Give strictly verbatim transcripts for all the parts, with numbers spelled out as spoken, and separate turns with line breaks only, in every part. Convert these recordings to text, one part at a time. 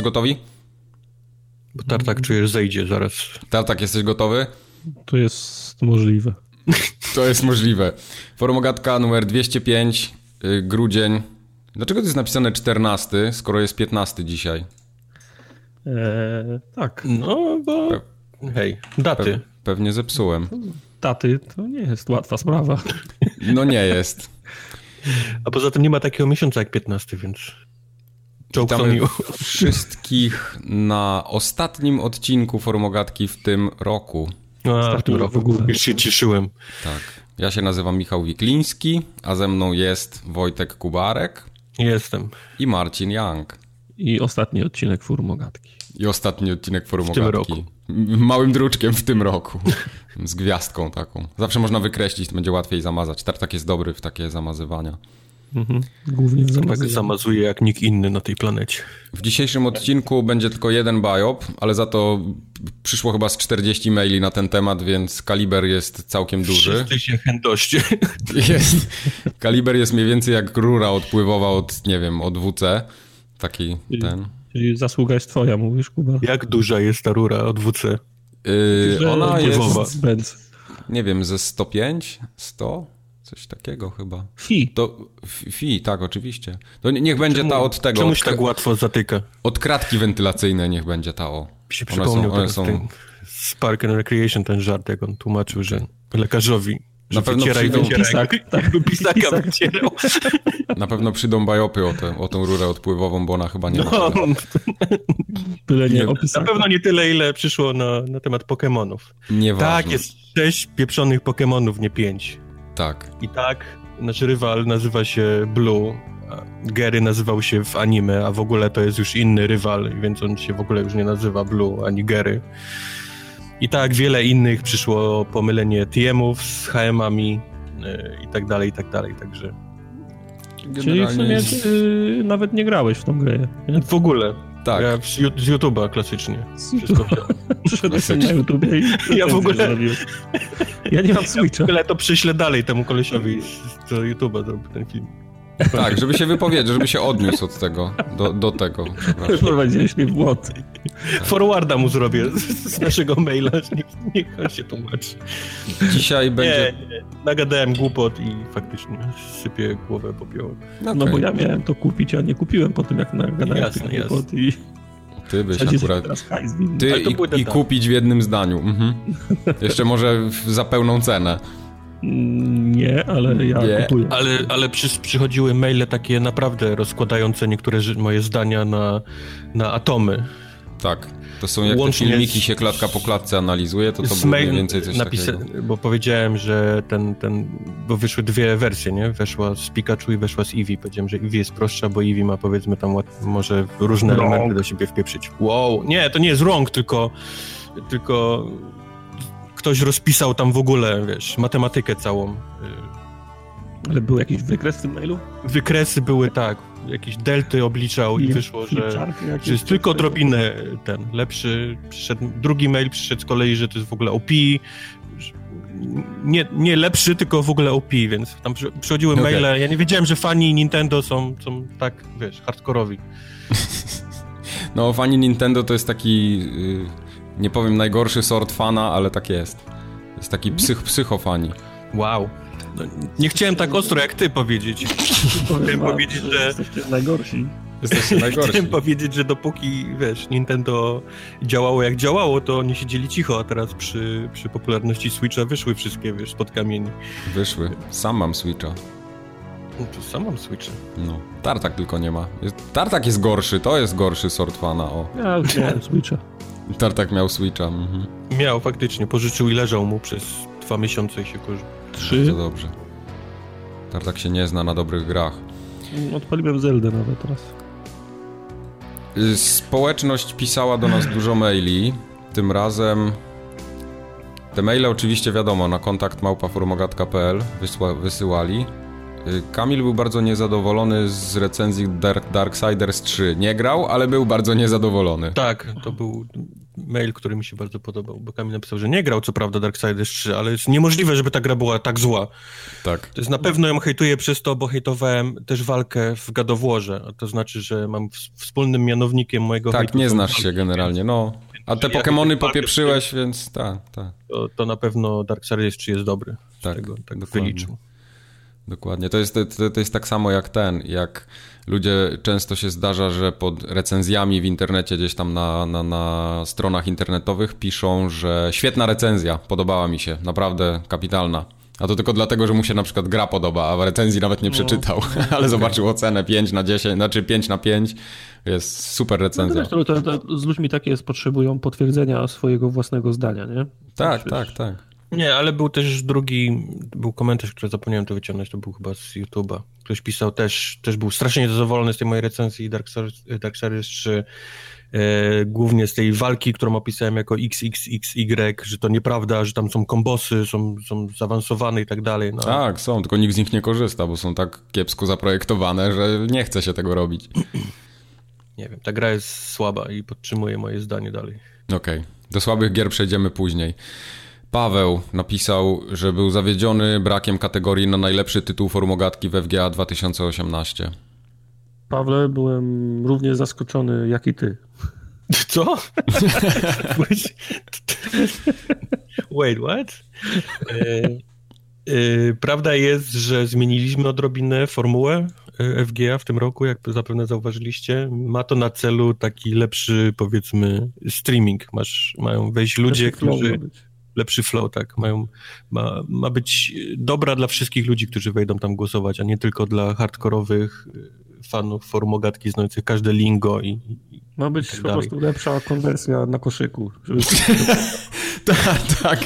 Wszyscy gotowi?
Bo Tartak czujesz zejdzie zaraz.
Tartak, jesteś gotowy?
To jest możliwe.
To jest możliwe. Forumogatka numer dwieście pięć, yy, grudzień. Dlaczego to jest napisane czternasty, skoro jest piętnasty dzisiaj?
Eee, tak.
No, bo...
Pe-
Hej, daty.
Pe- pewnie zepsułem.
Daty to nie jest łatwa sprawa.
No nie jest.
A poza tym nie ma takiego miesiąca jak piętnasty, więc...
Witamy wszystkich na ostatnim odcinku Forumogatki w tym roku.
A, w tym roku.
W ogóle.
Już się cieszyłem.
Tak. Ja się nazywam Michał Wikliński, a ze mną jest Wojtek Kubarek.
Jestem.
I Marcin Young.
I ostatni odcinek Forumogatki.
I ostatni odcinek Forumogatki.
W tym roku.
Małym druczkiem w tym roku. Z gwiazdką taką. Zawsze można wykreślić, to będzie łatwiej zamazać. Tartak jest dobry w takie zamazywania.
Mhm. Głównie w
Tak
zamazywaniu.
zamazuje jak nikt inny na tej planecie.
W dzisiejszym odcinku będzie tylko jeden biop, ale za to przyszło chyba z czterdzieści maili na ten temat, więc kaliber jest całkiem duży.
Wszyscy się chędoście.
Jest. Kaliber jest mniej więcej jak rura odpływowa od, nie wiem, od W C. Taki ten.
Czyli zasługa jest twoja, mówisz, Kuba?
Jak duża jest ta rura od W C?
Yy, ona
Pływowa.
jest,
Benz.
nie wiem, ze sto pięć, sto? Coś takiego chyba.
Fi.
To fi, tak, oczywiście. To niech będzie
Czemu,
ta od tego.
Czemuś
Od,
tak łatwo zatyka?
od kratki wentylacyjnej niech będzie ta o.
Mi się
One
przypomniał
są, one
teraz
są...
ten Spark and Recreation, ten żart, jak on tłumaczył, że lekarzowi, że
Na pewno
wycieraj,
przyjdą-
wycieraj,
Pisak.
jakby pisaka
Pisak.
wycierał.
Na pewno przyjdą bajopy o, tę, o tą rurę odpływową, bo ona chyba nie ma.
No,
Byle nie
Nie,
opisać.
na pewno nie tyle, ile przyszło na, na temat Pokemonów.
Nieważne.
Tak, jest sześć pieprzonych Pokemonów, nie pięć.
Tak.
I tak, nasz rywal nazywa się Blue, a Gary nazywał się w anime, a w ogóle to jest już inny rywal, więc on się w ogóle już nie nazywa Blue ani Gary. I tak wiele innych przyszło pomylenie T M-ów z H M-ami yy, i tak dalej, i tak dalej, także...
Czyli w sumie ty nawet nie grałeś w tą grę. Nie?
W ogóle.
Tak.
Ja z, z YouTube'a klasycznie. Wszystko wziąłem.
Przyszedłeś sobie na YouTubie i
Ja w ogóle-
zrobiłeś. Ja nie mam
W
Switcha.
ogóle to przyślę dalej temu kolesiowi z, z YouTube'a zrobił ten film.
Tak, żeby się wypowiedzieć, żeby się odniósł od tego, do, do tego. przepraszam.
Prowadziłeś mnie w błąd.
Forwarda mu zrobię z, z naszego maila, niech, niech on się tłumaczy.
Dzisiaj będzie...
Nie, nie, nagadałem głupot i faktycznie sypię głowę popiołem.
No,
No
okej.
bo ja miałem to kupić, a nie kupiłem po tym, jak nagadałem
Jasne,
tych
jasne.
głupot i
Ty byś
wsadzić
akurat...
teraz hajs winny.
Ty
Ale to
i,
pójdę
i
tak.
kupić w jednym zdaniu. Mhm. Jeszcze może w, za pełną cenę.
Mm, Nie, ale ja
Nie.
kupuję.
Ale, ale przy, przychodziły maile takie naprawdę rozkładające niektóre ży- moje zdania na, na atomy.
Tak. To są jak
Łącznie
te filmiki
z-
się klatka po klatce analizuje, to to
Z
było
mail
mniej więcej coś
napisa-
takiego.
Bo powiedziałem, że ten, ten, bo wyszły dwie wersje, nie? Weszła z Pikachu i weszła z Eevee. Powiedziałem, że Eevee jest prostsza, bo Eevee ma, powiedzmy, tam łat- może różne
Wrong.
elementy do siebie wpieprzyć. Wow, nie, to nie jest wrong, tylko, tylko ktoś rozpisał tam w ogóle, wiesz, matematykę całą.
Ale był jakiś wykres w tym mailu?
Wykresy były tak, jakieś delty obliczał i
Nie,
wyszło, że,
flipcharty jakieś,
że jest
coś
tylko
takiego.
odrobinę ten lepszy. Przyszedł, drugi mail przyszedł z kolei, że to jest w ogóle O P. że Nie, nie lepszy, tylko w ogóle O P, więc tam przy, przychodziły
Okej.
maile. Ja nie wiedziałem, że fani Nintendo są, są tak, wiesz, hardkorowi.
No, fani Nintendo to jest taki, yy, nie powiem najgorszy sort fana, ale tak jest. Jest taki psych, psychofani.
Wow. No, nie chciałem tak ostro jak ty powiedzieć. Chciałem powiedzieć, że...
Jesteście najgorsi.
Jesteście najgorsi.
Chciałem powiedzieć, że dopóki, wiesz, Nintendo działało jak działało, to oni siedzieli cicho, a teraz przy, przy popularności Switcha wyszły wszystkie, wiesz, spod kamieni.
Wyszły. Sam mam Switcha.
No to sam mam Switcha.
No. Tartak tylko nie ma. Jest, Tartak jest gorszy, to jest gorszy sort fana, o.
Ja już miałem Switcha.
Tartak miał Switcha, mhm.
Miał, faktycznie, pożyczył i leżał mu przez dwa miesiące i się korzy.
Trzy.
To dobrze. Tartak się nie zna na dobrych grach.
Odpaliłem Zeldę nawet teraz.
Y, Społeczność pisała do nas dużo maili. Tym razem... Te maile oczywiście wiadomo, na kontakt małpa forumogatka kropka p l wysła, wysyłali. Y, Kamil był bardzo niezadowolony z recenzji Dark, Darksiders trzy. Nie grał, ale był bardzo niezadowolony.
Tak, to był mail, który mi się bardzo podobał, bo Kamil napisał, że nie grał co prawda Darksiders trzy, ale jest niemożliwe, żeby ta gra była tak zła.
Tak.
To jest na pewno ją hejtuję przez to, bo hejtowałem też walkę w God of Warze, a to znaczy, że mam wspólnym mianownikiem mojego
Tak,
hejtu
nie
są
znasz
walki,
się generalnie, no. A te
ja
Pokemony
walkę
popieprzyłeś, więc tak, tak.
To, to na pewno Darksiders trzy jest dobry.
Tak,
tego, tak
dokładnie.
wyliczył.
Dokładnie. To jest, to, to jest tak samo jak ten, jak ludzie, często się zdarza, że pod recenzjami w internecie, gdzieś tam na, na, na stronach internetowych piszą, że świetna recenzja, podobała mi się, naprawdę kapitalna. A to tylko dlatego, że mu się na przykład gra podoba, a w recenzji nawet nie przeczytał, no, ale okay. zobaczył ocenę pięć na dziesięć, znaczy pięć na pięć, jest super recenzja.
No, to, to, to z ludźmi tak jest, potrzebują potwierdzenia swojego własnego zdania, nie?
Tak, tak, tak.
Nie, ale był też drugi, był komentarz, który zapomniałem to wyciągnąć, to był chyba z YouTube'a. Ktoś pisał też, też był strasznie zadowolony z tej mojej recenzji Darksiders trzy, e, głównie z tej walki, którą opisałem jako X X X Y, że to nieprawda, że tam są kombosy, są, są zaawansowane i tak dalej. No.
Tak, są, tylko nikt z nich nie korzysta, bo są tak kiepsko zaprojektowane, że nie chce się tego robić.
Nie wiem, ta gra jest słaba i podtrzymuje moje zdanie dalej.
Okej, okay. Do słabych gier przejdziemy później. Paweł napisał, że był zawiedziony brakiem kategorii na najlepszy tytuł formogatki w F G A dwa tysiące osiemnaście.
Pawle, byłem równie zaskoczony jak i ty.
Co? Wait, what? E, e, prawda jest, że zmieniliśmy odrobinę formułę F G A w tym roku, jak zapewne zauważyliście. Ma to na celu taki lepszy, powiedzmy, streaming. Masz, mają wejść ludzie,
lepszy
którzy...
Flow
Lepszy flow, tak. Mają, ma, ma być dobra dla wszystkich ludzi, którzy wejdą tam głosować, a nie tylko dla hardkorowych fanów formogatki znających każde lingo i, i
ma być
tak
po
dalej.
prostu lepsza konwersja na koszyku. Żeby...
tak, tak.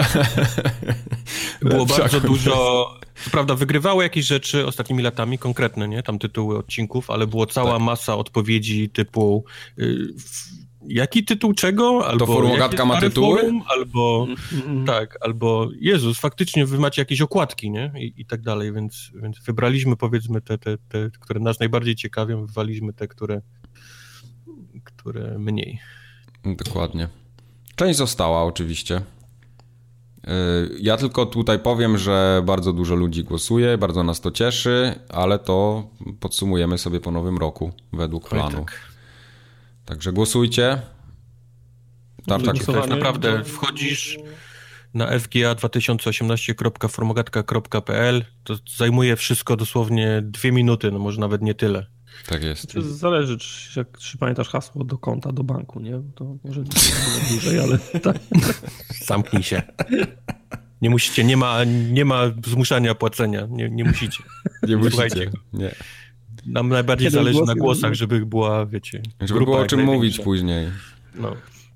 Było bardzo dużo... Co prawda wygrywały jakieś rzeczy ostatnimi latami, konkretne, nie? Tam tytuły odcinków, ale było cała tak. masa odpowiedzi typu... Yy, Jaki tytuł czego? Albo
to formogatka ma tytuły?
Forum, albo mm-hmm. tak, albo Jezus, faktycznie wy macie jakieś okładki, nie? I, i tak dalej, więc, więc wybraliśmy powiedzmy te, te, te, które nas najbardziej ciekawią, wywaliśmy te, które, które mniej.
Dokładnie. Część została oczywiście. Ja tylko tutaj powiem, że bardzo dużo ludzi głosuje, bardzo nas to cieszy, ale to podsumujemy sobie po nowym roku według planu. Oj, tak. Także głosujcie.
Tartak, tak naprawdę wchodzisz na f g a dwa tysiące osiemnaście kropka formogatka kropka p l, to zajmuje wszystko dosłownie dwie minuty, no może nawet nie tyle.
Tak jest.
To zależy, czy, jak, czy pamiętasz hasło do konta, do banku, nie? To może dłużej, ale tak.
Zamknij się. Nie musicie, nie ma, nie ma zmuszania płacenia, nie, nie musicie.
Nie musicie, nie.
Nam najbardziej Kiedy zależy głosy, na głosach, żeby była, wiecie...
Żeby było o czym mówić później.
No.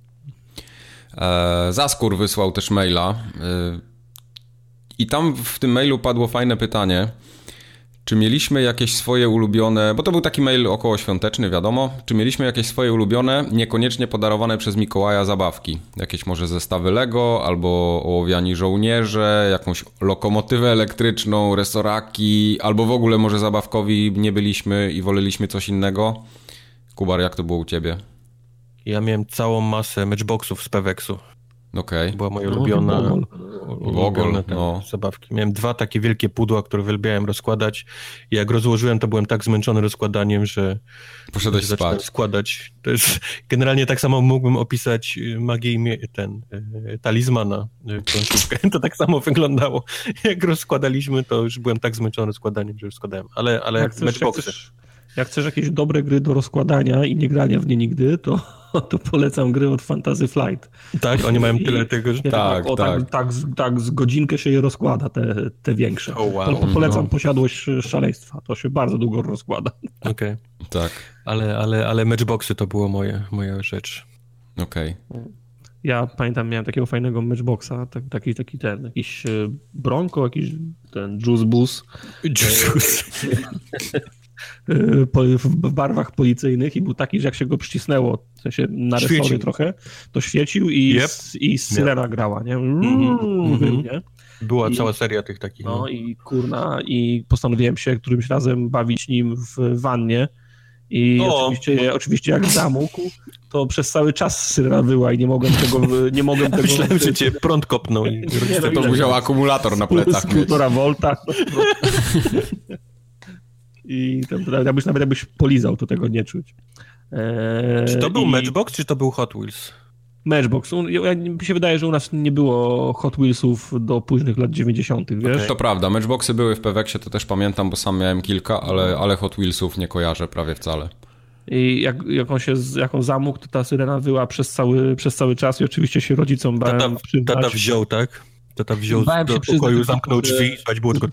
E, Zaskór wysłał też maila e, i tam w tym mailu padło fajne pytanie, czy mieliśmy jakieś swoje ulubione, bo to był taki mail okołoświąteczny, wiadomo, czy mieliśmy jakieś swoje ulubione, niekoniecznie podarowane przez Mikołaja zabawki? Jakieś może zestawy Lego, albo ołowiani żołnierze, jakąś lokomotywę elektryczną, resoraki, albo w ogóle może zabawkowi nie byliśmy i woleliśmy coś innego? Kubar, jak to było u ciebie?
Ja miałem całą masę matchboxów z Peweksu.
Okej.
Okay. Była moja ulubiona,
no,
ulubiona no. zabawki. Miałem dwa takie wielkie pudła, które uwielbiałem rozkładać. I jak rozłożyłem, to byłem tak zmęczony rozkładaniem, że
poszedłeś
zacząłem
spać.
składać. To jest, generalnie tak samo mógłbym opisać magię i ten talizmana, planszówkę. To tak samo wyglądało. Jak rozkładaliśmy, to już byłem tak zmęczony rozkładaniem, że już składałem. Ale, ale jak, jak matchboxy.
Jak chcesz, jak chcesz jakieś dobre gry do rozkładania i nie grania w nie nigdy, to to polecam gry od Fantasy Flight.
Tak, oni mają tyle tego, że...
Tak, tak, o, tak. Tak, tak, tak, z godzinkę się je rozkłada, te, te większe. Oh, wow. po, polecam no. Posiadłość szaleństwa, to się bardzo długo rozkłada.
Okej. Okay.
Tak.
Ale, ale, ale matchboxy to było moje, moja rzecz.
Okej.
Okay. Ja pamiętam, miałem takiego fajnego matchboxa, tak, taki, taki ten, jakiś Bronco, jakiś ten Juice Bus.
Juice
w barwach policyjnych i był taki, że jak się go przycisnęło, w sensie na resory trochę, to świecił i, yep. s, i syrena yep. grała, nie? Mm-hmm. nie?
Była
I,
cała seria tych takich.
No, no i kurna, i postanowiłem się którymś razem bawić nim w wannie i o, oczywiście, no. oczywiście jak zamógł, to przez cały czas syrena wyła i nie mogłem tego... Nie mogłem tego
myślałem, że cię prąd kopnął. I...
Nie, no, to musiał akumulator na plecach
z półtora volta. I tam, jakbyś, nawet jakbyś polizał, to tego nie czuć.
Eee, czy to był i... Matchbox, czy to był Hot Wheels?
Matchbox. Ja, mi się wydaje, że u nas nie było Hot Wheelsów do późnych lat dziewięćdziesiątych, wiesz?
Okay. To prawda, Matchboxy były w Peweksie, to też pamiętam, bo sam miałem kilka, ale, ale Hot Wheelsów nie kojarzę prawie wcale.
I jak, jak on się, jak on zamógł, to ta syrena wyła przez cały, przez cały czas i oczywiście się rodzicom bałem
tata,
przyznać.
Tata wziął, tak? Tata wziął bałem do pokoju, zamknął drzwi i słuchać było tylko...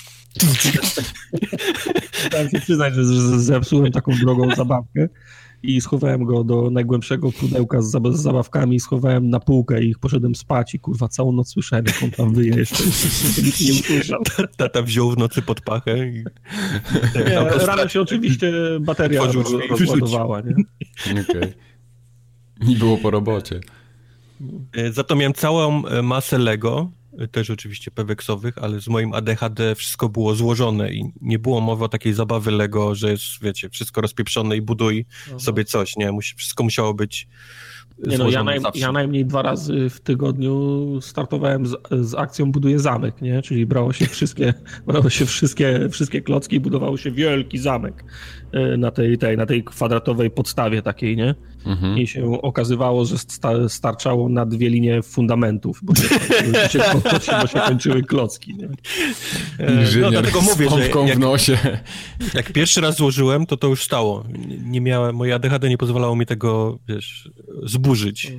Chciałem się przyznać, że zepsułem taką drogą zabawkę i schowałem go do najgłębszego pudełka z, zab- z zabawkami, schowałem na półkę i poszedłem spać i kurwa całą noc słyszałem, jak on tam wyje jeszcze. Nikt nie usłyszał.
Tata wziął w nocy pod pachę i...
Nie, rano się oczywiście bateria rozładowała, nie?
Okej. Okay. I było po robocie.
Za to miałem całą masę Lego, też oczywiście peweksowych, ale z moim A D H D wszystko było złożone i nie było mowy o takiej zabawy Lego, że jest, wiecie, wszystko rozpieprzone i buduj Aha. sobie coś, nie? Musi, wszystko musiało być
nie no, ja, naj, ja najmniej dwa razy w tygodniu startowałem z, z akcją Buduję zamek, nie? Czyli brało się wszystkie, brało się wszystkie, wszystkie klocki i budowało się wielki zamek na tej, tej, na tej kwadratowej podstawie takiej, nie? Mhm. I się okazywało, że sta, starczało na dwie linie fundamentów, bo się, bo się, bo się, bo się kończyły klocki, nie?
Inżynier no, dlatego mówię, z pompką
jak,
w nosie.
Jak pierwszy raz złożyłem, to to już stało. Nie miałem, moje A D H D nie pozwalało mi tego, wiesz, zburzyć.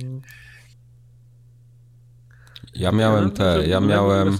Ja miałem te, ja miałem...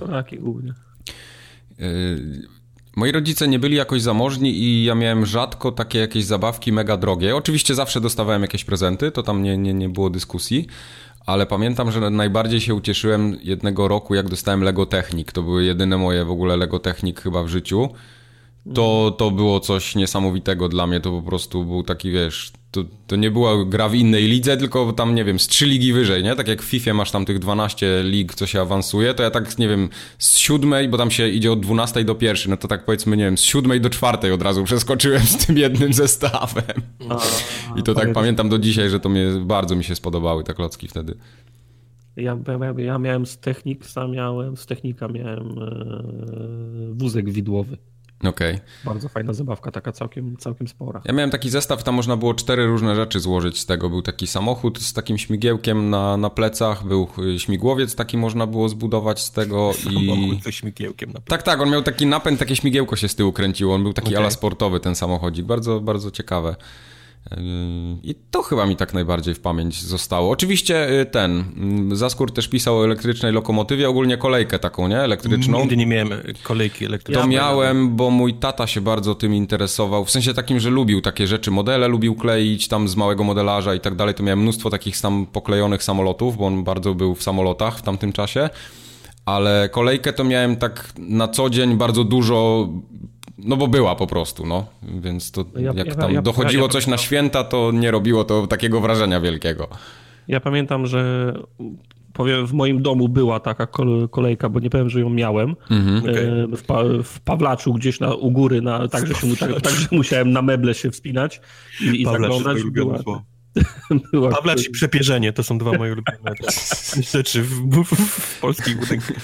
Moi rodzice nie byli jakoś zamożni i ja miałem rzadko takie jakieś zabawki mega drogie. Oczywiście zawsze dostawałem jakieś prezenty, to tam nie, nie, nie było dyskusji, ale pamiętam, że najbardziej się ucieszyłem jednego roku, jak dostałem Lego Technik. To były jedyne moje w ogóle Lego Technik chyba w życiu. To, to było coś niesamowitego dla mnie, to po prostu był taki, wiesz, to, to nie była gra w innej lidze, tylko tam, nie wiem, z trzy ligi wyżej, nie? Tak jak w FIFA masz tam tych dwanaście lig, co się awansuje, to ja tak, nie wiem, z siódmej, bo tam się idzie od dwunastej do pierwszej, no to tak powiedzmy, nie wiem, z siódmej do czwartej od razu przeskoczyłem z tym jednym zestawem. A, I to tak pamiętam do dzisiaj, że to mnie, bardzo mi się spodobały te klocki wtedy.
Ja, ja, ja miałem z Techniksa, miałem, z Technika miałem e, wózek widłowy.
Okej. Okay.
Bardzo fajna zabawka, taka całkiem, całkiem spora.
Ja miałem taki zestaw, tam można było cztery różne rzeczy złożyć z tego. Był taki samochód z takim śmigiełkiem na, na plecach, był śmigłowiec taki można było zbudować z tego i...
Samochód ze śmigiełkiem na plecach.
Tak, tak, on miał taki napęd, takie śmigiełko się z tyłu kręciło, on był taki okay. ala sportowy ten samochodzik, bardzo, bardzo ciekawe. I to chyba mi tak najbardziej w pamięć zostało. Oczywiście ten, Zaskur też pisał o elektrycznej lokomotywie, ogólnie kolejkę taką, nie? Elektryczną.
Nigdy nie miałem kolejki elektrycznej.
To miałem, bo mój tata się bardzo tym interesował, w sensie takim, że lubił takie rzeczy, modele lubił kleić tam z małego modelarza i tak dalej, to miałem mnóstwo takich tam poklejonych samolotów, bo on bardzo był w samolotach w tamtym czasie, ale kolejkę to miałem tak na co dzień bardzo dużo... No bo była po prostu, no. Więc to ja, jak ja, tam ja, dochodziło ja, ja, coś na święta, to nie robiło to takiego wrażenia wielkiego.
Ja pamiętam, że powiem, w moim domu była taka kolejka, bo nie powiem, że ją miałem. Mm-hmm, okay. w, pa, w Pawlaczu gdzieś na, u góry, na, tak, że się, tak, tak, że musiałem na meble się wspinać i, i zaglądać. Była,
była, Pawlacz i przepierzenie, to są dwa moje ulubione rzeczy w, w, w polskich budynkach.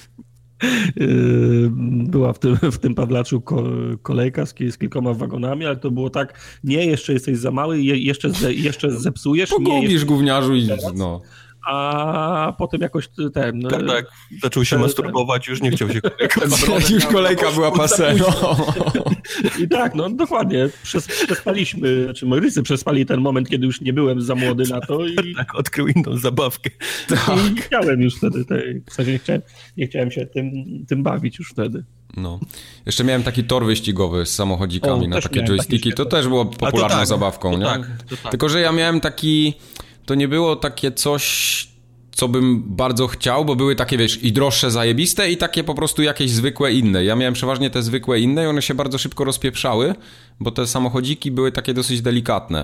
Była w tym, w tym Pawlaczu kolejka z, z kilkoma wagonami, ale to było tak, nie, jeszcze jesteś za mały, je, jeszcze, ze, jeszcze zepsujesz.
Pogubisz gówniarzu i no.
A potem jakoś ten...
Tak, tak. Zaczął się ten, masturbować, już nie chciał się kolejka.
Już kolejka była passé, no.
I tak, no dokładnie. Przes, przespaliśmy, znaczy moi rodzice przespali ten moment, kiedy już nie byłem za młody na to i...
Tak, odkrył inną zabawkę.
Tak. I nie chciałem już wtedy, tej, w sensie nie chciałem, nie chciałem się tym, tym bawić już wtedy.
No. Jeszcze miałem taki tor wyścigowy z samochodzikami o, na takie joysticki. To też było popularną tak, zabawką,
to
nie?
Tak, to tak.
Tylko, że ja miałem taki... To nie było takie coś, co bym bardzo chciał, bo były takie, wiesz, i droższe zajebiste i takie po prostu jakieś zwykłe inne. Ja miałem przeważnie te zwykłe inne i one się bardzo szybko rozpieprzały, bo te samochodziki były takie dosyć delikatne.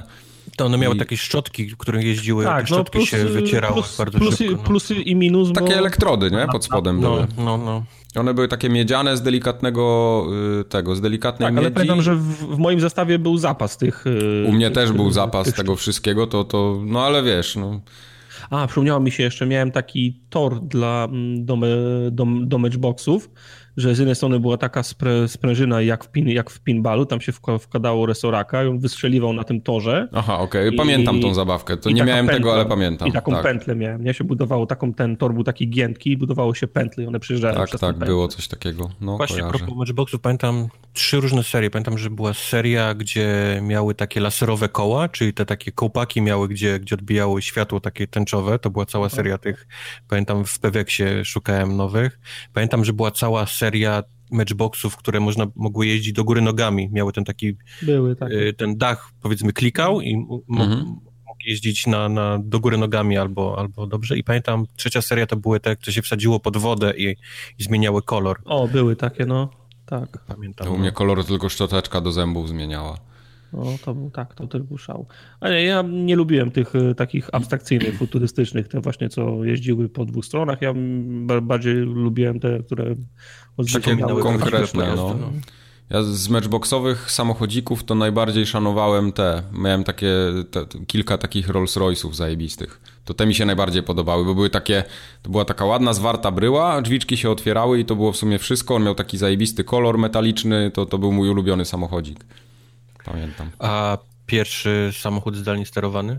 To one miały I... takie szczotki, które jeździły, tak, te szczotki no, plus, się wycierały
plus,
bardzo
plusy,
szybko. No.
Plusy i minus,
Takie
bo...
elektrody, nie? Pod spodem
no,
były.
No, no.
One były takie miedziane z delikatnego tego, z delikatnej
tak,
miedzi.
Ale pamiętam, że w, w moim zestawie był zapas tych...
U mnie
tych,
też
tych,
był zapas
tych
tego wszystkiego, to, to, no ale wiesz, no...
A, przypomniało mi się jeszcze, miałem taki tor dla, do, do, do matchboxów, że z jednej strony była taka spre, sprężyna jak w, pin, jak w pinballu, tam się wkładało resoraka i on wystrzeliwał na tym torze.
Aha, okej, okay. Pamiętam tą zabawkę, to nie miałem pętlę, tego, ale pamiętam.
I taką
tak.
pętlę miałem, nie? Się budowało, taką, ten tor był taki giętki i budowało się pętle i one przyjeżdżały
tak,
przez
Tak, tak, było coś takiego, no
Właśnie
kojarzę.
a propos matchboxów, pamiętam trzy różne serie. Pamiętam, że była seria, gdzie miały takie laserowe koła, czyli te takie kołpaki miały, gdzie, gdzie odbijało światło takie tęczowe, to była cała seria tych, pamiętam w Peweksie szukałem nowych. Pamiętam, że była cała seria matchboxów, które można, mogły jeździć do góry nogami. Miały ten taki,
Były, tak.
ten dach, powiedzmy, klikał i mógł, mhm. mógł jeździć na, na, do góry nogami albo, albo dobrze. I pamiętam, trzecia seria to były te, które się wsadziło pod wodę i, i zmieniały kolor.
O, były takie, no. Tak.
Pamiętam.
U
no.
mnie kolor tylko szczoteczka do zębów zmieniała.
No, to był tak, to też był szał. Ale ja nie lubiłem tych takich abstrakcyjnych, futurystycznych, te właśnie, co jeździły po dwóch stronach. Ja bardziej lubiłem te, które
takie konkretne, no. no. Ja z matchboxowych samochodzików to najbardziej szanowałem te. Miałem takie, te, kilka takich Rolls Royce'ów zajebistych. To te mi się najbardziej podobały, bo były takie, to była taka ładna, zwarta bryła, drzwiczki się otwierały i to było w sumie wszystko. On miał taki zajebisty kolor metaliczny, to, to był mój ulubiony samochodzik. Pamiętam.
A pierwszy samochód zdalnie sterowany?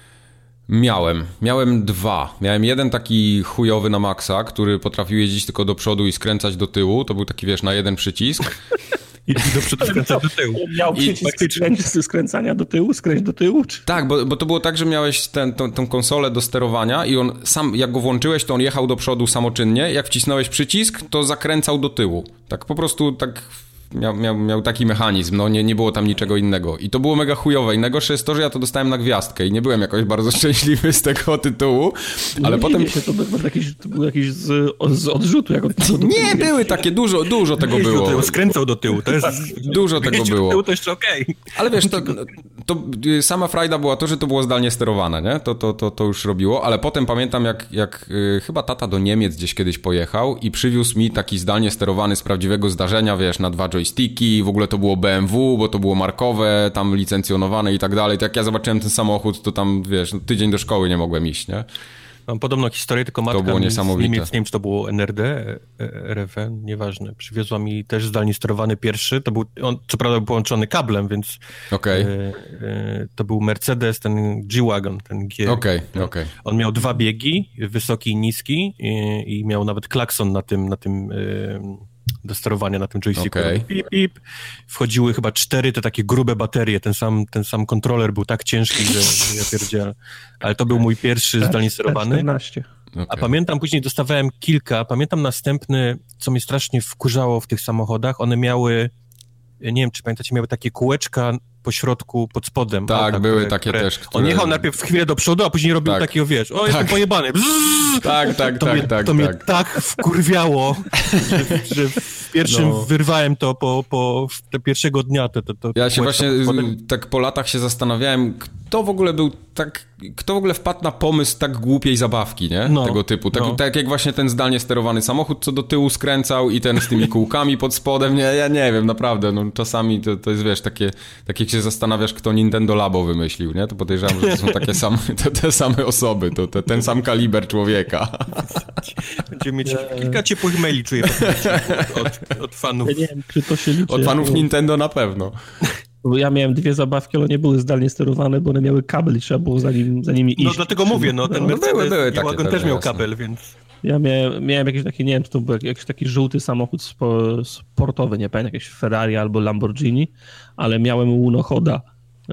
Miałem. Miałem dwa. Miałem jeden taki chujowy na maksa, który potrafił jeździć tylko do przodu i skręcać do tyłu. To był taki, wiesz, na jeden przycisk.
I do przodu skręcać do tyłu.
Miał przycisk I... skręcania do tyłu, skręć do tyłu? Czy...
Tak, bo, bo to było tak, że miałeś ten, tą, tą konsolę do sterowania i on sam, jak go włączyłeś, to on jechał do przodu samoczynnie. Jak wcisnąłeś przycisk, to zakręcał do tyłu. Tak po prostu tak... Miał, miał, miał taki mechanizm, no nie, nie było tam niczego innego. I to było mega chujowe. I najgorsze jest to, że ja to dostałem na gwiazdkę i nie byłem jakoś bardzo szczęśliwy z tego tytułu, ale
nie
potem...
Się, to, był jakiś, to był jakiś z, z odrzutu. Jak od...
Nie, były takie, dużo, dużo tego
nie,
było.
To skręcał do tyłu, to jest...
Dużo tego było.
Do tyłu to jeszcze okej. Okay.
Ale wiesz, to, to sama frajda była to, że to było zdalnie sterowane, nie? To, to, to, to już robiło, ale potem pamiętam, jak, jak yy, chyba tata do Niemiec gdzieś kiedyś pojechał i przywiózł mi taki zdalnie sterowany z prawdziwego zdarzenia, wiesz, na dwa joysticki, w ogóle to było B M W, bo to było markowe, tam licencjonowane i tak dalej. To jak ja zobaczyłem ten samochód, to tam, wiesz, tydzień do szkoły nie mogłem iść, nie?
Mam podobną historię, tylko matka
to było niesamowite.
z Niemiec, nie wiem, czy to było N R D, R F N, nieważne. Przywiozła mi też zdalnie sterowany pierwszy. To był, on co prawda był połączony kablem, więc
okay.
e, e, to był Mercedes, ten G-Wagon, ten G.
Okay, okay.
On miał dwa biegi, wysoki i niski i, i miał nawet klakson na tym, na tym e, do sterowania na tym joysticku.
Okay.
Pip, pip. Wchodziły chyba cztery te takie grube baterie. Ten sam, ten sam kontroler był tak ciężki, że, że ja pierdzielę. Ale to był mój pierwszy zdalnie sterowany.
czternaście.
Okay. A pamiętam, później dostawałem kilka. Pamiętam następny, co mnie strasznie wkurzało w tych samochodach. One miały, nie wiem, czy pamiętacie, miały takie kółeczka po środku, pod spodem.
Tak,
auta,
były
które,
takie
które...
też. Które...
On jechał najpierw chwilę do przodu, a później robił
tak.
takiego, wiesz, o,
tak.
jestem pojebany. Bzzz!
Tak, tak,
to
tak,
mnie,
tak.
To
tak.
mnie tak wkurwiało, że, że w pierwszym no. wyrwałem to po, po te pierwszego dnia. To, to, to
ja się właśnie potem... tak po latach się zastanawiałem, kto w ogóle był tak, kto w ogóle wpadł na pomysł tak głupiej zabawki, nie? No, tego typu. Tak, no. tak jak właśnie ten zdalnie sterowany samochód, co do tyłu skręcał i ten z tymi kółkami pod spodem. Nie, ja nie wiem, naprawdę. No, czasami to, to jest, wiesz, takie, tak jak się zastanawiasz, kto Nintendo Labo wymyślił, nie? To podejrzewam, że to są takie same, te, te same osoby, to, to ten sam kaliber człowieka.
Będziemy mieć kilka ciepłych maili, czuję, od, od, od fanów.
Ja nie wiem, czy to się liczy.
Od fanów jako... Nintendo na pewno.
Bo ja miałem dwie zabawki, ale nie były zdalnie sterowane, bo one miały kabel i trzeba było za, nim, za nimi iść.
No dlatego mówię, no ten
no, były, były takie
Wagon też miał
jasne.
kabel, więc...
Ja miałem, miałem jakiś taki, nie wiem, czy to był jakiś taki żółty samochód spo, sportowy, nie pamiętam, jakieś Ferrari albo Lamborghini, ale miałem Unochoda.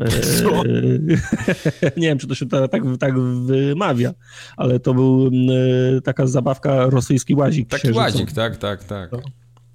Co?
Nie wiem, czy to się tak, tak, tak wymawia, ale to był taka zabawka, rosyjski łazik.
Taki łazik, tak, tak, tak. No.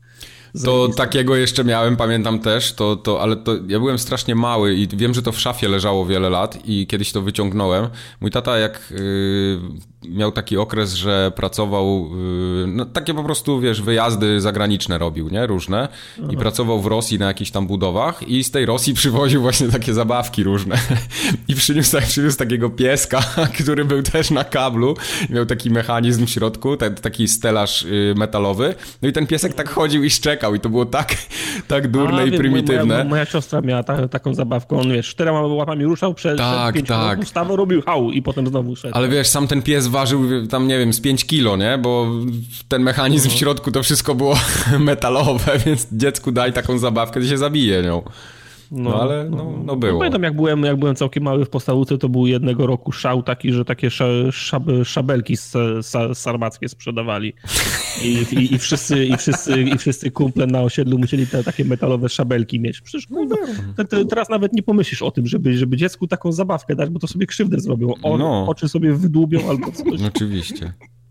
To takiego jeszcze miałem, pamiętam też, to, to, ale to ja byłem strasznie mały i wiem, że to w szafie leżało wiele lat i kiedyś to wyciągnąłem. Mój tata jak yy, miał taki okres, że pracował, no takie po prostu, wiesz, wyjazdy zagraniczne robił, nie? Różne. I Aha. pracował w Rosji na jakichś tam budowach i z tej Rosji przywoził właśnie takie zabawki różne. I przyniósł, przyniósł takiego pieska, który był też na kablu. Miał taki mechanizm w środku, ten, taki stelaż metalowy. No i ten piesek tak chodził i szczekał i to było tak, tak durne A, i wiem, prymitywne.
Moja, moja siostra miała ta, taką zabawkę. On, wiesz, czterema łapami ruszał, przed,
tak,
przed
tak.
ustawą robił hał i potem znowu szedł.
Ale wiesz, sam ten pies ważył tam, nie wiem, z pięć kilo, nie? Bo ten mechanizm no. w środku to wszystko było metalowe, więc dziecku daj taką zabawkę, to się zabije nią. No, no ale no, no było. No,
pamiętam, jak byłem, jak byłem całkiem mały w podstawówce, to był jednego roku szał taki, że takie szab, szabelki sarmackie sprzedawali. I, i, i, wszyscy, i, wszyscy, I wszyscy kumple na osiedlu musieli te takie metalowe szabelki mieć. Przecież no, te, te, teraz nawet nie pomyślisz o tym, żeby, żeby dziecku taką zabawkę dać, bo to sobie krzywdę zrobią. O, no. Oczy sobie wydłubią albo coś.
Oczywiście.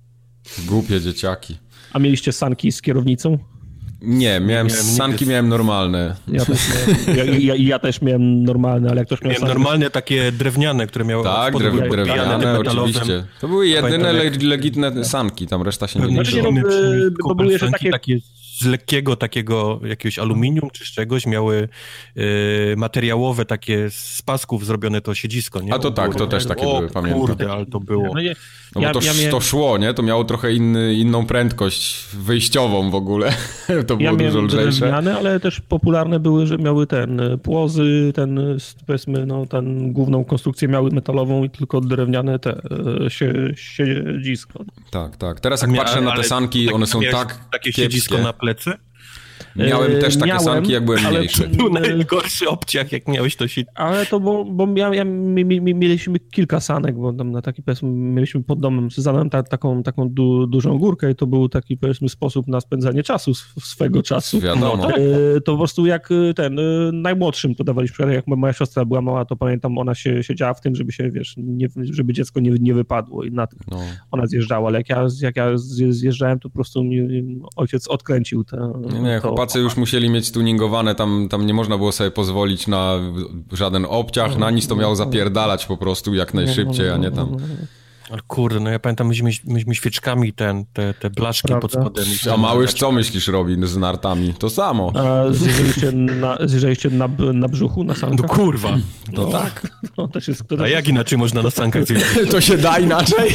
Głupie dzieciaki.
A mieliście sanki z kierownicą?
Nie, miałem, nie, sanki miałem normalne.
Ja też miałem, ja, ja, ja też miałem normalne, ale jak ktoś miał
Miałem sanki... normalne takie drewniane, które miały...
Tak, drew, drewniane, oczywiście. To były jedyne le, legitne sanki, tam reszta się nie liczy.
Znaczy, no, bo były jeszcze takie...
takie... z lekkiego takiego jakiegoś aluminium czy z czegoś miały y, materiałowe takie z pasków zrobione to siedzisko, nie?
A to tak, to też takie
o,
były, pamiętam.
Kurde, ale to było.
No, nie,
no bo
ja,
to,
ja miałem...
to szło, nie? To miało trochę inny, inną prędkość wyjściową w ogóle. To było
ja
dużo lżejsze.
Drewniane, ale też popularne były, że miały ten płozy, ten powiedzmy, no ten główną konstrukcję miały metalową i tylko drewniane te sie, siedzisko.
Tak, tak. Teraz jak patrzę na te sanki, one są tak
takie siedzisko na plecy?
Miałem też takie
miałem,
sanki, jak byłem
ale
mniejszy.
Był najgorszy obciach, jak miałeś to się...
Ale to, bo, bo ja, ja, mi, mi, mieliśmy kilka sanek, bo tam na taki, powiedzmy, mieliśmy pod domem Syzanem ta, taką, taką du, dużą górkę i to był taki, powiedzmy, sposób na spędzanie czasu, swego czasu.
Wiadomo.
No, tak. To po prostu jak ten, najmłodszym to dawaliśmy, jak moja siostra była mała, to pamiętam, ona się siedziała w tym, żeby się, wiesz, nie, żeby dziecko nie, nie wypadło i na tym no. ona zjeżdżała, ale jak ja, jak ja zjeżdżałem, to po prostu mi ojciec odkręcił te...
Nie, nie,
to,
chłopacy już musieli mieć tuningowane, tam, tam nie można było sobie pozwolić na żaden obciach, na nic to miało zapierdalać po prostu jak najszybciej, a nie tam...
Ale kurde, no ja pamiętam, myśmy, myśmy świeczkami ten, te, te blaszki Prawda? pod spodem.
A Małysz co myślisz robi z nartami? To samo.
A zjeżdżaliście na, zjeżdżaliście na, na brzuchu, na sankach?
No kurwa.
No, no tak.
No, też jest, to
a jak inaczej można na sankach zjeżdżać?
To się da inaczej?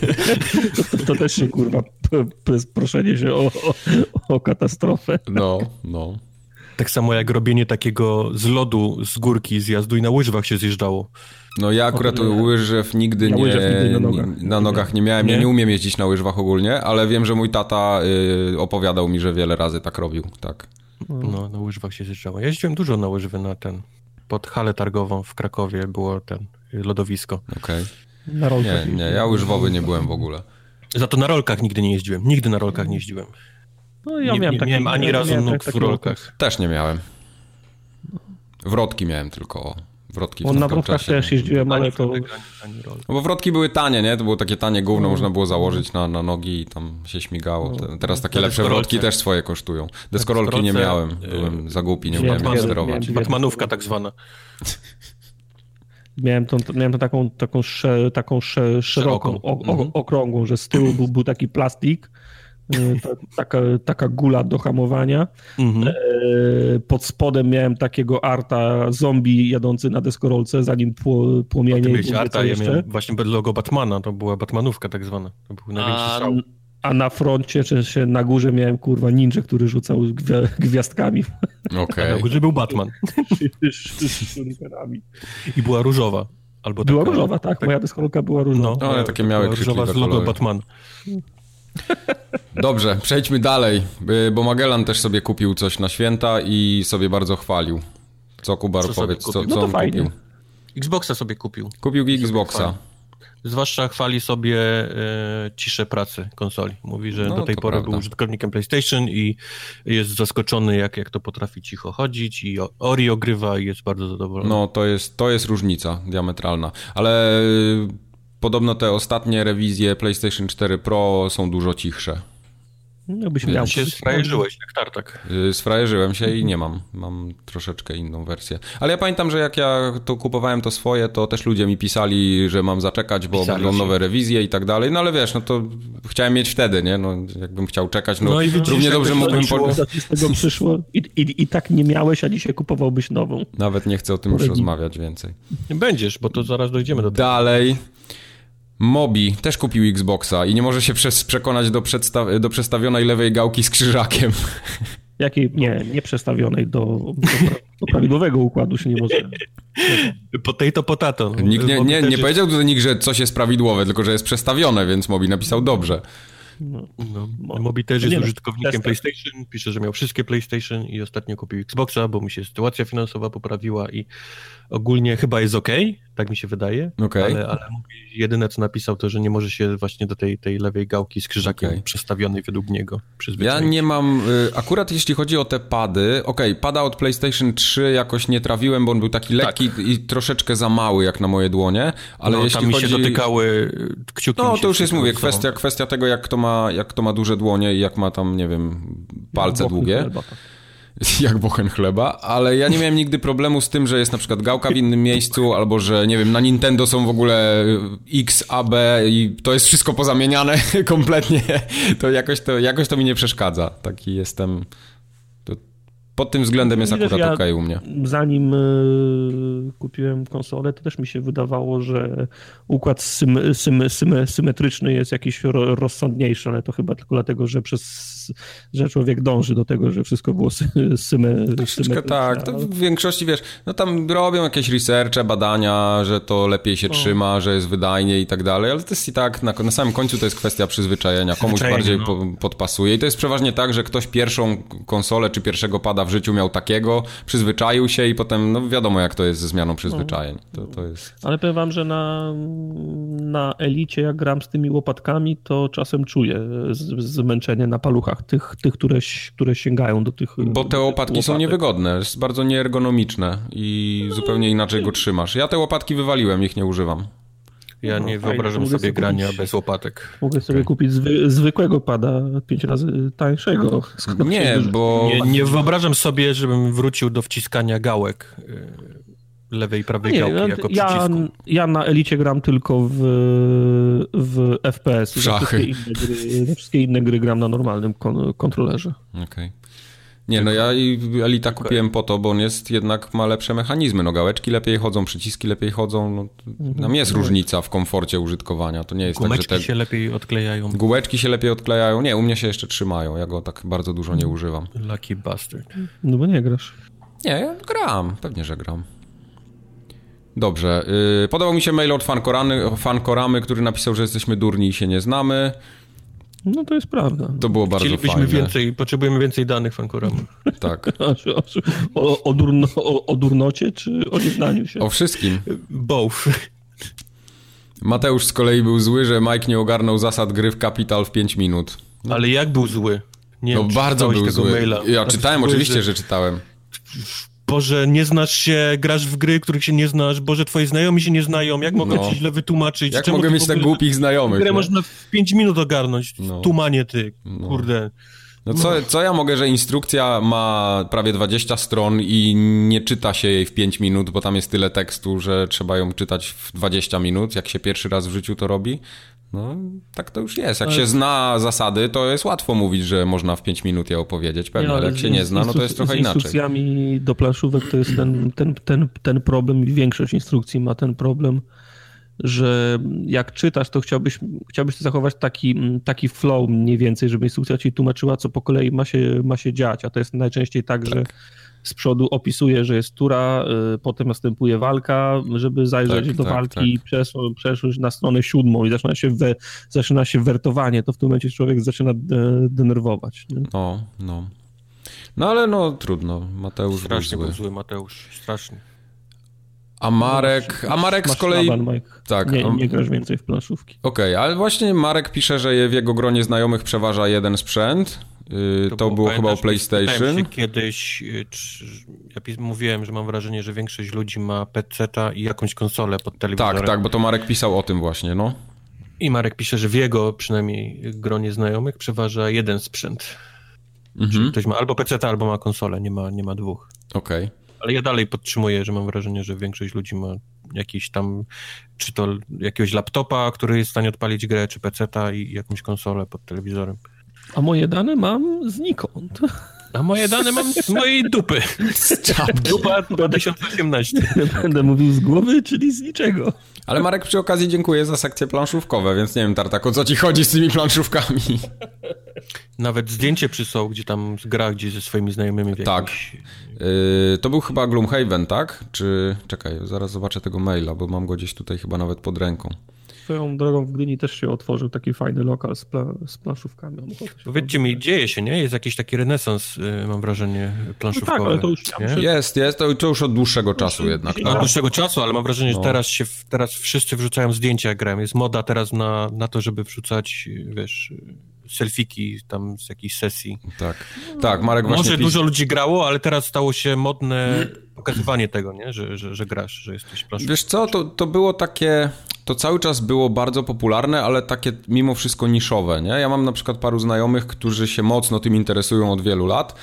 To, to, to też się kurwa proszenie się o, o, o katastrofę.
No, no.
Tak samo jak robienie takiego z lodu, z górki zjazdu i na łyżwach się zjeżdżało.
No ja akurat łyżew nigdy nie, nigdy na, nogach. na nogach nie miałem, nie? ja nie umiem jeździć na łyżwach ogólnie, ale wiem, że mój tata y, opowiadał mi, że wiele razy tak robił, tak.
No, na łyżwach się zjeżdżało. Ja jeździłem dużo na łyżwy na ten, pod halę targową w Krakowie było ten lodowisko.
Okej. Okay. Nie, nie, ja łyżwowy nie byłem w ogóle.
Za to na rolkach nigdy nie jeździłem, nigdy na rolkach nie jeździłem.
No ja
nie,
miałem,
nie
taki,
miałem ani razu
miałem
nóg w rolkach.
Też nie miałem. Wrotki miałem tylko. Wrotki w
On na wrotkach też jeździłem, ale to...
No bo wrotki były tanie, nie? To było takie tanie gówno, no. Można było założyć na, na nogi i tam się śmigało. No. Teraz takie lepsze wrotki też swoje kosztują. Deskorolki nie miałem, byłem za głupi, nie umiałem ich sterować.
Batmanówka tak zwana.
Miałem tą, miałem tą taką, taką, sze, taką sze, szeroką, o, o, okrągłą, że z tyłu był, był taki plastik, Ta, taka, taka gula do hamowania. Mhm. Pod spodem miałem takiego arta zombie jadący na deskorolce, zanim pło, płomienie.
Miałeś arta, ja miałem właśnie logo Batmana, to była Batmanówka tak zwana. To był największy
a,
szał.
A na froncie, czy się na górze miałem kurwa ninja, który rzucał gwia- gwiazdkami.
Okay.
A na górze był Batman. I była różowa. Albo
była
taka,
różowa, tak. Moja deskorolka była różowa.
No, ale takie miałe
różowa z logo Batmana.
Dobrze, przejdźmy dalej, bo Magellan też sobie kupił coś na święta i sobie bardzo chwalił. Co, Kubar, co powiedz, co, co
no
on
fajnie.
kupił?
Xboxa sobie kupił.
Kupił Xboxa.
Zwłaszcza chwali sobie e, ciszę pracy konsoli. Mówi, że no, do tej pory prawda. był użytkownikiem PlayStation i jest zaskoczony, jak, jak to potrafi cicho chodzić i Ori ogrywa i jest bardzo zadowolony.
No, to jest, to jest różnica diametralna, ale podobno te ostatnie rewizje PlayStation cztery Pro są dużo cichsze.
No byś miał.
Się sfrajerzyłeś jak tartak.
Sfrajerzyłem się i nie mam. Mam troszeczkę inną wersję. Ale ja pamiętam, że jak ja to kupowałem to swoje, to też ludzie mi pisali, że mam zaczekać, bo pisali będą się. nowe rewizje i tak dalej. No ale wiesz, no to chciałem mieć wtedy, nie? No jakbym chciał czekać, no, no i widzisz, równie dobrze mógłbym... Po...
Z tego przyszło i, i, i tak nie miałeś, a dzisiaj kupowałbyś nową.
Nawet nie chcę o tym już rozmawiać więcej.
Będziesz, bo to zaraz dojdziemy do tego.
Dalej... Mobi też kupił Xboxa i nie może się przez przekonać do, przedsta- do przestawionej lewej gałki z krzyżakiem.
Jakiej? Nie, nie przestawionej do, do, do prawidłowego układu się nie może.
Potato, potato.
Nikt nie, nie, nie jest... powiedział tutaj nikt, że coś jest prawidłowe, tylko że jest przestawione, więc Mobi napisał dobrze.
No, no. Mobi też jest użytkownikiem PlayStation, pisze, że miał wszystkie PlayStation i ostatnio kupił Xboxa, bo mu się sytuacja finansowa poprawiła i ogólnie chyba jest okej, okay, tak mi się wydaje, okay. ale, ale jedyne co napisał to, że nie może się właśnie do tej, tej lewej gałki z krzyżakiem okay. przestawionej według niego przyzwyczaić.
Ja nie mam, akurat jeśli chodzi o te pady, okej, okay, pada od PlayStation trzy jakoś nie trawiłem, bo on był taki lekki tak. i troszeczkę za mały jak na moje dłonie, ale
no,
jeśli
tam mi
chodzi...
się dotykały kciuki.
No to już jest, mówię, kwestia, kwestia tego jak to ma, jak to ma duże dłonie i jak ma tam, nie wiem, palce jak długie. Chleba, tak. Jak bochen chleba, ale ja nie miałem nigdy problemu z tym, że jest na przykład gałka w innym miejscu, albo że, nie wiem, na Nintendo są w ogóle X, A, B i to jest wszystko pozamieniane kompletnie, to jakoś to, jakoś to mi nie przeszkadza. Taki jestem... To pod tym względem jest akurat ja, okej u mnie.
Zanim y, kupiłem konsolę, to też mi się wydawało, że układ sym, sym, sym, symetryczny jest jakiś ro, rozsądniejszy, ale to chyba tylko dlatego, że przez że człowiek dąży do tego, że wszystko było symetryczne.
Tak, to w większości, wiesz, no tam robią jakieś researche, badania, że to lepiej się o. trzyma, że jest wydajnie i tak dalej, ale to jest i tak, na, na samym końcu to jest kwestia przyzwyczajenia, komuś bardziej no. po, podpasuje i to jest przeważnie tak, że ktoś pierwszą konsolę czy pierwszego pada w życiu miał takiego, przyzwyczaił się i potem, no wiadomo jak to jest ze zmianą przyzwyczajeń. To, to jest...
Ale powiem wam, że na, na Elicie jak gram z tymi łopatkami, to czasem czuję z, zmęczenie na paluchach tych, tych które, które sięgają do tych
Bo te łopatki łopatek. są niewygodne, jest bardzo nieergonomiczne i zupełnie inaczej go trzymasz. Ja te łopatki wywaliłem, ich nie używam.
Ja nie no, wyobrażam sobie, sobie grania kupić, bez łopatek.
Mogę sobie okay. kupić zwy, zwykłego pada, pięć razy tańszego.
Nie, bo...
Nie, nie wyobrażam sobie, żebym wrócił do wciskania gałek lewej i prawej nie, gałki jako
ja,
przycisku.
Ja na Elicie gram tylko w, w F P S.
W szachy.
Wszystkie inne gry, wszystkie inne gry gram na normalnym kon, kontrolerze.
Okej. Okay. Nie, no ja i Elita okay. kupiłem po to, bo on jest jednak ma lepsze mechanizmy. No gałeczki lepiej chodzą, przyciski lepiej chodzą. No, tam jest różnica w komforcie użytkowania. To nie jest
Gumeczki
tak, że te...
się lepiej odklejają.
Gumeczki się lepiej odklejają. Nie, u mnie się jeszcze trzymają. Ja go tak bardzo dużo nie używam.
Lucky bastard.
No bo nie grasz.
Nie, ja gram. Pewnie, że gram. Dobrze. Yy, podobał mi się mail od Fankoramy, Fankoramy, który napisał, że jesteśmy durni i się nie znamy.
No to jest prawda.
To było bardzo
Chcielibyśmy
fajne.
Więcej, potrzebujemy więcej danych Fankoramy.
Tak.
O, o, durno, o, o durnocie czy o nieznaniu się?
O wszystkim.
Both.
Mateusz z kolei był zły, że Mike nie ogarnął zasad gry w Capital w pięć minut.
No. Ale jak był zły? Nie
no
wiem,
bardzo był zły. Maila. Ja
A
czytałem, oczywiście, że... że czytałem.
Boże, nie znasz się, grasz w gry, których się nie znasz, Boże, twoi znajomi się nie znają, jak mogę no. ci źle wytłumaczyć?
Jak mogę mieć tak głupich znajomych?
Grę nie? można w pięć minut ogarnąć, no. Tumanie ty, no. kurde.
No co, co ja mogę, że instrukcja ma prawie dwadzieścia stron i nie czyta się jej w pięć minut, bo tam jest tyle tekstu, że trzeba ją czytać w dwadzieścia minut, jak się pierwszy raz w życiu to robi? No, tak to już jest. Jak ale... się zna zasady, to jest łatwo mówić, że można w pięć minut je opowiedzieć, pewnie, ale jak się nie zna, no to jest trochę inaczej. Z
instrukcjami do planszówek to jest ten, ten, ten, ten problem i większość instrukcji ma ten problem, że jak czytasz, to chciałbyś, chciałbyś zachować taki, taki flow mniej więcej, żeby instrukcja ci tłumaczyła, co po kolei ma się, ma się dziać, a to jest najczęściej tak, tak. że z przodu opisuje, że jest tura, y, potem następuje walka, żeby zajrzeć tak, do tak, walki i tak. przeszłość na stronę siódmą i zaczyna się, we, zaczyna się wertowanie, to w tym momencie człowiek zaczyna de, denerwować. Nie?
No, no. No ale no trudno, Mateusz
strasznie
był
zły. zły Mateusz, strasznie.
A Marek, a Marek z kolei...
Szlaban, tak, nie, nie grasz więcej w planszówki.
Okej, okay, ale właśnie Marek pisze, że w jego gronie znajomych przeważa jeden sprzęt. Yy, to, to było chyba o PlayStation.
Się kiedyś, czy, ja mówiłem, że mam wrażenie, że większość ludzi ma peceta i jakąś konsolę pod telewizorem.
Tak, tak, bo to Marek pisał o tym właśnie, no.
I Marek pisze, że w jego przynajmniej gronie znajomych przeważa jeden sprzęt. Mhm. Czyli ktoś ma albo peceta, albo ma konsolę, nie ma, nie ma dwóch.
Okej. Okay.
Ale ja dalej podtrzymuję, że mam wrażenie, że większość ludzi ma jakiś tam, czy to jakiegoś laptopa, który jest w stanie odpalić grę, czy peceta i jakąś konsolę pod telewizorem.
A moje dane mam znikąd.
A moje dane mam z mojej dupy.
Z czapki.
Dupa dwa tysiące osiemnaście.
Będę mówił z głowy, czyli z niczego.
Ale Marek, przy okazji dziękuję za sekcje planszówkowe, więc nie wiem, Tartak, o co ci chodzi z tymi planszówkami?
Nawet zdjęcie przysłał, gdzie tam gra gdzieś ze swoimi znajomymi. W
tak.
Jakimś...
Yy, to był chyba Gloomhaven, tak? Czy... Czekaj, zaraz zobaczę tego maila, bo mam go gdzieś tutaj chyba nawet pod ręką.
Swoją drogą w Gdyni też się otworzył taki fajny lokal z, pla- z planszówkami.
Powiedzcie mi, dzieje się, nie? Jest jakiś taki renesans, yy, mam wrażenie, planszówkowy.
No tak, ale to już...
Nie? Jest, jest, to, to już od dłuższego czasu jednak.
No, od dłuższego czasu, ale mam wrażenie, no. że teraz się, teraz wszyscy wrzucają zdjęcia jak grają. Jest moda teraz na, na to, żeby wrzucać, wiesz... selfiki tam z jakiejś sesji.
Tak, tak, Marek właśnie...
Może dużo ludzi grało, ale teraz stało się modne pokazywanie tego, nie? Że, że, że grasz, że jesteś planszówką.
Wiesz co, to, to było takie... To cały czas było bardzo popularne, ale takie mimo wszystko niszowe, nie? Ja mam na przykład paru znajomych, którzy się mocno tym interesują od wielu lat,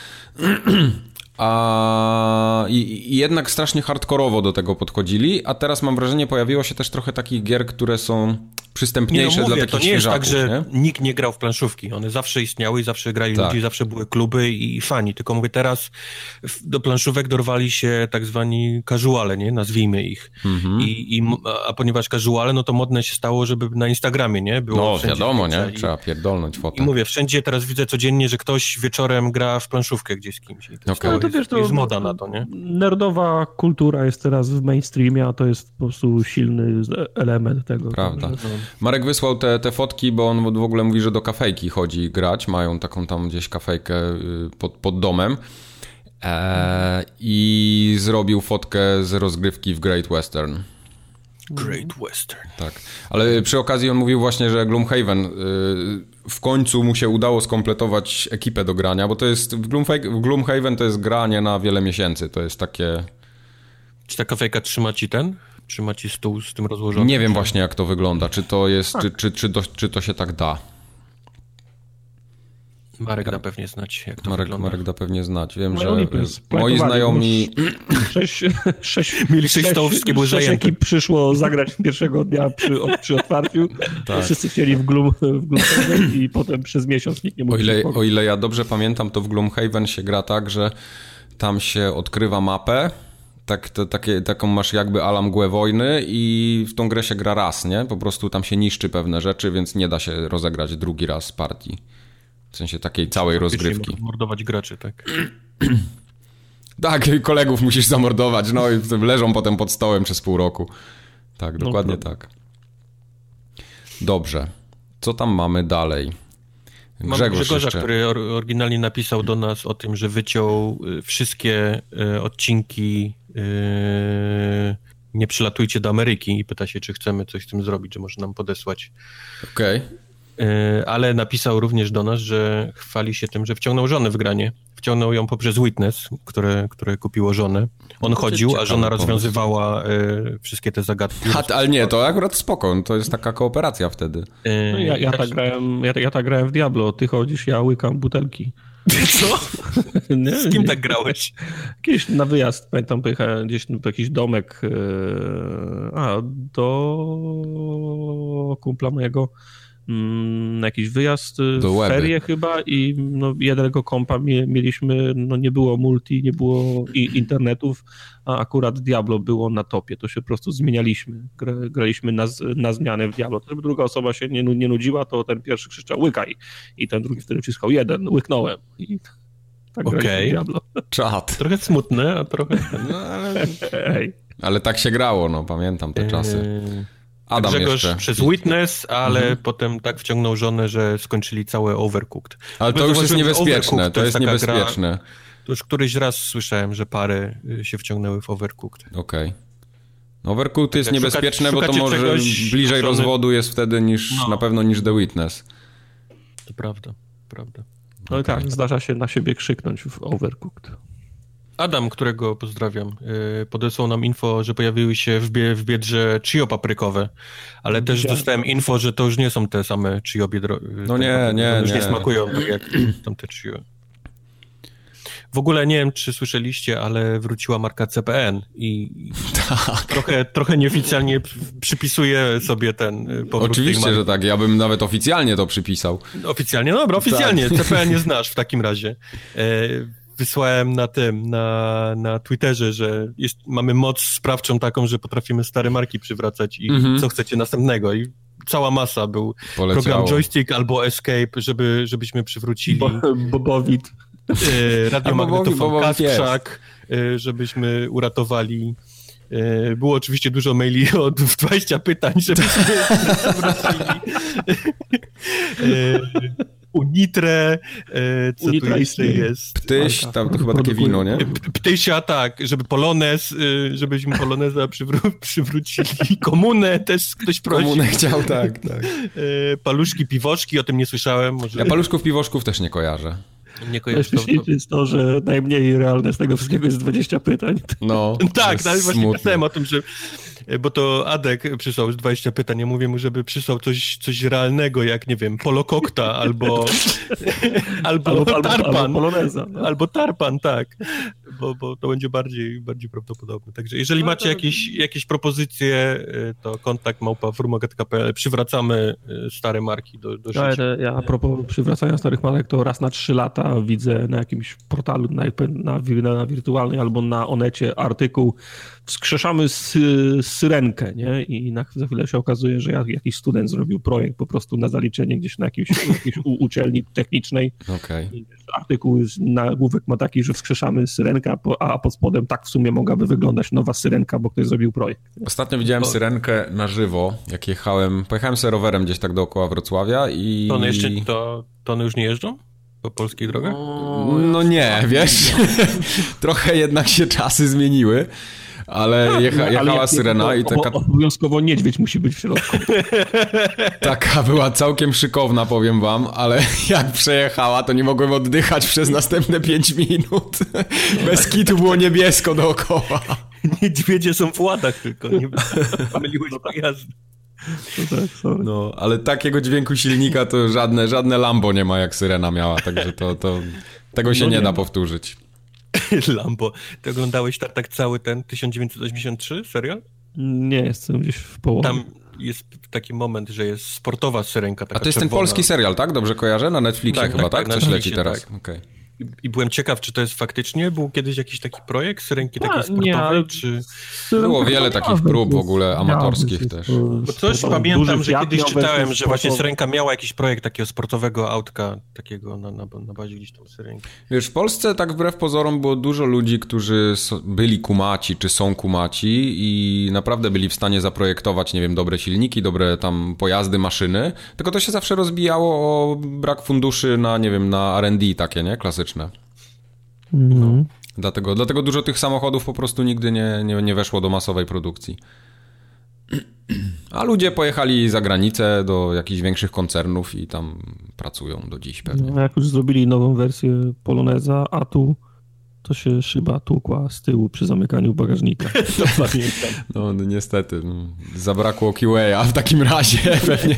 a i, i jednak strasznie hardkorowo do tego podchodzili, a teraz mam wrażenie, pojawiło się też trochę takich gier, które są przystępniejsze
nie, no mówię,
dla takich
to nie jest tak, że
nie?
nikt nie grał w planszówki. One zawsze istniały i zawsze grali tak. ludzie, zawsze były kluby i fani. Tylko mówię, teraz do planszówek dorwali się tak zwani casuale, nie? Nazwijmy ich. Mhm. I, i, a ponieważ casuale, no to modne się stało, żeby na Instagramie, nie? Było
no wiadomo, nie? I, trzeba pierdolnąć fotę.
I mówię, wszędzie teraz widzę codziennie, że ktoś wieczorem gra w planszówkę gdzieś z kimś. I to,
okay.
jest, to, wiesz, to jest moda na to, nie?
Nerdowa kultura jest teraz w mainstreamie, a to jest po prostu silny element tego.
Prawda.
Także, no.
Marek wysłał te, te fotki, bo on w ogóle mówi, że do kafejki chodzi grać. Mają taką tam gdzieś kafejkę pod, pod domem. Eee, I zrobił fotkę z rozgrywki w Great Western.
Great Western.
Tak. Ale przy okazji on mówił właśnie, że Gloomhaven yy, w końcu mu się udało skompletować ekipę do grania, bo to jest w, Gloomha- w Gloomhaven to jest granie na wiele miesięcy. To jest takie...
Czy ta kafejka trzyma ci ten? Trzyma ci stół z tym rozłożonym?
Nie wiem właśnie, jak to wygląda. Czy to jest, czy, czy, czy, to, czy to się tak da?
Marek da pewnie znać, jak to
Marek,
wygląda.
Marek da pewnie znać. Wiem,
no
że moi znajomi...
Sześć, sześć,
Mieli sześć stołów, wszystkie były
sześć
zajęte.
ekip przyszło zagrać pierwszego dnia przy, przy otwarciu. Tak. Wszyscy chcieli w, Gloom, w Gloomhaven i potem przez miesiąc nikt nie mógł.
O ile, o ile ja dobrze pamiętam, to w Gloomhaven się gra tak, że tam się odkrywa mapę, tak, to, takie, taką masz jakby a la mgłę wojny i w tą grę się gra raz, nie? Po prostu tam się niszczy pewne rzeczy, więc nie da się rozegrać drugi raz partii. W sensie takiej całej rozgrywki.
Mordować graczy, tak?
Tak, kolegów musisz zamordować, no i leżą potem pod stołem przez pół roku. Tak, dokładnie no, tak. Dobrze. Co tam mamy dalej?
Mam Grzegorza, jeszcze. który oryginalnie napisał do nas o tym, że wyciął wszystkie odcinki Nie przylatujcie do Ameryki i pyta się, czy chcemy coś z tym zrobić, że może nam podesłać.
Okej. Okay.
Ale napisał również do nas, że chwali się tym, że wciągnął żonę w granie. Wciągnął ją poprzez Witness, które, które kupiło żonę. On no chodził, a żona rozwiązywała y, wszystkie te zagadki.
A, ale nie, to akurat spoko. To jest taka kooperacja wtedy.
No ja, ja, tak grałem, ja, ja tak grałem w Diablo. Ty chodzisz, ja łykam butelki.
Co? Nie, z kim nie. tak grałeś?
Kiedyś na wyjazd, pamiętam, pojechałem gdzieś w jakiś domek, yy, a do kumpla mojego, na jakiś wyjazd
do
w
Łeby.
ferie chyba i no, jednego kompa mieliśmy, no nie było multi, nie było i internetów, a akurat Diablo było na topie, to się po prostu zmienialiśmy, Gra, graliśmy na, na zmianę w Diablo, to żeby druga osoba się nie, nie nudziła, to ten pierwszy krzyczał łykaj i ten drugi wtedy wciskał jeden, łyknąłem i tak
okay.
graliśmy w Diablo.
Czad.
Trochę smutne, a trochę...
No, ale... ale tak się grało, no pamiętam te czasy.
Adam Grzegorz jeszcze. Przez Witness, ale mhm. potem tak wciągnął żonę, że skończyli całe Overcooked.
Ale to już jest niebezpieczne, to, to jest niebezpieczne.
Gra, to już któryś raz słyszałem, że pary się wciągnęły w Overcooked.
Okej. Okay. Overcooked jest jak niebezpieczne, szuka, bo to może bliżej żony... rozwodu jest wtedy niż no. na pewno niż The Witness.
To prawda, prawda.
No okay. I tak, zdarza się na siebie krzyknąć w Overcooked.
Adam, którego pozdrawiam, podesłał nam info, że pojawiły się w, bie, w biedrze chio paprykowe, ale też dostałem info, że to już nie są te same chio biedro...
No nie, nie,
już
nie.
nie smakują tak jak tamte chio. W ogóle nie wiem, czy słyszeliście, ale wróciła marka C P N i tak. trochę, trochę nieoficjalnie przypisuję sobie ten powrót.
Oczywiście, że tak. Ja bym nawet oficjalnie to przypisał.
Oficjalnie? No dobra, oficjalnie. Tak. C P N nie znasz w takim razie. Wysłałem na tym, na, na Twitterze, że jest, mamy moc sprawczą taką, że potrafimy stare marki przywracać i mm-hmm. co chcecie następnego. I cała masa był Poleciało. Program Joystick albo Escape, żeby, żebyśmy przywrócili... Bo,
Bobowit.
Radiomagnetofon Kasprzak, żebyśmy uratowali. Było oczywiście dużo maili od dwudziestu pytań, żebyśmy wrócili. Unitre, co Unitra tu jeszcze jest?
Ptyś, tam to chyba takie wino, nie?
Ptysia, tak, żeby Polonez, żebyśmy Poloneza przywró- przywrócili. Komunę też ktoś prosił.
Komunę chciał, tak, tak.
Paluszki, piwoszki, o tym nie słyszałem. Może...
Ja paluszków, piwoszków też nie kojarzę.
Nie kojarzę. To,
to... jest to, że najmniej realne z tego wszystkiego jest dwadzieścia pytań.
No,
tak, no, właśnie pisałem o tym, że bo to Adek przysłał już dwadzieścia pytań, ja mówię mu, żeby przysłał coś, coś realnego, jak, nie wiem, Polokokta albo albo, albo Tarpan. Albo, Poloneza, no. albo Tarpan, tak. Bo, bo to będzie bardziej, bardziej prawdopodobne. Także jeżeli macie jakieś, jakieś propozycje, to kontakt małpa furmogat kropka p l. Przywracamy stare marki do, do
ja, ja a propos przywracania starych marek, to raz na trzy lata widzę na jakimś portalu, na, na, na wirtualnej albo na Onecie artykuł wskrzeszamy sy, syrenkę, nie? I na, za chwilę się okazuje, że jak, jakiś student zrobił projekt po prostu na zaliczenie gdzieś na jakiejś, jakiejś u, uczelni technicznej.
Okay.
I artykuł, nagłówek ma taki, że wskrzeszamy syrenkę, a pod spodem tak w sumie mogłaby wyglądać nowa syrenka, bo ktoś zrobił projekt.
Ostatnio widziałem to... syrenkę na żywo, jak jechałem, pojechałem sobie rowerem gdzieś tak dookoła Wrocławia i...
To one jeszcze, to, to one już nie jeżdżą? Po polskich drogach?
No, no nie, wiesz, trochę jednak się czasy zmieniły. Ale jecha, jechała ale syrena to, i taka...
Obowiązkowo niedźwiedź musi być w środku.
Taka była całkiem szykowna, powiem wam, ale jak przejechała, to nie mogłem oddychać przez następne pięć minut. Bez kitu było niebiesko dookoła.
Niedźwiedzie są w ładach tylko, nie pomyliły się pojazdy.
No, tak, sorry.
No, ale takiego dźwięku silnika to żadne, żadne Lambo nie ma, jak syrena miała, także to, to tego się no nie, nie da powtórzyć.
Lambo. Ty oglądałeś tak, tak cały ten tysiąc dziewięćset osiemdziesiąt trzy serial?
Nie, jestem gdzieś w połowie.
Tam jest taki moment, że jest sportowa syrenka. Taka
A to jest
czerwona.
ten polski serial, tak? Dobrze kojarzę? Na Netflixie
tak,
chyba,
tak?
tak? Coś leci teraz.
Tak.
Okay.
I, I byłem ciekaw, czy to jest faktycznie, był kiedyś jakiś taki projekt syrenki
A,
takiej sportowej,
nie, ale...
czy...
Było wiele takich prób w ogóle amatorskich też.
Bo coś pamiętam, że kiedyś czytałem, że właśnie syrenka miała jakiś projekt takiego sportowego autka, takiego na, na, na bazie gdzieś tam syrenki.
Wiesz, w Polsce tak wbrew pozorom było dużo ludzi, którzy byli kumaci, czy są kumaci i naprawdę byli w stanie zaprojektować, nie wiem, dobre silniki, dobre tam pojazdy, maszyny, tylko to się zawsze rozbijało o brak funduszy na, nie wiem, na R and D takie, nie? Klasyczne. No. Dlatego, dlatego dużo tych samochodów po prostu nigdy nie, nie, nie weszło do masowej produkcji. A ludzie pojechali za granicę do jakichś większych koncernów i tam pracują do dziś pewnie.
No, jak już zrobili nową wersję Poloneza, a tu to się szyba tłukła z tyłu przy zamykaniu bagażnika. To pamiętam.
No, no niestety. No, zabrakło Q A w takim razie pewnie.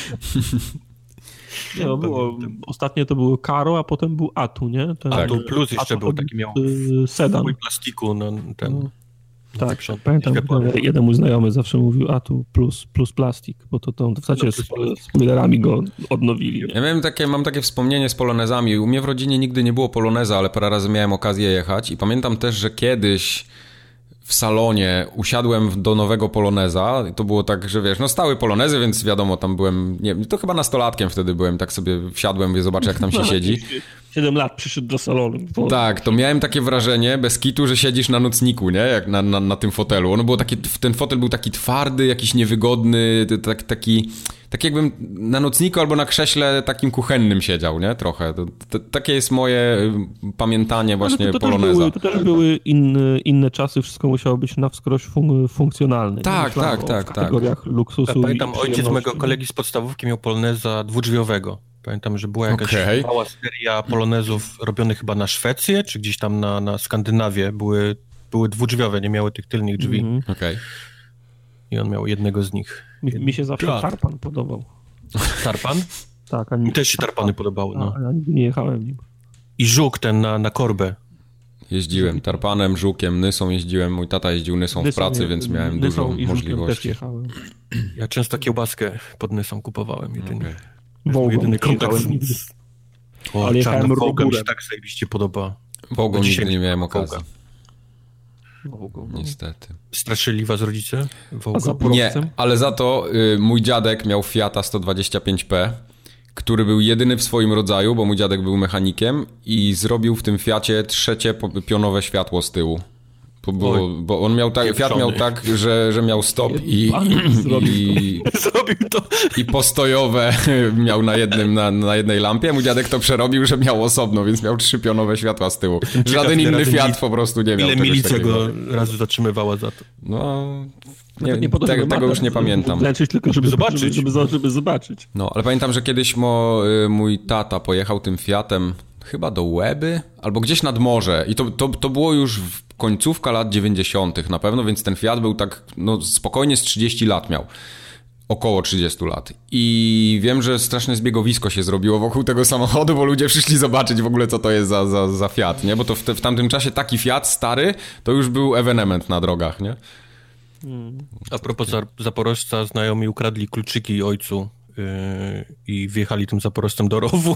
Nie, no było, ostatnie to było Karo, a potem był Atu, nie? Ten,
Atu Plus jeszcze był taki miał
sedan.
Swój plastiku na ten...
No. Tak, pamiętam, jeden mój znajomy zawsze mówił Atu plus, plus plastik, bo to, to w zasadzie no, z spoilerami go odnowili. Nie?
Ja miałem takie, mam takie wspomnienie z polonezami. U mnie w rodzinie nigdy nie było poloneza, ale parę razy miałem okazję jechać i pamiętam też, że kiedyś w salonie usiadłem do nowego poloneza i to było tak, że wiesz, no stały polonezy, więc wiadomo, tam byłem, nie to chyba nastolatkiem wtedy byłem, tak sobie wsiadłem, wie, zobaczę jak tam się siedzi.
siedem lat przyszedł do salonu. Bo...
Tak, to miałem takie wrażenie, bez kitu, że siedzisz na nocniku, nie? Jak na, na, na tym fotelu. Ono było takie, ten fotel był taki twardy, jakiś niewygodny, tak, taki, tak jakbym na nocniku albo na krześle takim kuchennym siedział, nie? Trochę. To, to, takie jest moje pamiętanie właśnie
to, to
poloneza.
Też były, to też były inne, inne czasy, wszystko musiało być na wskroś fun- funkcjonalne.
Tak, tak, tak.
W kategoriach
tak.
luksusu.
Ja pamiętam, ojciec mojego kolegi z podstawówki miał poloneza dwudrzwiowego. Pamiętam, że była jakaś okay. mała seria polonezów robionych chyba na Szwecję, czy gdzieś tam na, na Skandynawię. Były, były dwudrzwiowe, nie miały tych tylnych drzwi.
Mm-hmm. Okay.
I on miał jednego z nich.
Mi, mi się zawsze tak. Tarpan podobał.
Tarpan?
Tak. A
mi też się Tarpany podobały. No.
A ja nigdy nie jechałem nim.
I żuk ten na, na korbę.
Jeździłem Tarpanem, żukiem, Nysą jeździłem. Mój tata jeździł Nysą w pracy, więc miałem
Nysą
dużo
i
możliwości.
Też jechałem.
Ja często kiełbaskę pod Nysą kupowałem jedynie. Okay.
Wołgą
jedyny kontakt
z...
O, ale jechałem Wołga mi się tak zajebiście podoba.
Wołgą nigdy nie miałem okazji.
Wołgą,
no. Niestety.
Straszyli was rodzice?
Nie, ale za to y, mój dziadek miał Fiata sto dwadzieścia pięć P, który był jedyny w swoim rodzaju, bo mój dziadek był mechanikiem i zrobił w tym Fiacie trzecie pionowe światło z tyłu. Bo, bo, bo on miał tak, Fiat miał tak, że, że miał stop i, i,
zrobił to.
i postojowe miał na jednym, na, na jednej lampie. Mój dziadek to przerobił, że miał osobno, więc miał trzy pionowe światła z tyłu. Żaden inny Fiat po prostu nie miał.
Ile milicja go razu zatrzymywała za to?
No... Nie, nie tego, tego, tego już nie pamiętam.
Wlecieć tylko, żeby zobaczyć. Żeby, żeby, żeby zobaczyć.
No, ale pamiętam, że kiedyś mo, mój tata pojechał tym Fiatem chyba do Łeby, albo gdzieś nad morze. I to, to, to było już w końcówka lat dziewięćdziesiątych na pewno, więc ten Fiat był tak, no spokojnie z trzydzieści lat miał. Około trzydzieści lat. I wiem, że straszne zbiegowisko się zrobiło wokół tego samochodu, bo ludzie przyszli zobaczyć w ogóle, co to jest za, za, za Fiat, nie? Bo to w, te, w tamtym czasie taki Fiat stary, to już był ewenement na drogach, nie?
Hmm. A propos Zaporożca, znajomi ukradli kluczyki ojcu yy, i wjechali tym Zaporożcem do rowu.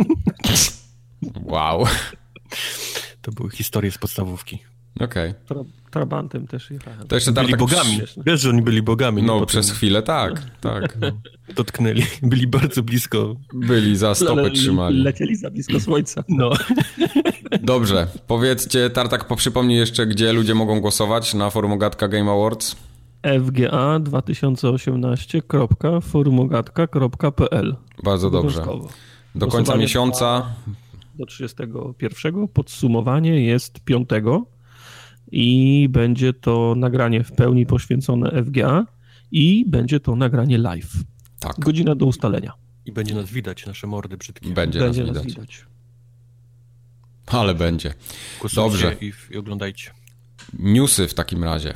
Wow.
To były historie z podstawówki.
Okej.
Okay. Tra- Trabantem też jechałem.
To jeszcze
byli
tak
bogami. Wiesz, że oni byli bogami.
No, przez tym... chwilę tak, tak. No.
Dotknęli. Byli bardzo blisko.
Byli, za stopy le- trzymali.
Lecieli za blisko słońca.
No.
Dobrze. Powiedzcie, Tartak, poprzypomnij jeszcze, gdzie ludzie mogą głosować na forum Ogatka Game Awards.
f g a dwa tysiące osiemnaście kropka forumogatka kropka p l.
Bardzo dobrze. Do końca miesiąca...
Do trzydziestego pierwszego. Podsumowanie jest piątego i będzie to nagranie w pełni poświęcone F G A i będzie to nagranie live.
Tak.
Godzina do ustalenia.
I będzie nas widać, nasze mordy brzydkie.
Będzie, będzie nas, nas widać. widać. Ale będzie.
Głosujcie Dobrze. I, i oglądajcie.
Newsy w takim razie.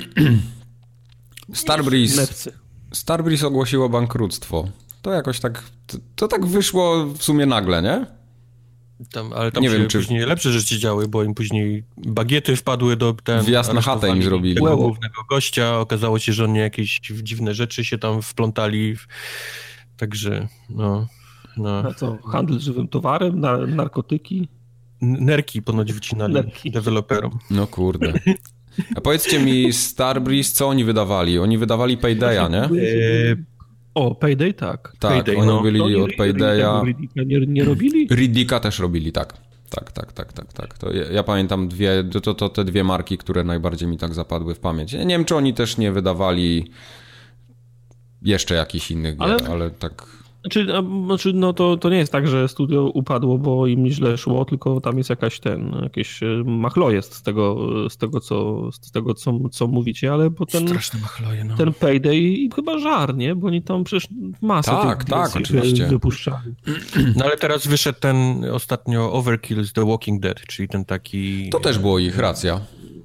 Starbreeze. Starbreeze ogłosiło bankructwo. To jakoś tak, to, to tak wyszło w sumie nagle, nie?
Tam, ale tam nie się wiem, czy... później lepsze rzeczy działy, bo im później bagiety wpadły do... Ten,
wjazd na chatę im zrobili.
Tego głównego gościa. Okazało się, że oni jakieś dziwne rzeczy się tam wplątali. Także, no... no.
A co, handel żywym towarem, na, narkotyki?
Nerki ponoć wycinali Nerki. deweloperom.
No kurde. A powiedzcie mi, Starbreeze, co oni wydawali? Oni wydawali Paydaya, nie?
O, Payday tak.
Tak,
Payday,
oni
no.
byli no, od Paydaya.
Riddicka nie, nie robili?
Riddicka też robili, tak. Tak, tak, tak, tak, tak. To ja, ja pamiętam dwie, to, to te dwie marki, które najbardziej mi tak zapadły w pamięć. Ja nie wiem, czy oni też nie wydawali jeszcze jakichś innych gier, ale, ale tak...
Znaczy, znaczy no to, to nie jest tak, że studio upadło, bo im źle szło, tylko tam jest jakaś ten, jakieś machlo jest z tego, z tego, co, z tego co, co mówicie, ale bo ten,
straszne machloje, no.
ten Payday chyba żar, nie? Bo oni tam przecież masę
tak,
tych
tak, oczywiście.
wypuszczali.
No ale teraz wyszedł ten ostatnio Overkill z The Walking Dead, czyli ten taki...
To też było ich racja.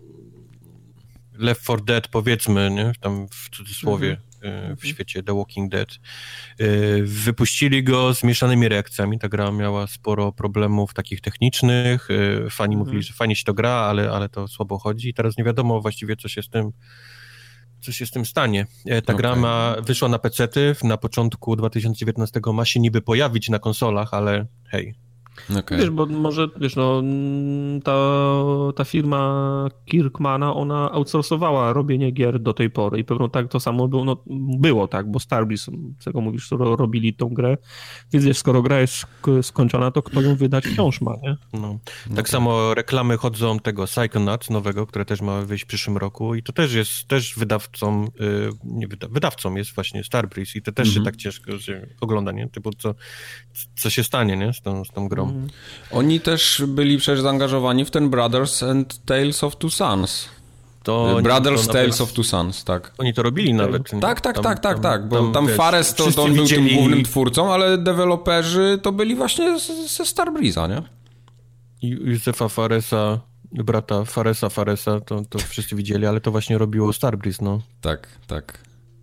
Left four Dead, powiedzmy, nie? Tam w cudzysłowie. Mhm. W świecie The Walking Dead. Wypuścili go z mieszanymi reakcjami. Ta gra miała sporo problemów takich technicznych. Fani mhm. mówili, że fajnie się to gra, ale, ale to słabo chodzi. I teraz nie wiadomo właściwie, co się z tym co się z tym stanie. Ta okay. gra ma, wyszła na pecety. Na początku dwa tysiące dziewiętnastego ma się niby pojawić na konsolach, ale hej.
Okay.
Wiesz, bo może, wiesz, no, ta, ta firma Kirkmana, ona outsourcowała robienie gier do tej pory i pewno tak to samo było, no, było tak, bo Starbreeze, z tego mówisz, robili tą grę, więc wiesz, skoro gra jest skończona, to kto ją wydać wciąż ma, nie?
No. Tak no samo reklamy chodzą tego Psychonauts nowego, które też ma wyjść w przyszłym roku i to też jest, też wydawcą, yy, nie wyda, wydawcą jest właśnie Starbreeze i to też mm-hmm. się tak ciężko się ogląda, nie? Typu co, co się stanie, nie? Z tą, z tą grą. Mm.
Oni też byli przecież zaangażowani w ten Brothers and Tales of Two Sons.
To
Brothers to Tales of Two Sons, tak.
Oni to robili nawet.
Tak, tak, tam, tak, tak, tak, bo tam, tam wiesz, Fares to, to on był widzieli... tym głównym twórcą, ale deweloperzy to byli właśnie ze Starbreeze'a, nie?
Józefa Faresa, brata Faresa Faresa, to, to wszyscy widzieli, ale to właśnie robiło Starbreeze, no.
Tak, tak.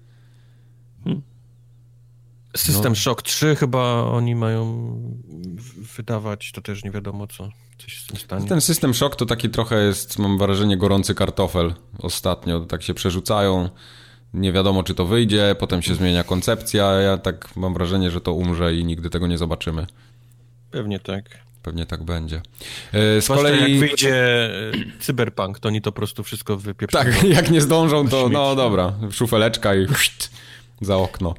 Hmm.
System no. Shock trzy chyba oni mają wydawać, to też nie wiadomo co. Coś z tym stanie.
Ten System Shock to taki trochę jest, mam wrażenie, gorący kartofel ostatnio. Tak się przerzucają, nie wiadomo czy to wyjdzie, potem się zmienia koncepcja. Ja tak mam wrażenie, że to umrze i nigdy tego nie zobaczymy.
Pewnie tak.
Pewnie tak będzie.
Z kolei jak wyjdzie Cyberpunk, to oni to po prostu wszystko wypieprzą.
Tak, jak nie zdążą, to no dobra, szufeleczka i za okno.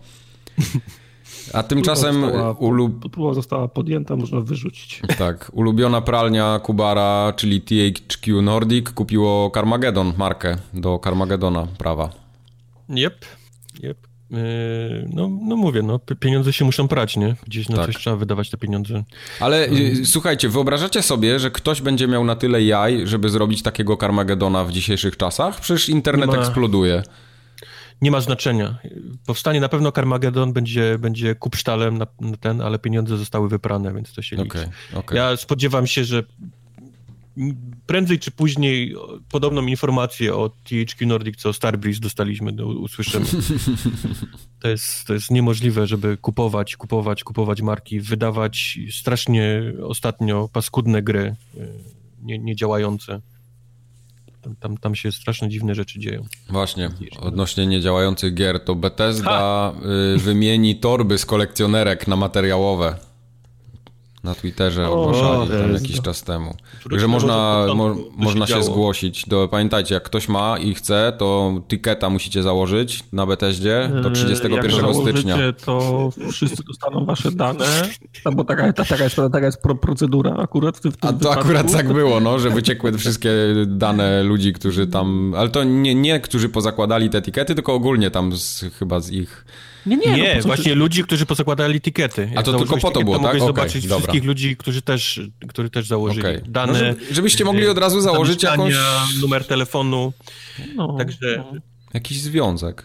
A tymczasem...
Ulub... Próba została podjęta, można wyrzucić.
Tak, ulubiona pralnia Kubara, czyli T H Q Nordic, kupiło Carmageddon, markę do Carmageddona prawa.
Jep, jep. Yy, no, no mówię, no pieniądze się muszą prać, nie? Gdzieś na tak. coś trzeba wydawać te pieniądze.
Ale yy, słuchajcie, wyobrażacie sobie, że ktoś będzie miał na tyle jaj, żeby zrobić takiego Carmageddona w dzisiejszych czasach? Przecież internet ma... eksploduje.
Nie ma znaczenia. Powstanie na pewno Carmageddon, będzie, będzie kupsztalem na, na ten, ale pieniądze zostały wyprane, więc to się liczy. Okay, okay. Ja spodziewam się, że prędzej czy później podobną informację o T H Q Nordic, co o Starbreeze dostaliśmy, no, usłyszymy. To jest, to jest niemożliwe, żeby kupować, kupować, kupować marki, wydawać strasznie ostatnio paskudne gry, nie, niedziałające. Tam, tam, tam się strasznie dziwne rzeczy dzieją.
Właśnie, odnośnie niedziałających gier, to Bethesda y, wymieni torby z kolekcjonerek na materiałowe. Na Twitterze ogłaszali tam jakiś to. czas temu. Także można, mo, można się, się zgłosić. Do, pamiętajcie, jak ktoś ma i chce, to tiketa musicie założyć na Bethesdzie do trzydziestego pierwszego stycznia.
To wszyscy dostaną wasze dane, no bo taka, taka, jest, taka jest procedura akurat w tym, w tym
A to wypadku. Akurat tak było, no, że wyciekły wszystkie dane ludzi, którzy tam... Ale to nie, nie którzy pozakładali te etykiety, tylko ogólnie tam z, chyba z ich...
Nie, nie, nie no właśnie czy... ludzi, którzy pozakładali etykiety. Jak
A to tylko po to było, tak?
Mogłeś
okay,
zobaczyć dobra. wszystkich ludzi, którzy też, którzy też założyli okay. dane. No, żeby,
żebyście mogli od razu założyć jakąś...
numer telefonu. No, Także...
No. Jakiś związek.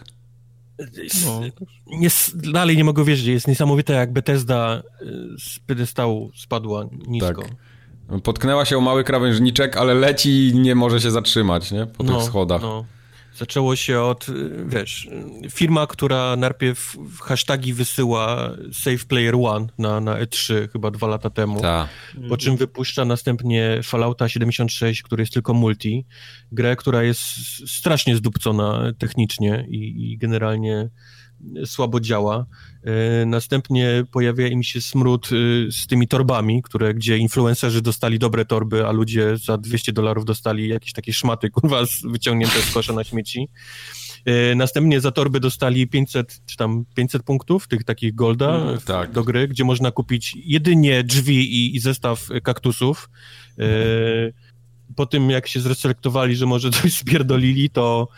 No. Nie, dalej nie mogę wierzyć. Jest niesamowite, jak Bethesda z piedestału spadła nisko.
Tak. Potknęła się o mały krawężniczek, ale leci i nie może się zatrzymać, nie? Po
no,
tych schodach.
No. Zaczęło się od, wiesz, firma, która najpierw hashtagi wysyła Save Player One na, na E trzy chyba dwa lata temu,
Ta.
po czym wypuszcza następnie Fallouta siedemdziesiąt sześć, który jest tylko multi, grę, która jest strasznie zdupcona technicznie i, i generalnie słabo działa. Następnie pojawia im się smród z tymi torbami, które, gdzie influencerzy dostali dobre torby, a ludzie za dwieście dolarów dostali jakieś takie szmaty, kurwa, wyciągnięte z kosza na śmieci. Następnie za torby dostali pięćset, czy tam pięćset punktów, tych takich golda mm, tak. do gry, gdzie można kupić jedynie drzwi i, i zestaw kaktusów. Mm. Po tym, jak się zreselektowali, że może coś spierdolili, to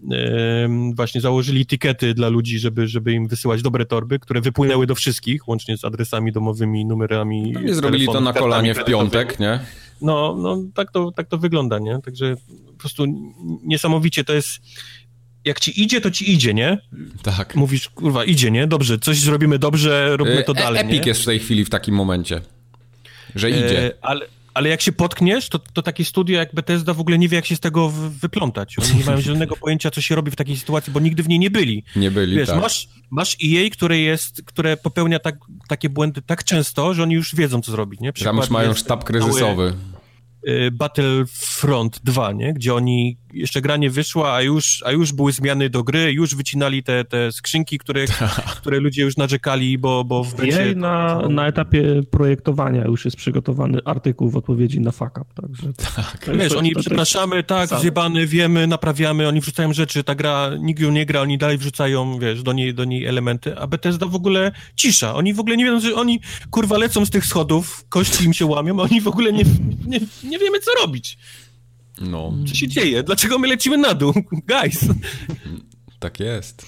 właśnie założyli tikety dla ludzi, żeby, żeby im wysyłać dobre torby, które wypłynęły do wszystkich, łącznie z adresami domowymi, numerami.
No nie zrobili to na kolanie w piątek, nie?
No, no tak, to, tak to wygląda, nie? Także po prostu niesamowicie to jest... Jak ci idzie, to ci idzie, nie?
Tak.
Mówisz, kurwa, idzie, nie? Dobrze, coś zrobimy dobrze, róbmy to dalej,
Epic nie? jest w tej chwili w takim momencie, że idzie.
E, ale... Ale jak się potkniesz, to, to takie studio jak Bethesda w ogóle nie wie, jak się z tego w, wyplątać. Oni nie mają zielonego pojęcia, co się robi w takiej sytuacji, bo nigdy w niej nie byli.
Nie byli,
Wiesz,
tak.
Masz, masz E A, które jest, które popełnia tak, takie błędy tak często, że oni już wiedzą, co zrobić, nie?
Przykład Tam już mają sztab kryzysowy.
Cały, Battlefront dwa, nie? Gdzie oni, jeszcze gra nie wyszła, a już, a już były zmiany do gry, już wycinali te, te skrzynki, które, które ludzie już narzekali, bo, bo w
becie... Na, na etapie projektowania już jest przygotowany artykuł w odpowiedzi na fuck up, także...
Tak. Wiesz, oni, przepraszamy, tak, zjebany, wiemy, naprawiamy, oni wrzucają rzeczy, ta gra, nikt ją nie gra, oni dalej wrzucają, wiesz, do niej, do niej elementy, a Bethesda w ogóle cisza, oni w ogóle nie wiedzą, że oni, kurwa, lecą z tych schodów, kości im się łamią, a oni w ogóle nie, nie, nie wiemy, co robić.
No.
Co się dzieje? Dlaczego my lecimy na dół? Guys!
Tak jest.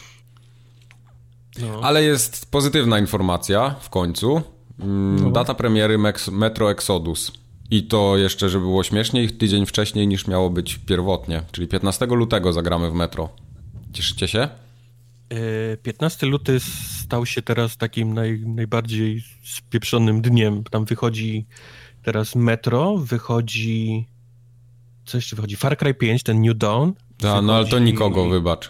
No. Ale jest pozytywna informacja w końcu. No. Data premiery Metro Exodus. I to jeszcze, żeby było śmieszniej, tydzień wcześniej niż miało być pierwotnie, czyli piętnastego lutego zagramy w Metro. Cieszycie się?
piętnasty luty stał się teraz takim naj, najbardziej spieprzonym dniem. Tam wychodzi teraz Metro, wychodzi... Co jeszcze wychodzi? Far Cry pięć, ten New Dawn.
Da, no ale to nikogo, wybacz.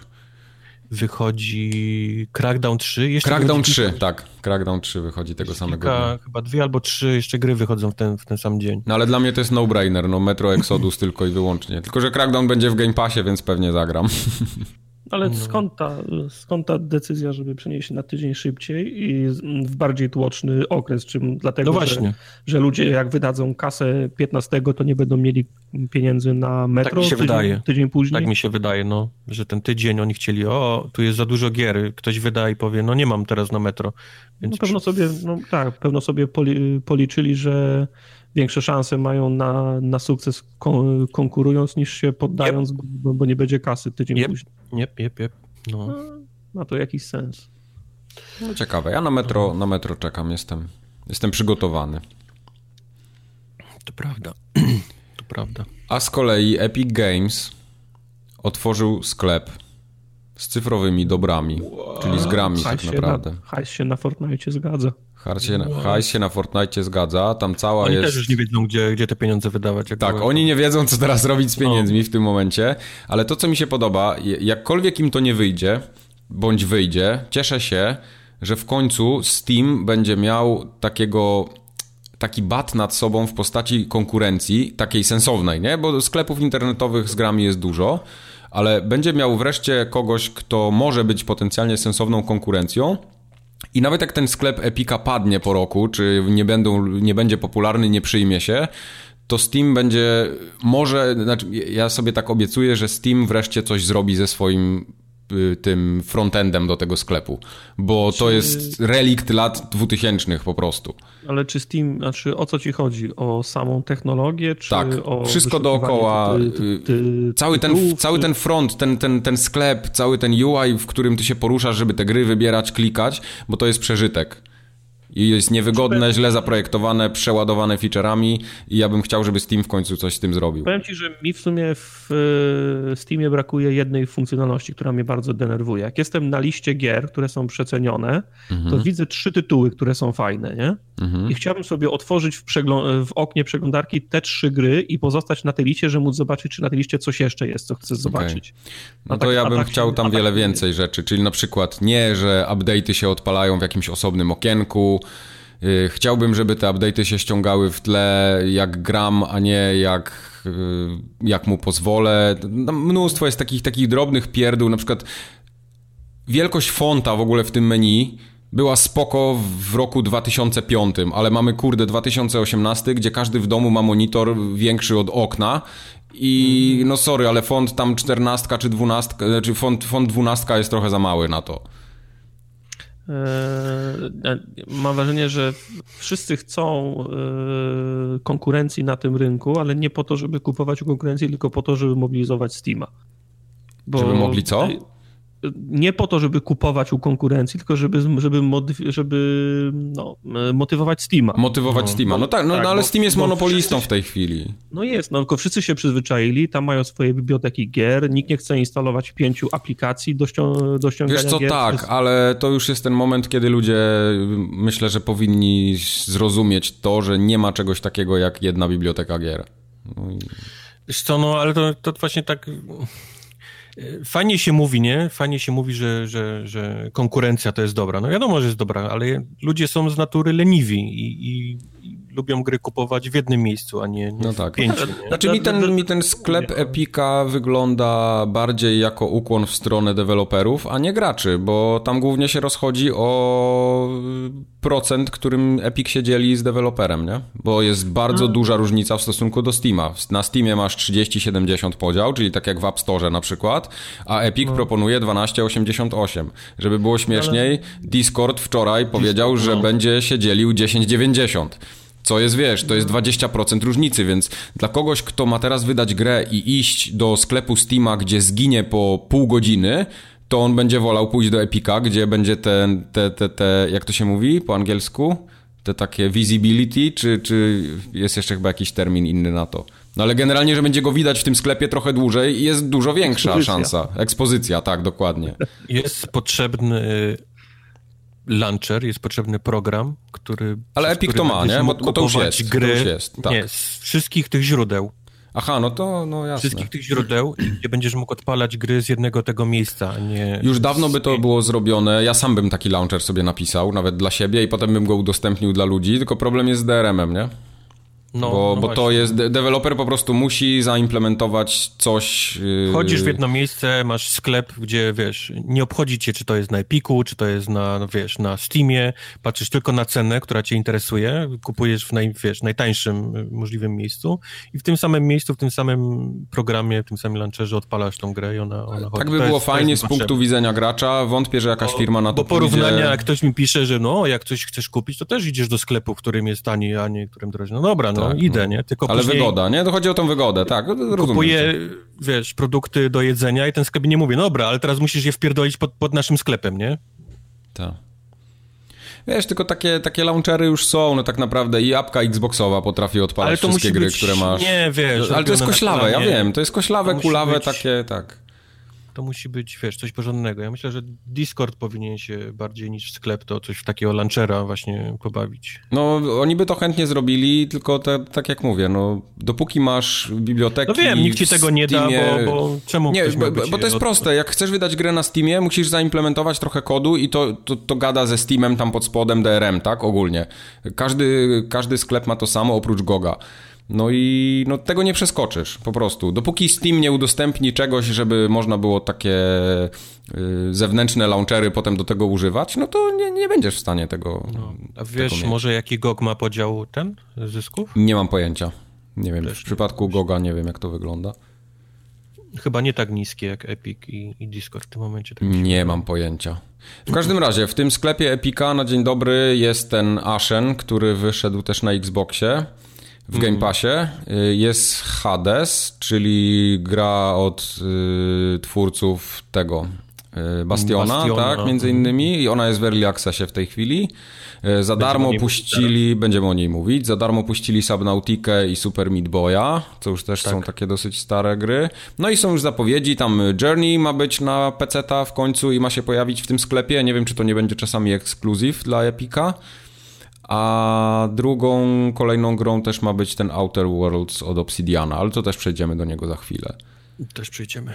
Wychodzi Crackdown trzy. Jeszcze
Crackdown trzy, tak. Crackdown trzy wychodzi tego samego
kilka,
dnia.
Chyba dwie albo trzy jeszcze gry wychodzą w ten, w ten sam dzień.
No ale dla mnie to jest no-brainer, no Metro Exodus tylko i wyłącznie. Tylko, że Crackdown będzie w Game Passie, więc pewnie zagram.
Ale no. skąd, ta, skąd ta decyzja, żeby przenieść się na tydzień szybciej i w bardziej tłoczny okres? Czym dlatego,
no właśnie.
Że, że ludzie jak wydadzą kasę piętnastego, to nie będą mieli pieniędzy na Metro?
Tak mi się
tydzień,
wydaje.
Tydzień później?
Tak mi się wydaje, no, że ten tydzień oni chcieli, o, tu jest za dużo gier. Ktoś wyda i powie, no nie mam teraz na Metro. Więc
no pewno sobie, no tak, pewno sobie poli, policzyli, że większe szanse mają na, na sukces kon, konkurując niż się poddając, yep. bo, bo nie będzie kasy tydzień
yep.
później.
Jep, jep, jep. No.
No, ma to jakiś sens.
No ciekawe, ja na Metro, na Metro czekam, jestem, jestem przygotowany.
To prawda, to prawda.
A z kolei Epic Games otworzył sklep z cyfrowymi dobrami, wow. czyli z grami hajs tak naprawdę.
Na, hajs się na Fortnite zgadza.
Hajs się, wow. hajs się na Fortnite zgadza, tam cała
oni
jest...
Oni też już nie wiedzą, gdzie, gdzie te pieniądze wydawać. Jak
tak, oni nie wiedzą, co teraz robić z pieniędzmi no. w tym momencie, ale to, co mi się podoba, jakkolwiek im to nie wyjdzie, bądź wyjdzie, cieszę się, że w końcu Steam będzie miał takiego... taki bat nad sobą w postaci konkurencji, takiej sensownej, nie? Bo sklepów internetowych z grami jest dużo, ale będzie miał wreszcie kogoś, kto może być potencjalnie sensowną konkurencją i nawet jak ten sklep Epica padnie po roku, czy nie, będą, nie będzie popularny, nie przyjmie się, to Steam będzie, może, znaczy ja sobie tak obiecuję, że Steam wreszcie coś zrobi ze swoim tym frontendem do tego sklepu, bo czy... to jest relikt lat dwutysięcznych po prostu.
Ale czy Steam, znaczy o co ci chodzi? O samą technologię? Czy
tak,
o
wszystko dookoła, ty, ty, ty, cały, ten, cały ten front, ten, ten, ten sklep, cały ten U I, w którym ty się poruszasz, żeby te gry wybierać, klikać, bo to jest przeżytek. I jest niewygodne, źle zaprojektowane, przeładowane feature'ami i ja bym chciał, żeby Steam w końcu coś z tym zrobił.
Powiem ci, że mi w sumie w Steamie brakuje jednej funkcjonalności, która mnie bardzo denerwuje. Jak jestem na liście gier, które są przecenione, mhm. to widzę trzy tytuły, które są fajne, nie? Mhm. I chciałbym sobie otworzyć w, w oknie przeglądarki te trzy gry i pozostać na tej liście, żeby móc zobaczyć, czy na tej liście coś jeszcze jest, co chcę zobaczyć.
Okay. No to tak, ja bym tak chciał tam wiele tak więcej rzeczy, czyli na przykład nie, że update'y się odpalają w jakimś osobnym okienku. Chciałbym, żeby te update'y się ściągały w tle jak gram, a nie jak, jak mu pozwolę. Mnóstwo jest takich, takich drobnych pierdół, na przykład wielkość fonta w ogóle w tym menu była spoko w roku dwa tysiące piątym, ale mamy kurde dwa tysiące osiemnasty, gdzie każdy w domu ma monitor większy od okna i no sorry, ale font tam czternastka czy dwunastka, znaczy font, font dwunastka jest trochę za mały na to.
Mam wrażenie, że wszyscy chcą konkurencji na tym rynku, ale nie po to, żeby kupować u konkurencji, tylko po to, żeby mobilizować Steama.
Bo żeby mogli co?
Nie po to, żeby kupować u konkurencji, tylko żeby, żeby, modyf- żeby no, motywować Steama.
Motywować no, Steama. No tak, no, tak, no ale bo, Steam jest monopolistą wszyscy, w tej chwili.
No jest, no tylko wszyscy się przyzwyczaili, tam mają swoje biblioteki gier, nikt nie chce instalować pięciu aplikacji do, ścią- do ściągania
gier. Wiesz co,
gier.
tak, jest... ale to już jest ten moment, kiedy ludzie myślę, że powinni zrozumieć to, że nie ma czegoś takiego jak jedna biblioteka gier. No i...
Wiesz co, no ale to, to właśnie tak... Fajnie się mówi, nie? Fajnie się mówi, że, że, że konkurencja to jest dobra. No wiadomo, że jest dobra, ale ludzie są z natury leniwi i, i, i lubią gry kupować w jednym miejscu, a nie, nie
no
w
tak.
pięciu. Nie?
Znaczy mi ten, mi ten sklep Epica wygląda bardziej jako ukłon w stronę deweloperów, a nie graczy, bo tam głównie się rozchodzi o procent, którym Epic się dzieli z deweloperem, nie? Bo jest bardzo duża różnica w stosunku do Steama. Na Steamie masz trzydzieści siedemdziesiąt podział, czyli tak jak w App Store na przykład, a Epic no. proponuje dwanaście osiemdziesiąt osiem. Żeby było śmieszniej, Discord wczoraj powiedział, Discord, że no. będzie się dzielił dziesięć dziewięćdziesiąt. Co jest, wiesz, to jest dwadzieścia procent różnicy, więc dla kogoś, kto ma teraz wydać grę i iść do sklepu Steama, gdzie zginie po pół godziny, to on będzie wolał pójść do Epica, gdzie będzie ten, te, te, te, jak to się mówi po angielsku? te takie visibility, czy, czy jest jeszcze chyba jakiś termin inny na to? No ale generalnie, że będzie go widać w tym sklepie trochę dłużej i jest dużo większa Ekspozycja. szansa. Ekspozycja, tak, dokładnie.
Jest potrzebny launcher, jest potrzebny program, który...
Ale Epic to ma, nie? Bo, bo to już jest.
Gry,
to już jest tak.
Nie, z wszystkich tych źródeł.
Aha, no to no jasne.
Wszystkich tych źródeł, gdzie będziesz mógł odpalać gry z jednego tego miejsca, a nie...
Już dawno by to było zrobione. Ja sam bym taki launcher sobie napisał, nawet dla siebie i potem bym go udostępnił dla ludzi, tylko problem jest z D R M-em, nie? No, bo no bo to jest, deweloper po prostu musi zaimplementować coś... Yy...
Wchodzisz w jedno miejsce, masz sklep, gdzie wiesz, nie obchodzi cię, czy to jest na Epiku, czy to jest na, no wiesz, na Steamie, patrzysz tylko na cenę, która cię interesuje, kupujesz w naj, wiesz, najtańszym możliwym miejscu i w tym samym miejscu, w tym samym programie, w tym samym launcherze odpalasz tą grę i ona, ona chodzi.
Tak by to było jest, fajnie z punktu potrzebne. widzenia gracza, wątpię, że jakaś bo, firma na to
Bo porównania, pójdzie... jak ktoś mi pisze, że no, jak coś chcesz kupić, to też idziesz do sklepu, w którym jest taniej, a nie którym drożej. No dobra, no. Tak, idę, nie? Tylko
ale wygoda, nie? To chodzi o tą wygodę, tak, rozumiem.
Kupuję, wiesz, produkty do jedzenia i ten sklep nie mówi, no dobra, ale teraz musisz je wpierdolić pod, pod naszym sklepem, nie?
Tak. Wiesz, tylko takie, takie launchery już są, no tak naprawdę i apka Xboxowa potrafi odpalać wszystkie gry, być, które masz.
Nie, wiesz.
Ale to jest koślawe, ja wiem, to jest koślawe, to kulawe, być... takie, tak.
To musi być, wiesz, coś porządnego. Ja myślę, że Discord powinien się bardziej niż sklep to coś w takiego launchera właśnie pobawić.
No, oni by to chętnie zrobili, tylko te, tak jak mówię, no, dopóki masz biblioteki...
No wiem, nikt ci tego nie Steamie... da, bo, bo czemu
nie, bo, bo to jest od... proste. Jak chcesz wydać grę na Steamie, musisz zaimplementować trochę kodu i to, to, to gada ze Steamem tam pod spodem D R M, tak? Ogólnie. Każdy, każdy sklep ma to samo, oprócz Goga. No i no, tego nie przeskoczysz, po prostu. Dopóki Steam nie udostępni czegoś, żeby można było takie y, zewnętrzne launchery potem do tego używać, no to nie, nie będziesz w stanie tego no,
a wiesz
tego
może jaki G O G ma podział ten zysków?
Nie mam pojęcia. Nie wiem, Też w przypadku Goga nie wiem jak to wygląda.
Chyba nie tak niskie jak Epic i, i Discord w tym momencie. Tak
nie mam pojęcia. W każdym razie, w tym sklepie Epica na dzień dobry jest ten Ashen, który wyszedł też na Xboxie. W Game Passie jest Hades, czyli gra od y, twórców tego y, Bastiona, Bastiona, tak, między innymi, i ona jest w Early Accessie w tej chwili. Y, za darmo puścili, mówić, będziemy o niej mówić, za darmo puścili Subnautikę i Super Meat Boya, co już też tak. są takie dosyć stare gry. No i są już zapowiedzi, tam Journey ma być na peceta w końcu i ma się pojawić w tym sklepie, nie wiem, czy to nie będzie czasami ekskluzyw dla Epica. A drugą, kolejną grą też ma być ten Outer Worlds od Obsidiana, ale to też przejdziemy do niego za chwilę.
Też przejdziemy.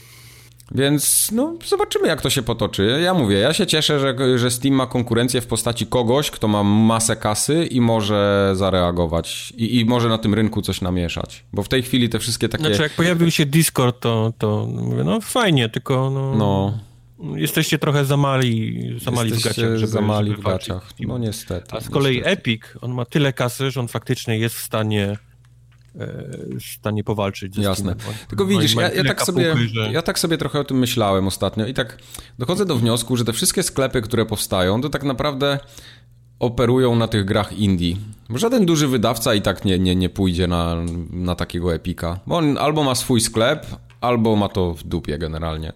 Więc no zobaczymy jak to się potoczy. Ja mówię, ja się cieszę, że, że Steam ma konkurencję w postaci kogoś, kto ma masę kasy i może zareagować i, i może na tym rynku coś namieszać. Bo w tej chwili te wszystkie takie...
Znaczy jak pojawił się Discord, to, to mówię, no fajnie, tylko no...
no.
Jesteście trochę za mali, za mali w gaciach, żeby,
za mali
żeby
w gaciach. No niestety.
A z kolei
niestety.
Epic, on ma tyle kasy, że on faktycznie jest w stanie w stanie powalczyć ze
Jasne.
Steamem.
Tylko widzisz, ja, ja, tak sobie, że... ja tak sobie trochę o tym myślałem ostatnio i tak dochodzę do wniosku, że te wszystkie sklepy, które powstają, to tak naprawdę operują na tych grach indie. Bo żaden duży wydawca i tak nie, nie, nie pójdzie na, na takiego Epica. Bo on albo ma swój sklep, albo ma to w dupie generalnie.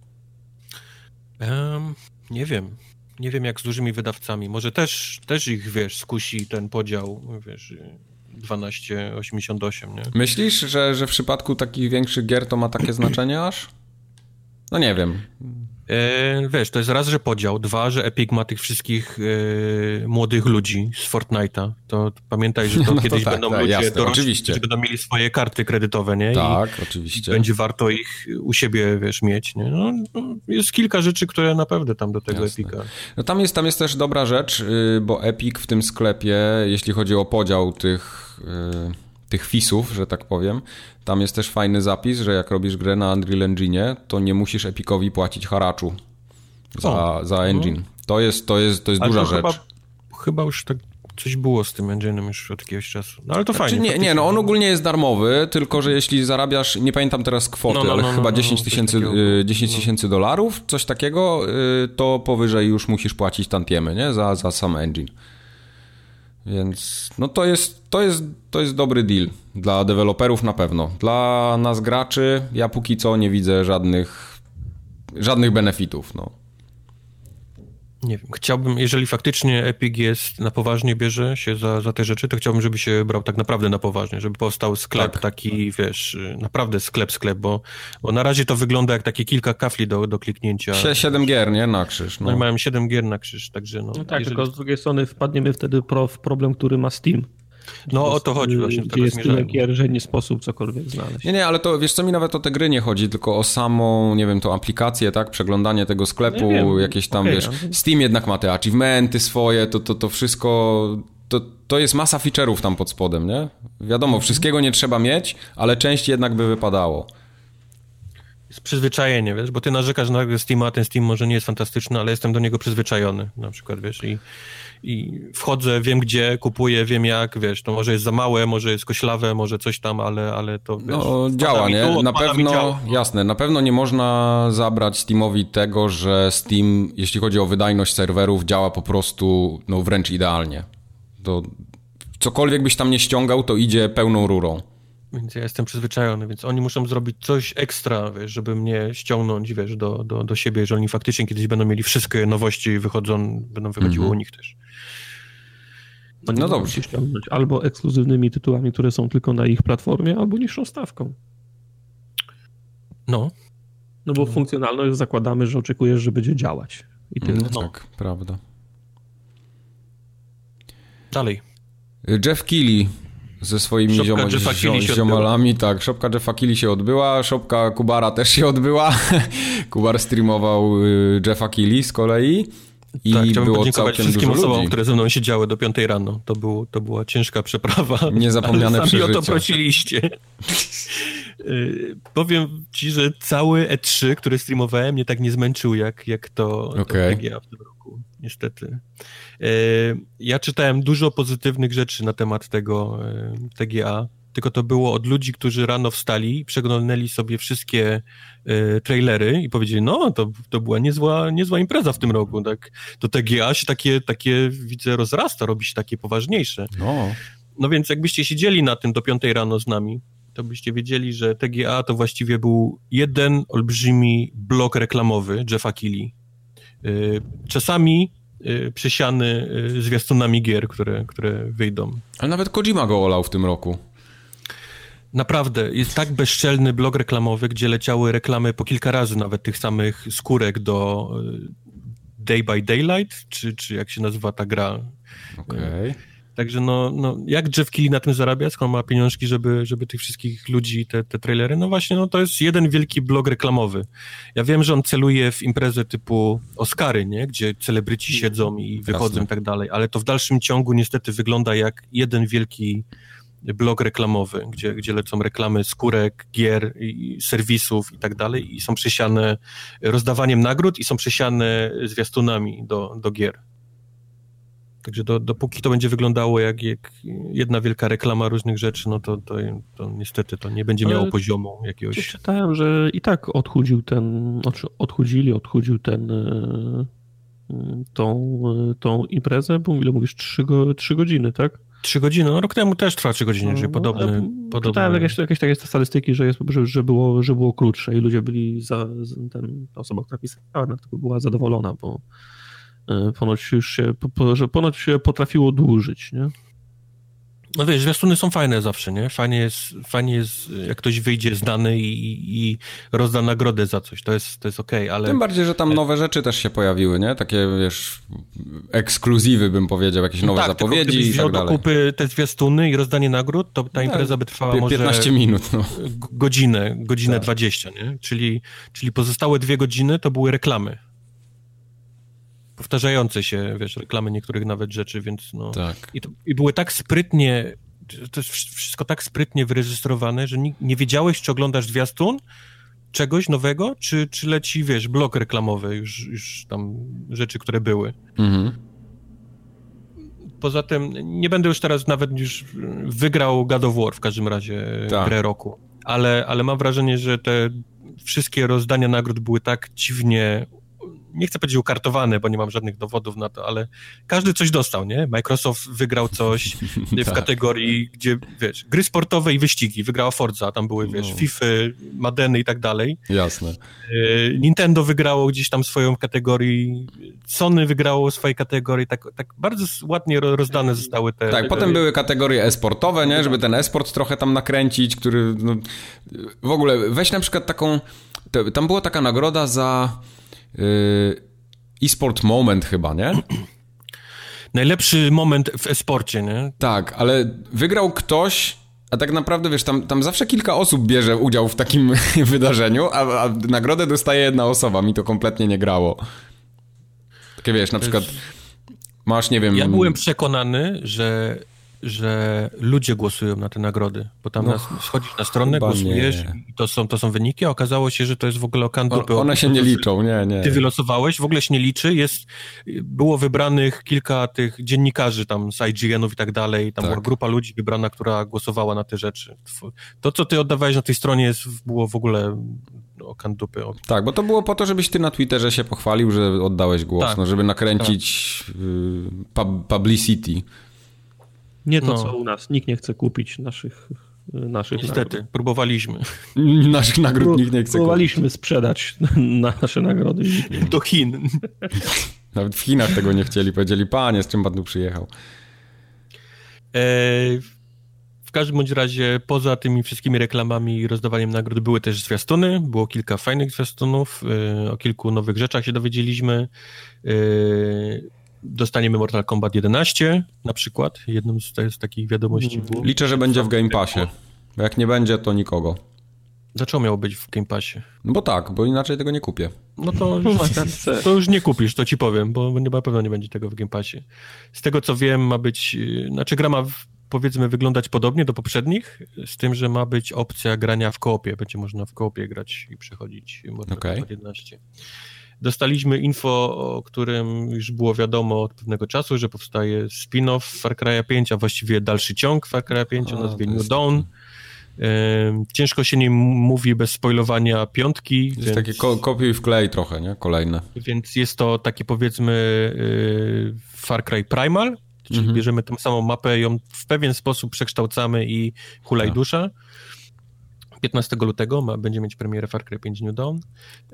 Um, nie wiem. Nie wiem jak z dużymi wydawcami. Może też, też ich, wiesz, skusi ten podział, wiesz, dwanaście osiemdziesiąt osiem, nie?
Myślisz, że, że w przypadku takich większych gier to ma takie znaczenie aż? No nie wiem.
E, wiesz, to jest raz, że podział, dwa, że Epic ma tych wszystkich e, młodych ludzi z Fortnite'a. To pamiętaj, że to no kiedyś to tak, będą tak, ludzie
jasne,
dorośli,
oczywiście.
którzy będą mieli swoje karty kredytowe, nie?
Tak,
I
oczywiście.
Będzie warto ich u siebie, wiesz, mieć, nie? No, no, jest kilka rzeczy, które naprawdę tam do tego jasne. Epica.
No tam jest, tam jest też dobra rzecz, bo Epic w tym sklepie, jeśli chodzi o podział tych... Yy... tych fisów, że tak powiem. Tam jest też fajny zapis, że jak robisz grę na Unreal Engine, to nie musisz Epicowi płacić haraczu za, za engine. No. To jest, to jest, to jest duża to rzecz.
Chyba, chyba już tak coś było z tym engine'em już od jakiegoś czasu. No ale to
znaczy,
fajnie.
Nie, nie, no on ogólnie jest darmowy, tylko że jeśli zarabiasz, nie pamiętam teraz kwoty, no, no, ale no, chyba no, dziesięć tysięcy dolarów, coś takiego, to powyżej już musisz płacić tantiemy, nie? Za, za sam engine. Więc no to jest, to jest, to jest dobry deal dla deweloperów na pewno. Dla nas graczy ja póki co nie widzę żadnych żadnych benefitów, no.
Nie wiem, chciałbym, jeżeli faktycznie Epic jest na poważnie bierze się za, za te rzeczy, to chciałbym, żeby się brał tak naprawdę na poważnie, żeby powstał sklep tak. taki, wiesz, naprawdę sklep, sklep, bo, bo na razie to wygląda jak takie kilka kafli do, do kliknięcia.
Siedem gier, nie? Na krzyż. No,
no i mają siedem gier na krzyż, także no.
no tak, jeżeli... tylko z drugiej strony wpadniemy wtedy pro, w problem, który ma Steam.
No o to chodzi właśnie.
Gdzie jest tyle gier, że nie sposób cokolwiek znaleźć.
Nie, nie, ale to wiesz co, mi nawet o te gry nie chodzi, tylko o samą, nie wiem, tą aplikację, tak? Przeglądanie tego sklepu, wiem, jakieś tam, okay, wiesz, no. Steam jednak ma te achievementy swoje, to, to, to wszystko, to, to jest masa feature'ów tam pod spodem, nie? Wiadomo, mhm. wszystkiego nie trzeba mieć, ale część jednak by wypadało.
Jest przyzwyczajenie, wiesz, bo ty narzekasz na Steama, a ten Steam może nie jest fantastyczny, ale jestem do niego przyzwyczajony, na przykład, wiesz, i i wchodzę, wiem gdzie, kupuję, wiem jak, wiesz, to może jest za małe, może jest koślawe, może coś tam, ale, ale to, wiesz...
No, działa, nie? Tu, na pewno, jasne, na pewno nie można zabrać Steamowi tego, że Steam, jeśli chodzi o wydajność serwerów, działa po prostu, no, wręcz idealnie. To cokolwiek byś tam nie ściągał, to idzie pełną rurą.
Więc ja jestem przyzwyczajony, więc oni muszą zrobić coś ekstra, wiesz, żeby mnie ściągnąć, wiesz, do, do, do siebie, że oni faktycznie kiedyś będą mieli wszystkie nowości wychodzą, będą wychodziły mm-hmm. u nich też.
Oni no dobrze. Się ściągnąć albo ekskluzywnymi tytułami, które są tylko na ich platformie, albo niższą stawką.
No.
No bo no. funkcjonalność zakładamy, że oczekujesz, że będzie działać. I tyle.
No, no. Tak, prawda.
Dalej.
Jeff Keighley ze swoimi ziom- ziom- ziomalami, tak, szopka Jeffa Keighley się odbyła, szopka Kubara też się odbyła. Kubar streamował Jeffa Keighley z kolei i
tak, chciałbym
było
podziękować
całkiem
wszystkim
dużo
osobom,
ludzi.
które ze mną siedziały do piątej rano. To, był, to była ciężka przeprawa.
Niezapomniane
ale
przeżycia.
Sami o to prosiliście. Yy, powiem ci, że cały E trzy, który streamowałem, mnie tak nie zmęczył, jak, jak to, okay. to T G A w tym roku. Niestety. Yy, ja czytałem dużo pozytywnych rzeczy na temat tego yy, T G A, tylko to było od ludzi, którzy rano wstali, przeglądnęli sobie wszystkie y, trailery i powiedzieli, no to, to była niezła, niezła impreza w tym roku, tak? To T G A się takie, takie, widzę, rozrasta, robi się takie poważniejsze.
No.
No więc jakbyście siedzieli na tym do piątej rano z nami, to byście wiedzieli, że T G A to właściwie był jeden olbrzymi blok reklamowy Jeffa Keighley. Y, czasami y, przesiany y, zwiastunami gier, które, które wyjdą.
Ale nawet Kojima go olał w tym roku.
Naprawdę, jest tak bezczelny blok reklamowy, gdzie leciały reklamy po kilka razy nawet tych samych skórek do Day by Daylight, czy, czy jak się nazywa ta gra.
Okay.
Także no, no, jak Jeff Keighley na tym zarabia, skąd ma pieniążki, żeby, żeby tych wszystkich ludzi, te, te trailery, no właśnie, no to jest jeden wielki blok reklamowy. Ja wiem, że on celuje w imprezę typu Oscary, nie? Gdzie celebryci siedzą i wychodzą Jasne. I tak dalej, ale to w dalszym ciągu niestety wygląda jak jeden wielki blog reklamowy, gdzie, gdzie lecą reklamy skórek, gier, i serwisów i tak dalej i są przesiane rozdawaniem nagród i są przesiane zwiastunami do, do gier. Także do, dopóki to będzie wyglądało jak, jak jedna wielka reklama różnych rzeczy, no to, to, to niestety to nie będzie miało Ale poziomu jakiegoś...
Czytałem, że i tak odchudził ten, odchudzili, odchudził ten tą, tą imprezę, bo ile mówisz, trzy, go, trzy godziny, tak?
Trzy godziny, no rok temu też trwa trzy godziny, że podobny... podobny...
Czytałem jakieś, jakieś takie statystyki, że, jest, że, że, było, że było krótsze i ludzie byli, za, ten, ta osoba, która pisała, to była zadowolona, bo ponoć już się, po, że ponoć się potrafiło dłużyć, nie?
No wiesz, zwiastuny są fajne zawsze, nie? Fajnie jest, fajnie jest jak ktoś wyjdzie znany i, i rozda nagrodę za coś, to jest, to jest okej, okay, ale...
Tym bardziej, że tam nowe rzeczy też się pojawiły, nie? Takie, wiesz, ekskluzywy, bym powiedział, jakieś nowe
tak,
zapowiedzi
i tak dalej.
Tak,
do kupy te zwiastuny i rozdanie nagród, to ta impreza by trwała może...
piętnaście minut, no.
Godzinę, godzinę tak. dwadzieścia, nie? Czyli, czyli pozostałe dwie godziny to były reklamy. Powtarzające się, wiesz, reklamy niektórych nawet rzeczy, więc no...
Tak.
I, to, i były tak sprytnie, to jest wszystko tak sprytnie wyrejestrowane, że nie, nie wiedziałeś, czy oglądasz zwiastun czegoś nowego, czy, czy leci, wiesz, blok reklamowy, już, już tam rzeczy, które były. Mhm. Poza tym, nie będę już teraz nawet już wygrał God of War w każdym razie tak. grę roku, ale, ale mam wrażenie, że te wszystkie rozdania nagród były tak dziwnie nie chcę powiedzieć ukartowane, bo nie mam żadnych dowodów na to, ale każdy coś dostał, nie? Microsoft wygrał coś w tak. kategorii, gdzie, wiesz, gry sportowe i wyścigi. Wygrała Forza, tam były, wiesz, no. FIFA, Madeny i tak dalej.
Jasne.
Nintendo wygrało gdzieś tam swoją kategorii, Sony wygrało swojej kategorii, tak, tak bardzo ładnie rozdane zostały te...
Tak,
kategorie.
Potem były kategorie e-sportowe, nie? Żeby ten e-sport trochę tam nakręcić, który... No, w ogóle, weź na przykład taką... To, tam była taka nagroda za yy, e-sport moment chyba, nie?
Najlepszy moment w e-sporcie, nie?
Tak, ale wygrał ktoś, a tak naprawdę, wiesz, tam, tam zawsze kilka osób bierze udział w takim wydarzeniu, a, a nagrodę dostaje jedna osoba. Mi to kompletnie nie grało. Takie, wiesz, na przykład masz, nie wiem...
Ja byłem przekonany, że... że ludzie głosują na te nagrody, bo tam no, nas, schodzisz na stronę, głosujesz nie. i to są, to są wyniki, a okazało się, że to jest w ogóle okandupy.
One się nie liczą, nie, nie.
Ty wylosowałeś, w ogóle się nie liczy, jest, było wybranych kilka tych dziennikarzy tam z I G N-ów i tak dalej, tam tak. była grupa ludzi wybrana, która głosowała na te rzeczy. To, co ty oddawałeś na tej stronie jest, było w ogóle okandupy.
Tak, bo to było po to, żebyś ty na Twitterze się pochwalił, że oddałeś głos, tak. no, żeby nakręcić tak. pub- publicity.
Nie to, no. co u nas. Nikt nie chce kupić naszych, naszych
Niestety,
nagród.
próbowaliśmy.
Naszych nagród nikt nie chce
Próbowaliśmy
kupić.
sprzedać nasze nagrody.
Do Chin.
Nawet w Chinach tego nie chcieli. Powiedzieli, panie, z czym pan tu przyjechał?
E, w każdym bądź razie, poza tymi wszystkimi reklamami i rozdawaniem nagród były też zwiastuny. Było kilka fajnych zwiastunów. E, o kilku nowych rzeczach się dowiedzieliśmy. E, Dostaniemy Mortal Kombat jedenaście na przykład, jedną z, z takich wiadomości było.
Liczę, że będzie w Game Passie, bo jak nie będzie, to nikogo.
Dlaczego miało być w Game Passie?
No bo tak, bo inaczej tego nie kupię.
No to już, to już nie kupisz, to ci powiem, bo na pewno nie będzie tego w Game Passie. Z tego co wiem, ma być, znaczy gra ma powiedzmy wyglądać podobnie do poprzednich, z tym, że ma być opcja grania w koopie, będzie można w koopie grać i przechodzić Mortal okay. Kombat jedenaście. Dostaliśmy info, o którym już było wiadomo od pewnego czasu, że powstaje spin-off Far Cry'a pięć, a właściwie dalszy ciąg Far Cry'a pięć o nazwie New Dawn. E, ciężko się nie mówi bez spoilowania piątki.
To jest
więc,
takie ko- kopiuj w klej trochę, nie? Kolejne.
Więc jest to taki powiedzmy y, Far Cry Primal, czyli mhm. bierzemy tę samą mapę, ją w pewien sposób przekształcamy i hulaj ja. dusza. piętnastego lutego ma, będzie mieć premierę Far Cry pięć New Dawn.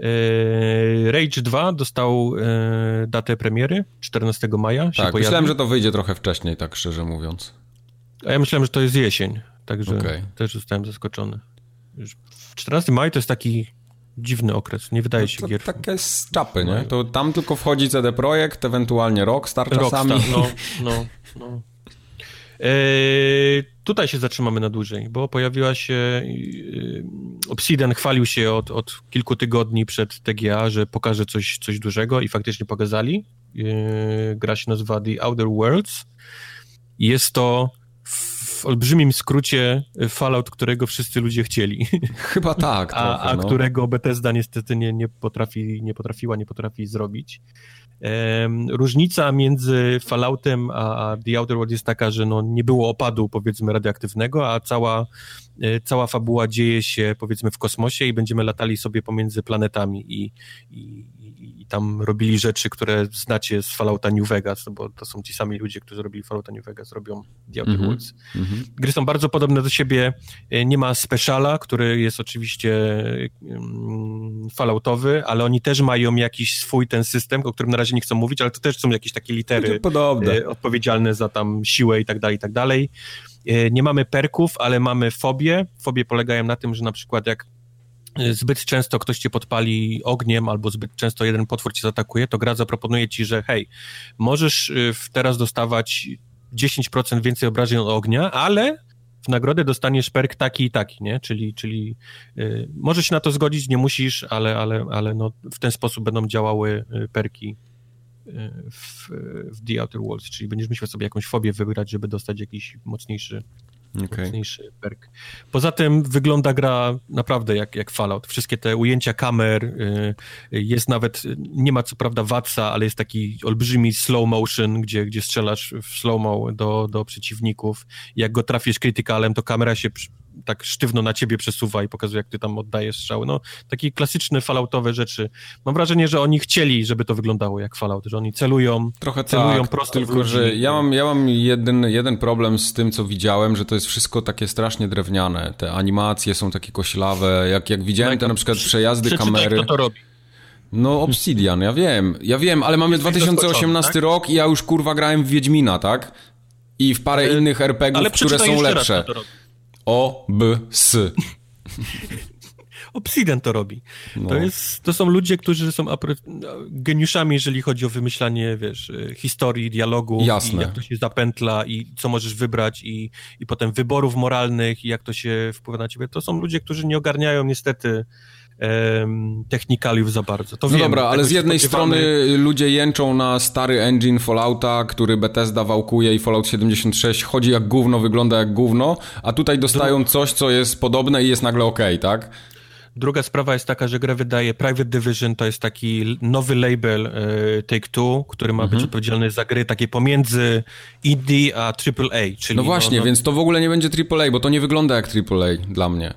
E, Rage dwa dostał e, datę premiery, czternastego maja się
Tak,
pojawi.
myślałem, że to wyjdzie trochę wcześniej, tak szczerze mówiąc.
A ja myślałem, że to jest jesień, także okay. też zostałem zaskoczony. czternastego maja to jest taki dziwny okres, nie wydaje się
no
gier.
Takie z czapy, nie? To tam tylko wchodzi C D Projekt, ewentualnie Rockstar czasami.
Rockstar, no, no, no. E, tutaj się zatrzymamy na dłużej, bo pojawiła się e, Obsidian chwalił się od, od kilku tygodni przed T G A, że pokaże coś, coś dużego i faktycznie pokazali. E, gra się nazywa The Outer Worlds. Jest to w olbrzymim skrócie Fallout, którego wszyscy ludzie chcieli.
Chyba tak.
a,
trochę,
a
no.
którego Bethesda niestety nie, nie, potrafi, nie potrafiła, nie potrafi zrobić. Um, różnica między Falloutem a, a The Outer Worlds jest taka, że no, nie było opadu, powiedzmy, radioaktywnego, a cała, e, cała fabuła dzieje się, powiedzmy, w kosmosie i będziemy latali sobie pomiędzy planetami i, i, i, i tam robili rzeczy, które znacie z Fallouta New Vegas, bo to są ci sami ludzie, którzy robili Fallouta New Vegas, robią The Outer mm-hmm. Worlds. Mm-hmm. Gry są bardzo podobne do siebie, nie ma speciala, który jest oczywiście um, falloutowy, ale oni też mają jakiś swój ten system, o którym na razie nie chcą mówić, ale to też są jakieś takie litery e, odpowiedzialne za tam siłę i tak dalej, i tak dalej. E, nie mamy perków, ale mamy fobie. Fobie polegają na tym, że na przykład jak zbyt często ktoś cię podpali ogniem albo zbyt często jeden potwór cię zaatakuje, to gra zaproponuje ci, że hej, możesz teraz dostawać dziesięć procent więcej obrażeń od ognia, ale w nagrodę dostaniesz perk taki i taki, nie? Czyli, czyli yy, możesz się na to zgodzić, nie musisz, ale, ale, ale no, w ten sposób będą działały perki w, w The Outer Worlds, czyli będziesz musiał sobie jakąś fobię wybrać, żeby dostać jakiś mocniejszy, okay. mocniejszy perk. Poza tym wygląda gra naprawdę jak, jak Fallout. Wszystkie te ujęcia kamer, y, jest nawet, nie ma co prawda vatsa, ale jest taki olbrzymi slow motion, gdzie, gdzie strzelasz w slow-mo do, do przeciwników. Jak go trafisz krytykalem, to kamera się tak sztywno na ciebie przesuwa i pokazuje, jak ty tam oddajesz strzały. No, takie klasyczne falloutowe rzeczy. Mam wrażenie, że oni chcieli, żeby to wyglądało jak Fallout, że oni celują,
Trochę
celują
tak,
prosto
tylko
w ludzi.
że ja mam, ja mam jeden, jeden problem z tym, co widziałem, że to jest wszystko takie strasznie drewniane. Te animacje są takie koślawe. Jak, jak widziałem
no,
te na przykład przejazdy kamery...
kto to robi.
No Obsidian, ja wiem, ja wiem, ale mamy dwa tysiące osiemnasty tak? rok i ja już kurwa grałem w Wiedźmina, tak? I w parę e, innych er pe gie ów, które są lepsze. O, B, S.
Obsidian to robi. No. To, jest, to są ludzie, którzy są geniuszami, jeżeli chodzi o wymyślanie, wiesz, historii, dialogów.
Jasne.
I jak to się zapętla i co możesz wybrać i, i potem wyborów moralnych i jak to się wpływa na ciebie. To są ludzie, którzy nie ogarniają niestety Um, technikaliów za bardzo. To
no
wiem,
dobra, ale z jednej
spodziewamy...
strony ludzie jęczą na stary engine Fallouta, który Bethesda wałkuje i Fallout siedemdziesiąt sześć chodzi jak gówno, wygląda jak gówno, a tutaj dostają Dru... coś, co jest podobne i jest nagle okej, okay, tak?
Druga sprawa jest taka, że grę wydaje Private Division, to jest taki nowy label y, Take-Two, który ma mhm. być odpowiedzialny za gry takie pomiędzy indie a triple A. Czyli
no właśnie,
no, no...
więc to w ogóle nie będzie triple A, bo to nie wygląda jak triple A dla mnie.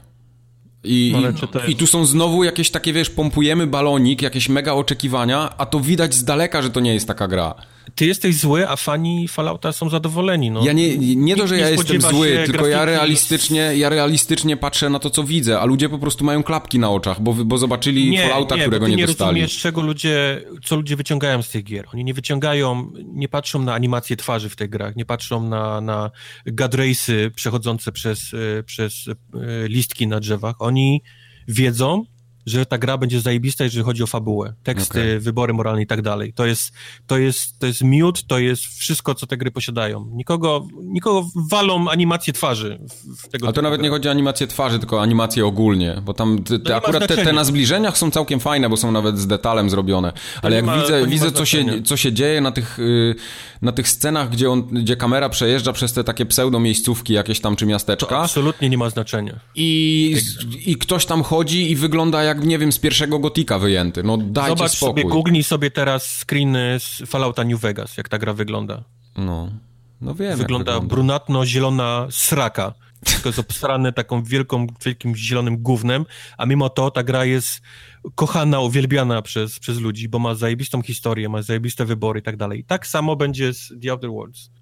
I, no, jest... I tu są znowu jakieś takie, wiesz, pompujemy balonik, jakieś mega oczekiwania, a to widać z daleka, że to nie jest taka gra.
Ty jesteś zły, a fani Fallouta są zadowoleni, no.
Ja nie, nie to, że ja jestem zły, tylko ja realistycznie, ja realistycznie patrzę na to, co widzę, a ludzie po prostu mają klapki na oczach, bo, bo zobaczyli nie, Fallouta, nie, którego
nie,
nie dostali.
Nie rozumiesz, czego ludzie, co ludzie wyciągają z tych gier. Oni nie wyciągają, nie patrzą na animacje twarzy w tych grach, nie patrzą na, na God Race'y przechodzące przez, przez listki na drzewach. Oni wiedzą, że ta gra będzie zajebista, jeżeli chodzi o fabułę, teksty, okay. wybory moralne i tak dalej. To jest, to jest, to jest miód, to jest wszystko, co te gry posiadają. Nikogo, nikogo walą animacje twarzy. W tego
Ale to nawet nie chodzi o animacje twarzy, tylko o animacje ogólnie, bo tam te, te, akurat te, te na zbliżeniach są całkiem fajne, bo są nawet z detalem zrobione. Ale jak ma, widzę, widzę co, się, co się dzieje na tych, na tych scenach, gdzie, on, gdzie kamera przejeżdża przez te takie pseudo miejscówki jakieś tam, czy miasteczka.
To absolutnie nie ma znaczenia.
I, i ktoś tam chodzi i wygląda jak, nie wiem, z pierwszego Gotika wyjęty. No dajcie
Zobacz
spokój.
sobie, googlij sobie teraz screeny z Fallouta New Vegas, jak ta gra wygląda.
No, no wiem.
Wygląda, wygląda. brunatno-zielona sraka. Wszystko jest obsrane taką wielką, wielkim zielonym gównem, a mimo to ta gra jest kochana, uwielbiana przez, przez ludzi, bo ma zajebistą historię, ma zajebiste wybory i tak dalej. Tak samo będzie z The Outer Worlds.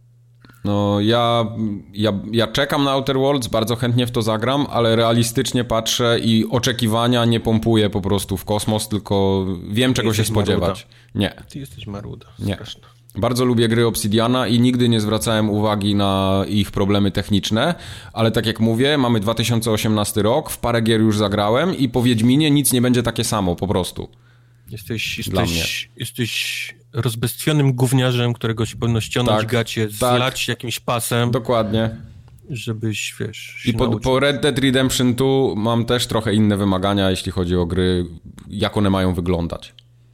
No ja, ja, ja czekam na Outer Worlds, bardzo chętnie w to zagram, ale realistycznie patrzę i oczekiwania nie pompuję po prostu w kosmos, tylko wiem, czego się spodziewać.
Maruda. Nie. Ty jesteś maruda.
Nie. Straszna. Bardzo lubię gry Obsidiana i nigdy nie zwracałem uwagi na ich problemy techniczne, ale tak jak mówię, mamy dwa tysiące osiemnasty rok, w parę gier już zagrałem i po Wiedźminie nic nie będzie takie samo, po prostu.
Jesteś, jesteś, jesteś rozbestwionym gówniarzem, którego się powinno ściągnąć tak, gacie, zlać tak, jakimś pasem.
Dokładnie.
Żebyś, wiesz...
I po, po Red Dead Redemption dwa mam też trochę inne wymagania, jeśli chodzi o gry, jak one mają wyglądać.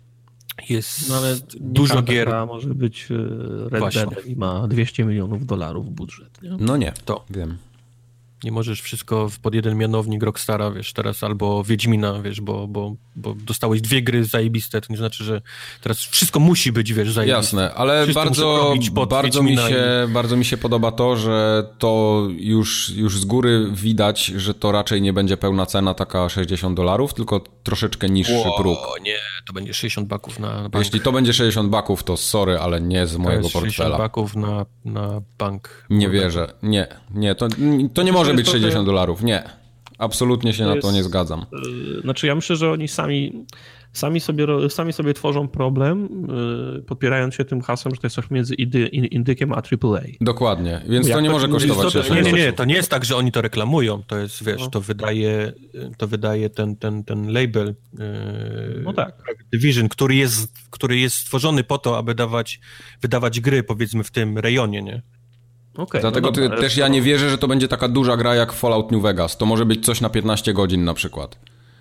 Jest
no, ale
dużo gier.
Może być Red Dead i ma dwieście milionów dolarów budżet. Nie?
No nie, to wiem.
Nie możesz wszystko pod jeden mianownik Rockstara, wiesz, teraz albo Wiedźmina, wiesz, bo, bo, bo dostałeś dwie gry zajebiste, to nie znaczy, że teraz wszystko musi być, wiesz, zajebiste.
Jasne, ale bardzo, bardzo, mi się, i... bardzo mi się podoba to, że to już, już z góry widać, że to raczej nie będzie pełna cena, taka sześćdziesiąt dolarów, tylko troszeczkę niższy
o,
próg.
nie, to będzie sześćdziesiąt baków na, na bank.
Jeśli to będzie sześćdziesiąt baków, to sorry, ale nie z mojego portfela.
sześćdziesiąt baków na, na bank.
Nie wierzę, nie, nie, to, to nie może być sześćdziesiąt dolarów, nie. Absolutnie się to na to jest, nie zgadzam.
Znaczy ja myślę, że oni sami, sami, sobie, sami sobie tworzą problem, yy, podpierając się tym hasłem, że to jest coś między indy, indykiem a triple A.
Dokładnie, więc to nie może kosztować
to, to, Nie, nie, nie, to nie jest tak, że oni to reklamują, to jest, wiesz, no. to wydaje to wydaje ten, ten, ten label yy,
no tak.
Division, który jest, który jest stworzony po to, aby dawać, wydawać gry, powiedzmy, w tym rejonie, nie?
Okay, Dlatego no dobra, też ja nie wierzę, że to będzie taka duża gra jak Fallout New Vegas. To może być coś na piętnaście godzin na przykład.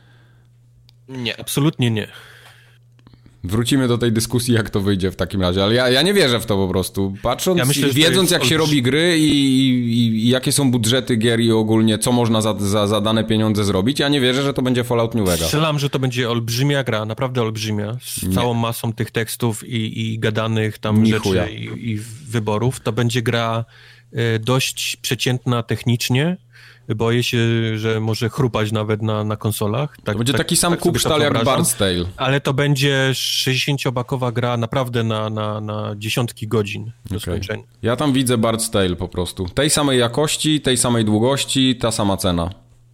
Nie, absolutnie nie.
Wrócimy do tej dyskusji, jak to wyjdzie w takim razie, ale ja, ja nie wierzę w to po prostu. Patrząc ja myślę, i wiedząc, jak się robi gry i, i, i jakie są budżety gier i ogólnie, co można za, za, za dane pieniądze zrobić, ja nie wierzę, że to będzie Fallout New Vegas.
Strzelam, że to będzie olbrzymia gra, naprawdę olbrzymia, z nie. całą masą tych tekstów i, i gadanych tam nie rzeczy i, i wyborów. To będzie gra y, dość przeciętna technicznie, Boję się, że może chrupać nawet na, na konsolach. Tak,
to będzie
tak,
taki sam
tak
kupsztal jak Bard's Tale.
Ale to będzie sześćdziesięciobakowa gra naprawdę na, na, na dziesiątki godzin do okay. skończenia.
Ja tam widzę Bard's Tale po prostu. Tej samej jakości, tej samej długości, ta sama cena.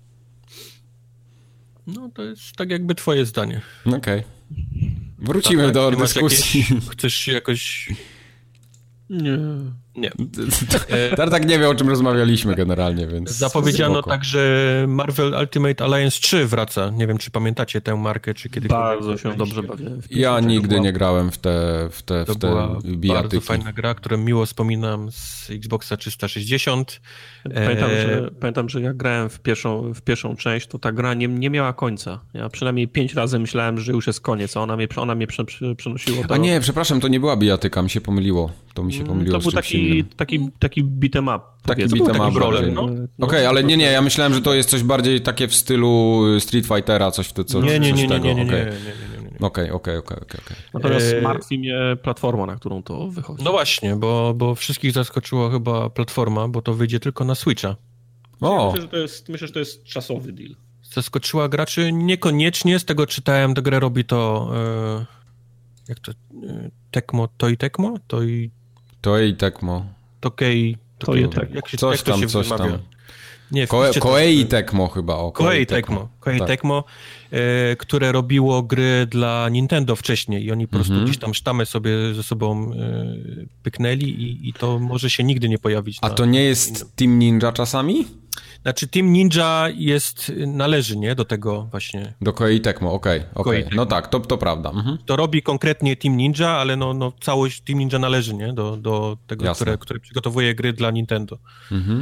No to jest tak jakby twoje zdanie.
Okej. Okay. Wrócimy tak, do dyskusji.
Jakieś, chcesz się jakoś...
Nie.
Nie.
Tartak nie wie, o czym rozmawialiśmy generalnie, więc...
Zapowiedziano także Marvel Ultimate Alliance trzy wraca. Nie wiem, czy pamiętacie tę markę, czy kiedyś...
Bardzo się dobrze bawiłem.
Ja nigdy była... nie grałem w te w te,
to
w te
była
bijatyki.
Bardzo fajna gra, którą miło wspominam z Xboxa trzysta sześćdziesiąt.
Pamiętam, e... że, pamiętam, że jak grałem w pierwszą, w pierwszą część, to ta gra nie, nie miała końca. Ja przynajmniej pięć razy myślałem, że już jest koniec, a ona mnie, ona mnie prze, prze, przenosiła do...
A nie, przepraszam, to nie była bijatyka, mi się pomyliło. To mi się pomyliło
To był taki, taki, taki beat'em up.
Taki beat'em up.
Rolem, no.
Okej, okay, ale nie, nie, ja myślałem, że to jest coś bardziej takie w stylu Street Fightera, coś w te, co,
nie, nie,
coś
nie,
tego.
Nie, nie, nie,
okay.
nie, nie, nie, nie.
Okej, okej, okej, okej.
Natomiast e... martwi mnie platforma, na którą to wychodzi.
No właśnie, bo, bo wszystkich zaskoczyła chyba platforma, bo to wyjdzie tylko na Switcha.
O. Myślę, że to jest, myślę, że to jest czasowy deal.
Zaskoczyła graczy niekoniecznie, z tego czytałem, tę grę robi to e, jak to, e, Tecmo, Toy Tecmo? Toy...
Toy Tecmo.
Tokei...
Toy Tecmo.
Jak się,
coś
jak to
tam,
się
coś
wymawia?
tam.
Nie,
Koe, Koei Tecmo chyba. O,
Koei Tecmo. Koei Tecmo, e, które robiło gry dla Nintendo wcześniej i oni po prostu mm-hmm. gdzieś tam sztamę sobie ze sobą e, pyknęli i, i to może się nigdy nie pojawić.
A
na,
to nie jest na... Team Ninja czasami?
Znaczy Team Ninja jest, należy, nie? Do tego właśnie.
Do Koei Tecmo, okej, okay, okej. Okay. No tak, to, to prawda. Mhm.
To robi konkretnie Team Ninja, ale no, no całość Team Ninja należy, nie? Do, do tego, które, które przygotowuje gry dla Nintendo. Mhm.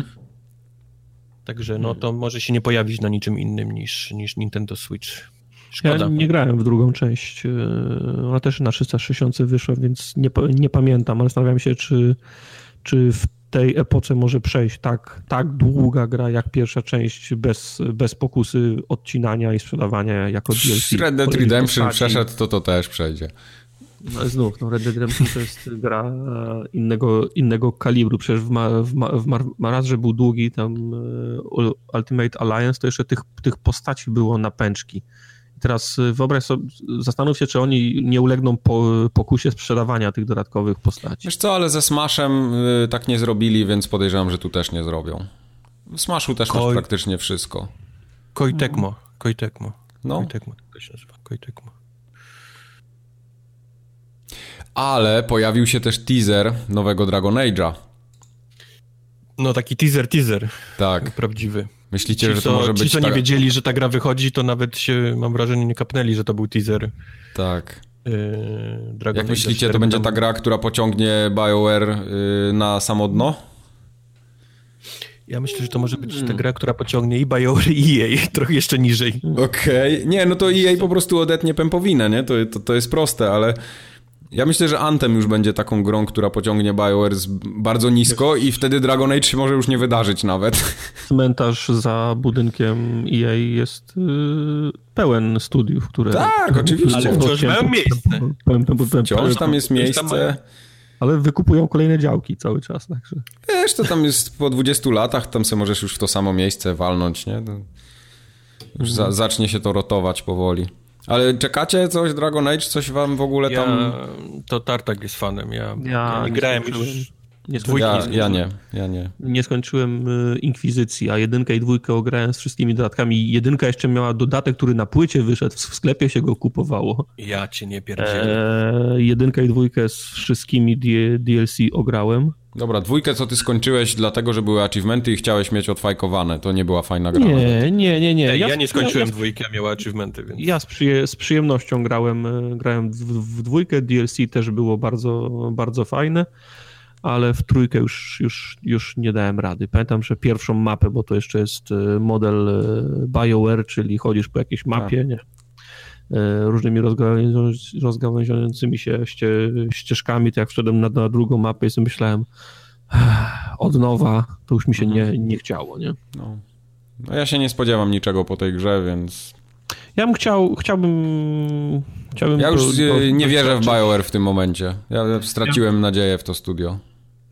Także no to może się nie pojawić na niczym innym niż, niż Nintendo Switch. Szkoda.
Ja nie grałem w drugą część. Ona też na trzysta sześćdziesiąt wyszła, więc nie, nie pamiętam, ale zastanawiam się, czy, czy w tej epoce może przejść tak, tak długa gra jak pierwsza część bez, bez pokusy odcinania i sprzedawania jako D L C.
Red Dead Redemption przeszedł, to to też przejdzie.
No znów, no Red Dead Redemption to jest gra innego, innego kalibru. Przecież w, ma, w, ma, w ma, raz, że był długi tam Ultimate Alliance, to jeszcze tych, tych postaci było na pęczki. I teraz wyobraź sobie, zastanów się, czy oni nie ulegną po, pokusie sprzedawania tych dodatkowych postaci.
Wiesz co, ale ze Smashem y, tak nie zrobili, więc podejrzewam, że tu też nie zrobią. W Smashu też Koi... masz praktycznie wszystko.
Koei Tecmo. Koei Tecmo.
No.
Koei Tecmo, to się nazywa. Koei Tecmo.
Ale pojawił się też teaser nowego Dragon Age'a.
No taki teaser, teaser.
Tak.
Prawdziwy.
Myślicie,
ci,
że to
co,
może
ci,
być...
co
ta...
nie wiedzieli, że ta gra wychodzi, to nawet się, mam wrażenie, nie kapnęli, że to był teaser.
Tak.
Yy, Dragon
Jak myślicie, to będzie ta gra, która pociągnie BioWare yy, na samo dno?
Ja myślę, że to może być hmm. ta gra, która pociągnie i BioWare, i E A, trochę jeszcze niżej.
Okej. Okay. Nie, no to E A po prostu odetnie pępowinę, nie? To, to, to jest proste, ale... Ja myślę, że Anthem już będzie taką grą, która pociągnie BioWare z bardzo nisko i wtedy Dragon Age się może już nie wydarzyć nawet.
Cmentarz za budynkiem E A jest yy, pełen studiów, które...
Tak, oczywiście.
Ale wciąż mają miejsce.
Wciąż tam jest miejsce.
Ale wykupują kolejne działki cały czas, także...
Wiesz, to tam jest po dwudziestu latach, tam sobie możesz już w to samo miejsce walnąć, nie? To już za, zacznie się to rotować powoli. Ale czekacie coś, Dragon Age? Coś wam w ogóle tam...
Ja, to Tartak jest fanem. Ja,
ja,
ja nie grałem już
nie
dwójki.
Ja,
nie
ja nie, ja nie.
Nie skończyłem Inkwizycji, a jedynkę i dwójkę ograłem z wszystkimi dodatkami. Jedynka jeszcze miała dodatek, który na płycie wyszedł, w sklepie się go kupowało.
Ja cię nie pierdzielę.
Eee, jedynkę i dwójkę z wszystkimi D L C ograłem.
Dobra, dwójkę co ty skończyłeś dlatego, że były achievementy i chciałeś mieć odfajkowane. To nie była fajna gra.
Nie, nie, nie, nie.
Ja, ja nie skończyłem ja, dwójki, a miała achievementy, więc...
Ja z, przyje, z przyjemnością grałem, grałem w, w dwójkę. D L C też było bardzo, bardzo fajne, ale w trójkę już, już, już nie dałem rady. Pamiętam, że pierwszą mapę, bo to jeszcze jest model BioWare, czyli chodzisz po jakiejś mapie, tak. nie? Różnymi rozgałęziającymi się ście, ścieżkami, to jak wszedłem na, na drugą mapę i sobie myślałem od nowa, to już mi się nie, nie chciało, nie?
No. No ja się nie spodziewam niczego po tej grze, więc...
Ja bym chciał, chciałbym... chciałbym
ja już
to, to,
nie
to
wierzę w BioWare w tym momencie. Ja straciłem ja... nadzieję w to studio.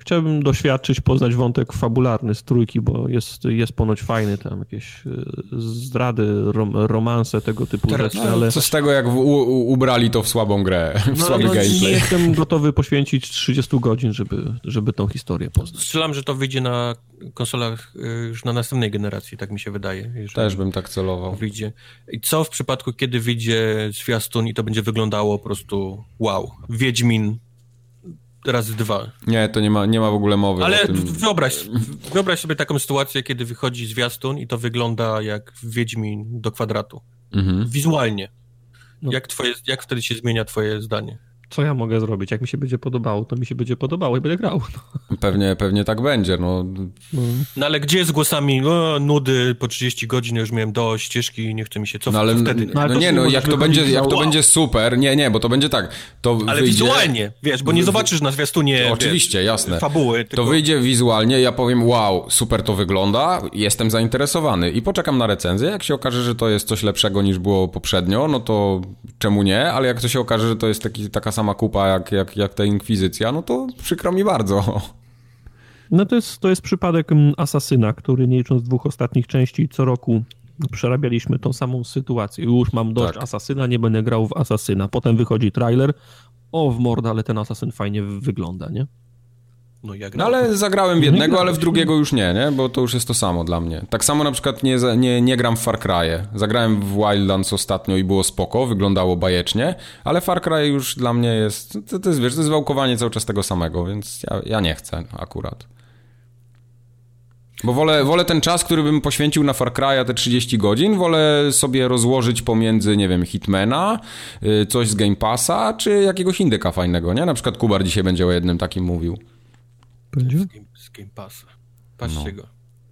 Chciałbym doświadczyć, poznać wątek fabularny z trójki, bo jest, jest ponoć fajny, tam jakieś zdrady, rom, romanse, tego typu
Teraz,
rzeczy, ale...
Co z tego, jak w, u, ubrali to w słabą grę, w
no,
słaby
no,
gameplay.
Nie jestem gotowy poświęcić trzydzieści godzin, żeby, żeby tą historię poznać.
Strzelam, że to wyjdzie na konsolach już na następnej generacji, tak mi się wydaje.
Też bym tak celował.
Wyjdzie. I co w przypadku, kiedy wyjdzie zwiastun i to będzie wyglądało po prostu wow. Wiedźmin razy dwa.
Nie, to nie ma, nie ma w ogóle mowy
Ale
o tym.
wyobraź, wyobraź sobie taką sytuację, kiedy wychodzi zwiastun i to wygląda jak Wiedźmin do kwadratu. Mhm. Wizualnie. No. Jak, twoje, jak wtedy się zmienia twoje zdanie?
Co ja mogę zrobić? Jak mi się będzie podobało, to mi się będzie podobało i będę grał. No.
Pewnie, pewnie tak będzie, no.
No, no ale gdzie z głosami, o, nudy, po trzydzieści godzin już miałem dość, ścieżki, nie chce mi się cofnąć,
no, ale,
wtedy.
No, no nie, no jak to, będzie, jak to
wow.
będzie super, nie, nie, bo to będzie tak, to
ale
wyjdzie...
wizualnie, wiesz, bo nie zobaczysz na zwiastunie,
to oczywiście,
wiesz,
jasne.
fabuły. Tylko...
To wyjdzie wizualnie, ja powiem, wow, super to wygląda, jestem zainteresowany i poczekam na recenzję, jak się okaże, że to jest coś lepszego niż było poprzednio, no to czemu nie, ale jak to się okaże, że to jest taki, taka sama kupa jak, jak, jak ta Inkwizycja, no to przykro mi bardzo.
No to jest, to jest przypadek Asasyna, który nie licząc dwóch ostatnich części co roku przerabialiśmy tą samą sytuację. Już mam dość tak. Asasyna, nie będę grał w Asasyna. Potem wychodzi trailer, o w mordę, ale ten Asasyn fajnie wygląda, nie?
No, ja
no ale zagrałem w jednego, ale w drugiego już nie, nie? Bo to już jest to samo dla mnie. Tak samo na przykład nie, nie, nie gram w Far Cry'e. Zagrałem w Wildlands ostatnio i było spoko, wyglądało bajecznie, ale Far Cry już dla mnie jest, to, to jest, wiesz, to jest wałkowanie cały czas tego samego, więc ja, ja nie chcę akurat. Bo wolę, wolę ten czas, który bym poświęcił na Far Cry'a, te trzydzieści godzin, wolę sobie rozłożyć pomiędzy, nie wiem, Hitmana, coś z Game Passa, czy jakiegoś indyka fajnego, nie? Na przykład Kubar dzisiaj będzie o jednym takim mówił.
Będzie?
Z Game, z Game Passa. Patrzcie
no.
go.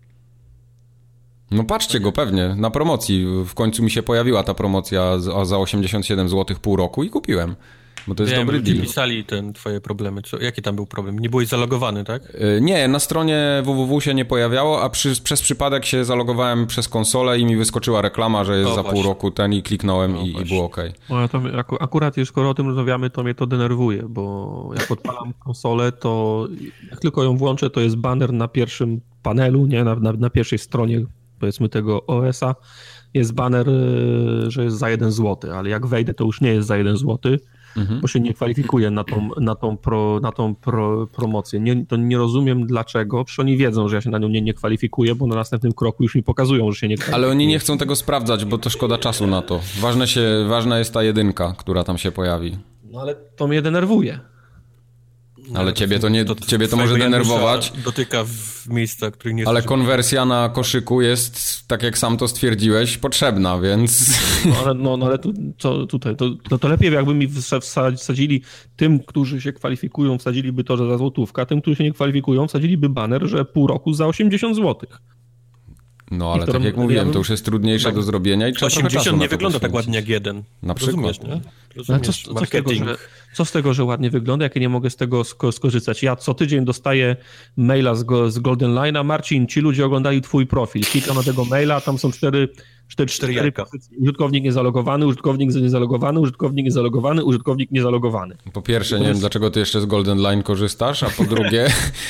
No patrzcie go, pewnie. Na promocji. W końcu mi się pojawiła ta promocja za osiemdziesiąt siedem złotych pół roku i kupiłem. Bo to jest
Wiem,
dobry deal.
pisali ten twoje problemy. Co, jaki tam był problem? Nie byłeś zalogowany, tak?
Yy, nie, na stronie www się nie pojawiało, a przy, przez przypadek się zalogowałem przez konsolę i mi wyskoczyła reklama, że jest o, za właśnie. pół roku ten i kliknąłem o, i, i było okej. Okay.
No, ja to, akurat skoro o tym rozmawiamy, to mnie to denerwuje, bo jak odpalam konsolę, to jak tylko ją włączę, to jest banner na pierwszym panelu, nie, na, na, na pierwszej stronie, powiedzmy, tego O S-a jest banner, że jest za jeden złoty, ale jak wejdę, to już nie jest za jeden złoty, mhm. bo się nie kwalifikuje na tą, na tą, pro, na tą pro, promocję. Nie, to nie rozumiem dlaczego, przecież oni wiedzą, że ja się na nią nie, nie kwalifikuję, bo na następnym kroku już mi pokazują, że się nie kwalifikuję.
Ale oni nie chcą tego sprawdzać, bo to szkoda czasu na to. Ważne się, ważna jest ta jedynka, która tam się pojawi.
No ale to mnie denerwuje.
Ale no, ciebie to nie, to, ciebie to może denerwować.
Dotyka w miejsca, których nie...
Ale konwersja na koszyku jest, tak jak sam to stwierdziłeś, potrzebna, więc...
No ale, no, no, ale tu, co, tutaj, to, to, to lepiej jakby mi wsadzili tym, którzy się kwalifikują, wsadziliby to, że za złotówkę, a tym, którzy się nie kwalifikują, wsadziliby baner, że pół roku za osiemdziesiąt złotych.
No, ale tak jak mówiłem, to już jest trudniejsze tak, do zrobienia i trzeba
osiemdziesiąt nie wygląda tak ładnie jak jeden.
Na przykład.
Nie?
Ale co, co, z tego, że, co z tego, że ładnie wygląda, jak ja nie mogę z tego sko- skorzystać? Ja co tydzień dostaję maila z, go, z Golden Line'a. Marcin, ci ludzie oglądali twój profil. Klikam na tego maila, tam są cztery, cztery, cztery, cztery pozycje. Użytkownik niezalogowany, użytkownik niezalogowany, użytkownik niezalogowany, użytkownik niezalogowany.
Po pierwsze, nie wiem, dlaczego ty jeszcze z Golden Line korzystasz, a po drugie...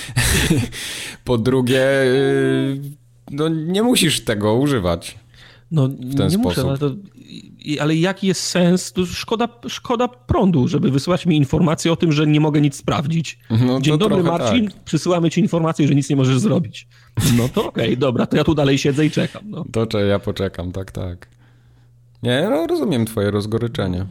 po drugie... Yy... No nie musisz tego używać
no,
w ten
nie
sposób.
Muszę, ale, to, ale jaki jest sens? To szkoda, szkoda prądu, żeby wysłać mi informację o tym, że nie mogę nic sprawdzić. No Dzień dobry Marcin, tak. Przysyłamy ci informację, że nic nie możesz zrobić. No to okej, okay, dobra, to ja tu dalej siedzę i czekam. No.
To czy ja poczekam, tak, tak. Nie, no rozumiem twoje rozgoryczenie.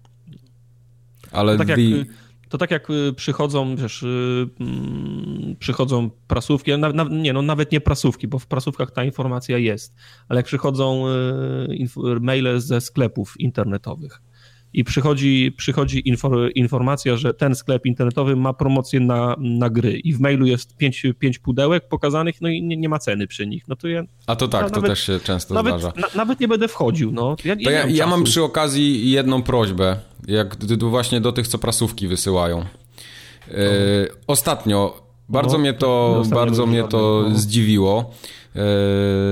Ale
tak
the...
jak... To tak jak przychodzą, wiesz, przychodzą prasówki, na, na, nie, no nawet nie prasówki, bo w prasówkach ta informacja jest, ale jak przychodzą inf- maile ze sklepów internetowych i przychodzi, przychodzi infor, informacja, że ten sklep internetowy ma promocję na, na gry i w mailu jest pięć, pięć pudełek pokazanych, no i nie, nie ma ceny przy nich. No to ja,
A to tak, ja to nawet, też się często
nawet,
zdarza.
Na, nawet nie będę wchodził. No. Ja,
to ja, ja, ja mam przy okazji jedną prośbę, jak właśnie do tych, co prasówki wysyłają. Yy, ostatnio bardzo no, mnie to, bardzo mnie to no. zdziwiło. Yy,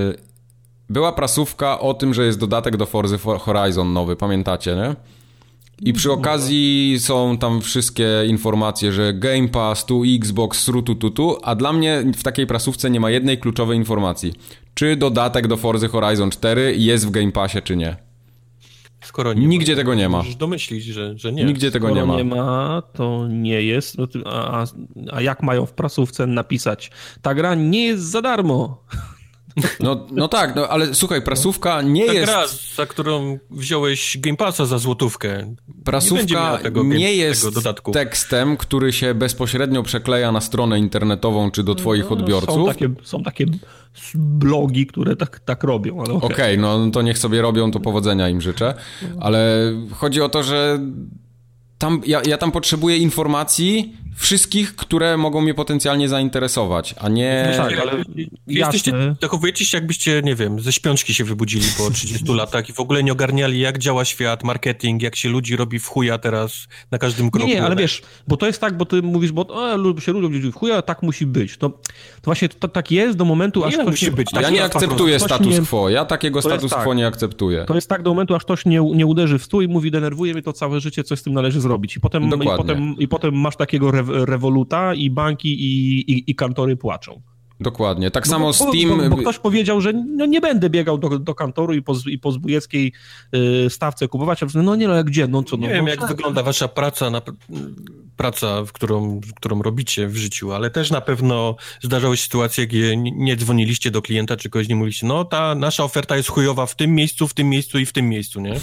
była prasówka o tym, że jest dodatek do Forza Horizon nowy, pamiętacie, nie? I przy okazji są tam wszystkie informacje, że Game Pass, tu Xbox, tu, tu, tu, tu, a dla mnie w takiej prasówce nie ma jednej kluczowej informacji. Czy dodatek do Forza Horizon cztery jest w Game Passie, czy nie?
Skoro nie
Nigdzie
ma,
tego nie ma.
Możesz domyślić, że, że nie.
Nigdzie tego
Skoro
nie ma.
nie ma, to nie jest. A, a jak mają w prasówce napisać? Ta gra nie jest za darmo.
No, no tak, no ale słuchaj, prasówka nie
Ta
jest...
gra, za którą wziąłeś Game Passa za złotówkę.
Prasówka
nie, tego,
nie jest
tego dodatku.
tekstem, który się bezpośrednio przekleja na stronę internetową czy do twoich
no,
odbiorców.
Są takie, są takie blogi, które tak, tak robią. Okej,
okay. okay, no to niech sobie robią, to powodzenia im życzę. Ale chodzi o to, że tam, ja, ja tam potrzebuję informacji wszystkich, które mogą mnie potencjalnie zainteresować, a nie...
No tak, ale jesteście, zachowujecie się jakbyście, nie wiem, ze śpiączki się wybudzili po trzydziestu latach i w ogóle nie ogarniali, jak działa świat, marketing, jak się ludzi robi w chuja teraz na każdym kroku.
Nie, nie, ale wiesz, bo to jest tak, bo ty mówisz, bo o, się ludzi w chuja, tak musi być. To, to właśnie to, tak jest do momentu, aż
nie
ktoś...
musi być.
Ja
tak
nie akceptuję
ktoś
status
nie,
quo, ja takiego status
tak.
quo nie akceptuję.
To jest tak do momentu, aż ktoś nie, nie uderzy w stół i mówi, denerwuje mnie to całe życie, coś z tym należy zrobić. I potem, i potem, i potem masz takiego re, rewoluta i banki i, i, i kantory płaczą.
Dokładnie. Tak
no
samo
bo,
Steam...
Bo, bo ktoś powiedział, że no nie będę biegał do, do kantoru i po, i po zbójeckiej y, stawce kupować, a no nie, no jak gdzie, no co?
Nie
no,
wiem,
no,
jak
tak.
wygląda wasza praca, na, praca, w którą, którą robicie w życiu, ale też na pewno zdarzały się sytuacje, gdzie nie dzwoniliście do klienta, czy kogoś nie mówiliście, no ta nasza oferta jest chujowa w tym miejscu, w tym miejscu i w tym miejscu, nie?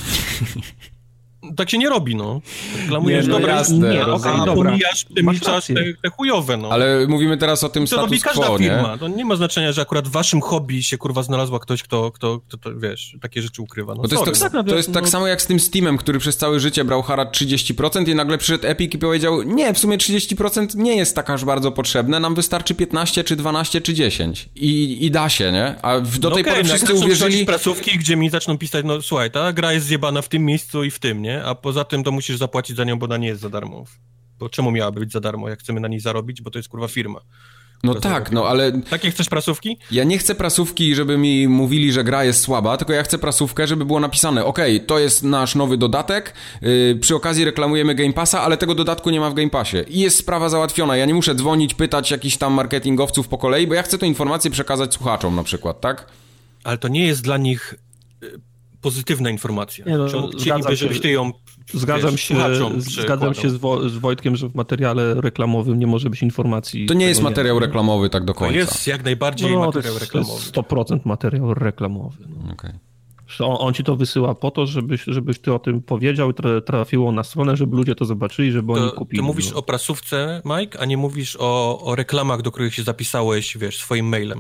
Tak się nie robi, no. Reklamujesz
nie, no
dobre,
jasne,
nie,
rozumiem.
a pomijasz, pomijasz te, te chujowe, no.
Ale mówimy teraz o tym
to
status
robi każda
quo,
firma.
nie?
To nie ma znaczenia, że akurat w waszym hobby się kurwa znalazła ktoś, kto, kto, kto, kto wiesz, takie rzeczy ukrywa. No,
Bo to jest, tak, to jest tak no... samo jak z tym Steamem, który przez całe życie brał harat trzydzieści procent i nagle przyszedł Epic i powiedział, nie, w sumie trzydzieści procent nie jest tak aż bardzo potrzebne, nam wystarczy piętnaście, czy dwanaście, czy dziesięć. I, i da się, nie? A do
no
tej
okay,
pory wszyscy
jak
uwierzyli...
prasówki, gdzie mi zaczną pisać, no słuchaj, ta gra jest zjebana w tym miejscu i w tym, nie? A poza tym to musisz zapłacić za nią, bo ona nie jest za darmo. Bo czemu miałaby być za darmo, jak chcemy na niej zarobić, bo to jest kurwa firma.
No tak, no ale...
Takie chcesz prasówki?
Ja nie chcę prasówki, żeby mi mówili, że gra jest słaba, tylko ja chcę prasówkę, żeby było napisane, okej, okay, to jest nasz nowy dodatek, yy, przy okazji reklamujemy Game Passa, ale tego dodatku nie ma w Game Passie. I jest sprawa załatwiona. Ja nie muszę dzwonić, pytać jakichś tam marketingowców po kolei, bo ja chcę tę informację przekazać słuchaczom na przykład, tak?
Ale to nie jest dla nich pozytywna informacja. Nie, no, chcieliby, żebyś ty ją
Zgadzam
wiesz,
się, zgadzam się z, Wo- z Wojtkiem, że w materiale reklamowym nie może być informacji.
To nie jest materiał
nie,
reklamowy tak do końca.
To jest jak najbardziej
no,
materiał
to jest,
reklamowy.
To jest sto procent materiał reklamowy. No.
Okay.
On, on ci to wysyła po to, żebyś, żebyś ty o tym powiedział i trafiło na stronę, żeby ludzie to zobaczyli, żeby
to,
oni kupili.
Ty mówisz
no.
o prasówce, Mike, a nie mówisz o, o reklamach, do których się zapisałeś, wiesz, swoim mailem.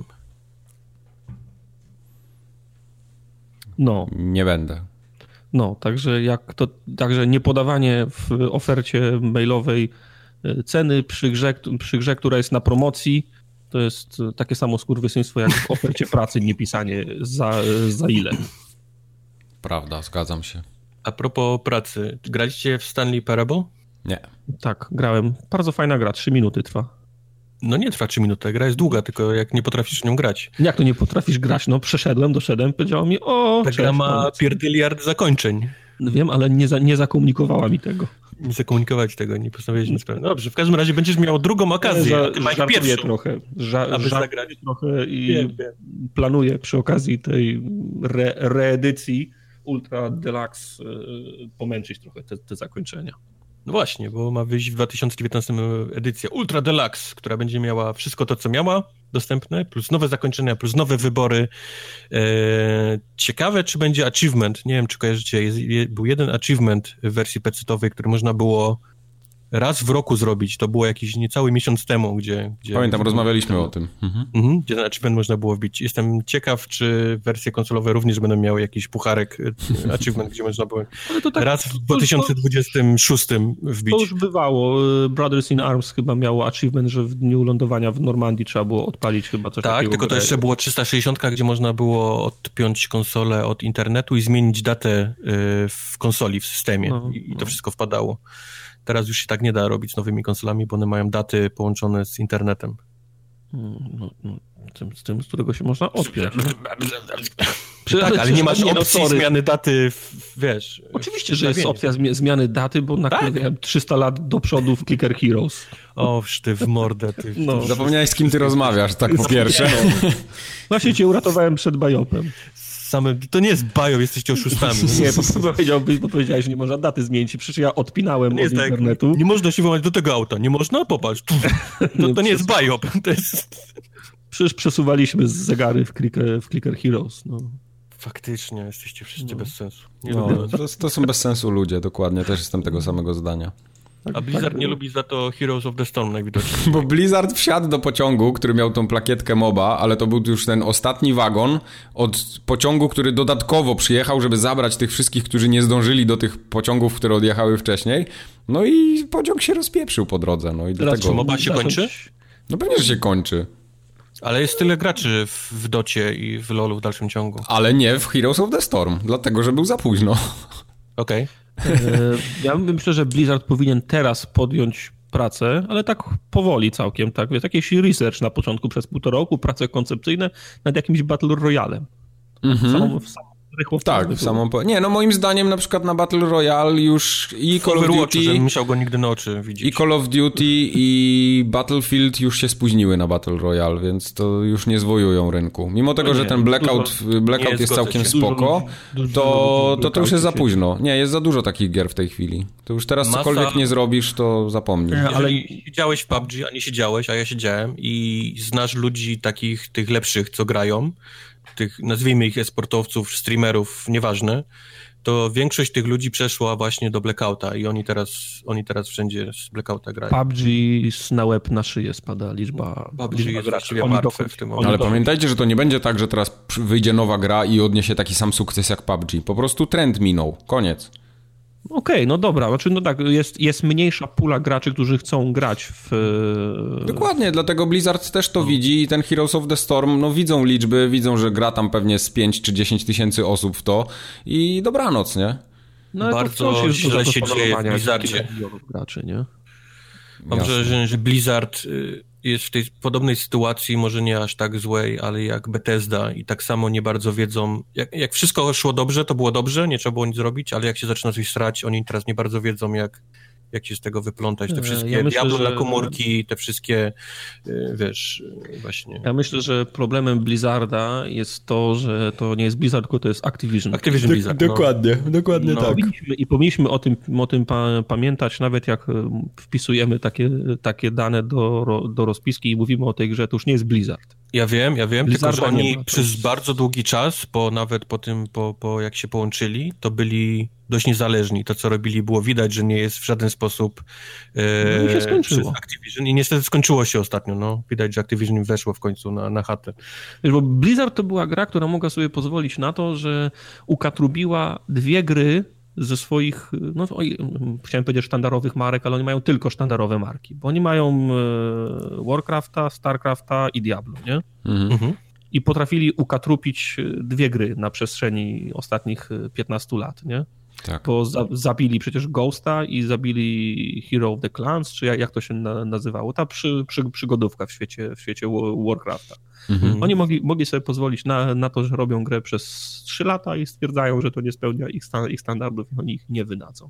No.
Nie będę.
No, także jak to, także niepodawanie w ofercie mailowej ceny przy grze, przy grze, która jest na promocji, to jest takie samo skurwysyństwo jak w ofercie pracy niepisanie za, za ile.
Prawda, zgadzam się.
A propos pracy, graliście w Stanley Parable?
Nie.
Tak, grałem. Bardzo fajna gra, trzy minuty trwa.
No nie trwa trzy minuty, gra jest długa, tylko jak nie potrafisz w nią grać.
Jak to nie potrafisz grać? No przeszedłem, doszedłem, powiedział mi, o,
ta
cześć,
gra ma
no.
pierdyliard zakończeń.
Wiem, ale nie, za, nie zakomunikowała mi tego.
Nie zakomunikować tego, nie postanowiłeś nic pewnego. Dobrze, w każdym razie będziesz miał drugą okazję, a ty masz pierwszą.
trochę, ża-
aby
ża-
zagrać.
trochę i
wiem, wiem.
planuję przy okazji tej re- reedycji Ultra Deluxe yy, pomęczyć trochę te, te zakończenia.
No właśnie, bo ma wyjść w dwa tysiące dziewiętnastym edycja Ultra Deluxe, która będzie miała wszystko to, co miała dostępne, plus nowe zakończenia, plus nowe wybory. Eee, ciekawe, czy będzie achievement. Nie wiem, czy kojarzycie, jest, je, był jeden achievement w wersji pecetowej, który można było raz w roku zrobić. To było jakiś niecały miesiąc temu, gdzie... gdzie
Pamiętam, rozmawialiśmy
temu,
o tym. Mhm.
Mhm, gdzie ten achievement można było wbić. Jestem ciekaw, czy wersje konsolowe również będą miały jakiś pucharek achievement, gdzie można było tak, raz w dwa tysiące dwudziestym szóstym wbić.
To już bywało. Brothers in Arms chyba miało achievement, że w dniu lądowania w Normandii trzeba było odpalić chyba coś
tak,
takiego.
Tak, tylko to jeszcze było trzysta sześćdziesiąt, gdzie można było odpiąć konsolę od internetu i zmienić datę w konsoli, w systemie. No, I to no. wszystko wpadało. Teraz już się tak nie da robić z nowymi konsolami, bo one mają daty połączone z internetem.
No, no, tym, z tym, z którego się można odpiąć.
No. Tak, ale nie masz
nie
opcji
no,
zmiany daty w, wiesz...
Oczywiście, że jest opcja zmi- zmiany daty, bo nakładałem tak? trzysta lat do przodu w Clicker Heroes.
O, ty w mordę. Ty,
no. Zapomniałeś, z kim ty rozmawiasz, tak po pierwsze.
Właśnie cię uratowałem przed bajopem.
Same, to nie jest bajop, jesteście oszustami.
Nie, bo, powiedziałbyś, bo powiedziałeś, że nie można daty zmienić. Przecież ja odpinałem od internetu.
Tak, nie można się włamać do tego auta. Nie można? Popatrz. To, to nie jest bajop. To jest...
Przecież przesuwaliśmy zegary w Clicker, w Clicker Heroes. No.
Faktycznie, jesteście wszyscy no. bez sensu.
Nie no, to, to są bez sensu ludzie, dokładnie. Też jestem tego samego zdania.
A Blizzard tak, nie no. lubi za to Heroes of the Storm najwidoczniej.
Bo Blizzard wsiadł do pociągu, który miał tą plakietkę moba, ale to był już ten ostatni wagon od pociągu, który dodatkowo przyjechał, żeby zabrać tych wszystkich, którzy nie zdążyli do tych pociągów, które odjechały wcześniej. No i pociąg się rozpieprzył po drodze. No i do tego...
Czy moba się kończy?
No pewnie, że się kończy.
Ale jest tyle graczy w, w Docie i w LoLu w dalszym ciągu.
Ale nie w Heroes of the Storm, dlatego, że był za późno.
Okej. Okay.
Ja myślę, że Blizzard powinien teraz podjąć pracę, ale tak powoli całkiem, tak, wiesz, jakiś research na początku przez półtora roku, prace koncepcyjne nad jakimś Battle Royale.
Mhm.
Samą, samą rychło
tak, w samą... Po... Nie, no moim zdaniem na przykład na Battle Royale już i Call of Duty...
że musiał go nigdy na oczy widzieć.
I Call of Duty i Battlefield już się spóźniły na Battle Royale, więc to już nie zwojują rynku. Mimo tego, no nie, że ten Blackout, dużo, Blackout jest, jest całkiem się. spoko, dużo ludzi, to, to to już jest za późno. Nie, jest za dużo takich gier w tej chwili. To już teraz Masa... cokolwiek nie zrobisz, to zapomnij.
Nie, ale siedziałeś w P U B G, a nie siedziałeś, a ja siedziałem i znasz ludzi takich, tych lepszych, co grają, tych, nazwijmy ich e-sportowców, streamerów, nieważne, to większość tych ludzi przeszła właśnie do Blackouta i oni teraz, oni teraz wszędzie z Blackouta grają.
P U B G na łeb na szyję spada liczba,
P U B G jest właściwie martwe w tym momencie.
Ale pamiętajcie, że to nie będzie tak, że teraz wyjdzie nowa gra i odniesie taki sam sukces jak P U B G. Po prostu trend minął. Koniec.
Okej, okay, no dobra, znaczy no tak, jest, jest mniejsza pula graczy, którzy chcą grać w...
Dokładnie, dlatego Blizzard też to no. widzi i ten Heroes of the Storm, no widzą liczby, widzą, że gra tam pewnie z pięć czy dziesięć tysięcy osób w to i dobranoc, nie?
No bardzo źle się dzieje w Blizzardzie.
Graczy, nie?
Mam wrażenie, że Blizzard jest w tej podobnej sytuacji, może nie aż tak złej, ale jak Bethesda i tak samo nie bardzo wiedzą, jak, jak wszystko szło dobrze, to było dobrze, nie trzeba było nic zrobić, ale jak się zaczyna coś srać, oni teraz nie bardzo wiedzą, jak, jak się z tego wyplątać. Te wszystkie ja myślę, Diablo że... na komórki, te wszystkie, wiesz, właśnie...
Ja myślę, że problemem Blizzarda jest to, że to nie jest Blizzard, tylko to jest Activision.
Activision Blizzard,
no. Dokładnie, dokładnie no. tak.
Powinniśmy, I powinniśmy o tym, o tym pa, pamiętać, nawet jak wpisujemy takie, takie dane do, do rozpiski i mówimy o tej grze, to już nie jest Blizzard.
Ja wiem, ja wiem, Blizzarda tylko że oni przez jest... bardzo długi czas, po nawet po tym, po, po jak się połączyli, to byli dość niezależni. To, co robili, było widać, że nie jest w żaden sposób e,
no i się skończyło.
Activision i niestety skończyło się ostatnio. No. Widać, że Activision weszło w końcu na, na chatę.
Wiesz, bo Blizzard to była gra, która mogła sobie pozwolić na to, że ukatrubiła dwie gry ze swoich, no chciałem powiedzieć sztandarowych marek, ale oni mają tylko sztandarowe marki, bo oni mają Warcrafta, Starcrafta i Diablo, nie? Mhm. I potrafili ukatrupić dwie gry na przestrzeni ostatnich piętnastu lat, nie?
Tak.
Bo za, zabili przecież Ghosta i zabili Hero of the Clans, czy jak, jak to się na, nazywało, ta przy, przy, przygodówka w świecie, w świecie Warcrafta. Mhm. Oni mogli, mogli sobie pozwolić na, na to, że robią grę przez trzy lata i stwierdzają, że to nie spełnia ich, sta, ich standardów i oni ich nie wydadzą.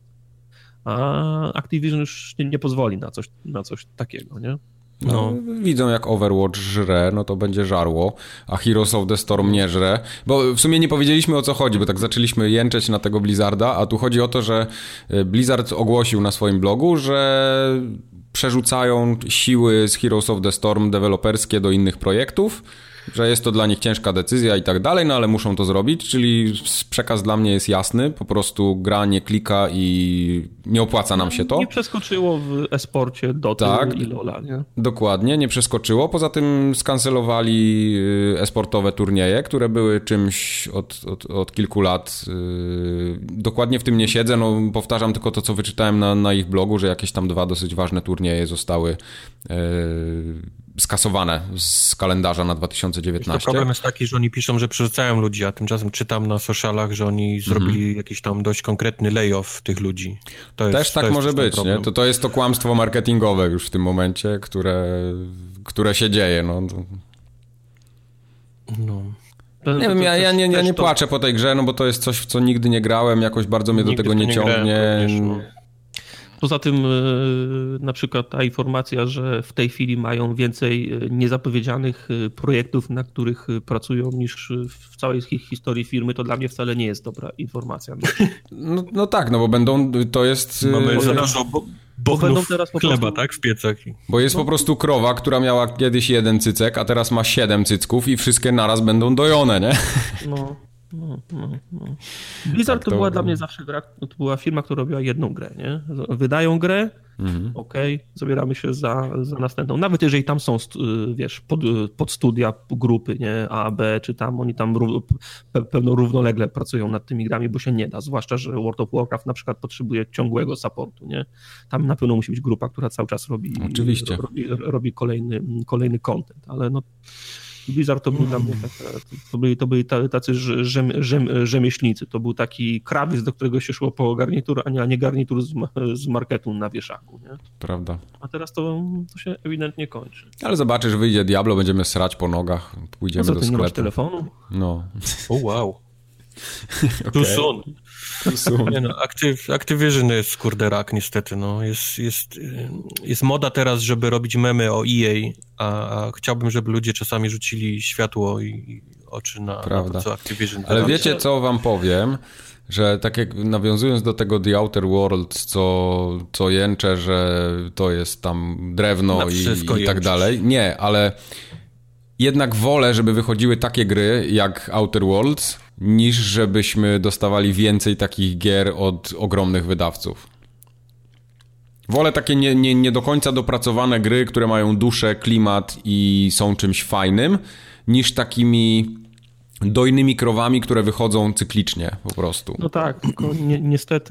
A Activision już nie, nie pozwoli na coś, na coś takiego, nie?
No, no, widzą jak Overwatch żre, no to będzie żarło, a Heroes of the Storm nie żre, bo w sumie nie powiedzieliśmy o co chodzi, bo tak zaczęliśmy jęczeć na tego Blizzarda, a tu chodzi o to, że Blizzard ogłosił na swoim blogu, że przerzucają siły z Heroes of the Storm deweloperskie do innych projektów, że jest to dla nich ciężka decyzja i tak dalej, no ale muszą to zrobić, czyli przekaz dla mnie jest jasny, po prostu gra nie klika i nie opłaca nam się to.
Nie przeskoczyło w e-sporcie Dota tak, i LoL'a, nie?
Dokładnie, nie przeskoczyło, poza tym skancelowali e-sportowe turnieje, które były czymś od, od, od kilku lat, dokładnie w tym nie siedzę, no powtarzam tylko to, co wyczytałem na, na ich blogu, że jakieś tam dwa dosyć ważne turnieje zostały skasowane z kalendarza na dwa tysiące dziewiętnasty.
Problem jest taki, że oni piszą, że przerzucają ludzi, a tymczasem czytam na socialach, że oni zrobili mhm. jakiś tam dość konkretny layoff tych ludzi. To jest,
Też tak
to
może być, nie? To, to jest to kłamstwo marketingowe już w tym momencie, które, które się dzieje. No.
no.
To, nie wiem, ja, ja nie, ja nie płaczę to... po tej grze, no bo to jest coś, w co nigdy nie grałem, jakoś bardzo mnie nigdy do tego nie, nie ciągnie. Grałem,
Poza tym na przykład ta informacja, że w tej chwili mają więcej niezapowiedzianych projektów, na których pracują, niż w całej historii firmy, to dla mnie wcale nie jest dobra informacja.
No, no tak, no bo będą, to jest...
Mamy za dużo bo, bo będą teraz po chleba, prostu... tak, w piecach.
Bo jest no. po prostu krowa, która miała kiedyś jeden cycek, a teraz ma siedem cycków i wszystkie naraz będą dojone, nie?
No. No, no, no. Blizzard tak to, to była dla mnie zawsze gra, to była firma, która robiła jedną grę, nie? Wydają grę, mhm. okej, okay, zabieramy się za, za następną. Nawet jeżeli tam są, wiesz, pod, pod studia grupy, nie? A, B, czy tam oni tam ró- pe- pewno równolegle pracują nad tymi grami, bo się nie da, zwłaszcza, że World of Warcraft na przykład potrzebuje ciągłego supportu, nie? Tam na pewno musi być grupa, która cały czas robi,
Oczywiście.
robi, robi kolejny, kolejny content, ale no Blizzard to był dla mnie tak, to byli, to byli tacy rzem, rzem, rzemieślnicy, to był taki krawiec, do którego się szło po garnitur, a nie, a nie garnitur z, z marketu na wieszaku, nie?
Prawda.
A teraz to, to się ewidentnie kończy.
Ale zobaczysz, wyjdzie Diablo, będziemy srać po nogach, pójdziemy
no co,
do
ty
sklepu.
Nie masz telefonu?
No.
O oh, wow.
Okay.
Too soon. Too soon. Nie no, Activ- Activision jest kurde rak niestety, no. Jest, jest, jest moda teraz, żeby robić memy o E A, a, a chciałbym, żeby ludzie czasami rzucili światło i, i oczy na, na to, co Activision.
Ale wiecie, co wam powiem? Że tak jak nawiązując do tego The Outer Worlds, co, co jęczę, że to jest tam drewno i, i tak dalej. Nie, ale jednak wolę, żeby wychodziły takie gry jak Outer Worlds, niż żebyśmy dostawali więcej takich gier od ogromnych wydawców. Wolę takie nie, nie, nie do końca dopracowane gry, które mają duszę, klimat i są czymś fajnym, niż takimi dojnymi krowami, które wychodzą cyklicznie po prostu.
No tak, tylko ni- niestety...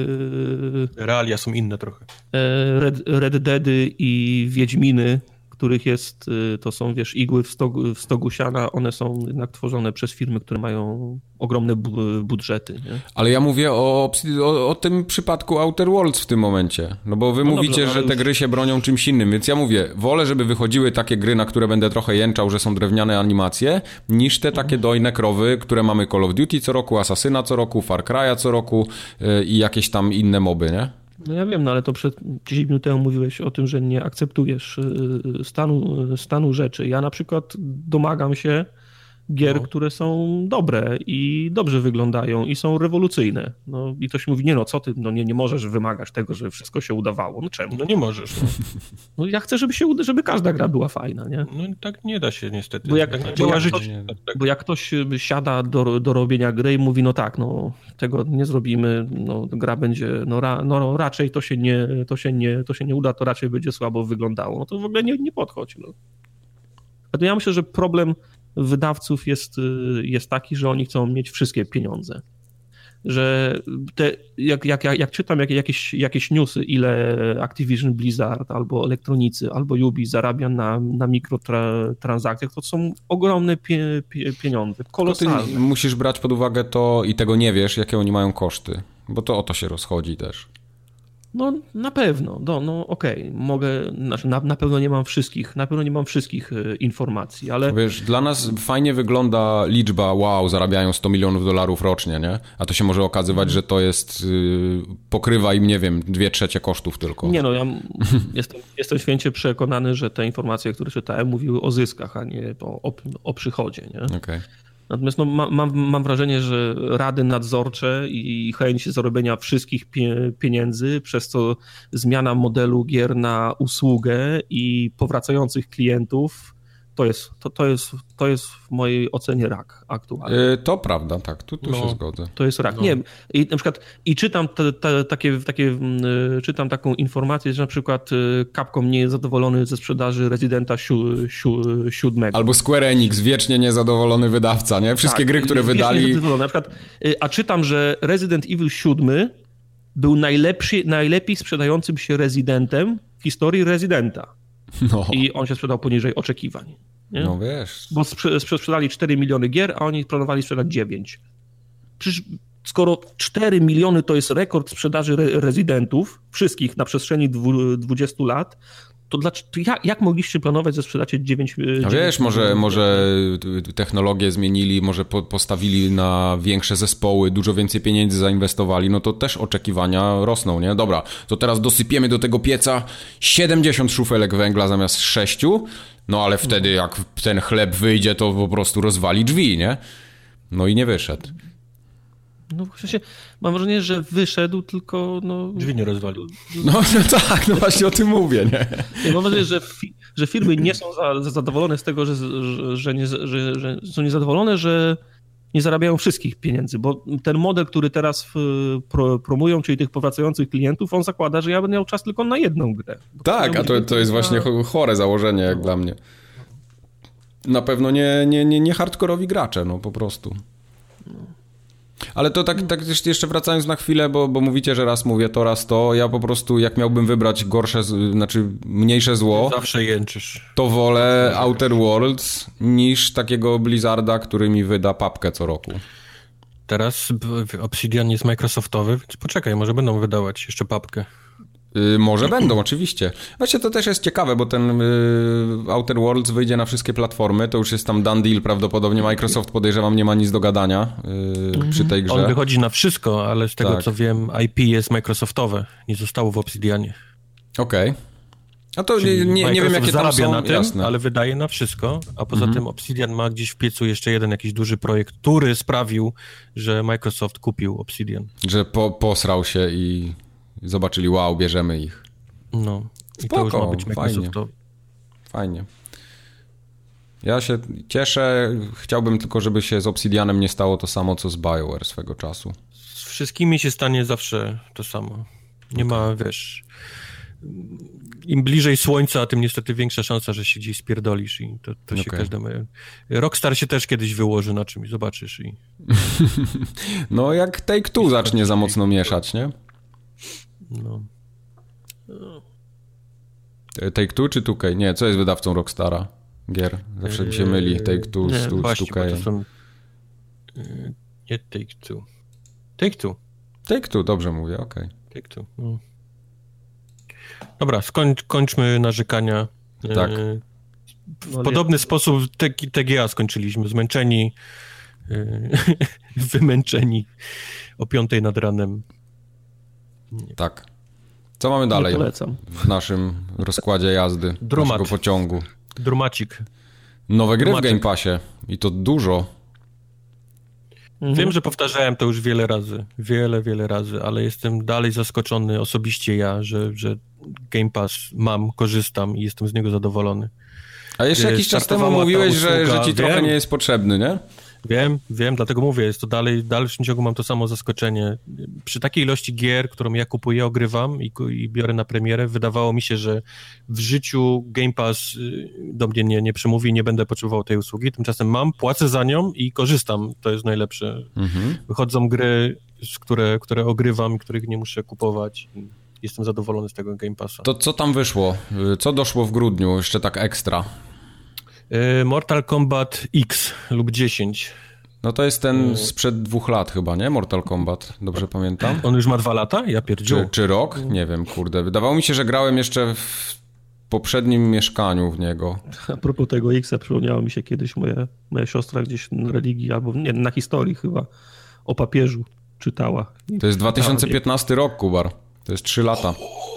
Yy, realia są inne trochę.
Red, Red Deady i Wiedźminy, których jest, to są, wiesz, igły w stogu, w stogu siana, one są jednak tworzone przez firmy, które mają ogromne bu- budżety. Nie?
Ale ja mówię o, o, o tym przypadku Outer Worlds w tym momencie. No bo wy no mówicie, dobrze, że te już... gry się bronią czymś innym, więc ja mówię, wolę, żeby wychodziły takie gry, na które będę trochę jęczał, że są drewniane animacje, niż te takie dojne krowy, które mamy Call of Duty co roku, Assassina co roku, Far Cry'a co roku yy, i jakieś tam inne moby, nie?
No ja wiem, no ale to przed dziesięć minut temu mówiłeś o tym, że nie akceptujesz stanu, stanu rzeczy. Ja na przykład domagam się gier, no. które są dobre i dobrze wyglądają i są rewolucyjne. No i ktoś mówi, nie no, co ty, no nie, nie możesz wymagać tego, żeby wszystko się udawało. No czemu?
No nie możesz. No,
no ja chcę, żeby się uda, żeby każda gra była fajna, nie?
No tak nie da się niestety.
Bo jak,
tak
bo jak, ktoś, bo jak ktoś siada do, do robienia gry i mówi, no tak, no tego nie zrobimy, no gra będzie, no, ra, no raczej to się, nie, to, się nie, to się nie uda, to raczej będzie słabo wyglądało. No to w ogóle nie, nie podchodź. No. A ja myślę, że problem wydawców jest, jest taki, że oni chcą mieć wszystkie pieniądze. Że te, jak, jak, jak czytam jak, jakieś, jakieś newsy, ile Activision Blizzard albo Elektronicy, albo Ubi zarabia na, na mikrotransakcjach, to są ogromne pie, pie, pieniądze, kolosalne.
Ty musisz brać pod uwagę to i tego nie wiesz, jakie oni mają koszty, bo to o to się rozchodzi też.
No na pewno, no, no okej, okay. mogę, znaczy na, na pewno nie mam wszystkich, na pewno nie mam wszystkich y, informacji, ale...
Wiesz, dla nas fajnie wygląda liczba, wow, zarabiają sto milionów dolarów rocznie, nie? A to się może okazywać, mm. że to jest, y, pokrywa im, nie wiem, dwie trzecie kosztów tylko.
Nie no, ja jestem, jestem święcie przekonany, że te informacje, które czytałem, mówiły o zyskach, a nie o, o, o przychodzie, nie?
Okej. Okay.
Natomiast no, mam, mam wrażenie, że rady nadzorcze i chęć zarobienia wszystkich pie, pieniędzy, przez co zmiana modelu gier na usługę i powracających klientów, to jest, to, to jest, to jest w mojej ocenie rak aktualnie.
Yy, to prawda, tak, tu, tu
no,
się zgodzę.
To jest rak. No. Nie, i na przykład i czytam te, te, takie, takie, czytam taką informację, że na przykład Capcom nie jest zadowolony ze sprzedaży Residenta siu, siu, siódmego.
Albo Square Enix, wiecznie niezadowolony wydawca, nie? Wszystkie tak, gry, które wydali...
Na przykład, a czytam, że Resident Evil siedem był najlepszy, najlepiej sprzedającym się Residentem w historii Residenta. No. I on się sprzedał poniżej oczekiwań. Nie?
No wiesz.
Bo sprze- sprzedali cztery miliony gier, a oni planowali sprzedać dziewięć. Przecież skoro cztery miliony to jest rekord sprzedaży re- rezydentów, wszystkich na przestrzeni dwudziestu lat, to, dlaczego, to jak, jak mogliście planować, że sprzedacie dziewięć...
No wiesz, może, może technologię zmienili, może po, postawili na większe zespoły, dużo więcej pieniędzy zainwestowali, no to też oczekiwania rosną, nie? Dobra, to teraz dosypiemy do tego pieca siedemdziesiąt szufelek węgla zamiast sześciu, no ale wtedy jak ten chleb wyjdzie, to po prostu rozwali drzwi, nie? No i nie wyszedł.
No w sensie, mam wrażenie, że wyszedł, tylko no...
Drzwi nie rozwalił.
No, no tak, no właśnie o tym mówię, nie?
Ja mam wrażenie, że, fi, że firmy nie są za, za zadowolone z tego, że, że, że, nie, że, że są niezadowolone, że nie zarabiają wszystkich pieniędzy, bo ten model, który teraz pro, promują, czyli tych powracających klientów, on zakłada, że ja będę miał czas tylko na jedną grę.
Tak, a to, to jest właśnie chore założenie jak no. dla mnie. Na pewno nie, nie, nie, nie hardkorowi gracze, no po prostu. Ale to tak, tak jeszcze wracając na chwilę, bo, bo mówicie, że raz mówię to, raz to. Ja po prostu, jak miałbym wybrać gorsze, znaczy mniejsze zło...
Zawsze jęczysz.
To wolę Outer Worlds niż takiego Blizzarda, który mi wyda papkę co roku.
Teraz Obsidian jest Microsoftowy, więc poczekaj, może będą wydawać jeszcze papkę.
Yy, może będą, oczywiście. Właśnie to też jest ciekawe, bo ten yy, Outer Worlds wyjdzie na wszystkie platformy, to już jest tam done deal, prawdopodobnie Microsoft, podejrzewam, nie ma nic do gadania yy, mm-hmm. przy tej grze.
On wychodzi na wszystko, ale z tego
tak.
co wiem, I P jest Microsoftowe, nie zostało w Obsidianie.
Okej. Okay. A to nie, nie, nie wiem, jakie tam są,
na tym,
jasne.
ale wydaje na wszystko, a poza mm-hmm. tym Obsidian ma gdzieś w piecu jeszcze jeden jakiś duży projekt, który sprawił, że Microsoft kupił Obsidian.
Że po, posrał się i... Zobaczyli, wow, bierzemy ich.
No. I
Spoko,
to już ma być Microsoft.
Fajnie. Fajnie. Ja się cieszę, chciałbym tylko, żeby się z Obsidianem nie stało to samo, co z BioWare swego czasu.
Z wszystkimi się stanie zawsze to samo. Nie okay. ma, wiesz... Im bliżej słońca, tym niestety większa szansa, że się gdzieś spierdolisz i to, to się okay. każdemu... Rockstar się też kiedyś wyłoży na czymś, zobaczysz i...
No jak Take-Two zacznie za mocno mieszać, nie?
No.
Take-Two czy two K? Nie, co jest wydawcą Rockstara? Gier. Zawsze mi się myli Take-Two z two K.
To są... Nie Take-Two. Take-Two.
Take-Two, dobrze mówię, okej. Okay.
Take-Two. No. Dobra, skończ, kończmy narzekania.
Tak.
W no, podobny nie. sposób T G A skończyliśmy. Zmęczeni, wymęczeni o piątej nad ranem.
Nie. Tak. Co mamy dalej w naszym rozkładzie jazdy
Drumat.
naszego pociągu?
Drumacik.
Nowe gry
Drumaczek.
w Game Passie i to dużo.
Mhm. Wiem, że powtarzałem to już wiele razy, wiele, wiele razy, ale jestem dalej zaskoczony osobiście ja, że, że Game Pass mam, korzystam i jestem z niego zadowolony.
A jeszcze jakiś czas temu mówiłeś, że, że ci trochę wiem. nie jest potrzebny, nie?
Wiem, wiem, dlatego mówię, jest to dalej, w dalszym ciągu mam to samo zaskoczenie. Przy takiej ilości gier, którą ja kupuję, ogrywam i, i biorę na premierę, wydawało mi się, że w życiu Game Pass do mnie nie, nie przemówi, nie będę potrzebował tej usługi. Tymczasem mam, płacę za nią i korzystam. To jest najlepsze. Mhm. Wychodzą gry, które, które ogrywam i których nie muszę kupować. Jestem zadowolony z tego Game Passa.
To co tam wyszło? Co doszło w grudniu? Jeszcze tak ekstra.
Mortal Kombat X lub dziesięć.
No to jest ten sprzed dwóch lat chyba, nie? Mortal Kombat, dobrze pamiętam?
On już ma dwa lata? Ja pierdziu.
Czy, czy rok? Nie wiem, kurde. Wydawało mi się, że grałem jeszcze w poprzednim mieszkaniu w niego.
A propos tego X-a, przypomniała mi się kiedyś moja, moja siostra gdzieś na religii, albo nie, na historii chyba, o papieżu czytała.
To jest dwa tysiące piętnasty rok, Kubar. To jest trzy lata.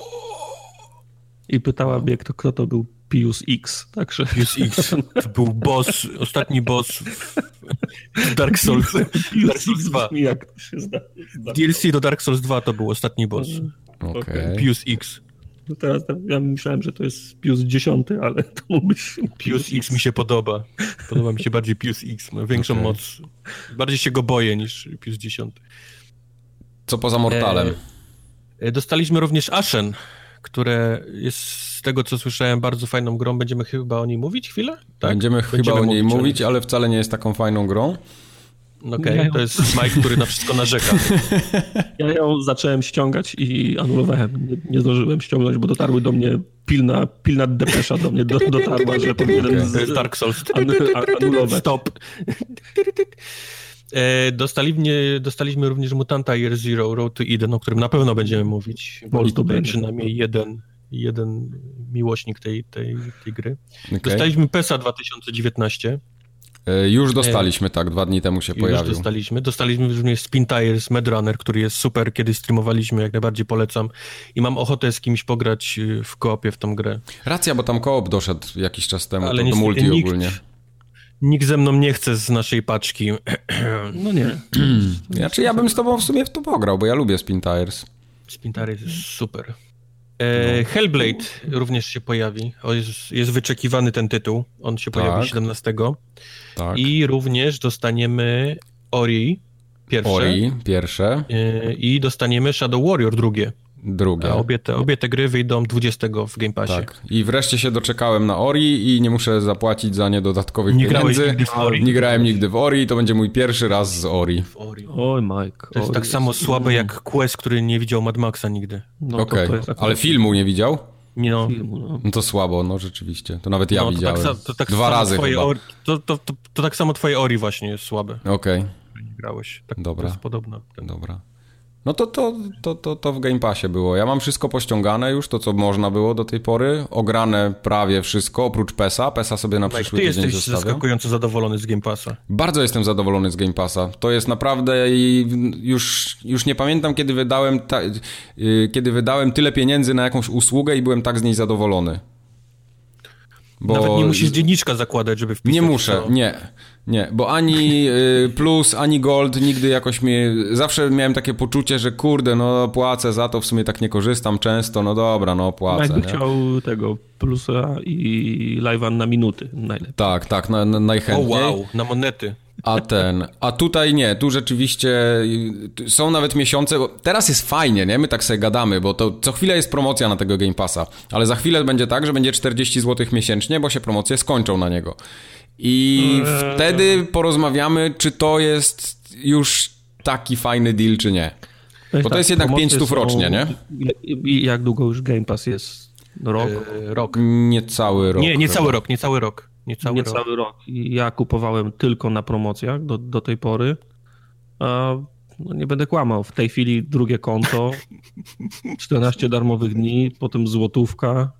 I pytała mnie, kto, kto to był Pius X, także...
Pius X, to był boss, ostatni boss w Dark Souls, Dark Souls dwa.
Jak to się zda, zda.
D L C do Dark Souls dwa to był ostatni boss.
Okay.
Pius X.
No teraz ja myślałem, że to jest Pius dziesiąty, ale to mógł być
Pius, Pius X mi się podoba. Podoba mi się bardziej Pius X, ma większą okay. moc. Bardziej się go boję niż Pius dziesiąty.
Co poza Mortalem?
E, dostaliśmy również Ashen, które jest z tego, co słyszałem, bardzo fajną grą. Będziemy chyba o niej mówić chwilę? Tak?
Będziemy, Będziemy chyba o niej mówić, mówić, ale wcale nie jest taką fajną grą.
Okej, okay, to jest Mike, który na wszystko narzeka.
Ja ją zacząłem ściągać i anulowałem. Nie, nie zdążyłem ściągnąć, bo dotarły do mnie pilna, pilna depesza do mnie do, dotarła, że powinienem z,
to jest Dark Souls.
anulować.
Stop. E, dostaliśmy, dostaliśmy również Mutanta Year Zero, Road to Eden, o którym na pewno będziemy mówić, bo to będzie przynajmniej jeden, jeden miłośnik tej, tej, tej gry.
Okay.
Dostaliśmy PESA dwa tysiące dziewiętnaście.
Już dostaliśmy, tak, dwa dni temu się
Już
pojawił.
Już dostaliśmy. Dostaliśmy również Spin Tires Mad Runner, który jest super, kiedy streamowaliśmy, jak najbardziej polecam. I mam ochotę z kimś pograć w koopie w tą grę.
Racja, bo tam koop doszedł jakiś czas temu,
ale
to, to multi
nikt,
ogólnie.
Nikt ze mną nie chce z naszej paczki.
No nie.
Znaczy ja bym z tobą w sumie w to pograł, bo ja lubię Spin Tires.
Spin Tires jest super. E, Hellblade również się pojawi. O, jest, jest wyczekiwany ten tytuł. On się
tak.
pojawi siedemnastego.
Tak.
I również dostaniemy Ori pierwsze.
Ori pierwsze.
E, I dostaniemy Shadow Warrior drugie.
Drugie.
A obie te, obie te gry wyjdą dwudziestego w Game Passie.
Tak. I wreszcie się doczekałem na Ori i nie muszę zapłacić za nie dodatkowych
nie
pieniędzy.
Grałeś nigdy w Ori?
Nie grałem nigdy w Ori i to będzie mój pierwszy raz z Ori.
Ori.
Oj, Mike.
To jest
Oj,
tak samo
jest...
słabe jak Quest, który nie widział Mad Maxa nigdy.
No,
Okej, okay. Ale filmu nie widział?
Nie no.
Filmu, no.
No to słabo, no rzeczywiście. To nawet ja
no, to
widziałem.
Tak, to tak
Dwa razy chyba.
Ori, to, to, to, to tak samo twoje Ori właśnie jest słabe.
Okej. Okay.
Nie grałeś. Tak,
dobra.
To jest podobne.
Dobra. No to, to, to, to, to w Game Passie było. Ja mam wszystko pościągane już, to co można było do tej pory. Ograne prawie wszystko, oprócz PESA. PESA sobie na przyszły
Ty
tydzień
jesteś
zostawiam.
zaskakująco zadowolony z Game Passa.
Bardzo jestem zadowolony z Game Passa. To jest naprawdę... Już, już nie pamiętam, kiedy wydałem, ta, kiedy wydałem tyle pieniędzy na jakąś usługę i byłem tak z niej zadowolony.
Bo nawet nie musisz dzienniczka zakładać, żeby wpisać.
Nie muszę, to... nie, nie, bo ani Plus, ani Gold nigdy jakoś mnie, zawsze miałem takie poczucie, że kurde, no płacę za to, w sumie tak nie korzystam często, no dobra, no płacę.
Jakby
nie?
chciał tego Plusa i live'a na minuty najlepiej.
Tak, tak, na, na, najchętniej.
O wow, na monety.
A ten, a tutaj nie, tu rzeczywiście są nawet miesiące, bo teraz jest fajnie, nie? My tak sobie gadamy, bo to co chwilę jest promocja na tego Game Passa, ale za chwilę będzie tak, że będzie czterdzieści złotych miesięcznie, bo się promocje skończą na niego. I eee. wtedy porozmawiamy, czy to jest już taki fajny deal, czy nie. Bo to
tak,
jest jednak pięć stów rocznie, nie?
I jak długo już Game Pass jest? Rok?
Eee, rok.
Nie cały rok.
Nie, nie
chyba.
cały rok, nie cały rok. Nie cały,
nie
rok.
cały rok. I ja kupowałem tylko na promocjach do, do tej pory. A, no nie będę kłamał. W tej chwili drugie konto, czternaście darmowych dni, potem złotówka.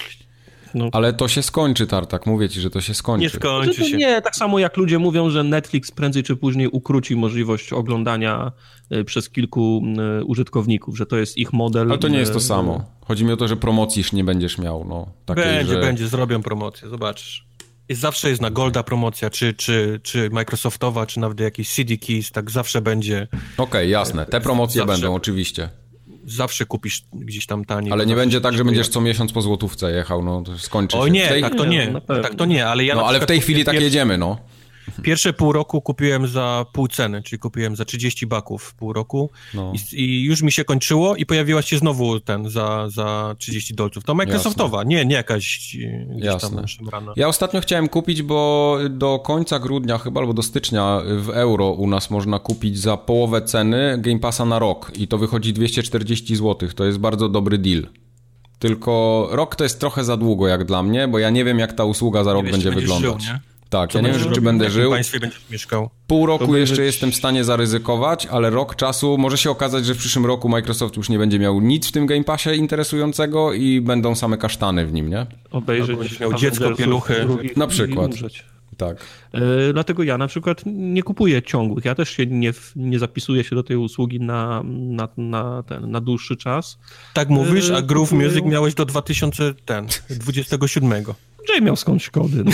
No. Ale to się skończy, Tartak. Mówię ci, że to się skończy.
Nie skończy się.
Nie, tak samo jak ludzie mówią, że Netflix prędzej czy później ukróci możliwość oglądania przez kilku użytkowników, że to jest ich model.
Ale to nie jest to samo. Chodzi mi o to, że promocji już nie będziesz miał. No, takiej,
będzie,
że...
będzie, zrobią promocję, zobaczysz. Jest, zawsze jest na Golda promocja, czy, czy, czy Microsoftowa, czy nawet jakiś C D Keys, tak zawsze będzie.
Okej, okay, jasne. Te promocje zawsze będą, oczywiście.
Zawsze kupisz gdzieś tam taniej.
Ale nie będzie tak, że będziesz co miesiąc po złotówce jechał, no to skończy się.
O nie,
tej...
tak to nie, tak to nie, ale ja
No ale w tej chwili tak jedziemy, no.
Pierwsze pół roku kupiłem za pół ceny, czyli kupiłem za trzydzieści baków w pół roku no. I, i już mi się kończyło i pojawiła się znowu ten za, za trzydzieści dolców. To Microsoftowa, nie, nie jakaś gdzieś tam szemrana.
Ja ostatnio chciałem kupić, bo do końca grudnia chyba, albo do stycznia w euro u nas można kupić za połowę ceny Game Passa na rok i to wychodzi dwieście czterdzieści złotych. To jest bardzo dobry deal. Tylko rok to jest trochę za długo jak dla mnie, bo ja nie wiem jak ta usługa za rok
wiesz,
będzie wyglądać.
Żył, nie?
Tak,
Co
ja nie wiem, czy będę żył.
W państwie będziesz mieszkał.
Pół roku to jeszcze będzie... jestem w stanie zaryzykować, ale rok czasu może się okazać, że w przyszłym roku Microsoft już nie będzie miał nic w tym Game Passie interesującego i będą same kasztany w nim, nie?
Obejrzeć,
będziesz miał dziecko, pieluchy.
Na przykład. Tak.
Yy, dlatego ja na przykład nie kupuję ciągłych. Ja też się nie, nie zapisuję się do tej usługi na, na, na, ten, na dłuższy czas.
Tak mówisz, a Groove kupuję... Music miałeś do dwa tysiące dwudziestego siódmego.
Jay miał skąd szkody. No.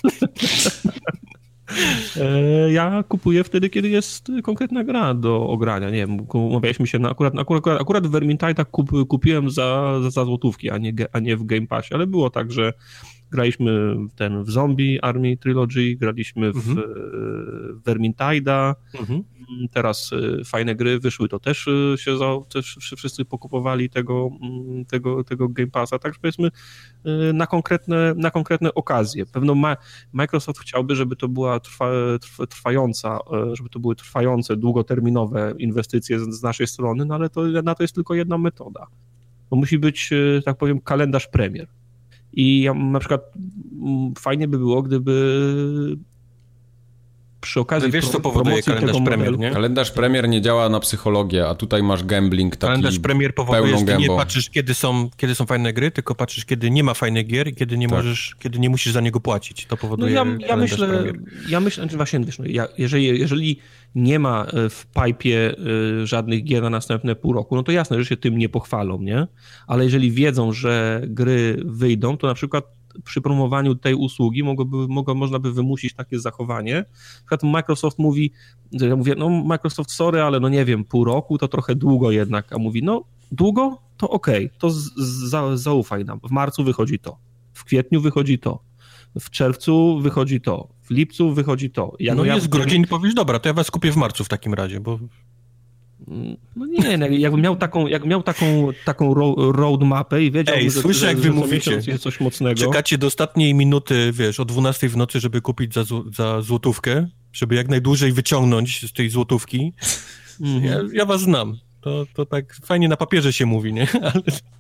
Ja kupuję wtedy, kiedy jest konkretna gra do ogrania. Nie wiem, umawialiśmy się na akurat, akurat, akurat w Vermintide'ach kup, kupiłem za, za, za złotówki, a nie, a nie w Game Passie, ale było tak, że graliśmy ten w Zombie Army Trilogy, graliśmy w mhm. Vermintide'a, mhm. teraz fajne gry wyszły, to też się za, też wszyscy pokupowali tego, tego, tego Game Passa, tak powiedzmy na konkretne, na konkretne okazje. Pewno ma, Microsoft chciałby, żeby to była trwa, trwająca, żeby to były trwające, długoterminowe inwestycje z, z naszej strony, no ale to, na to jest tylko jedna metoda. To musi być, tak powiem, kalendarz premier. I ja, na przykład fajnie by było, gdyby przy okazji
wiesz,
pro,
co powoduje kalendarz premier, nie?
Kalendarz premier nie działa na psychologię, a tutaj masz gambling taki
kalendarz premier powoduje, że ty nie
gębą.
patrzysz, kiedy są, kiedy są fajne gry, tylko patrzysz, kiedy nie ma fajnych gier i kiedy nie tak. możesz, kiedy nie musisz za niego płacić. To powoduje
no ja, ja myślę,
premier.
ja myślę, że właśnie, wiesz, no, ja, jeżeli, jeżeli nie ma w pipe'ie y, żadnych gier na następne pół roku, no to jasne, że się tym nie pochwalą, nie? Ale jeżeli wiedzą, że gry wyjdą, to na przykład przy promowaniu tej usługi mogłoby, mogło, można by wymusić takie zachowanie. Na przykład Microsoft mówi, ja mówię, no Microsoft sorry, ale no nie wiem, pół roku to trochę długo jednak, a mówi, no długo? To okej, okay, to z, za, zaufaj nam. W marcu wychodzi to, w kwietniu wychodzi to, w czerwcu wychodzi to, w lipcu wychodzi to. Ja,
no, no
ja
jest grudzień, powiesz, dobra, to ja was kupię w marcu w takim razie, bo...
No nie, jakbym miał taką, jak miał taką, taką roadmapę i wiedział,
Ej,
że,
słyszę,
że,
jak
że
wy mówicie.
Jest coś mocnego.
Czekacie do ostatniej minuty, wiesz, o dwunastej w nocy, żeby kupić za, za złotówkę, żeby jak najdłużej wyciągnąć z tej złotówki. Mm-hmm. Ja, ja was znam. To, to tak fajnie na papierze się mówi, nie? Ale...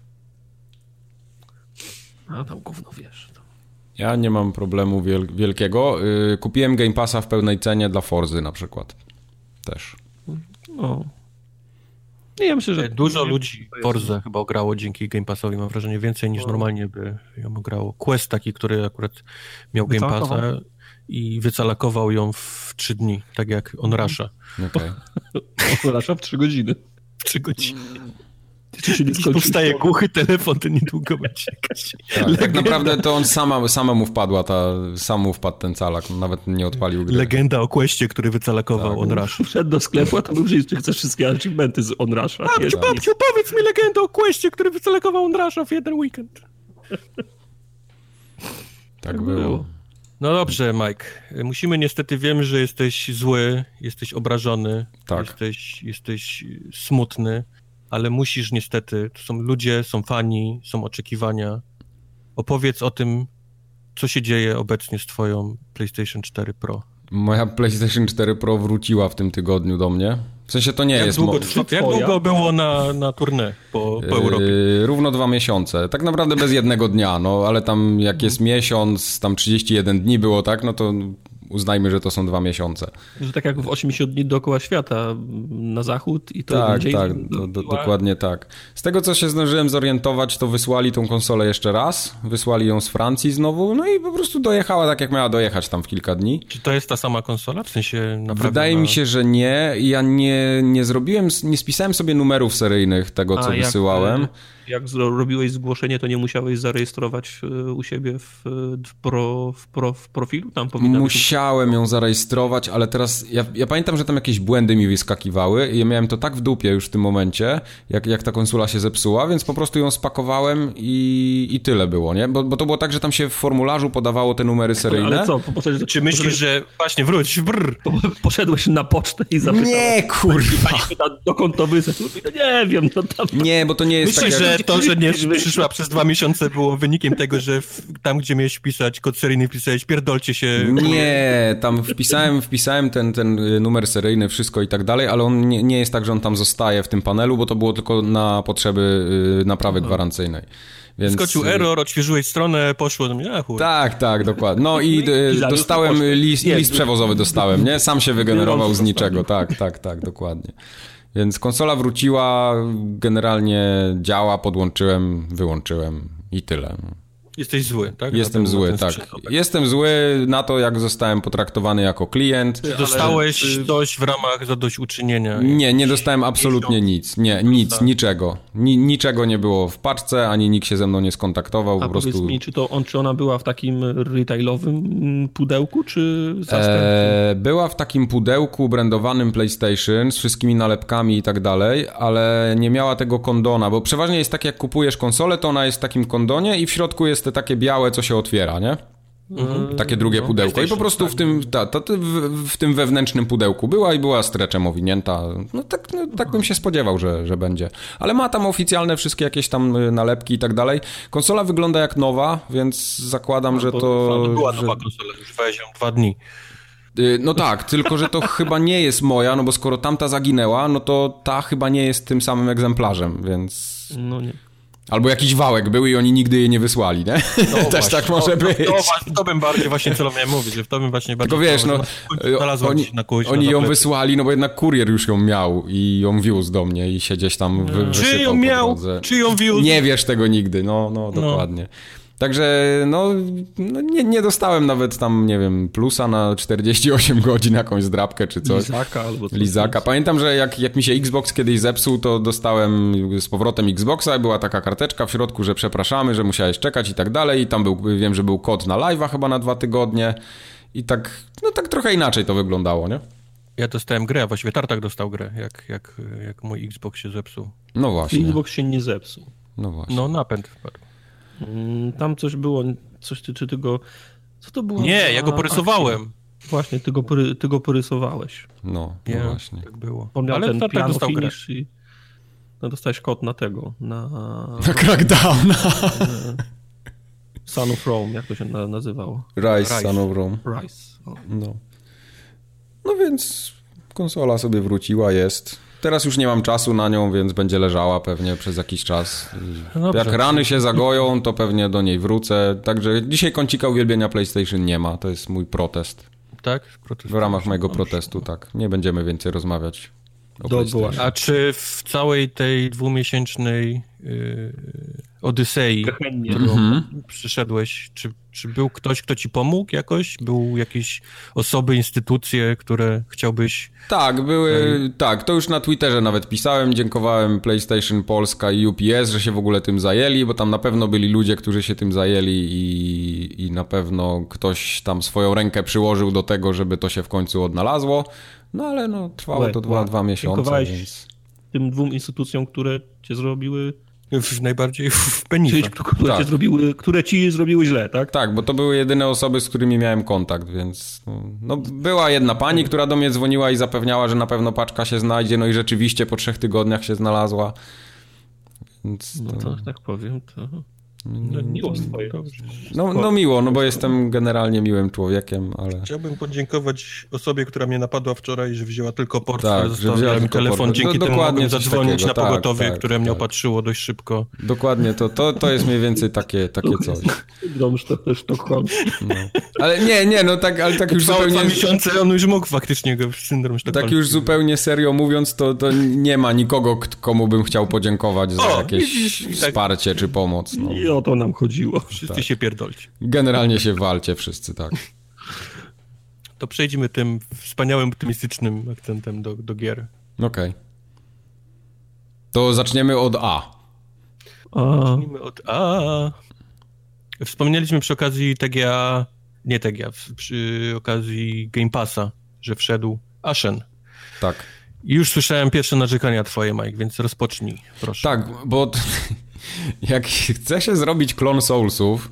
A tam gówno wiesz. To...
Ja nie mam problemu wiel- wielkiego. Yy, kupiłem Game Passa w pełnej cenie dla Forzy na przykład. Też.
No. Ja myślę, że
dużo ludzi Forza chyba grało dzięki Game Passowi, mam wrażenie, więcej niż normalnie by ją grało. Quest taki, który akurat miał Game Passa i wycalakował ją w trzy dni, tak jak Onrusha.
Okay.
Onrusha w trzy godziny.
W trzy godziny.
Jeśli
powstaje głuchy telefon, to niedługo będzie jakaś
tak, tak naprawdę to on sama, samemu wpadła, ta, samemu wpadł ten calak, nawet nie odpalił gry.
Legenda o Questie, który wycalakował tak. Onrusha.
Wszedł do sklepu, a to był, że chcesz wszystkie achievementy z Onrusha.
Babciu, babciu, powiedz mi legendę o Questie, który wycalakował Onrusha w jeden weekend.
Tak było.
No dobrze, Mike. Musimy niestety, wiem, że jesteś zły, jesteś obrażony,
tak.
jesteś, jesteś smutny, ale musisz niestety, to są ludzie, są fani, są oczekiwania. Opowiedz o tym, co się dzieje obecnie z twoją PlayStation cztery Pro.
Moja PlayStation cztery Pro wróciła w tym tygodniu do mnie. W sensie to nie
jak
jest...
Długo
mo-
trwa, jak długo było na, na tournée po, po Europie?
Yy, równo dwa miesiące. Tak naprawdę bez jednego dnia, no ale tam jak jest miesiąc, tam trzydzieści jeden dni było, tak, no to uznajmy, że to są dwa miesiące.
Że tak jak w osiemdziesiąt dni dookoła świata na zachód i to
tak,
dzień
tak, do, do, dokładnie tak. Z tego, co się zdążyłem zorientować, to wysłali tą konsolę jeszcze raz, wysłali ją z Francji znowu, no i po prostu dojechała tak, jak miała dojechać tam w kilka dni.
Czy to jest ta sama konsola? W sensie naprawdę...
Wydaje
na...
mi się, że nie. Ja nie, nie zrobiłem, nie spisałem sobie numerów seryjnych tego, co
A,
wysyłałem.
Jak, jak robiłeś zgłoszenie, to nie musiałeś zarejestrować u siebie w, w, pro, w, pro, w profilu? Tam powinna
Musiałem być... ją zarejestrować, ale teraz ja, ja pamiętam, że tam jakieś błędy mi wyskakiwały i ja miałem to tak w dupie już w tym momencie, jak, jak ta konsola się zepsuła, więc po prostu ją spakowałem i, i tyle było, nie? Bo, bo to było tak, że tam się w formularzu podawało te numery seryjne.
Ale co? Poszedłeś,
Czy myślisz, poszedłeś... że... Właśnie, wróć, brrr.
Poszedłeś na pocztę i zapytałeś...
Nie, kurwa!
Dokąd to wysłać? No nie wiem, no tam...
Nie, bo to nie jest
Myślisz,
tak jak...
że to, że nie przyszła przez dwa miesiące było wynikiem tego, że w, tam, gdzie miałeś wpisać kod seryjny, wpisałeś pierdolcie się...
Nie, tam wpisałem, wpisałem ten, ten numer seryjny, wszystko i tak dalej, ale on nie, nie jest tak, że on tam zostaje w tym panelu, bo to było tylko na potrzeby naprawy no. gwarancyjnej. Więc...
Skoczył error, odświeżyłeś stronę, poszło do mnie, a chuj.
Tak, tak, dokładnie. No i dostałem list, list przewozowy dostałem, nie? Sam się wygenerował z niczego, tak, tak, tak, dokładnie. Więc konsola wróciła, generalnie działa, podłączyłem, wyłączyłem i tyle.
Jesteś zły, tak?
Jestem zły, tak. Jestem zły na to, jak zostałem potraktowany jako klient.
Czy dostałeś ty... coś w ramach zadośćuczynienia?
Nie, nie dostałem absolutnie nic. Nie, nic, niczego. Ni, niczego nie było w paczce, ani nikt się ze mną nie skontaktował.
A
po prostu...
powiedz mi, czy, to on, czy ona była w takim retailowym pudełku, czy zastępczym?
Eee, była w takim pudełku brandowanym PlayStation z wszystkimi nalepkami i tak dalej, ale nie miała tego kondona, bo przeważnie jest tak, jak kupujesz konsolę, to ona jest w takim kondonie i w środku jest te takie białe, co się otwiera, nie? Mhm. Takie drugie no, pudełko. I po prostu w tym, ta, ta, w, w tym wewnętrznym pudełku była i była streczem owinięta. No tak, no, tak bym się spodziewał, że, że będzie. Ale ma tam oficjalne wszystkie jakieś tam nalepki i tak dalej. Konsola wygląda jak nowa, więc zakładam, no, że to...
to była
że...
nowa konsola, już weź ją dwa dni.
No tak, tylko że to chyba nie jest moja, no bo skoro tamta zaginęła, no to ta chyba nie jest tym samym egzemplarzem, więc...
No nie.
Albo jakiś wałek był i oni nigdy jej nie wysłali, nie?
No
Też
właśnie,
tak może
to,
być.
To, to, to bym bardziej właśnie co miałem mówić, że w to bym właśnie bardziej...
Tylko wiesz, no, oni,
na kogoś
oni
na
ją wysłali, no bo jednak kurier już ją miał i ją wiózł do mnie i się gdzieś tam wy,
Czy ją miał? Czy ją wiózł?
Nie wiesz tego nigdy, no, no dokładnie. No. Także, no, no nie, nie dostałem nawet tam, nie wiem, plusa na czterdzieści osiem godzin, jakąś zdrabkę czy coś.
Lizaka albo coś.
Lizaka. Pamiętam, że jak, jak mi się Xbox kiedyś zepsuł, to dostałem z powrotem Xboxa, była taka karteczka w środku, że przepraszamy, że musiałeś czekać i tak dalej. I tam był, wiem, że był kod na live'a chyba na dwa tygodnie. I tak, no tak trochę inaczej to wyglądało, nie?
Ja dostałem grę, a właściwie Tartak dostał grę, jak, jak, jak mój Xbox się zepsuł.
No właśnie.
Xbox się nie zepsuł.
No właśnie.
No napęd wpadł.
Tam coś było, coś ty, czy ty go... Co to było?
Nie, ja go porysowałem.
Akcja? Właśnie, ty go, pory, ty go porysowałeś.
No, no
nie,
właśnie.
Tak było.
On miał
ale
ten
Tartak dostał grę.
I... No dostałeś kod na tego, na...
Na Crackdown.
Son of Rome, jak to się na, nazywało?
Rise, Rise, Son of Rome.
Rise. O.
No. No więc konsola sobie wróciła, jest... Teraz już nie mam czasu na nią, więc będzie leżała pewnie przez jakiś czas. Dobrze. Jak rany się zagoją, to pewnie do niej wrócę. Także dzisiaj kącika uwielbienia PlayStation nie ma. To jest mój protest.
Tak? Protest.
W ramach mojego protestu, tak. Nie będziemy więcej rozmawiać o PlayStation.
A czy w całej tej dwumiesięcznej yy, Odysei, którą mm-hmm. przyszedłeś, czy, czy był ktoś, kto ci pomógł jakoś? Był jakieś osoby, instytucje, które chciałbyś...
Tak, były, Ej. tak, to już na Twitterze nawet pisałem, dziękowałem PlayStation Polska i U P S, że się w ogóle tym zajęli, bo tam na pewno byli ludzie, którzy się tym zajęli i, i na pewno ktoś tam swoją rękę przyłożył do tego, żeby to się w końcu odnalazło, no ale no trwało to dwa, dwa miesiące, więc...
tym dwóm instytucjom, które cię zrobiły...
W, najbardziej w penisa.
Czyli, które, tak. cię zrobiły, które ci zrobiły źle, tak?
Tak, bo to były jedyne osoby, z którymi miałem kontakt, więc no, no, była jedna pani, która do mnie dzwoniła i zapewniała, że na pewno paczka się znajdzie, no i rzeczywiście po trzech tygodniach się znalazła. Więc
to... No to tak powiem, to... No, miło swoje.
No, no miło, no bo jestem generalnie miłym człowiekiem, ale...
Chciałbym podziękować osobie, która mnie napadła wczoraj, że wzięła tylko portfel,
tak,
zostawiła mi telefon, portfel. Dzięki no, temu mogłem zadzwonić takiego. na pogotowie, tak, które tak, mnie tak. opatrzyło dość szybko.
Dokładnie, to, to, to jest mniej więcej takie, takie coś.
Syndrom sztokholmski.
No. Ale nie, nie, no tak, ale tak już
Trwało
zupełnie...
dwa miesiące, on już mógł faktycznie go syndrom sztokholmski.
Tak już zupełnie serio mówiąc, to, to nie ma nikogo, komu bym chciał podziękować za o, jakieś widzisz, wsparcie tak. czy pomoc. No.
I o to nam chodziło.
Wszyscy
tak.
się pierdolcie.
Generalnie się walcie wszyscy, tak.
To przejdźmy tym wspaniałym, optymistycznym akcentem do, do gier.
Okej. Okay. To zaczniemy od A.
A. Zacznijmy od A. Wspomnieliśmy przy okazji T G A, nie T G A, przy okazji Game Passa, że wszedł Ashen.
Tak.
I już słyszałem pierwsze narzekania twoje, Mike, więc rozpocznij, proszę.
Tak, bo jak chce się zrobić klon Soulsów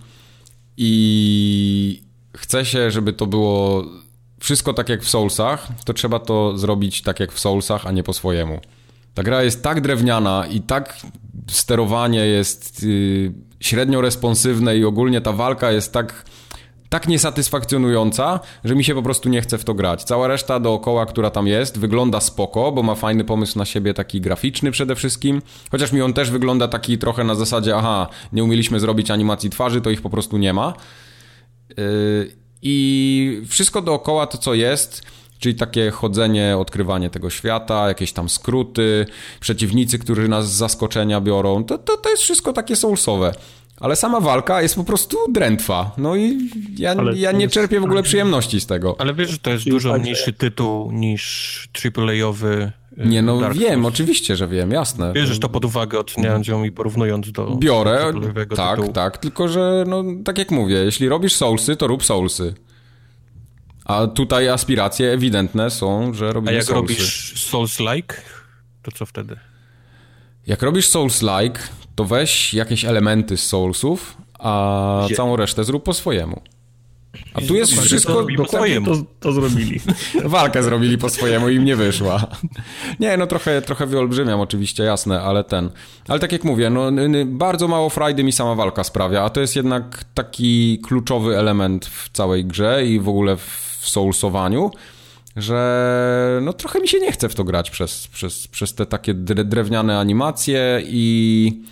i chce się, żeby to było wszystko tak jak w Soulsach, to trzeba to zrobić tak jak w Soulsach, a nie po swojemu. Ta gra jest tak drewniana i tak sterowanie jest yy, średnio responsywne i ogólnie ta walka jest tak, tak niesatysfakcjonująca, że mi się po prostu nie chce w to grać. Cała reszta dookoła, która tam jest, wygląda spoko, bo ma fajny pomysł na siebie, taki graficzny przede wszystkim, chociaż mi on też wygląda taki trochę na zasadzie, aha, nie umieliśmy zrobić animacji twarzy, to ich po prostu nie ma. Yy, I wszystko dookoła to, co jest, czyli takie chodzenie, odkrywanie tego świata, jakieś tam skróty, przeciwnicy, którzy nas z zaskoczenia biorą, to, to, to jest wszystko takie soulsowe. Ale sama walka jest po prostu drętwa. No i ja, ja nie czerpię w ogóle przyjemności z tego.
Ale wiesz, że to jest dużo mniejszy tytuł niż triple A-owy
Nie, no Dark wiem, Souls. Oczywiście, że wiem, jasne.
Bierzesz to pod uwagę, oceniając ją i porównując do...
Biorę, tak, tytułu. tak, tylko że, no tak jak mówię, jeśli robisz Soulsy, to rób Soulsy. A tutaj aspiracje ewidentne są, że robimy Soulsy.
A jak Soulsy. robisz Souls-like, to co wtedy? Jak
robisz Souls-like, to weź jakieś elementy z Soulsów, a Gdzie? całą resztę zrób po swojemu. A tu jest wszystko...
Po swojemu. To, to zrobili.
Walkę zrobili po swojemu i im nie wyszła. Nie, no trochę, trochę wyolbrzymiam oczywiście, jasne, ale ten... Ale tak jak mówię, no bardzo mało frajdy mi sama walka sprawia, a to jest jednak taki kluczowy element w całej grze i w ogóle w soulsowaniu, że no trochę mi się nie chce w to grać przez, przez, przez te takie drewniane animacje i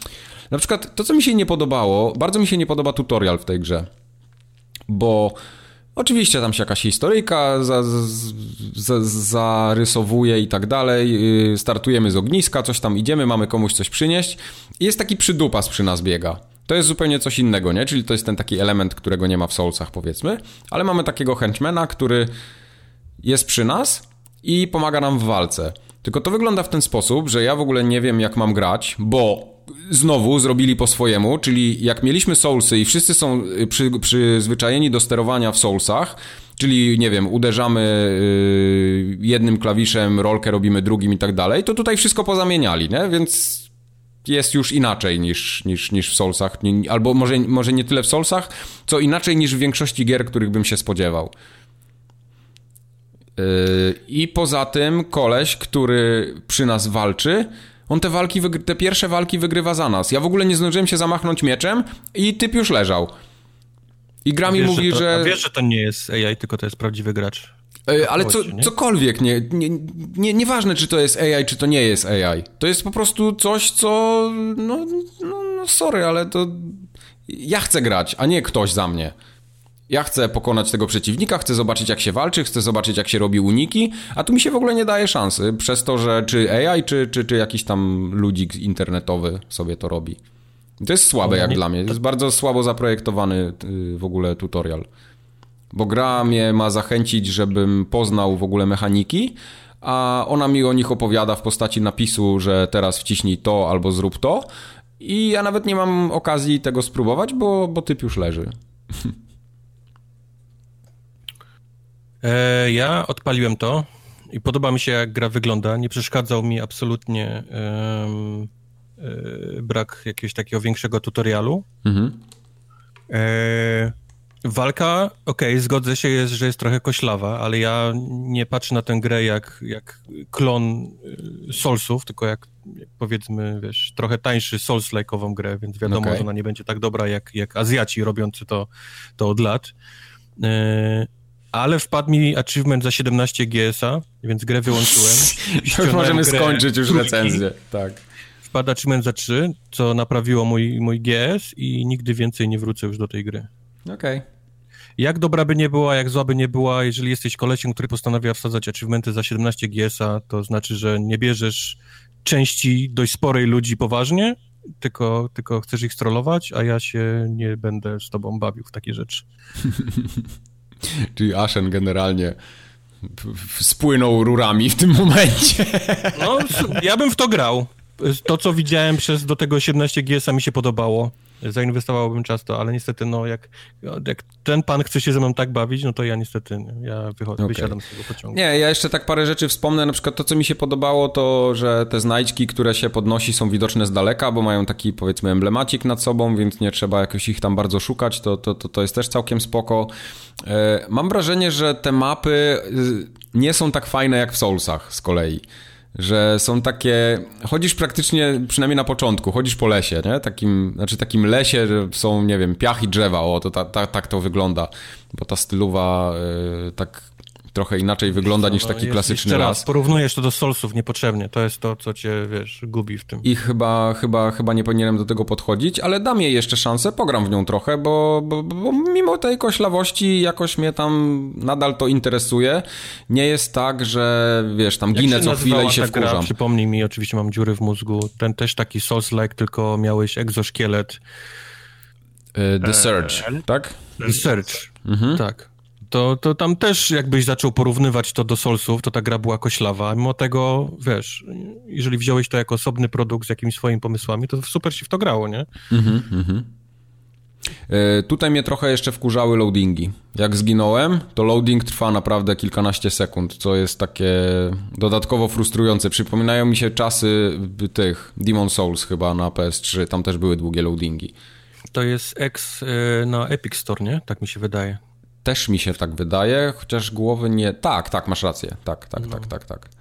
Na przykład to, co mi się nie podobało, bardzo mi się nie podoba tutorial w tej grze, bo oczywiście tam się jakaś historyjka za, za, za, zarysowuje i tak dalej, startujemy z ogniska, coś tam idziemy, mamy komuś coś przynieść i jest taki przydupas przy nas biega. To jest zupełnie coś innego, nie? Czyli to jest ten taki element, którego nie ma w Soulsach, powiedzmy, ale mamy takiego henchmana, który jest przy nas i pomaga nam w walce. Tylko to wygląda w ten sposób, że ja w ogóle nie wiem, jak mam grać, bo znowu zrobili po swojemu, czyli jak mieliśmy Soulsy i wszyscy są przy, przyzwyczajeni do sterowania w Soulsach, czyli, nie wiem, uderzamy yy, jednym klawiszem, rolkę robimy drugim i tak dalej, to tutaj wszystko pozamieniali, nie? Więc jest już inaczej niż, niż, niż w Soulsach, albo może, może nie tyle w Soulsach, co inaczej niż w większości gier, których bym się spodziewał. I poza tym koleś, który przy nas walczy, on te walki, te pierwsze walki wygrywa za nas. Ja w ogóle nie zdążyłem się zamachnąć mieczem i typ już leżał. I gra mi mówi,
że... To,
że...
A wiesz, że to nie jest A I, tylko to jest prawdziwy gracz.
Ale co, cokolwiek, nie, nie, nie, nieważne, czy to jest A I, czy to nie jest A I. To jest po prostu coś, co... No, no, no sorry, ale to... Ja chcę grać, a nie ktoś za mnie. Ja chcę pokonać tego przeciwnika, chcę zobaczyć, jak się walczy, chcę zobaczyć, jak się robi uniki, a tu mi się w ogóle nie daje szansy, przez to, że czy A I, czy, czy, czy jakiś tam ludzik internetowy sobie to robi. To jest słabe jak nie, dla mnie, to jest bardzo słabo zaprojektowany w ogóle tutorial. Bo gra mnie ma zachęcić, żebym poznał w ogóle mechaniki, a ona mi o nich opowiada w postaci napisu, że teraz wciśnij to albo zrób to i ja nawet nie mam okazji tego spróbować, bo, bo typ już leży.
E, ja odpaliłem to i podoba mi się, jak gra wygląda. Nie przeszkadzał mi absolutnie e, e, brak jakiegoś takiego większego tutorialu. Mhm. E, walka, okej, okay, zgodzę się, jest, że jest trochę koślawa, ale ja nie patrzę na tę grę jak, jak klon Soulsów, tylko jak, jak powiedzmy, wiesz, trochę tańszy Souls-like'ową grę, więc wiadomo, okay. że ona nie będzie tak dobra jak, jak Azjaci robiący to, to od lat. E, Ale wpadł mi achievement za siedemnaście G S a, więc grę wyłączyłem.
Już możemy skończyć już trójki. Recenzję, tak.
Wpadł achievement za trzy, co naprawiło mój, mój G S i nigdy więcej nie wrócę już do tej gry.
Okej. Okay.
Jak dobra by nie była, jak zła by nie była, jeżeli jesteś kolesiem, który postanawia wsadzać achievementy za siedemnaście G S a, to znaczy, że nie bierzesz części dość sporej ludzi poważnie, tylko, tylko chcesz ich strollować, a ja się nie będę z tobą bawił w takie rzeczy.
Czyli Ashen generalnie spłynął rurami w tym momencie.
No, ja bym w to grał. To, co widziałem przez do tego siedemnaście G S a mi się podobało. Zainwestowałbym czas to, ale niestety, no, jak, jak ten pan chce się ze mną tak bawić, no to ja niestety, ja wychodzę, okay. wysiadam z tego pociągu.
Nie, ja jeszcze tak parę rzeczy wspomnę, na przykład to, co mi się podobało, to, że te znajdźki, które się podnosi, są widoczne z daleka, bo mają taki, powiedzmy, emblemacik nad sobą, więc nie trzeba jakoś ich tam bardzo szukać, to, to, to, to jest też całkiem spoko. Mam wrażenie, że te mapy nie są tak fajne jak w Soulsach z kolei. Że są takie... Chodzisz praktycznie, przynajmniej na początku, chodzisz po lesie, nie? Takim, znaczy takim lesie, że są, nie wiem, piach i drzewa, o, to ta, ta, tak to wygląda. Bo ta stylowa yy, tak trochę inaczej wygląda no, niż taki jest, klasyczny las. Raz,
porównujesz to do Soulsów niepotrzebnie, to jest to, co cię, wiesz, gubi w tym.
I chyba, chyba, chyba nie powinienem do tego podchodzić, ale dam jej jeszcze szansę, pogram w nią trochę, bo, bo, bo mimo tej koślawości jakoś mnie tam nadal to interesuje. Nie jest tak, że wiesz, tam Jak ginę co chwilę i się wkurzam. Gra?
Przypomnij mi, oczywiście mam dziury w mózgu, ten też taki Souls-like, tylko miałeś egzoszkielet.
Uh, The Surge, eee, tak?
The Surge, mhm. tak. To, to tam też jakbyś zaczął porównywać to do Soulsów, to ta gra była koślawa. Mimo tego, wiesz, jeżeli wziąłeś to jako osobny produkt z jakimiś swoimi pomysłami, to super się w to grało, nie? Mhm, mhm.
Yy, tutaj mnie trochę jeszcze wkurzały loadingi. Jak zginąłem, to loading trwa naprawdę kilkanaście sekund, co jest takie dodatkowo frustrujące. Przypominają mi się czasy tych Demon Souls chyba na P S trzy, tam też były długie loadingi.
To jest X yy, na Epic Store, nie? Tak mi się wydaje.
Też mi się tak wydaje, chociaż głowy nie... Tak, tak, masz rację. Tak, tak, no. tak, tak, tak.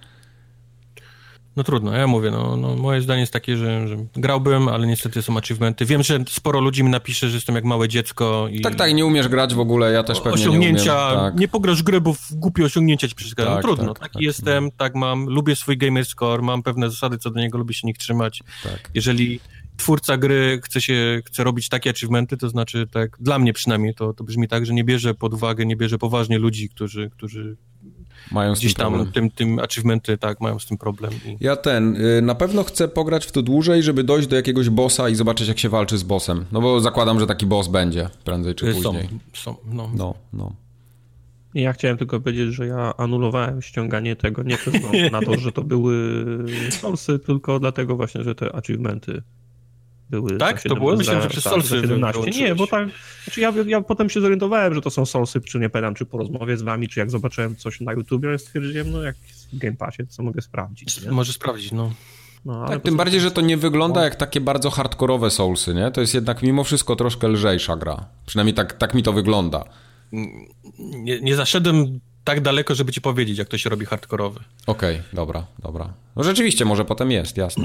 No trudno, ja mówię, no, no moje zdanie jest takie, że, że grałbym, ale niestety są achievementy. Wiem, że sporo ludzi mi napisze, że jestem jak małe dziecko i...
Tak, tak, nie umiesz grać w ogóle, ja też pewnie
osiągnięcia,
nie umiem.
Tak. Nie pograsz gry, bo głupie osiągnięcia ci przeszkadzają. Tak, no trudno, tak, taki tak, jestem, tak mam, lubię swój gamer score, mam pewne zasady co do niego, lubię się nich trzymać. Tak. Jeżeli twórca gry chce się, chce robić takie achievementy, to znaczy, tak, dla mnie przynajmniej to, to brzmi tak, że nie bierze pod uwagę, nie bierze poważnie ludzi, którzy, którzy
mają
gdzieś tam
problem.
tym, tym achievementy, tak, mają z tym problem. I...
Ja ten, na pewno chcę pograć w to dłużej, żeby dojść do jakiegoś bossa i zobaczyć, jak się walczy z bossem. No bo zakładam, że taki boss będzie prędzej czy później.
Są, są, no.
No, no.
Ja chciałem tylko powiedzieć, że ja anulowałem ściąganie tego nie przez na to, że to były solsy, tylko dlatego właśnie, że te achievementy były.
Tak? To było? Myślałem, że przez
tak,
solsy
siedemnaście. Nie, bo tak, znaczy ja, ja potem się zorientowałem, że to są solsy, czy nie pamiętam, czy po rozmowie z wami, czy jak zobaczyłem coś na YouTubie, stwierdziłem, no jak w Game Passie, to co mogę sprawdzić. Nie?
Może sprawdzić, no.
No, tak, tym bardziej, że to nie wygląda jak takie bardzo hardkorowe soulsy, nie? To jest jednak mimo wszystko troszkę lżejsza gra. Przynajmniej tak, tak mi to wygląda.
Nie, nie zaszedłem tak daleko, żeby ci powiedzieć, jak to się robi hardkorowy.
Okej, okay, dobra, dobra. No rzeczywiście, może potem jest, jasne.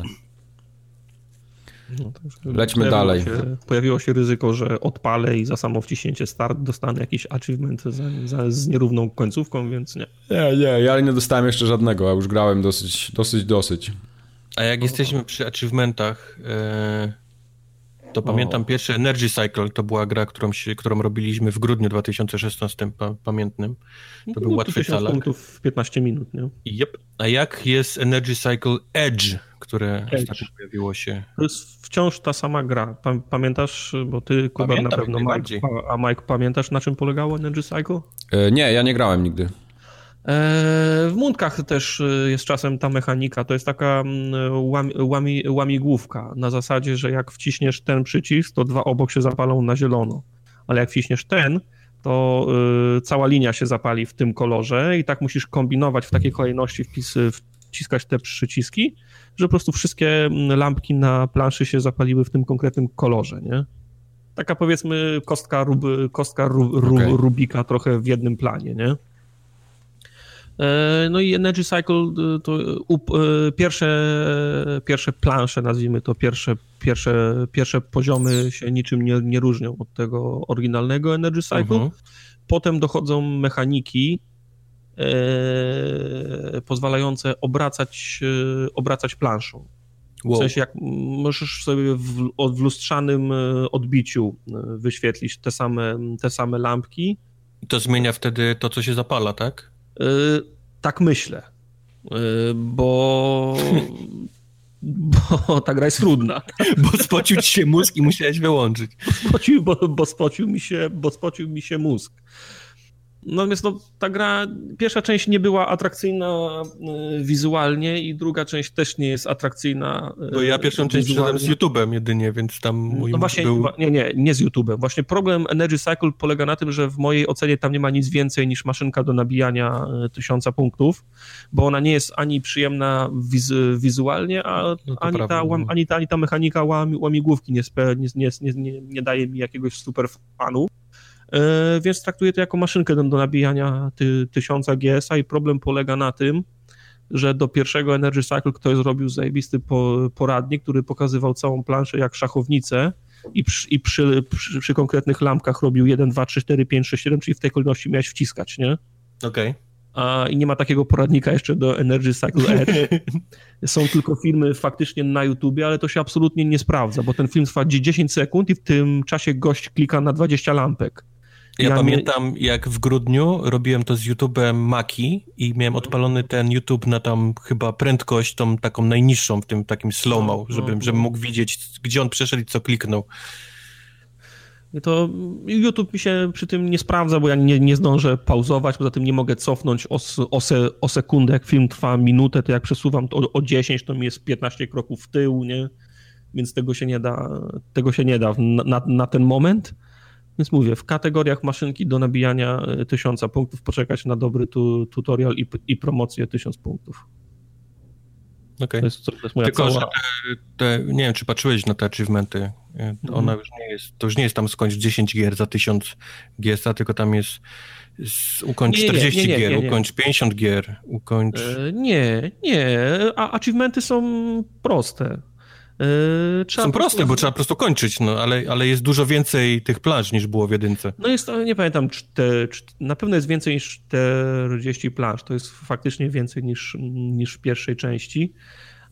No, lećmy
pojawiło
dalej.
Się, pojawiło się ryzyko, że odpalę i za samo wciśnięcie start dostanę jakiś achievement za, za, z nierówną końcówką, więc nie.
Nie, nie, ja nie dostałem jeszcze żadnego, a już grałem dosyć, dosyć, dosyć.
A jak no, jesteśmy przy achievementach, yy, to o. pamiętam pierwszy Energy Cycle, to była gra, którą, się, którą robiliśmy w grudniu dwa tysiące szesnastym, pa, pamiętnym. To no, był no, łatwy calak.
punktów w piętnaście minut, nie?
Yep. A jak jest Energy Cycle Edge, które Edge. ostatnio pojawiło się?
To jest wciąż ta sama gra. Pamiętasz, bo ty, Kuba, na pewno, Mike, a Mike, pamiętasz, na czym polegało Energy Cycle?
E, nie, ja nie grałem nigdy.
W Mundkach też jest czasem ta mechanika, to jest taka łami, łami, łamigłówka, na zasadzie, że jak wciśniesz ten przycisk, to dwa obok się zapalą na zielono, ale jak wciśniesz ten, to y, cała linia się zapali w tym kolorze i tak musisz kombinować w takiej kolejności, wpis, wciskać te przyciski, że po prostu wszystkie lampki na planszy się zapaliły w tym konkretnym kolorze, nie? Taka powiedzmy kostka, rub, kostka ru, ru, okay. Rubika trochę w jednym planie, nie? No i Energy Cycle to up, pierwsze, pierwsze plansze, nazwijmy to, pierwsze, pierwsze, pierwsze poziomy się niczym nie, nie różnią od tego oryginalnego Energy Cycle. Mhm. Potem dochodzą mechaniki e, pozwalające obracać, obracać planszą. Wow. W sensie jak możesz sobie w, w lustrzanym odbiciu wyświetlić te same, te same lampki.
I to zmienia wtedy to, co się zapala, tak?
Yy, tak myślę, yy, bo, bo ta gra jest trudna.
Bo spocił ci się mózg i musiałeś wyłączyć.
Bo spocił, bo, bo spocił mi się, bo spocił mi się mózg. Natomiast no, ta gra, pierwsza część nie była atrakcyjna y, wizualnie i druga część też nie jest atrakcyjna y,
Bo ja pierwszą część przyszedłem z YouTube'em jedynie, więc tam mój
no właśnie,
był...
Nie, nie, nie z YouTube'em. Właśnie problem Energy Cycle polega na tym, że w mojej ocenie tam nie ma nic więcej niż maszynka do nabijania tysiąca punktów, bo ona nie jest ani przyjemna wiz- wizualnie, a no ani, prawda, ta, łam, ani, ta, ani ta mechanika łam, łamigłówki nie, spe, nie, nie, nie, nie daje mi jakiegoś super fanu. Yy, więc traktuję to jako maszynkę do, do nabijania ty, tysiąca G S a i problem polega na tym, że do pierwszego Energy Cycle ktoś zrobił zajebisty po, poradnik, który pokazywał całą planszę jak szachownicę i, przy, i przy, przy, przy konkretnych lampkach robił jeden, dwa, trzy, cztery, pięć, sześć, siedem, czyli w tej kolejności miałeś wciskać, nie?
Okej. Okay.
A, I nie ma takiego poradnika jeszcze do Energy Cycle Edge. Są tylko filmy faktycznie na YouTubie, ale to się absolutnie nie sprawdza, bo ten film trwa dziesięć sekund i w tym czasie gość klika na dwadzieścia lampek.
Ja, ja pamiętam, nie... jak w grudniu robiłem to z YouTube'em Maki i miałem odpalony ten YouTube na tam chyba prędkość, tą taką najniższą, w tym takim slow-mo, żebym, no, no. żebym mógł widzieć, gdzie on przeszedł i co kliknął.
To YouTube mi się przy tym nie sprawdza, bo ja nie, nie zdążę pauzować, poza tym nie mogę cofnąć o, o, se, o sekundę, jak film trwa minutę, to jak przesuwam to o, o dziesięć, to mi jest piętnaście kroków w tył, nie? Więc tego się nie da, tego się nie da na, na ten moment. Więc mówię, w kategoriach maszynki do nabijania tysiąca punktów poczekać na dobry tu, tutorial i, i promocję tysiąc punktów.
Okay.
To, jest, to jest moja
Tylko,
cała...
że te, te, nie wiem, czy patrzyłeś na te achievementy. To ona już nie jest, to już nie jest tam skończ dziesięć gier za tysiąc G S a, tylko tam jest z, ukończ nie, czterdzieści nie, nie, nie, gier, nie, nie. ukończ pięćdziesiąt gier, ukończ...
E, nie, nie, a achievementy są proste.
Yy, Są proste, prostu... bo trzeba po prostu kończyć, no, ale, ale jest dużo więcej tych planż niż było w jedynce.
No jest, nie pamiętam, czte, czte, na pewno jest więcej niż czterdzieści planż, to jest faktycznie więcej niż, niż w pierwszej części,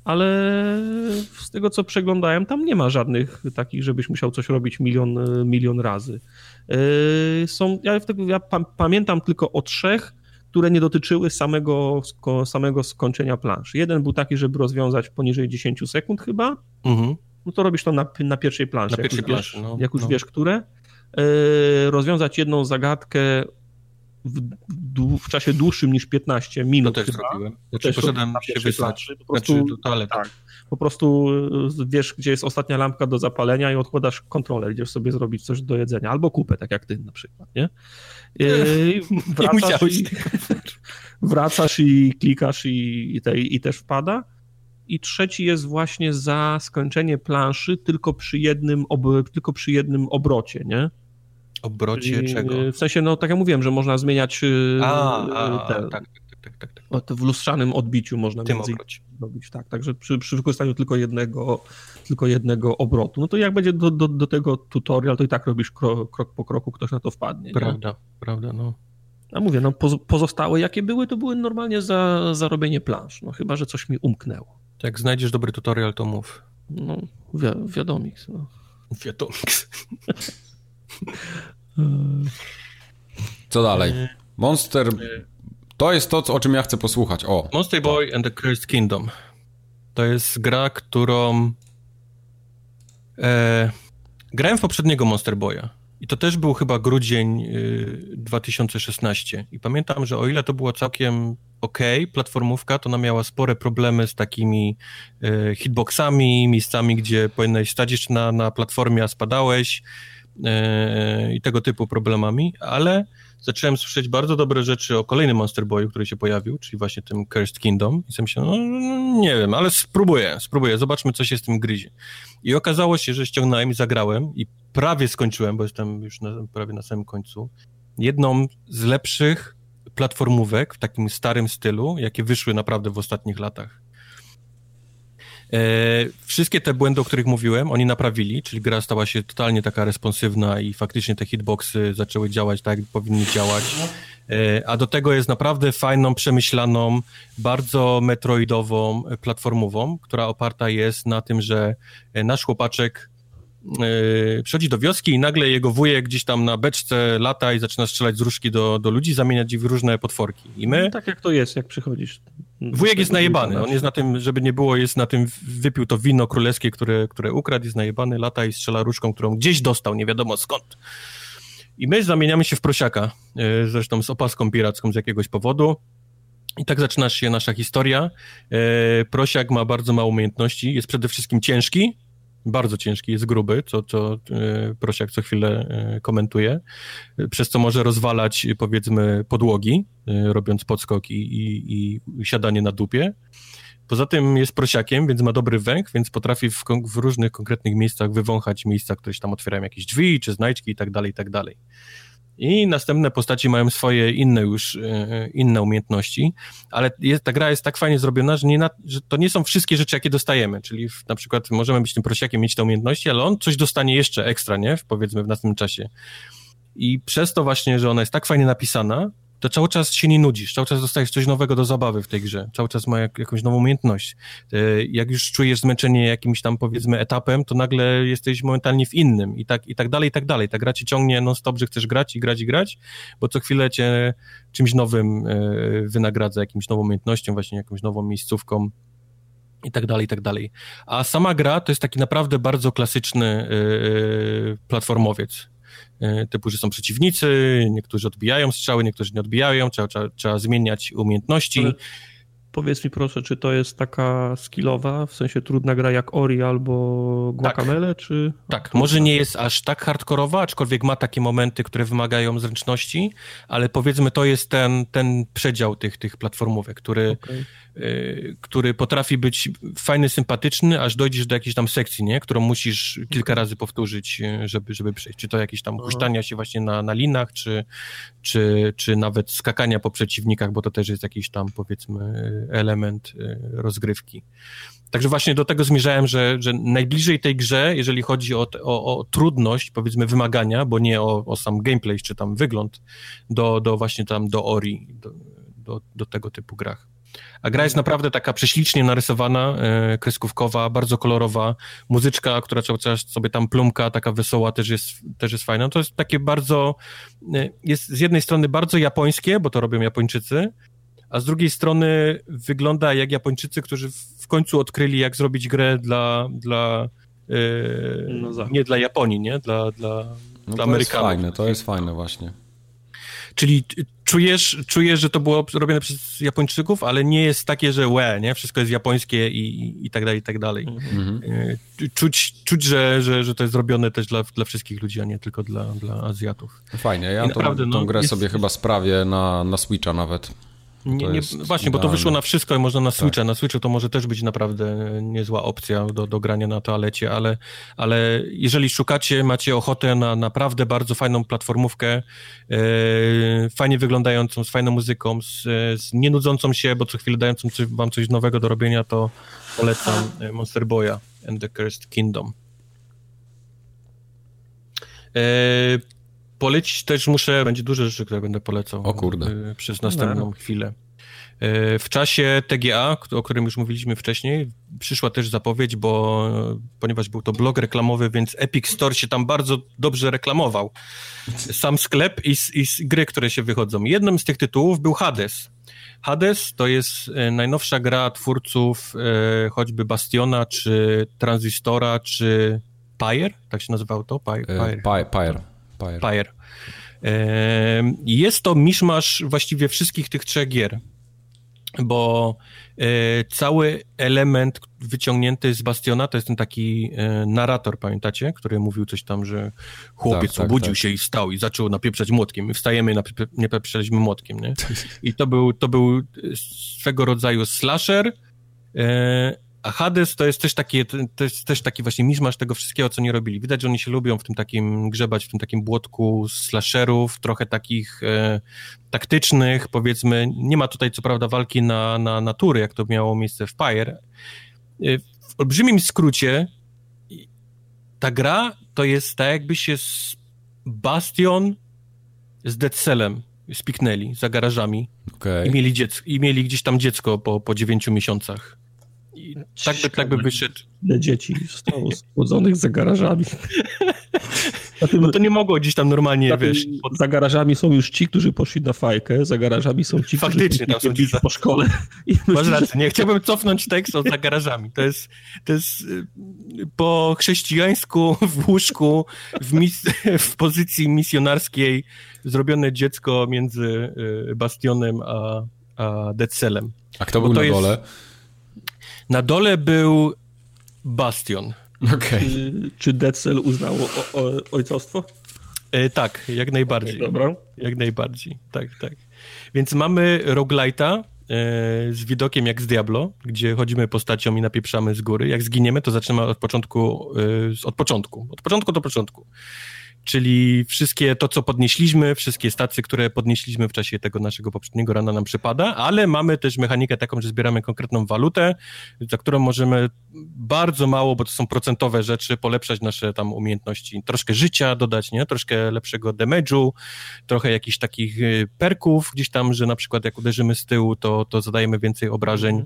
ale z tego, co przeglądałem, tam nie ma żadnych takich, żebyś musiał coś robić milion, milion razy. Są, ja, ja pa, pamiętam tylko o trzech, które nie dotyczyły samego, samego skończenia planszy. Jeden był taki, żeby rozwiązać poniżej dziesięć sekund chyba, mhm. no to robisz to na, na pierwszej planszy,
na
jak,
pierwszej
już,
planszy,
wiesz,
no,
jak już
no.
wiesz, które. Rozwiązać jedną zagadkę W, w czasie dłuższym niż piętnaście minut.
To też
chyba.
zrobiłem. Znaczy poszedłem się wysłać.
Po prostu,
znaczy, do toalety.
Tak, po prostu wiesz, gdzie jest ostatnia lampka do zapalenia i odkładasz kontroler, idziesz sobie zrobić coś do jedzenia, albo kupę, tak jak ty na przykład, nie? I wracasz, i, wracasz i klikasz i, i, te, i też wpada. I trzeci jest właśnie za skończenie planszy tylko przy jednym, ob, tylko przy jednym obrocie, nie?
Obrocie
Czyli,
czego?
W sensie, no tak jak mówiłem, że można zmieniać
a, a,
te,
tak, tak, tak, tak, tak.
w lustrzanym odbiciu można
tym obrocie
robić, tak, także przy, przy wykorzystaniu tylko jednego, tylko jednego obrotu. No to jak będzie do, do, do tego tutorial, to i tak robisz krok, krok po kroku, ktoś na to wpadnie.
Prawda,
nie?
prawda, no.
A mówię, no pozostałe jakie były, to były normalnie za, za robienie plansz, no chyba, że coś mi umknęło.
Jak znajdziesz dobry tutorial, to mów.
No, wi wiadomix. No.
Wiadomix.
Co dalej? Monster... To jest to, o czym ja chcę posłuchać. O.
Monster Boy and the Cursed Kingdom. To jest gra, którą... E... Grałem w poprzedniego Monster Boya. I to też był chyba grudzień y, dwa tysiące szesnasty. I pamiętam, że o ile to była całkiem okej platformówka, to ona miała spore problemy z takimi y, hitboxami, miejscami, gdzie powinieneś stać jeszcze na, na platformie, a spadałeś y, i tego typu problemami, ale zacząłem słyszeć bardzo dobre rzeczy o kolejnym Monster Boyu, który się pojawił, czyli właśnie tym Cursed Kingdom. I sobie myślałem, no nie wiem, ale spróbuję, spróbuję, zobaczmy, co się z tym gryzie. I okazało się, że ściągnąłem i zagrałem i prawie skończyłem, bo jestem już na, prawie na samym końcu, jedną z lepszych platformówek w takim starym stylu, jakie wyszły naprawdę w ostatnich latach. E, wszystkie te błędy, o których mówiłem, oni naprawili, czyli gra stała się totalnie taka responsywna i faktycznie te hitboxy zaczęły działać tak, jak powinny działać. E, a do tego jest naprawdę fajną, przemyślaną, bardzo metroidową platformową, która oparta jest na tym, że nasz chłopaczek Yy, przychodzi do wioski i nagle jego wujek gdzieś tam na beczce lata i zaczyna strzelać z różdżki do, do ludzi, zamieniać ich w różne potworki. I my...
No, tak jak to jest, jak przychodzisz.
Wujek jest najebany, on jest na tym, żeby nie było, jest na tym, wypił to wino królewskie, które, które ukradł, jest najebany, lata i strzela różdżką, którą gdzieś dostał, nie wiadomo skąd. I my zamieniamy się w prosiaka, yy, zresztą z opaską piracką z jakiegoś powodu. I tak zaczyna się nasza historia. Yy, prosiak ma bardzo mało umiejętności, jest przede wszystkim ciężki, bardzo ciężki, jest gruby, co, co yy, prosiak co chwilę yy, komentuje, yy, przez co może rozwalać, yy, powiedzmy, podłogi, yy, robiąc podskok i, i, i siadanie na dupie. Poza tym jest prosiakiem, więc ma dobry węch, więc potrafi w, w różnych konkretnych miejscach wywąchać miejsca, które się tam otwierają, jakieś drzwi, czy znajdźki i tak dalej, i tak dalej. I następne postaci mają swoje inne już, yy, inne umiejętności, ale jest, ta gra jest tak fajnie zrobiona, że, nie na, że to nie są wszystkie rzeczy, jakie dostajemy, czyli w, na przykład możemy być tym prosiakiem, mieć te umiejętności, ale on coś dostanie jeszcze ekstra, nie? Powiedzmy w następnym czasie. I przez to właśnie, że ona jest tak fajnie napisana, to cały czas się nie nudzisz, cały czas dostajesz coś nowego do zabawy w tej grze, cały czas ma jak, jakąś nową umiejętność. Jak już czujesz zmęczenie jakimś tam, powiedzmy, etapem, to nagle jesteś momentalnie w innym i tak, i tak dalej, i tak dalej. Ta gra cię ciągnie non-stop, że chcesz grać i grać i grać, bo co chwilę cię czymś nowym wynagradza, jakimś nową umiejętnością, właśnie jakąś nową miejscówką i tak dalej, i tak dalej. A sama gra to jest taki naprawdę bardzo klasyczny platformowiec. Typu, że są przeciwnicy, niektórzy odbijają strzały, niektórzy nie odbijają, trzeba, trzeba, trzeba zmieniać umiejętności. Ale
powiedz mi proszę, czy to jest taka skillowa, w sensie trudna gra jak Ori albo Guacamelee,
tak.
czy...
Tak, może nie jest aż tak hardkorowa, aczkolwiek ma takie momenty, które wymagają zręczności, ale powiedzmy to jest ten, ten przedział tych, tych platformówek, który, okay. y, który potrafi być fajny, sympatyczny, aż dojdziesz do jakiejś tam sekcji, nie? Którą musisz kilka razy powtórzyć, żeby, żeby przejść. Czy to jakieś tam huśtania się właśnie na, na linach, czy, czy, czy nawet skakania po przeciwnikach, bo to też jest jakiś tam, powiedzmy, element rozgrywki. Także właśnie do tego zmierzałem, że, że najbliżej tej grze, jeżeli chodzi o, o, o trudność, powiedzmy wymagania, bo nie o, o sam gameplay czy tam wygląd, do, do właśnie tam do Ori, do, do, do tego typu grach. A gra jest naprawdę taka prześlicznie narysowana, e, kreskówkowa, bardzo kolorowa. Muzyczka, która cały czas sobie tam plumka, taka wesoła, też jest, też jest fajna. To jest takie bardzo, e, jest z jednej strony bardzo japońskie, bo to robią Japończycy, a z drugiej strony wygląda jak Japończycy, którzy w końcu odkryli, jak zrobić grę dla, dla e, no nie dla Japonii, nie? Dla, dla,
no
dla
to
Amerykanów.
Jest fajne, to jest fajne właśnie.
Czyli czujesz, czujesz, że to było robione przez Japończyków, ale nie jest takie, że łe, nie? Wszystko jest japońskie i, i, i tak dalej, i tak dalej. Mhm. Czuć, czuć że, że, że to jest zrobione też dla, dla wszystkich ludzi, a nie tylko dla, dla Azjatów.
Fajnie, ja tą, tą no, grę jest... sobie chyba sprawię na, na Switcha nawet.
Nie, nie, właśnie, bo to wyszło na wszystko i można na Switcha. Tak. Na Switchu to może też być naprawdę niezła opcja do, do grania na toalecie, ale, ale jeżeli szukacie, macie ochotę na naprawdę bardzo fajną platformówkę, e, fajnie wyglądającą, z fajną muzyką, z, z nienudzącą się, bo co chwilę dającą wam coś nowego do robienia, to polecam Monster Boya and the Cursed Kingdom. E, Polecić też muszę, będzie dużo rzeczy, które będę polecał.
O kurde.
Przez następną no. chwilę. W czasie T G A, o którym już mówiliśmy wcześniej, przyszła też zapowiedź, bo ponieważ był to blog reklamowy, więc Epic Store się tam bardzo dobrze reklamował. Sam sklep i, i gry, które się wychodzą. Jednym z tych tytułów był Hades. Hades to jest najnowsza gra twórców e, choćby Bastiona, czy Transistora, czy Pyre? Tak się nazywało to? Pyre.
Pyre. Pyre.
Pyre. Pyre. E, jest to miszmasz właściwie wszystkich tych trzech gier, bo e, cały element wyciągnięty z Bastiona to jest ten taki e, narrator, pamiętacie? Który mówił coś tam, że chłopiec tak, obudził tak, tak. się i stał i zaczął napieprzać młotkiem. My wstajemy i napieprzaliśmy młotkiem, nie? I to był, to był swego rodzaju slasher, e, a Hades to jest też taki, to jest też taki właśnie miszmasz tego wszystkiego, co nie robili. Widać, że oni się lubią w tym takim grzebać, w tym takim błotku slasherów, trochę takich e, taktycznych, powiedzmy. Nie ma tutaj co prawda walki na, na natury, jak to miało miejsce w Pyre. E, w olbrzymim skrócie ta gra to jest tak, jakby się z Bastion z Dead Cellem spiknęli za garażami okay. i, mieli dziecko, i mieli gdzieś tam dziecko po, po dziewięciu miesiącach. I tak by, tak by wyszedł.
Ile dzieci zostało spłodzonych za garażami.
No to nie mogło gdzieś tam normalnie, wiesz.
Pod... Za garażami są już ci, którzy poszli na fajkę, za garażami są ci,
Faktycznie,
którzy
tam są ci
za... po szkole.
I Masz rację, nie, chciałbym cofnąć tekst o za garażami. To jest, to jest po chrześcijańsku w łóżku, w, mis... w pozycji misjonarskiej zrobione dziecko między Bastionem a, a Dead Cellem.
A kto był na dole? Jest...
Na dole był Bastion.
Okay.
Czy, czy Dead Cell uznało o, o, ojcostwo?
E, tak, jak najbardziej.
Okay, dobra.
Jak najbardziej, tak, tak. Więc mamy roguelite'a e, z widokiem jak z Diablo, gdzie chodzimy postacią i napieprzamy z góry. Jak zginiemy, to zaczynamy od początku, e, od początku, od początku do początku. Czyli wszystkie to, co podnieśliśmy, wszystkie stacje, które podnieśliśmy w czasie tego naszego poprzedniego rana nam przypada, ale mamy też mechanikę taką, że zbieramy konkretną walutę, za którą możemy bardzo mało, bo to są procentowe rzeczy, polepszać nasze tam umiejętności, troszkę życia dodać, nie? Troszkę lepszego damage'u, trochę jakichś takich perków gdzieś tam, że na przykład jak uderzymy z tyłu, to, to zadajemy więcej obrażeń.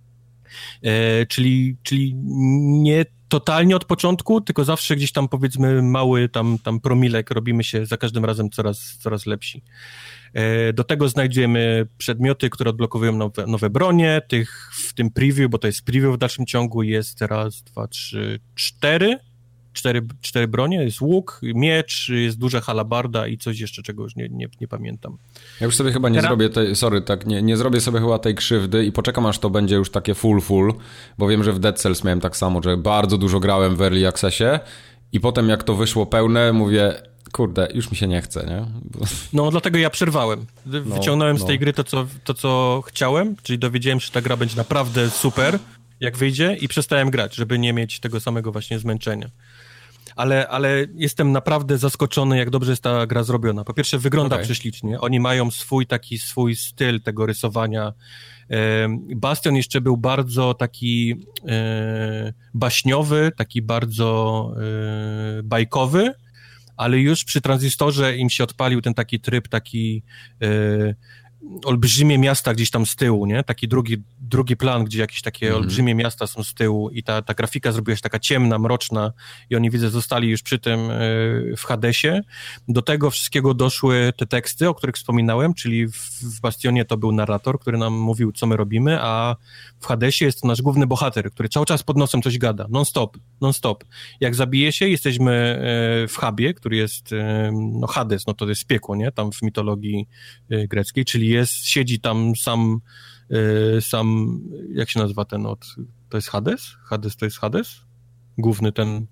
E, czyli, czyli nie totalnie od początku, tylko zawsze gdzieś tam powiedzmy mały tam, tam promilek, robimy się za każdym razem coraz, coraz lepsi. E, do tego znajdziemy przedmioty, które odblokowują nowe, nowe bronie, tych w tym preview, bo to jest preview w dalszym ciągu, jest raz, dwa, trzy, cztery, cztery, cztery bronie, jest łuk, miecz, jest duża halabarda i coś jeszcze, czego już nie, nie, nie pamiętam.
Ja już sobie chyba nie Teraz... zrobię tej, sorry, tak, nie, nie zrobię sobie chyba tej krzywdy i poczekam, aż to będzie już takie full full, bo wiem, że w Dead Cells miałem tak samo, że bardzo dużo grałem w Early Accessie i potem jak to wyszło pełne, mówię, kurde, już mi się nie chce, nie? Bo...
No, dlatego ja przerwałem. Wyciągnąłem no, no. z tej gry to co, to, co chciałem, czyli dowiedziałem się, że ta gra będzie naprawdę super, jak wyjdzie, i przestałem grać, żeby nie mieć tego samego właśnie zmęczenia. Ale, ale jestem naprawdę zaskoczony, jak dobrze jest ta gra zrobiona. Po pierwsze, wygląda okay. prześlicznie. Oni mają swój taki swój styl tego rysowania. Bastion jeszcze był bardzo taki e, baśniowy, taki bardzo e, bajkowy, ale już przy Transistorze im się odpalił ten taki tryb taki e, olbrzymie miasta gdzieś tam z tyłu, nie? Taki drugi, drugi plan, gdzie jakieś takie mm. olbrzymie miasta są z tyłu i ta, ta grafika zrobiła się taka ciemna, mroczna i oni, widzę, zostali już przy tym y, w Hadesie. Do tego wszystkiego doszły te teksty, o których wspominałem, czyli w, w Bastionie to był narrator, który nam mówił, co my robimy, a w Hadesie jest to nasz główny bohater, który cały czas pod nosem coś gada, non-stop, non-stop. Jak zabije się, jesteśmy y, w hubie, który jest, y, no Hades, no to jest piekło, nie? Tam w mitologii y, greckiej, czyli jest, siedzi tam sam, y, sam, jak się nazywa ten od, to jest Hades? Hades to jest Hades? Główny ten...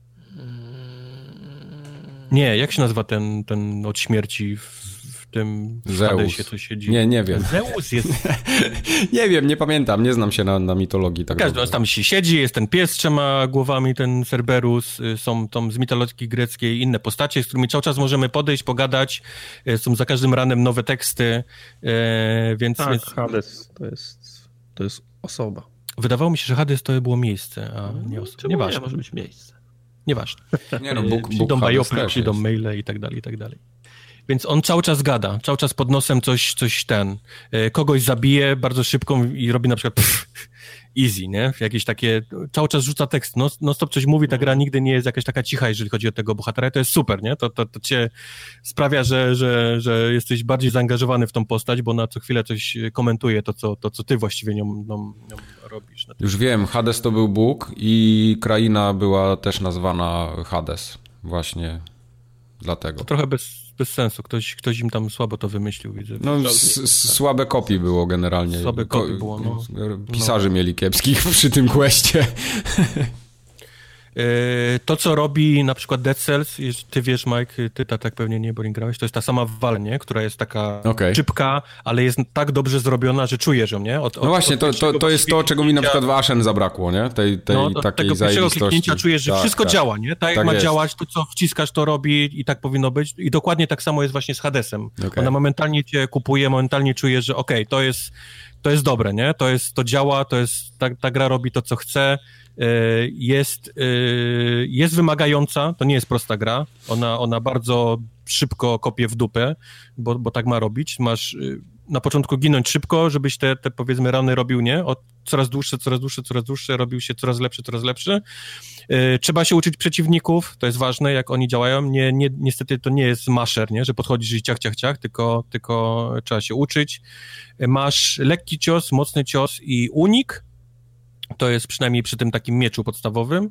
Nie, jak się nazywa ten, ten od śmierci w, w tym w Hadesie, co siedzi?
Nie, nie wiem.
Zeus jest...
nie wiem, nie pamiętam, nie znam się na, na mitologii. Tak
Każdy, tam się siedzi, jest ten pies z trzema głowami, ten Cerberus, są tam z mitologii greckiej inne postacie, z którymi cały czas możemy podejść, pogadać, są za każdym ranem nowe teksty, więc...
Tak,
więc...
Hades to jest, to jest osoba.
Wydawało mi się, że Hades to było miejsce, a nie osoba.
Nieważne. Może być miejsce.
Nieważne.
Nie no, Bóg,
przyjdą bajopy, przyjdą maile i tak dalej, i tak dalej. Więc on cały czas gada, cały czas pod nosem coś, coś ten, kogoś zabije bardzo szybko i robi na przykład pff, easy, nie? Jakieś takie, cały czas rzuca tekst, no, no stop coś mówi, ta gra nigdy nie jest jakaś taka cicha, jeżeli chodzi o tego bohatera, to jest super, nie? To, to, to cię sprawia, że, że, że jesteś bardziej zaangażowany w tą postać, bo na co chwilę coś komentuje to, co, to, co ty właściwie nią, nią, nią robisz.
Już wiem, Hades to był Bóg i kraina była też nazwana Hades, właśnie dlatego.
To trochę bez bez sensu. Ktoś, ktoś im tam słabo to wymyślił, widzę.
No, s- s- słabe kopii było generalnie.
Słabe kopii było, no.
Pisarzy
no.
mieli kiepskich przy tym questie.
To, co robi na przykład Dead Cells, ty wiesz, Mike, ty tak pewnie nie, bo nie grałeś, to jest ta sama wal, nie? Która jest taka okay. szybka, ale jest tak dobrze zrobiona, że czujesz ją, nie? Od, od,
no właśnie, to, to, to jest to, czego mi na przykład w Ashen zabrakło, nie? Tej, tej
no, to,
takiej
tego
zajebistości.
kliknięcia czujesz, że tak, wszystko tak. działa, nie? Tak, tak jak ma jest. działać, to co wciskasz, to robi i tak powinno być. I dokładnie tak samo jest właśnie z Hadesem. Okay. Ona momentalnie cię kupuje, momentalnie czujesz, że okej, okay, to jest to jest dobre, nie? To jest, to działa, to jest, ta, ta gra robi to, co chce. Jest, jest wymagająca, to nie jest prosta gra, ona, ona bardzo szybko kopie w dupę, bo, bo tak ma robić, masz na początku ginąć szybko, żebyś te, te powiedzmy rany robił, nie? O, coraz dłuższe, coraz dłuższe, coraz dłuższe, robił się coraz lepszy, coraz lepszy. Trzeba się uczyć przeciwników, to jest ważne, jak oni działają, nie, nie, niestety to nie jest masher, nie? Że podchodzisz i ciach, ciach, ciach, tylko, tylko trzeba się uczyć. Masz lekki cios, mocny cios i unik, to jest przynajmniej przy tym takim mieczu podstawowym.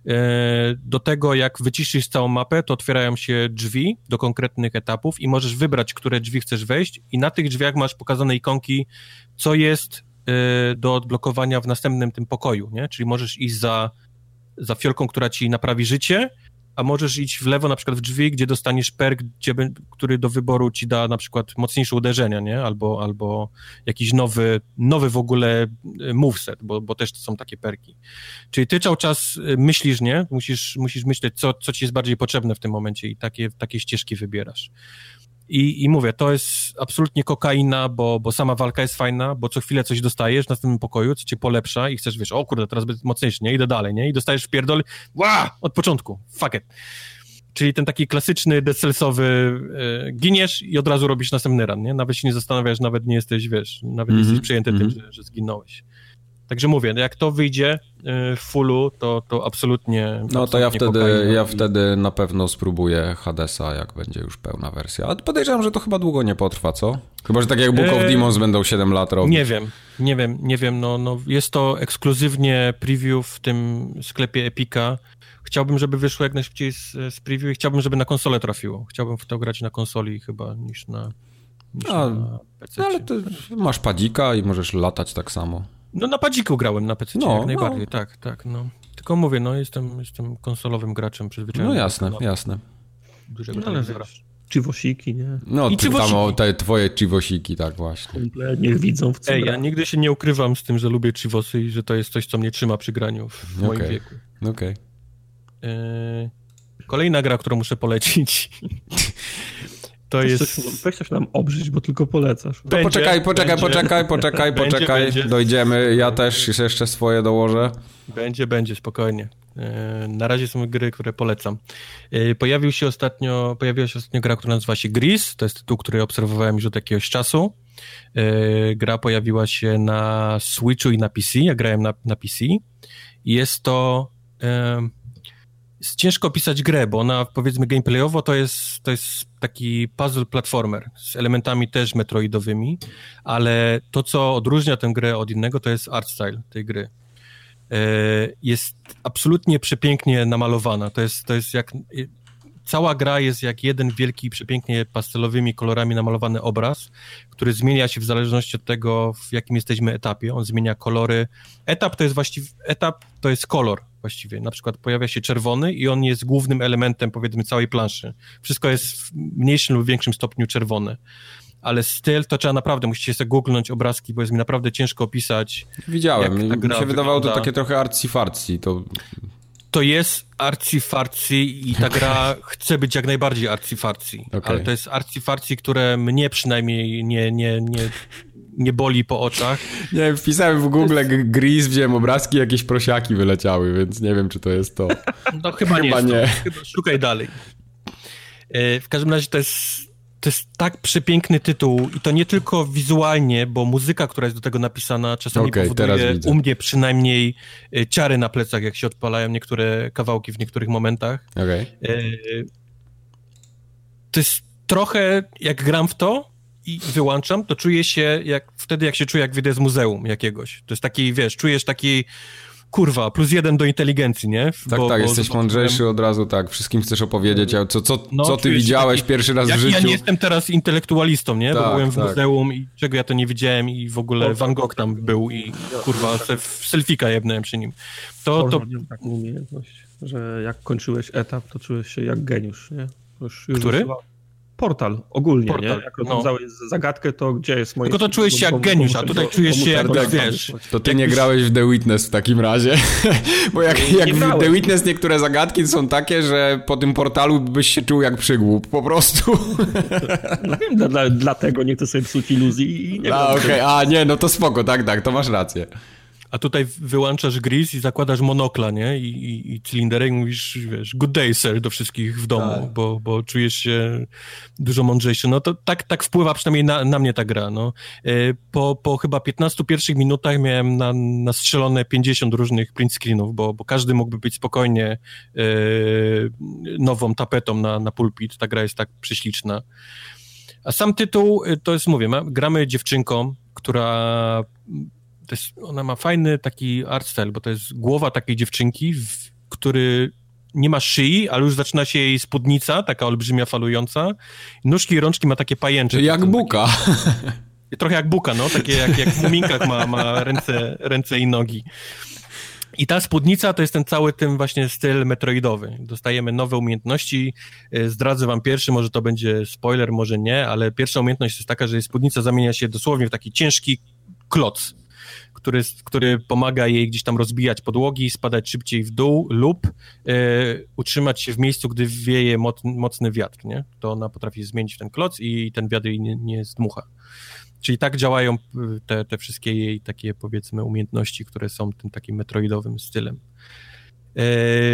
Do tego, jak wyciszysz całą mapę, to otwierają się drzwi do konkretnych etapów i możesz wybrać, które drzwi chcesz wejść i na tych drzwiach masz pokazane ikonki, co jest do odblokowania w następnym tym pokoju, nie? Czyli możesz iść za, za fiolką, która ci naprawi życie, a możesz iść w lewo na przykład w drzwi, gdzie dostaniesz perk, gdzie, który do wyboru ci da na przykład mocniejsze uderzenia, nie? Albo, albo jakiś nowy, nowy w ogóle moveset, bo, bo też to są takie perki. Czyli ty cały czas myślisz, nie? Musisz, musisz myśleć, co, co ci jest bardziej potrzebne w tym momencie i takie, takie ścieżki wybierasz. I, I mówię, to jest absolutnie kokaina, bo, bo sama walka jest fajna, bo co chwilę coś dostajesz w następnym pokoju, co cię polepsza i chcesz, wiesz, o kurde, teraz będzie mocniejszy, nie? Idę dalej, nie? I dostajesz w pierdol, ła, od początku, fuck it. Czyli ten taki klasyczny Dead Cellsowy, y, giniesz i od razu robisz następny run, nie? Nawet się nie zastanawiasz, nawet nie jesteś, wiesz, nawet mm-hmm, nie jesteś przyjęty mm-hmm. tym, że, że zginąłeś. Także mówię, jak to wyjdzie w fullu, to, to absolutnie...
No
absolutnie
to ja wtedy, ja
i...
wtedy na pewno spróbuję Hadesa, jak będzie już pełna wersja. Ale podejrzewam, że to chyba długo nie potrwa, co? Chyba, że tak jak Book of Demons będą siedem lat robić.
Nie wiem, nie wiem, nie wiem. No, no jest to ekskluzywnie preview w tym sklepie Epica. Chciałbym, żeby wyszło jak najszybciej z, z preview i chciałbym, żeby na konsolę trafiło. Chciałbym w to grać na konsoli chyba niż na, niż A, na P C.
No ale to masz padzika i możesz latać tak samo.
No na padziku grałem na P C, no, jak najbardziej, no. tak, tak, no. Tylko mówię, no jestem, jestem konsolowym graczem przyzwyczajony.
No jasne, jasne.
Dużego
no, ale Chivosiki, nie?
No, I ty tam te twoje Chivosiki, tak właśnie.
Kumple, niech widzą w co.
Ej, ja nigdy się nie ukrywam z tym, że lubię Chivosy i że to jest coś, co mnie trzyma przy graniu w okay. moim wieku.
Okej. Okay.
Yy, kolejna gra, którą muszę polecić... To
weź
jest...
Coś, weź coś nam obrzyć, bo tylko polecasz.
Będzie, poczekaj, poczekaj, będzie. poczekaj, poczekaj, będzie, poczekaj. Będzie. Dojdziemy, ja też jeszcze swoje dołożę.
Będzie, będzie, spokojnie. Na razie są gry, które polecam. Pojawił się ostatnio, pojawiła się ostatnio gra, która nazywa się Gris. To jest tytuł, który obserwowałem już od jakiegoś czasu. Yy, gra pojawiła się na Switchu i na P C, ja grałem na, na P C. Jest to... Yy, jest ciężko opisać grę, bo ona, powiedzmy, gameplayowo to jest, to jest taki puzzle platformer z elementami też metroidowymi, ale to, co odróżnia tę grę od innego, to jest art style tej gry. Jest absolutnie przepięknie namalowana. To jest, to jest jak... Cała gra jest jak jeden wielki, przepięknie pastelowymi kolorami namalowany obraz, który zmienia się w zależności od tego, w jakim jesteśmy etapie. On zmienia kolory. Etap to jest właściwie... Etap to jest kolor właściwie. Na przykład pojawia się czerwony i on jest głównym elementem, powiedzmy, całej planszy. Wszystko jest w mniejszym lub większym stopniu czerwone. Ale styl to trzeba naprawdę, musicie sobie googlnąć obrazki, bo jest mi naprawdę ciężko opisać.
Widziałem, mi się wydawało to takie trochę artsy-fartsy. To...
to jest artsy-fartsy i ta gra chce być jak najbardziej artsy-fartsy. Okay. Ale to jest artsy-fartsy, które mnie przynajmniej nie, nie, nie, nie boli po oczach. Nie,
wpisałem w Google jest... Gris, wziąłem obrazki, jakieś prosiaki wyleciały, więc nie wiem, czy to jest to.
No chyba, chyba nie jest nie. To. Chyba, szukaj dalej. W każdym razie to jest... To jest tak przepiękny tytuł i to nie tylko wizualnie, bo muzyka, która jest do tego napisana, czasami okay, powoduje u mnie przynajmniej ciary na plecach, jak się odpalają niektóre kawałki w niektórych momentach.
Okay.
To jest trochę, jak gram w to i wyłączam, to czuję się jak wtedy, jak się czuję, jak wyjdę z muzeum jakiegoś. To jest taki, wiesz, czujesz taki... Kurwa, plus jeden do inteligencji, nie?
Tak, bo, tak, bo jesteś mądrzejszy od razu, tak, wszystkim chcesz opowiedzieć, co, co, no, co ty widziałeś taki, pierwszy raz
jak,
w życiu.
Ja nie jestem teraz intelektualistą, nie? Tak, bo byłem w tak. muzeum i czego ja to nie widziałem i w ogóle Van Gogh tam był i kurwa, w selfika jebnąłem przy nim. To, to...
taką umiejętność, że jak kończyłeś etap, to czułeś się jak geniusz, nie?
Już, już Który? Wysyła...
Portal, ogólnie,
Portal,
nie? Jak rozwiązałeś no. zagadkę, to gdzie jest moje...
Tylko to czujesz się jak geniusz, a tutaj czujesz się jak, tak, wiesz...
To ty nie grałeś w The Witness w takim razie, bo jak, jak w The Witness niektóre zagadki są takie, że po tym portalu byś się czuł jak przygłup, po prostu.
No wiem, dla, dla, dlatego nie chcę sobie psuć iluzji i nie
a, okej, okay. A nie, no to spoko, tak, tak, to masz rację.
A tutaj wyłączasz gris i zakładasz monokla, nie? I, i, i cylinderek i mówisz, wiesz, good day, sir, do wszystkich w domu, tak. bo, bo czujesz się dużo mądrzejszy. No to tak, tak wpływa przynajmniej na, na mnie ta gra, no. Po, po chyba piętnastu pierwszych minutach miałem na, nastrzelone pięćdziesiąt różnych print screenów, bo, bo każdy mógłby być spokojnie e, nową tapetą na, na pulpit. Ta gra jest tak prześliczna. A sam tytuł, to jest, mówię, ma, gramy dziewczynką, która... To jest, ona ma fajny taki art style, bo to jest głowa takiej dziewczynki, w, który nie ma szyi, ale już zaczyna się jej spódnica, taka olbrzymia, falująca. Nóżki i rączki ma takie pajęcze.
Jak buka.
Takie, trochę jak buka, no. Takie jak, jak w muminkach ma, ma ręce, ręce i nogi. I ta spódnica to jest ten cały tym właśnie styl metroidowy. Dostajemy nowe umiejętności. Zdradzę wam pierwszy, może to będzie spoiler, może nie, ale pierwsza umiejętność jest taka, że spódnica zamienia się dosłownie w taki ciężki kloc, który, który pomaga jej gdzieś tam rozbijać podłogi, spadać szybciej w dół lub e, utrzymać się w miejscu, gdy wieje moc, mocny wiatr, nie? To ona potrafi zmienić ten kloc i ten wiatr jej nie, nie zdmucha. Czyli tak działają te, te wszystkie jej takie, powiedzmy, umiejętności, które są tym takim metroidowym stylem. E,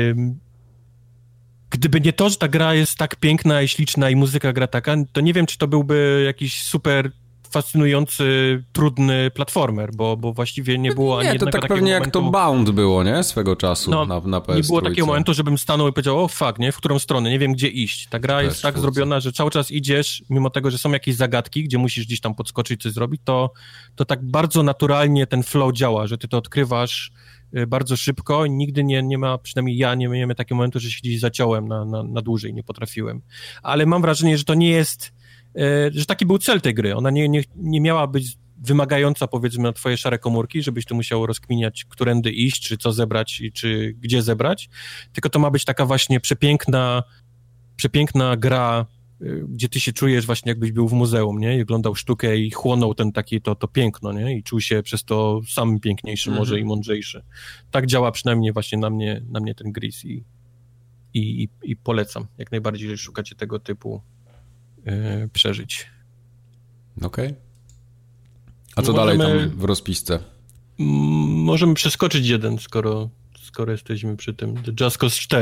gdyby nie to, że ta gra jest tak piękna i śliczna i muzyka gra taka, to nie wiem, czy to byłby jakiś super fascynujący, trudny platformer, bo, bo właściwie nie było ani
nie,
jednego
to tak
takiego
pewnie
momentu...
jak to Bound było, nie? Swego czasu
no,
na, na P S trzy.
Nie było takiego momentu, żebym stanął i powiedział, o fuck, nie? W którą stronę? Nie wiem, gdzie iść. Ta gra P S jest tak zrobiona, że cały czas idziesz, mimo tego, że są jakieś zagadki, gdzie musisz gdzieś tam podskoczyć, coś zrobić, to, to tak bardzo naturalnie ten flow działa, że ty to odkrywasz bardzo szybko i nigdy nie, nie ma, przynajmniej ja nie miałem takiego momentu, że się gdzieś zaciąłem na, na, na dłużej, nie potrafiłem. Ale mam wrażenie, że to nie jest że taki był cel tej gry. Ona nie, nie, nie miała być wymagająca, powiedzmy, na twoje szare komórki, żebyś tu musiał rozkminiać, którędy iść, czy co zebrać, i czy gdzie zebrać, tylko to ma być taka właśnie przepiękna, przepiękna gra, gdzie ty się czujesz właśnie, jakbyś był w muzeum, nie? I oglądał sztukę i chłonął ten taki, to, to piękno, nie? I czuł się przez to sam piękniejszy mhm. może i mądrzejszy. Tak działa przynajmniej właśnie na mnie, na mnie ten Gris i, i, i, i polecam. Jak najbardziej, jeżeli szukacie tego typu Yy, przeżyć.
Okej. Okay. A co możemy, dalej tam w rozpisce?
M- możemy przeskoczyć jeden, skoro, skoro jesteśmy przy tym. The Just Cause cztery.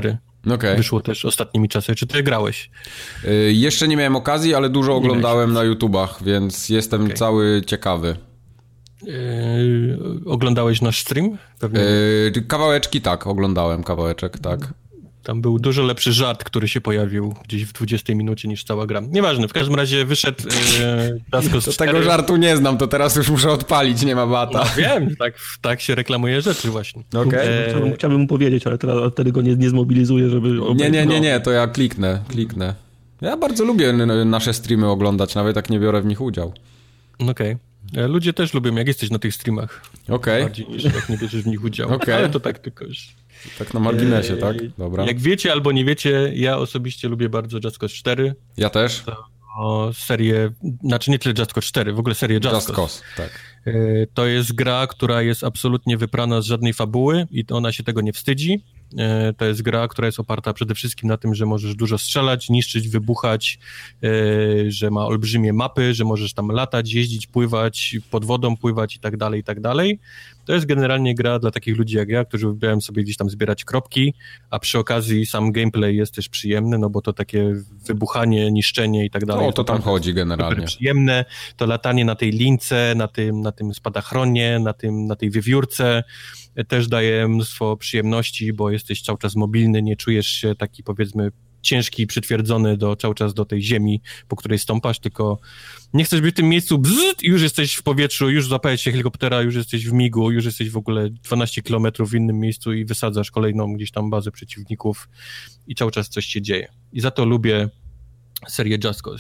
Okay.
Wyszło też ostatnimi czasy. Czy ty grałeś?
Yy, jeszcze nie miałem okazji, ale dużo nie oglądałem na YouTubach, więc jestem okay. cały ciekawy.
Yy, oglądałeś nasz stream?
Pewnie. Yy, kawałeczki tak, oglądałem kawałeczek, tak.
Tam był dużo lepszy żart, który się pojawił gdzieś w dwudziestej minucie niż cała gra. Nieważne, w każdym razie wyszedł yy, Just Cause
cztery. Tego żartu nie znam, to teraz już muszę odpalić, nie ma bata.
No wiem, tak, tak się reklamuje rzeczy właśnie.
Okay. E... Chciałbym, chciałbym mu powiedzieć, ale teraz wtedy go nie, nie zmobilizuję, żeby...
Nie, nie, nie, nie, to ja kliknę, kliknę. Ja bardzo lubię nasze streamy oglądać, nawet jak nie biorę w nich udział.
Okej. Okay. Ludzie też lubią, jak jesteś na tych streamach.
Okej. Okay.
Bardziej niż jak nie bierzesz w nich udział. Okay. Ale to tak tylko już...
Tak na marginesie, eee, tak? Dobra.
Jak wiecie albo nie wiecie, ja osobiście lubię bardzo Just Cause cztery.
Ja też.
To serię, znaczy nie tyle Just Cause cztery, w ogóle serię Just, Just Cause. Cause
tak.
Eee, to jest gra, która jest absolutnie wyprana z żadnej fabuły i ona się tego nie wstydzi. To jest gra, która jest oparta przede wszystkim na tym, że możesz dużo strzelać, niszczyć, wybuchać, że ma olbrzymie mapy, że możesz tam latać, jeździć, pływać, pod wodą pływać i tak dalej, i tak dalej. To jest generalnie gra dla takich ludzi jak ja, którzy lubią sobie gdzieś tam zbierać kropki, a przy okazji sam gameplay jest też przyjemny, no bo to takie wybuchanie, niszczenie i tak dalej.
O to tam chodzi generalnie.
Przyjemne, to latanie na tej lince, na tym, na tym spadachronie, na, tym, na tej wiewiórce też daje mnóstwo przyjemności, bo jesteś cały czas mobilny, nie czujesz się taki, powiedzmy, ciężki i przytwierdzony do, cały czas do tej ziemi, po której stąpasz, tylko nie chcesz być w tym miejscu, bzzt, już jesteś w powietrzu, już zapałeś się helikoptera, już jesteś w migu, już jesteś w ogóle dwanaście kilometrów w innym miejscu i wysadzasz kolejną gdzieś tam bazę przeciwników i cały czas coś się dzieje. I za to lubię serię Just Cause.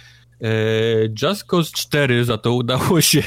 Just Cause cztery za to udało się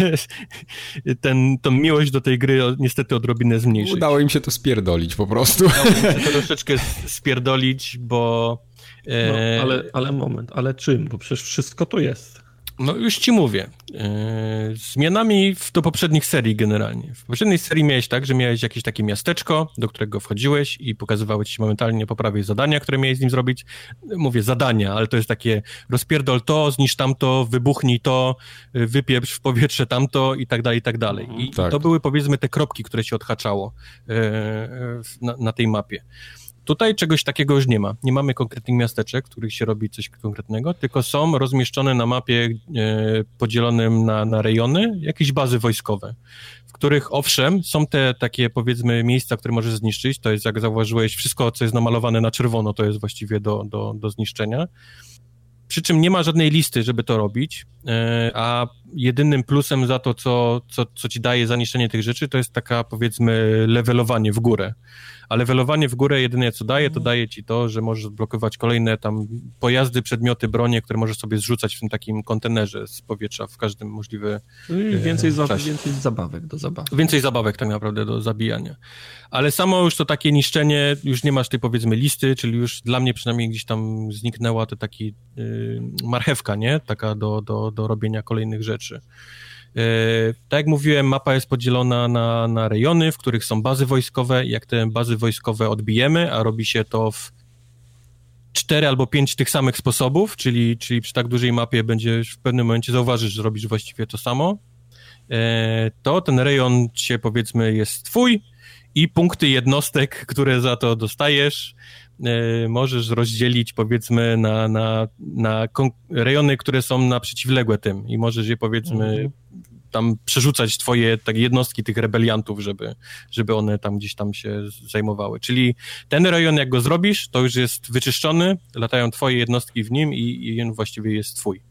ten, tą miłość do tej gry niestety odrobinę zmniejszyć.
Udało im się to spierdolić po prostu.
Udało im się to troszeczkę spierdolić, bo...
No, ale, ale moment, ale czym? Bo przecież wszystko to jest.
No już ci mówię. Yy, zmianami w, do poprzednich serii generalnie. W poprzedniej serii miałeś tak, że miałeś jakieś takie miasteczko, do którego wchodziłeś i pokazywały ci się momentalnie po prawej zadania, które miałeś z nim zrobić. Mówię zadania, ale to jest takie rozpierdol to, zniszcz tamto, wybuchnij to, wypieprz w powietrze tamto i tak dalej, i tak dalej. I tak. To były powiedzmy te kropki, które się odhaczało yy, na, na tej mapie. Tutaj czegoś takiego już nie ma. Nie mamy konkretnych miasteczek, w których się robi coś konkretnego, tylko są rozmieszczone na mapie e, podzielonym na, na rejony jakieś bazy wojskowe, w których owszem, są te takie powiedzmy miejsca, które możesz zniszczyć, to jest jak zauważyłeś, wszystko co jest namalowane na czerwono, to jest właściwie do, do, do zniszczenia. Przy czym nie ma żadnej listy, żeby to robić, e, a jedynym plusem za to, co, co, co ci daje zaniszczenie tych rzeczy, to jest taka powiedzmy levelowanie w górę. A levelowanie w górę jedyne co daje, to daje ci to, że możesz odblokować kolejne tam pojazdy, przedmioty, bronie, które możesz sobie zrzucać w tym takim kontenerze z powietrza w każdym możliwy
I więcej, za, więcej zabawek do zabawy.
Więcej zabawek tak naprawdę do zabijania. Ale samo już to takie niszczenie, już nie masz tej powiedzmy listy, czyli już dla mnie przynajmniej gdzieś tam zniknęła to taki yy, marchewka, nie? Taka do, do, do robienia kolejnych rzeczy. Yy, tak jak mówiłem, mapa jest podzielona na, na rejony, w których są bazy wojskowe i jak te bazy wojskowe odbijemy, a robi się to w cztery albo pięć tych samych sposobów, czyli, czyli przy tak dużej mapie będziesz w pewnym momencie zauważysz, że robisz właściwie to samo, yy, to ten rejon się powiedzmy jest twój i punkty jednostek, które za to dostajesz, yy, możesz rozdzielić powiedzmy na, na, na kon- rejony, które są na przeciwległe tym i możesz je powiedzmy mm. tam przerzucać twoje takie jednostki tych rebeliantów, żeby, żeby one tam gdzieś tam się zajmowały. Czyli ten rejon jak go zrobisz, to już jest wyczyszczony, latają twoje jednostki w nim i, i on właściwie jest twój.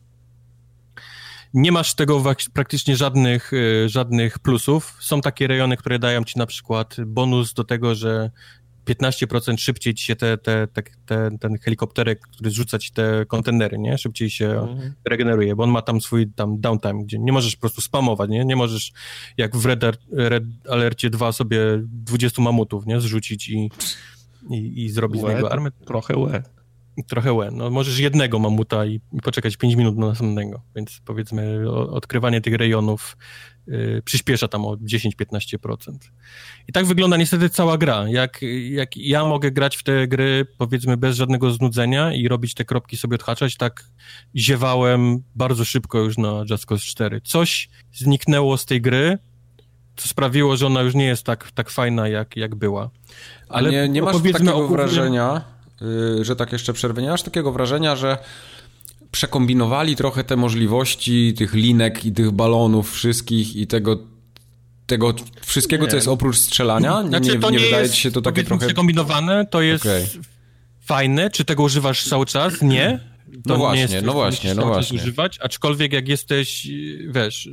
Nie masz tego praktycznie żadnych, żadnych plusów. Są takie rejony, które dają ci na przykład bonus do tego, że piętnaście procent szybciej ci się te, te, te, te, ten helikopterek, który zrzuca ci te kontenery, nie? Szybciej się mhm. regeneruje, bo on ma tam swój tam downtime, gdzie nie możesz po prostu spamować, nie? Nie możesz jak w Red, Red Alercie dwa sobie dwudziestu mamutów, nie? Zrzucić i, i, i zrobić łe, z niego armię.
Trochę łe.
Trochę łe. No możesz jednego mamuta i, i poczekać pięć minut na następnego, więc powiedzmy o, odkrywanie tych rejonów y, przyspiesza tam o dziesięć do piętnastu procent. I tak wygląda niestety cała gra. Jak, jak ja mogę grać w te gry powiedzmy bez żadnego znudzenia i robić te kropki sobie odhaczać, tak ziewałem bardzo szybko już na Just Cause cztery. Coś zniknęło z tej gry, co sprawiło, że ona już nie jest tak, tak fajna jak, jak była.
Ale nie, nie masz takiego ogólnie... wrażenia, yy, że tak jeszcze przerwę, nie masz takiego wrażenia, że przekombinowali trochę te możliwości tych linek i tych balonów wszystkich i tego, tego wszystkiego, nie. co jest oprócz strzelania? Nie,
znaczy,
nie,
to
nie,
nie
wydaje
jest,
ci się to takie trochę...
przekombinowane, to jest okay. fajne. Czy tego używasz cały czas? Nie. To
no właśnie,
nie jest,
no właśnie, no właśnie.
Używać, aczkolwiek jak jesteś, wiesz...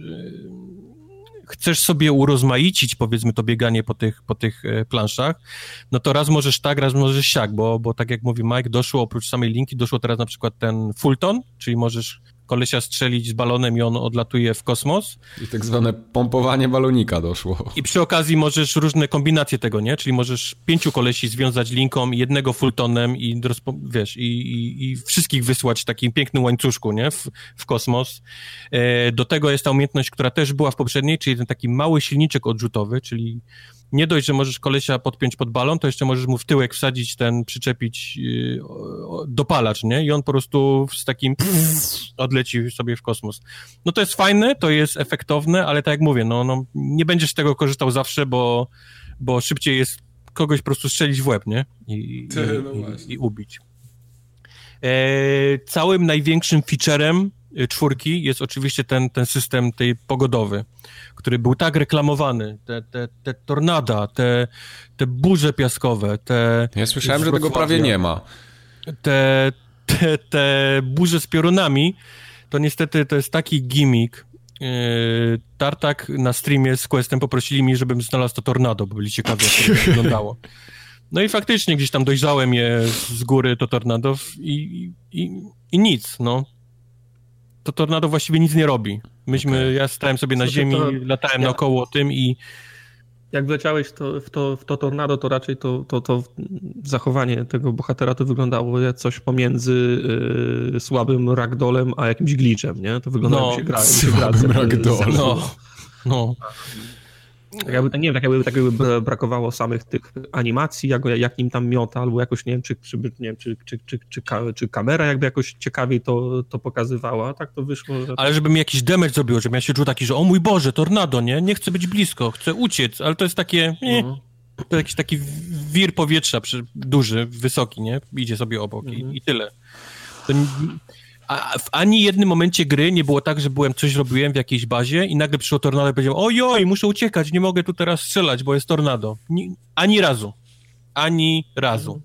chcesz sobie urozmaicić, powiedzmy, to bieganie po tych, po tych planszach, no to raz możesz tak, raz możesz siak, bo, bo tak jak mówi Mike, doszło oprócz samej linki, doszło teraz na przykład ten Fulton, czyli możesz kolesia strzelić z balonem i on odlatuje w kosmos.
I tak zwane pompowanie balonika doszło.
I przy okazji możesz różne kombinacje tego, nie? Czyli możesz pięciu kolesi związać linką, jednego Fultonem i wiesz, i, i, i wszystkich wysłać w takim pięknym łańcuszku, nie? W, w kosmos. E, do tego jest ta umiejętność, która też była w poprzedniej, czyli ten taki mały silniczek odrzutowy, czyli nie dość, że możesz kolesia podpiąć pod balon, to jeszcze możesz mu w tyłek wsadzić ten, przyczepić yy, dopalacz, nie? I on po prostu z takim pff, odleci sobie w kosmos. No to jest fajne, to jest efektowne, ale tak jak mówię, no, no nie będziesz z tego korzystał zawsze, bo, bo szybciej jest kogoś po prostu strzelić w łeb, nie? I, i, no i, i ubić. E, całym największym featurem czwórki jest oczywiście ten, ten system tej pogodowy, który był tak reklamowany, te, te, te tornada, te, te burze piaskowe, te...
Ja słyszałem, że tego prawie nie ma.
Te, te, te burze z piorunami, to niestety to jest taki gimmick. Yy, Tartak na streamie z Questem poprosili mnie, żebym znalazł to tornado, bo byli ciekawi, jak to wyglądało. No i faktycznie gdzieś tam dojrzałem je z góry, to tornado i, i, i nic, no. To tornado właściwie nic nie robi. Myśmy, okay. Ja stałem sobie na Co ziemi, to, latałem ja, naokoło tym i...
Jak wleciałeś to, w, to, w to tornado, to raczej to, to, to zachowanie tego bohatera to wyglądało jak coś pomiędzy yy, słabym ragdolem a jakimś glitchem, nie? To wyglądało, no, jak się gra.
Słabym ragdolem.
No, no.
Tak jakby, nie wiem, tak jakby, tak jakby brakowało samych tych animacji, jak, jak nim tam miota, albo jakoś, nie wiem, czy, czy, nie wiem, czy, czy, czy, czy, czy kamera jakby jakoś ciekawiej to, to pokazywała, tak to wyszło. Że...
Ale żeby mi jakiś damage zrobiło, żebym ja się czuł taki, że o mój Boże, tornado, nie? Nie chcę być blisko, chcę uciec, ale to jest takie, nie, mhm. to jakiś taki wir powietrza przy, duży, wysoki, nie? Idzie sobie obok mhm. i, i tyle. To nie, a w ani jednym momencie gry nie było tak, że byłem, coś robiłem w jakiejś bazie i nagle przyszło tornado i powiedziałem, ojoj, muszę uciekać, nie mogę tu teraz strzelać, bo jest tornado. Ni, ani razu. Ani razu.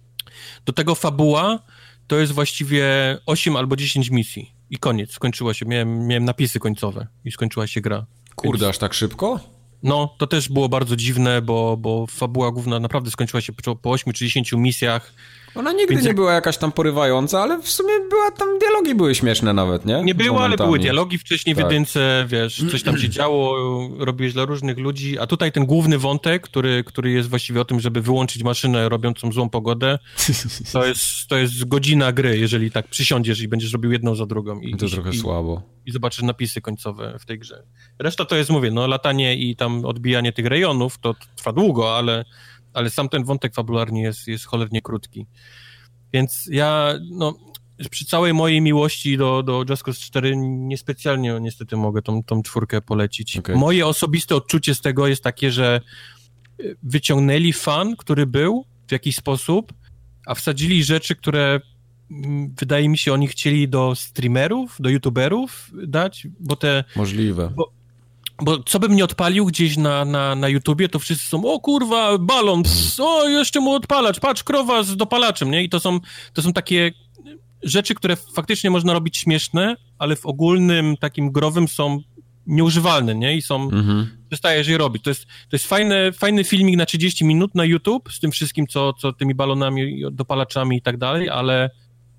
Do tego fabuła to jest właściwie osiem albo dziesięć misji i koniec, skończyła się. Miałem, miałem napisy końcowe i skończyła się gra.
Kurde,
Więc...
aż tak szybko?
No, to też było bardzo dziwne, bo, bo fabuła główna naprawdę skończyła się po, po ośmiu czy dziesięciu misjach.
Ona nigdy Więc nie jak... była jakaś tam porywająca, ale w sumie była tam, dialogi były śmieszne nawet, nie?
Nie było, ale były dialogi wcześniej tak. w jedynce, wiesz, coś tam się działo, robiłeś dla różnych ludzi, a tutaj ten główny wątek, który, który jest właściwie o tym, żeby wyłączyć maszynę robiącą złą pogodę, to jest, to jest godzina gry, jeżeli tak przysiądziesz i będziesz robił jedną za drugą. I,
to
i,
trochę
i,
słabo.
I zobaczysz napisy końcowe w tej grze. Reszta to jest, mówię, no latanie i tam odbijanie tych rejonów, to trwa długo, ale, ale sam ten wątek fabularny jest, jest cholernie krótki. Więc ja, no, przy całej mojej miłości do, do Just Cause cztery niespecjalnie niestety mogę tą, tą czwórkę polecić. Okay. Moje osobiste odczucie z tego jest takie, że wyciągnęli fan, który był w jakiś sposób, a wsadzili rzeczy, które wydaje mi się oni chcieli do streamerów, do youtuberów dać, bo te...
Możliwe.
Bo, Bo co bym nie odpalił gdzieś na, na, na YouTubie, to wszyscy są, o kurwa, balon, ps, o jeszcze mu odpalacz, patrz, krowa z dopalaczem, nie? I to są, to są takie rzeczy, które faktycznie można robić śmieszne, ale w ogólnym takim growym są nieużywalne, nie? I są, mhm. przestajesz je robić. To jest, to jest fajny, fajny filmik na trzydzieści minut na YouTube z tym wszystkim, co, co tymi balonami, dopalaczami i tak dalej, ale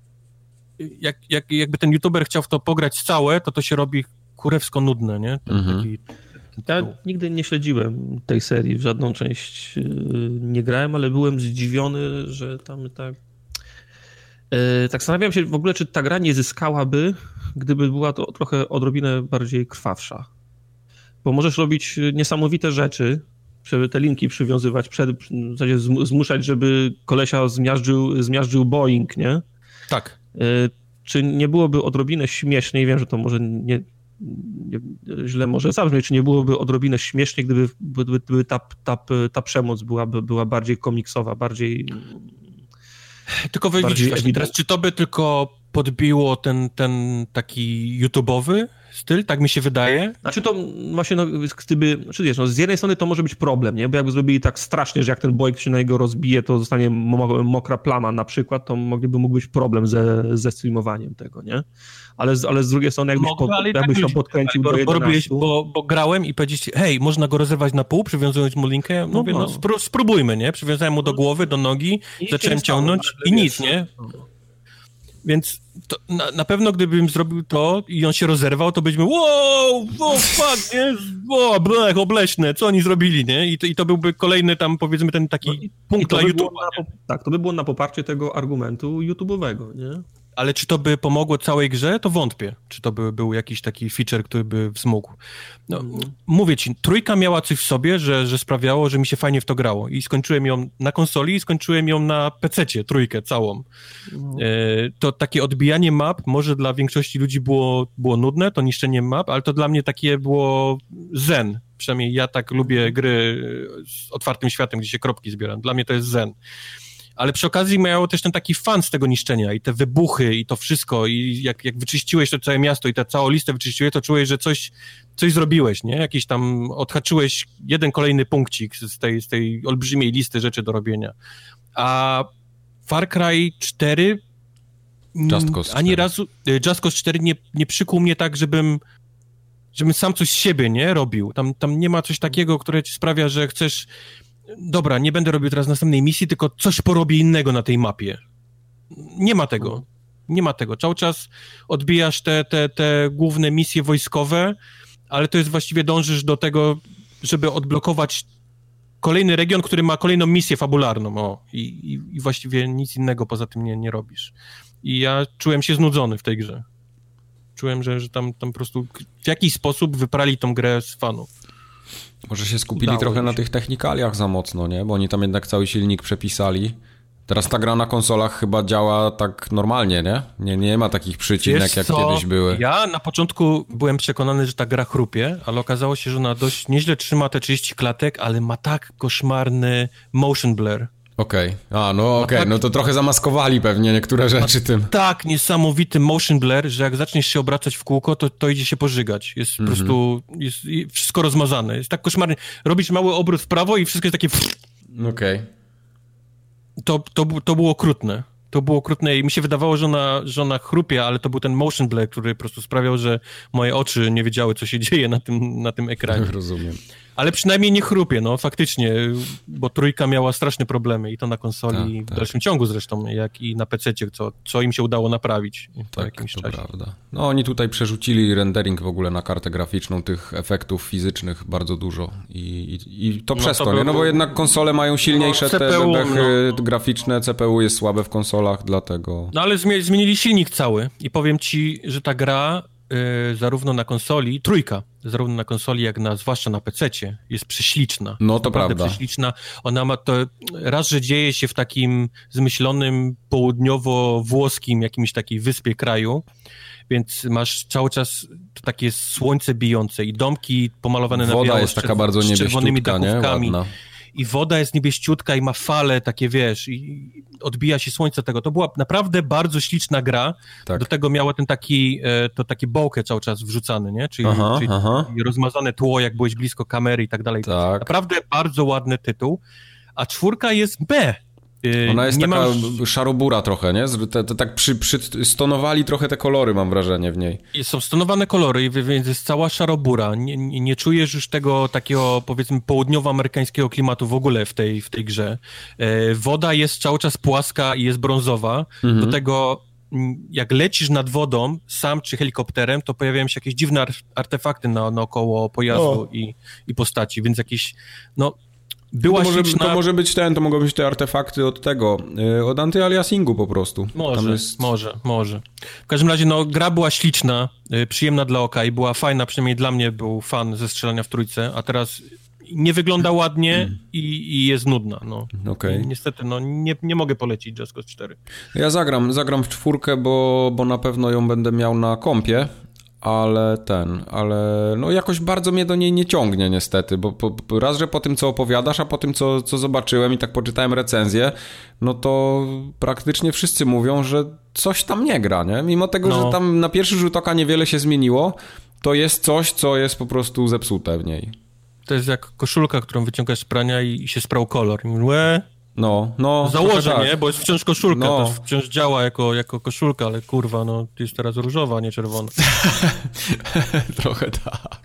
jak, jak, jakby ten YouTuber chciał w to pograć całe, to to się robi kurewsko nudne, nie? Ten, mhm. taki,
ja nigdy nie śledziłem tej serii, w żadną część nie grałem, ale byłem zdziwiony, że tam tak... Tak zastanawiam się w ogóle, czy ta gra nie zyskałaby, gdyby była to trochę odrobinę bardziej krwawsza. Bo możesz robić niesamowite rzeczy, żeby te linki przywiązywać, przed, w zasadzie zmuszać, żeby kolesia zmiażdżył, zmiażdżył Boeing, nie?
Tak.
Czy nie byłoby odrobinę śmieszniej, wiem, że to może nie... Nie, źle może zabrzmieć, czy nie byłoby odrobinę śmiesznie, gdyby, gdyby ta, ta, ta przemoc byłaby, była bardziej komiksowa, bardziej...
Tylko wy widzisz, właśnie teraz, czy to by tylko podbiło ten, ten taki YouTube'owy styl, tak mi się wydaje.
Znaczy to właśnie, no, gdyby, znaczy wiesz, no, z jednej strony to może być problem, nie? Bo jakby zrobili tak strasznie, że jak ten Boeing się na niego rozbije, to zostanie mokra plama na przykład, to mogliby, mógł być problem ze, ze streamowaniem tego, nie? Ale, ale z drugiej strony jakbyś, Mogę, pod, jakbyś tak to podkręcił tak,
bo, do jedenastu... bo, bo grałem i powiedzieliście, hej, można go rozerwać na pół, przywiązując mu linkę? No, Mówię, no, no spró- spróbujmy, nie? Przywiązałem mu do głowy, do nogi, I zacząłem ciągnąć stało, i nic, nie? Więc to, na, na pewno gdybym zrobił to i on się rozerwał, to byśmy wow, wow, fuck, nie? Wow, blech, obleśne, co oni zrobili, nie? I to, i to byłby kolejny tam, powiedzmy, ten taki no i, punkt i dla by YouTube. Na,
tak, to by było na poparcie tego argumentu YouTube'owego, nie?
Ale czy to by pomogło całej grze? To wątpię. Czy to by był jakiś taki feature, który by wzmógł. No, mm. Mówię ci, trójka miała coś w sobie, że, że sprawiało, że mi się fajnie w to grało. I skończyłem ją na konsoli i skończyłem ją na pececie, trójkę całą. Mm. E, to takie odbijanie map może dla większości ludzi było, było nudne, to niszczenie map, ale to dla mnie takie było zen. Przynajmniej ja tak lubię gry z otwartym światem, gdzie się kropki zbieram. Dla mnie to jest zen. Ale przy okazji miało też ten taki fan z tego niszczenia i te wybuchy i to wszystko i jak, jak wyczyściłeś to całe miasto i tę całą listę wyczyściłeś, to czułeś, że coś, coś zrobiłeś, nie? Jakiś tam odhaczyłeś jeden kolejny punkcik z tej, z tej olbrzymiej listy rzeczy do robienia. A Far Cry cztery
Just Cause
ani
cztery.
razu Just Cause cztery nie, nie przykuł mnie tak, żebym żebym sam coś z siebie, nie? Robił. Tam, tam nie ma coś takiego, które ci sprawia, że chcesz dobra, nie będę robił teraz następnej misji, tylko coś porobię innego na tej mapie. Nie ma tego. Nie ma tego. Cały czas odbijasz te, te, te główne misje wojskowe, ale to jest właściwie dążysz do tego, żeby odblokować kolejny region, który ma kolejną misję fabularną. O, i, i, i właściwie nic innego poza tym nie, nie robisz. I ja czułem się znudzony w tej grze. Czułem, że, że tam, tam po prostu w jakiś sposób wyprali tą grę z fanów.
Może się skupili Udało trochę się. na tych technikaliach za mocno, nie? Bo oni tam jednak cały silnik przepisali. Teraz ta gra na konsolach chyba działa tak normalnie, nie? Nie, nie ma takich przycinek, Wiesz jak co? kiedyś były.
Ja na początku byłem przekonany, że ta gra chrupie, ale okazało się, że ona dość nieźle trzyma te trzydzieści klatek, ale ma tak koszmarny motion blur.
Okej, okay. a no okej, okay. tak, no to trochę zamaskowali pewnie niektóre rzeczy tym.
Tak, niesamowity motion blur, że jak zaczniesz się obracać w kółko, to, to idzie się pożygać. Jest mm-hmm. po prostu, jest wszystko rozmazane. Jest tak koszmarny. Robisz mały obrót w prawo i wszystko jest takie...
Okej. Okay.
To, to, to było okrutne. To było okrutne i mi się wydawało, że ona, że ona chrupie, ale to był ten motion blur, który po prostu sprawiał, że moje oczy nie wiedziały, co się dzieje na tym, na tym ekranie.
Rozumiem.
Ale przynajmniej nie chrupie, no faktycznie, bo trójka miała straszne problemy i to na konsoli, tak, w tak. dalszym ciągu zresztą, jak i na pececie, co, co im się udało naprawić po
tak,
jakimś
to
czasie.
Prawda. No oni tutaj przerzucili rendering w ogóle na kartę graficzną, tych efektów fizycznych bardzo dużo i, i, i to no przez to, to nie? No bo jednak konsole mają silniejsze no, C P U, te bebechy no. graficzne, C P U jest słabe w konsolach, dlatego...
No ale zmienili silnik cały i powiem ci, że ta gra Yy, zarówno na konsoli, trójka, zarówno na konsoli, jak na, zwłaszcza na pececie, jest prześliczna.
No to prawda.
Prześliczna. Ona ma to, raz, że dzieje się w takim zmyślonym południowo-włoskim jakimś takiej wyspie kraju, więc masz cały czas takie słońce bijące i domki pomalowane
Woda
na biało
jest taka bardzo
z czerwonymi dachówkami.
Nie? Ładna.
I woda jest niebieściutka i ma fale takie, wiesz, i odbija się słońce tego. To była naprawdę bardzo śliczna gra. Tak. Do tego miała ten taki, to taki bokeh cały czas wrzucany, nie? Czyli, aha, czyli aha. rozmazane tło, jak byłeś blisko kamery i tak dalej.
Tak.
Naprawdę bardzo ładny tytuł. A czwórka jest B.
Ona jest nie taka masz... szarobura trochę, nie? Te, te, tak przy, przystonowali trochę te kolory, mam wrażenie, w niej.
Są stonowane kolory, więc jest cała szarobura. Nie, nie, nie czujesz już tego takiego, powiedzmy, południowoamerykańskiego klimatu w ogóle w tej, w tej grze. E, woda jest cały czas płaska i jest brązowa. Mhm. Do tego, jak lecisz nad wodą, sam czy helikopterem, to pojawiają się jakieś dziwne artefakty na, naokoło pojazdu i, i postaci, więc jakieś, no... Była
to, może,
śliczna...
to może być ten, to mogą być te artefakty od tego, yy, od antyaliasingu po prostu.
Może, jest... może, może. W każdym razie, no, gra była śliczna, yy, przyjemna dla oka i była fajna, przynajmniej dla mnie był fan ze strzelania w trójce, a teraz nie wygląda ładnie mm. i, i jest nudna, no.
Okay.
Niestety, no, nie, nie mogę polecić Just Cause cztery.
Ja zagram, zagram w czwórkę, bo, bo na pewno ją będę miał na kompie, ale ten, ale no jakoś bardzo mnie do niej nie ciągnie niestety, bo po, raz, że po tym, co opowiadasz, a po tym, co, co zobaczyłem i tak poczytałem recenzję, no to praktycznie wszyscy mówią, że coś tam nie gra, nie? Mimo tego, no. że tam na pierwszy rzut oka niewiele się zmieniło, to jest coś, co jest po prostu zepsute w niej.
To jest jak koszulka, którą wyciągasz z prania i się sprał kolor. Łe.
No, no.
Założę, tak. Nie? Bo jest wciąż koszulka, no. To wciąż działa jako, jako koszulka, ale kurwa, no, to jest teraz różowa, a nie czerwona.
Trochę tak.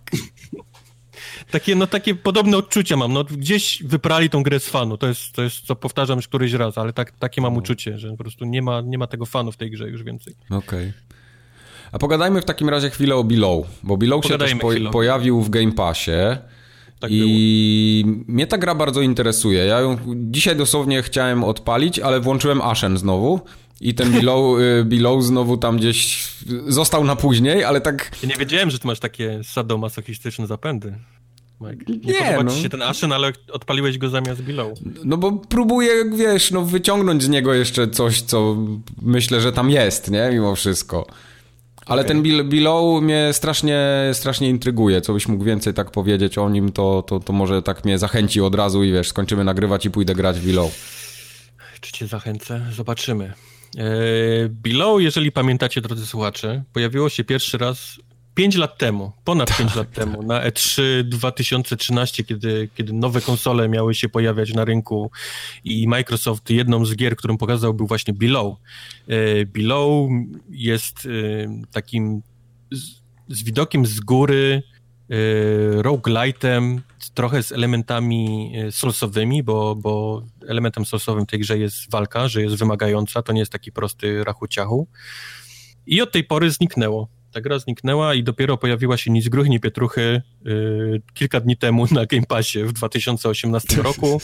Takie, no, takie podobne odczucia mam. No, gdzieś wyprali tą grę z fanu. To jest, to jest co powtarzam już któryś raz, ale tak, takie mam no. uczucie, że po prostu nie ma, nie ma tego fanu w tej grze już więcej.
Okej. Okay. A pogadajmy w takim razie chwilę o Below, bo Below się też po, pojawił w Game Passie. Tak I było. Mnie ta gra bardzo interesuje. Ja ją dzisiaj dosłownie chciałem odpalić, ale włączyłem Ashen znowu i ten Below, Below znowu tam gdzieś został na później, ale tak...
Ja nie wiedziałem, że ty masz takie sadomasochistyczne zapędy. Mike. Nie, nie podoba ci się ten Ashen, ale odpaliłeś go zamiast Below.
No bo próbuję, wiesz, no wyciągnąć z niego jeszcze coś, co myślę, że tam jest, nie? Mimo wszystko. Ale okay. ten Below mnie strasznie, strasznie intryguje. Co byś mógł więcej tak powiedzieć o nim, to, to, to może tak mnie zachęci od razu i wiesz, skończymy nagrywać i pójdę grać w Below.
Czy cię zachęcę? Zobaczymy. Eee, Below, jeżeli pamiętacie, drodzy słuchacze, pojawiło się pierwszy raz pięć lat temu, ponad tak. pięć lat temu, na E trzy dwa tysiące trzynaście, kiedy, kiedy nowe konsole miały się pojawiać na rynku i Microsoft, jedną z gier, którą pokazał, był właśnie Below. E, Below jest e, takim z, z widokiem z góry e, roguelite'em, trochę z elementami soulsowymi, bo, bo elementem soulsowym tej grze jest walka, że jest wymagająca, to nie jest taki prosty rachu-ciachu. I od tej pory zniknęło. Ta gra zniknęła i dopiero pojawiła się ni z gruchy, ni pietruchy yy, kilka dni temu na Game Passie w dwa tysiące osiemnastym roku.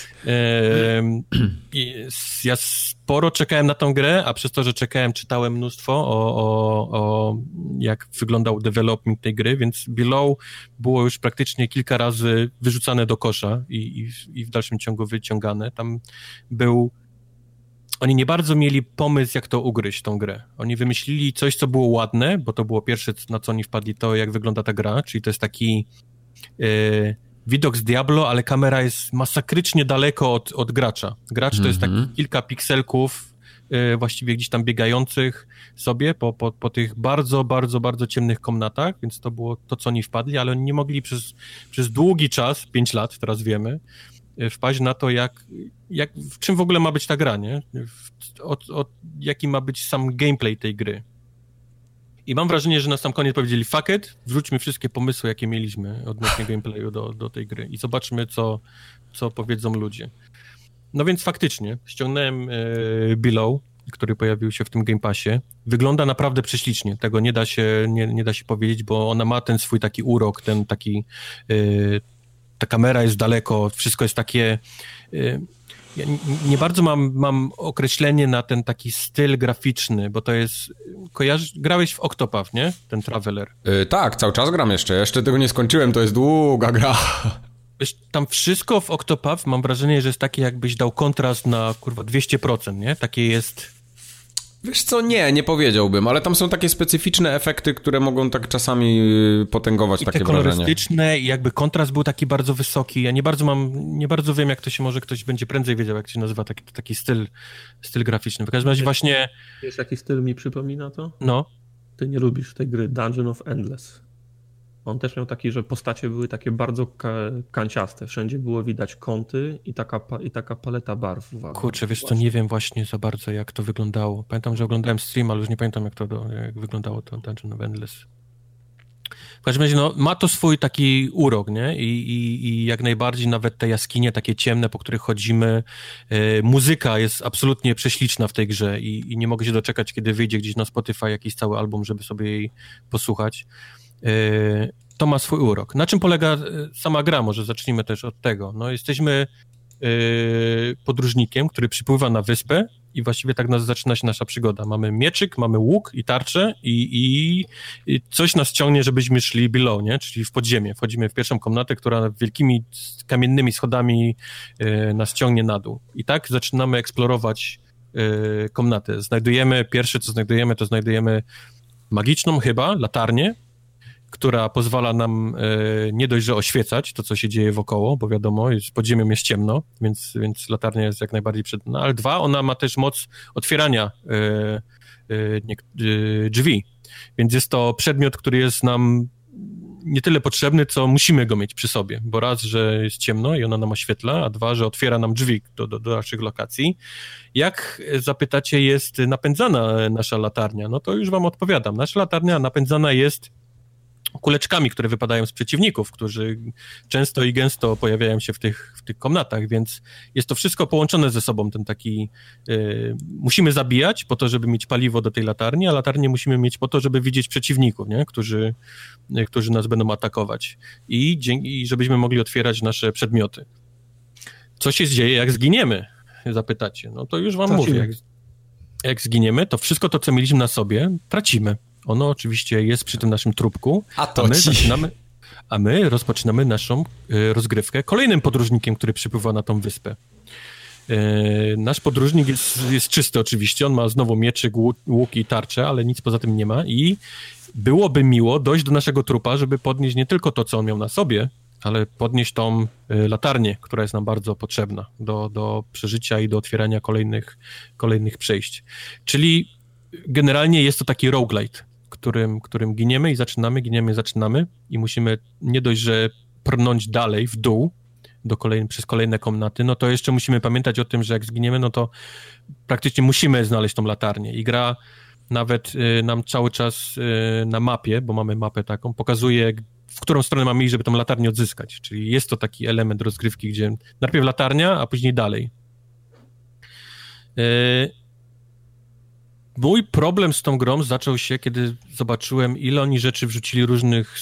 Yy, ja sporo czekałem na tą grę, a przez to, że czekałem, czytałem mnóstwo o, o, o jak wyglądał development tej gry, więc Below było już praktycznie kilka razy wyrzucane do kosza i, i, i w dalszym ciągu wyciągane. Tam był... Oni nie bardzo mieli pomysł, jak to ugryźć, tą grę. Oni wymyślili coś, co było ładne, bo to było pierwsze, na co oni wpadli, to jak wygląda ta gra, czyli to jest taki yy, widok z Diablo, ale kamera jest masakrycznie daleko od, od gracza. Gracz mm-hmm. to jest taki kilka pikselków yy, właściwie gdzieś tam biegających sobie po, po, po tych bardzo, bardzo, bardzo ciemnych komnatach, więc to było to, co oni wpadli, ale oni nie mogli przez, przez długi czas, pięć lat, teraz wiemy, wpaść na to, jak, jak, w czym w ogóle ma być ta gra, nie? Od, od, jaki ma być sam gameplay tej gry. I mam wrażenie, że na sam koniec powiedzieli fuck it, wrzućmy wszystkie pomysły, jakie mieliśmy odnośnie gameplayu do, do tej gry i zobaczmy, co, co powiedzą ludzie. No więc faktycznie, ściągnąłem e, Below, który pojawił się w tym Game Passie. Wygląda naprawdę prześlicznie, tego nie da się, nie, nie da się powiedzieć, bo ona ma ten swój taki urok, ten taki... E, ta kamera jest daleko, wszystko jest takie... Yy, ja nie bardzo mam, mam określenie na ten taki styl graficzny, bo to jest... Kojarzysz, grałeś w Octopath, nie? Ten Traveler.
Yy, tak, cały czas gram jeszcze. Jeszcze tego nie skończyłem, to jest długa gra.
Wiesz, tam wszystko w Octopath, mam wrażenie, że jest takie, jakbyś dał kontrast na, kurwa, dwieście procent, nie? Takie jest...
Wiesz co, nie, nie powiedziałbym, ale tam są takie specyficzne efekty, które mogą tak czasami potęgować I takie wrażenie.
I te kolorystyczne i jakby kontrast był taki bardzo wysoki. Ja nie bardzo mam, nie bardzo wiem, jak to się może ktoś będzie prędzej wiedział, jak się nazywa taki, taki styl, styl graficzny. W każdym razie właśnie...
Wiesz, jaki styl mi przypomina to?
No.
Ty nie lubisz tej gry Dungeon of Endless. On też miał taki, że postacie były takie bardzo ka- kanciaste. Wszędzie było widać kąty i taka, pa- i taka paleta barw. Uwaga.
Kurczę, wiesz co, nie wiem właśnie za bardzo, jak to wyglądało. Pamiętam, że oglądałem stream, ale już nie pamiętam, jak to jak wyglądało to Dungeon of Endless. W każdym razie, no, ma to swój taki urok, nie? I, i, i jak najbardziej nawet te jaskinie takie ciemne, po których chodzimy, e, muzyka jest absolutnie prześliczna w tej grze i, i nie mogę się doczekać, kiedy wyjdzie gdzieś na Spotify jakiś cały album, żeby sobie jej posłuchać. To ma swój urok. Na czym polega sama gra? Może zacznijmy też od tego. No, jesteśmy podróżnikiem, który przypływa na wyspę i właściwie tak nas zaczyna się nasza przygoda. Mamy mieczyk, mamy łuk i tarczę i, i, i coś nas ciągnie, żebyśmy szli below, nie? Czyli w podziemie. Wchodzimy w pierwszą komnatę, która wielkimi kamiennymi schodami nas ciągnie na dół. I tak zaczynamy eksplorować komnatę. Znajdujemy, pierwsze co znajdujemy, to znajdujemy magiczną chyba, latarnię, która pozwala nam e, nie dość, że oświecać to, co się dzieje wokoło, bo wiadomo, jest, pod ziemią jest ciemno, więc, więc latarnia jest jak najbardziej przed... No, ale dwa, ona ma też moc otwierania e, e, nie, e, drzwi, więc jest to przedmiot, który jest nam nie tyle potrzebny, co musimy go mieć przy sobie, bo raz, że jest ciemno i ona nam oświetla, a dwa, że otwiera nam drzwi do, do, do naszych lokacji. Jak zapytacie, jest napędzana nasza latarnia? No to już wam odpowiadam. Nasza latarnia napędzana jest kuleczkami, które wypadają z przeciwników, którzy często i gęsto pojawiają się w tych, w tych komnatach, więc jest to wszystko połączone ze sobą, ten taki... Yy, musimy zabijać po to, żeby mieć paliwo do tej latarni, a latarnię musimy mieć po to, żeby widzieć przeciwników, nie? Którzy, yy, którzy nas będą atakować i, dzięki, i żebyśmy mogli otwierać nasze przedmioty. Co się dzieje, jak zginiemy? Zapytacie. No to już wam Tracimy. mówię. Jak, jak zginiemy, to wszystko to, co mieliśmy na sobie, tracimy. Ono oczywiście jest przy tym naszym trupku,
a, to
a, my,
ci.
zaczynamy, a my rozpoczynamy naszą y, rozgrywkę kolejnym podróżnikiem, który przypływa na tą wyspę. Y, nasz podróżnik jest, jest czysty oczywiście, on ma znowu mieczyk, łuk, łuk i tarczę, ale nic poza tym nie ma i byłoby miło dojść do naszego trupa, żeby podnieść nie tylko to, co on miał na sobie, ale podnieść tą y, latarnię, która jest nam bardzo potrzebna do, do przeżycia i do otwierania kolejnych, kolejnych przejść. Czyli generalnie jest to taki roguelite, którym, którym giniemy i zaczynamy, giniemy i zaczynamy i musimy nie dość, że prnąć dalej w dół do kolejne, przez kolejne komnaty, no to jeszcze musimy pamiętać o tym, że jak zginiemy, no to praktycznie musimy znaleźć tą latarnię i gra nawet y, nam cały czas y, na mapie, bo mamy mapę taką, pokazuje, w którą stronę mamy iść, żeby tą latarnię odzyskać, czyli jest to taki element rozgrywki, gdzie najpierw latarnia, a później dalej. Y, Mój problem z tą grą zaczął się, kiedy zobaczyłem, ile oni rzeczy wrzucili różnych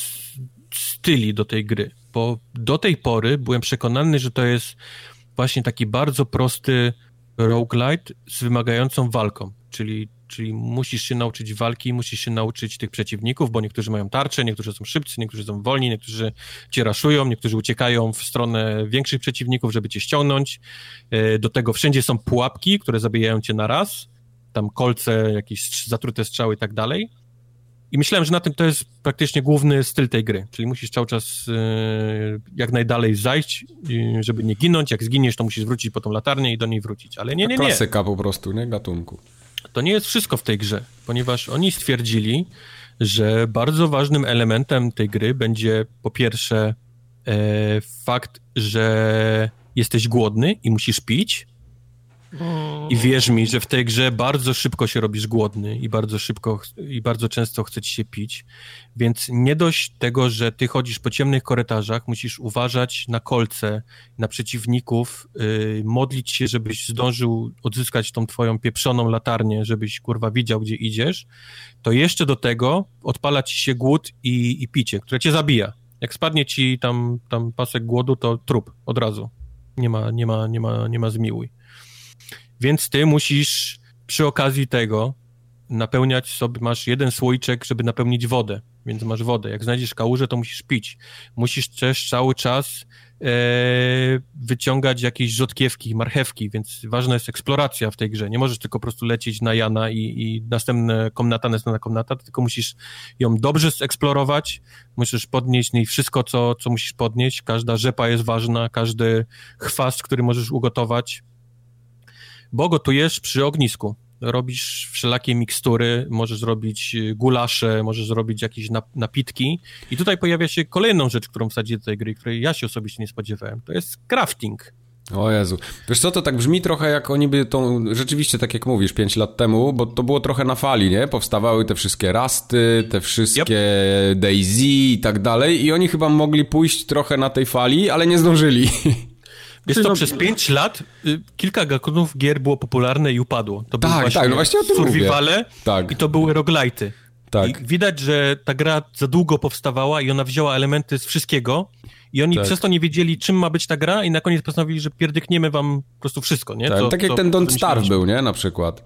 styli do tej gry, bo do tej pory byłem przekonany, że to jest właśnie taki bardzo prosty roguelite z wymagającą walką, czyli, czyli musisz się nauczyć walki, musisz się nauczyć tych przeciwników, bo niektórzy mają tarcze, niektórzy są szybcy, niektórzy są wolni, niektórzy cię raszują, niektórzy uciekają w stronę większych przeciwników, żeby cię ściągnąć. Do tego wszędzie są pułapki, które zabijają cię na raz, tam kolce, jakieś zatrute strzały i tak dalej. I myślałem, że na tym to jest praktycznie główny styl tej gry, czyli musisz cały czas yy, jak najdalej zajść, yy, żeby nie ginąć. Jak zginiesz, to musisz wrócić po tą latarnię i do niej wrócić. Ale nie, nie, nie.
Klasyka po prostu, nie? Gatunku.
To nie jest wszystko w tej grze, ponieważ oni stwierdzili, że bardzo ważnym elementem tej gry będzie po pierwsze e, fakt, że jesteś głodny i musisz pić. I wierz mi, że w tej grze bardzo szybko się robisz głodny i bardzo szybko i bardzo często chce ci się pić, więc nie dość tego, że ty chodzisz po ciemnych korytarzach, musisz uważać na kolce, na przeciwników, yy, modlić się, żebyś zdążył odzyskać tą twoją pieprzoną latarnię, żebyś kurwa widział, gdzie idziesz, to jeszcze do tego odpala ci się głód i, i picie, które cię zabija. Jak spadnie ci tam, tam pasek głodu, to trup od razu. Nie ma, nie ma, nie ma, nie ma zmiłuj. Więc ty musisz przy okazji tego napełniać sobie, masz jeden słoiczek, żeby napełnić wodę, więc masz wodę. Jak znajdziesz kałużę, to musisz pić. Musisz też cały czas e, wyciągać jakieś rzodkiewki, marchewki, więc ważna jest eksploracja w tej grze. Nie możesz tylko po prostu lecieć na Jana i, i następna komnata, następna komnata, tylko musisz ją dobrze zeksplorować, musisz podnieść w niej wszystko, co, co musisz podnieść. Każda rzepa jest ważna, każdy chwast, który możesz ugotować, bo gotujesz przy ognisku. Robisz wszelakie mikstury, możesz zrobić gulasze, możesz zrobić jakieś napitki. I tutaj pojawia się kolejną rzecz, którą wsadzi do tej gry, której ja się osobiście nie spodziewałem. To jest crafting.
O Jezu. Wiesz co, to tak brzmi trochę jak oni by tą, rzeczywiście tak jak mówisz, pięć lat temu, bo to było trochę na fali, nie? Powstawały te wszystkie Rusty, te wszystkie yep. Daisy i tak dalej i oni chyba mogli pójść trochę na tej fali, ale nie zdążyli.
Wiesz to, przez pięć lat y, kilka gatunków gier było popularne i upadło. To
tak,
były
tak, no właśnie o tym
survivale
tak.
i to były roguelite'y.
Tak.
I widać, że ta gra za długo powstawała i ona wzięła elementy z wszystkiego i oni tak. przez to nie wiedzieli, czym ma być ta gra i na koniec postanowili, że pierdykniemy wam po prostu wszystko, nie?
Tak,
co,
tak jak
co,
ten Don't Starve był, nie? Na przykład.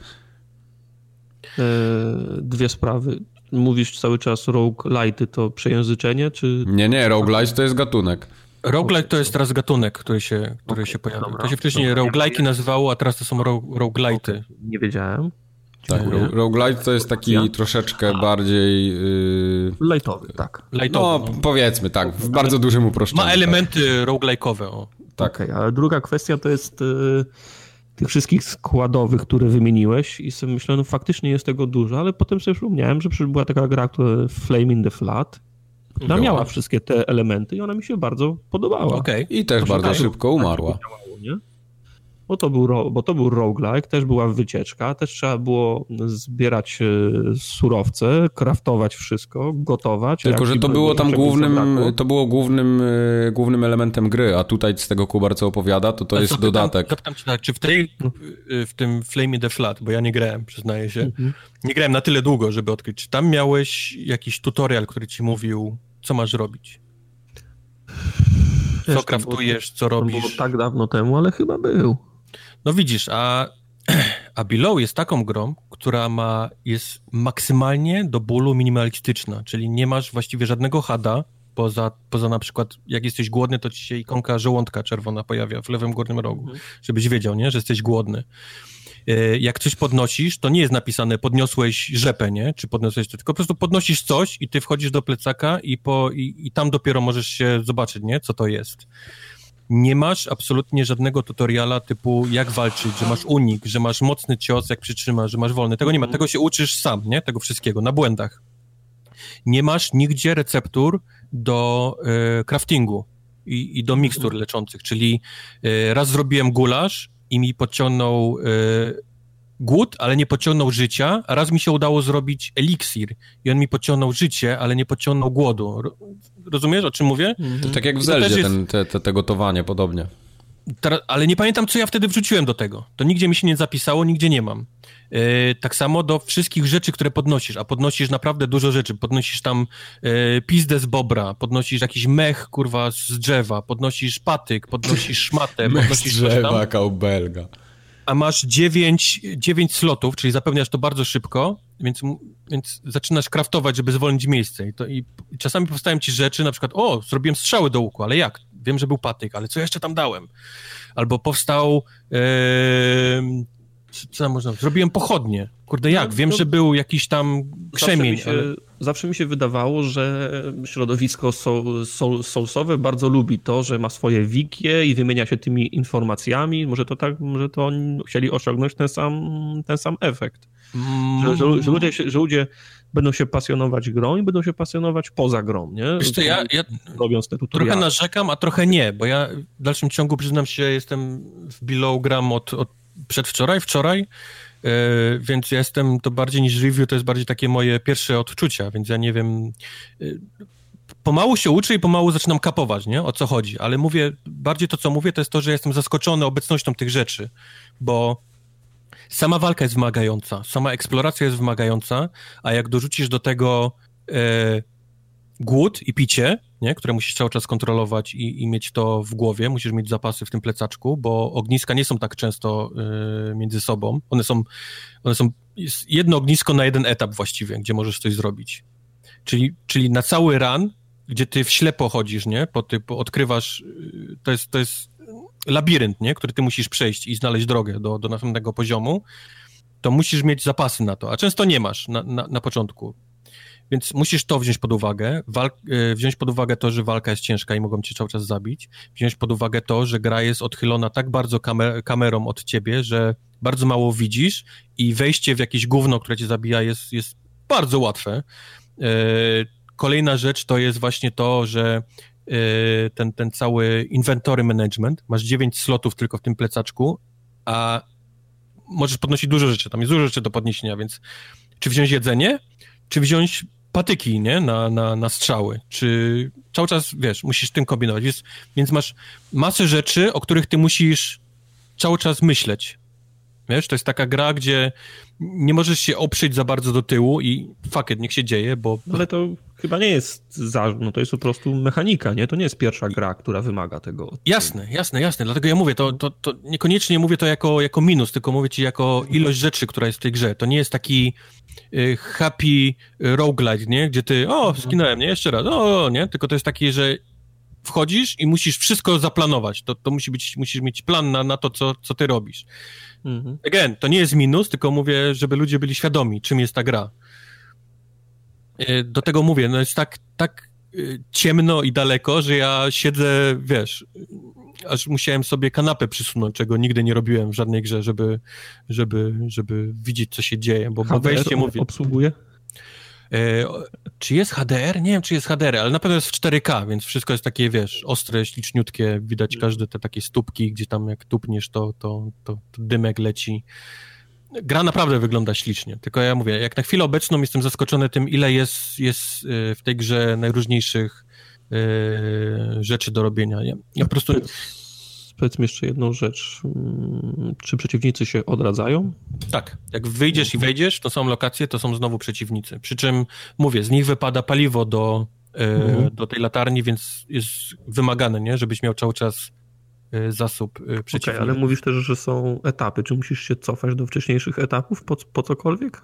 Eee, dwie sprawy. Mówisz cały czas roguelite'y, to przejęzyczenie, czy...
Nie, nie, roguelite to jest gatunek.
Roguelike to jest teraz gatunek, który się, który okay, się pojawił. Dobra, to się wcześniej roguelike'i nazywało, a teraz to są ro- roguelite'y. Okay,
nie wiedziałem.
Tak, ro- roguelite to jest taki ja? troszeczkę A. bardziej... Yy...
Lightowy, tak.
Lightowy, no, no, powiedzmy tak, w bardzo dużym uproszczeniu.
Ma elementy tak. roguelike'owe, o.
Tak. Okej, okay, a druga kwestia to jest yy, tych wszystkich składowych, które wymieniłeś i sobie myślę, no faktycznie jest tego dużo, ale potem sobie przypomniałem, że przecież była taka gra, która Flame in the Flood, ona no. miała wszystkie te elementy i ona mi się bardzo podobała.
Okay. I też Proszę bardzo tak, szybko umarła. Tak działało, nie?
Bo to, był, bo to był roguelike, też była wycieczka, też trzeba było zbierać surowce, kraftować wszystko, gotować.
Tylko, że to było tam głównym, to było głównym, głównym elementem gry, a tutaj z tego Kubar co opowiada, to to ale jest zapytam, dodatek.
Zapytam cię tak, czy w tej, w tym Flame in the Flood, bo ja nie grałem, przyznaję się, mhm. nie grałem na tyle długo, żeby odkryć, czy tam miałeś jakiś tutorial, który ci mówił, co masz robić? Co kraftujesz, co robisz?
To było tak dawno temu, ale chyba był.
No widzisz, a, a Below jest taką grą, która ma, jest maksymalnie do bólu minimalistyczna, czyli nie masz właściwie żadnego hada, poza, poza na przykład jak jesteś głodny, to ci się ikonka żołądka czerwona pojawia w lewym górnym rogu, mhm. żebyś wiedział, nie, że jesteś głodny. Jak coś podnosisz, to nie jest napisane podniosłeś rzepę, nie, czy podniosłeś to, tylko po prostu podnosisz coś i ty wchodzisz do plecaka i, po, i, i tam dopiero możesz się zobaczyć, nie, co to jest. Nie masz absolutnie żadnego tutoriala typu jak walczyć, że masz unik, że masz mocny cios, jak przytrzymasz, że masz wolny. Tego nie ma, tego się uczysz sam, nie? Tego wszystkiego, na błędach. Nie masz nigdzie receptur do e, craftingu i, i do mikstur leczących, czyli e, raz zrobiłem gulasz i mi podciągnął e, głód, ale nie podciągnął życia, a raz mi się udało zrobić eliksir i on mi podciągnął życie, ale nie podciągnął głodu. Rozumiesz, o czym mówię?
To tak jak w Zeldzie, jest... ten, te, te, te gotowanie, podobnie.
Teraz, ale nie pamiętam, co ja wtedy wrzuciłem do tego. To nigdzie mi się nie zapisało, nigdzie nie mam. Yy, tak samo do wszystkich rzeczy, które podnosisz, a podnosisz naprawdę dużo rzeczy. Podnosisz tam yy, pizdę z bobra, podnosisz jakiś mech, kurwa, z drzewa, podnosisz patyk, podnosisz szmatę,
mech
podnosisz
z drzewa, kałbelga.
A masz dziewięć, dziewięć slotów, czyli zapewniasz to bardzo szybko, więc, więc zaczynasz kraftować, żeby zwolnić miejsce. I, to, i, i czasami powstają ci rzeczy, na przykład, o, zrobiłem strzały do łuku, ale jak? Wiem, że był patyk, ale co jeszcze tam dałem? Albo powstał, e, co tam można, zrobiłem pochodnie. Kurde, jak? Wiem, no, że był jakiś tam krzemień.
Zawsze mi, się, ale... zawsze mi się wydawało, że środowisko soul, soul, soulsowe bardzo lubi to, że ma swoje wikie i wymienia się tymi informacjami. Może to tak, może to oni chcieli osiągnąć ten sam, ten sam efekt. Mm. Że, że, że, ludzie się, że ludzie będą się pasjonować grą i będą się pasjonować poza grą, nie?
Wiesz co, ja, ja
robiąc te tutoriale.
Trochę narzekam, a trochę nie, bo ja w dalszym ciągu, przyznam się, jestem w Below gram od, od przedwczoraj, wczoraj, yy, więc ja jestem, to bardziej niż review, to jest bardziej takie moje pierwsze odczucia, więc ja nie wiem, yy, pomału się uczę i pomału zaczynam kapować, nie? O co chodzi, ale mówię, bardziej to, co mówię, to jest to, że jestem zaskoczony obecnością tych rzeczy, bo sama walka jest wymagająca, sama eksploracja jest wymagająca, a jak dorzucisz do tego yy, głód i picie, nie? Które musisz cały czas kontrolować i, i mieć to w głowie, musisz mieć zapasy w tym plecaczku, bo ogniska nie są tak często y, między sobą. One są, one są, jest jedno ognisko na jeden etap właściwie, gdzie możesz coś zrobić. Czyli, czyli na cały run, gdzie ty w ślepo chodzisz, nie? Po, ty, po odkrywasz, y, to jest, to jest labirynt, nie? Który ty musisz przejść i znaleźć drogę do, do następnego poziomu, to musisz mieć zapasy na to, a często nie masz na, na, na początku. Więc musisz to wziąć pod uwagę, Wal- wziąć pod uwagę to, że walka jest ciężka i mogą cię cały czas zabić, wziąć pod uwagę to, że gra jest odchylona tak bardzo kamer- kamerą od ciebie, że bardzo mało widzisz i wejście w jakieś gówno, które cię zabija jest, jest bardzo łatwe. Yy, kolejna rzecz to jest właśnie to, że yy, ten, ten cały inventory management, masz dziewięć slotów tylko w tym plecaczku, a możesz podnosić dużo rzeczy, tam jest dużo rzeczy do podniesienia, więc czy wziąć jedzenie, czy wziąć patyki, nie, na, na, na strzały, czy cały czas, wiesz, musisz tym kombinować, więc, więc masz masę rzeczy, o których ty musisz cały czas myśleć, wiesz, to jest taka gra, gdzie nie możesz się oprzeć za bardzo do tyłu i fuck it, niech się dzieje, bo...
Ale to chyba nie jest za, no to jest po prostu mechanika, nie, to nie jest pierwsza gra, która wymaga tego.
Jasne, jasne, jasne, dlatego ja mówię, to, to, to niekoniecznie mówię to jako, jako minus, tylko mówię ci jako ilość rzeczy, która jest w tej grze, to nie jest taki y, happy roguelite, nie, gdzie ty, o, skinąłem, nie, jeszcze raz, o, nie, tylko to jest takie, że wchodzisz i musisz wszystko zaplanować. To, to musi być, musisz mieć plan na, na to, co, co ty robisz. Mhm. Again, to nie jest minus, tylko mówię, żeby ludzie byli świadomi, czym jest ta gra. Do tego mówię, no jest tak, tak ciemno i daleko, że ja siedzę, wiesz, aż musiałem sobie kanapę przysunąć, czego nigdy nie robiłem w żadnej grze, żeby, żeby, żeby widzieć, co się dzieje, bo, bo wejście mówi...
obsługuje?
E, czy jest H D R? Nie wiem, czy jest H D R, ale na pewno jest w cztery K, więc wszystko jest takie, wiesz, ostre, śliczniutkie, widać każde te takie stópki, gdzie tam jak tupniesz, to, to, to, to dymek leci. Gra naprawdę wygląda ślicznie, tylko ja mówię, jak na chwilę obecną jestem zaskoczony tym, ile jest, jest w tej grze najróżniejszych yy, rzeczy do robienia. Ja, ja po prostu...
Powiedzmy jeszcze jedną rzecz. Czy przeciwnicy się odradzają?
Tak. Jak wyjdziesz i wejdziesz, to są lokacje, to są znowu przeciwnicy. Przy czym, mówię, z nich wypada paliwo do, yy, mhm. do tej latarni, więc jest wymagane, nie? Żebyś miał cały czas zasób przeciwnika.
Okej, okay, ale mówisz też, że są etapy. Czy musisz się cofać do wcześniejszych etapów po, po cokolwiek?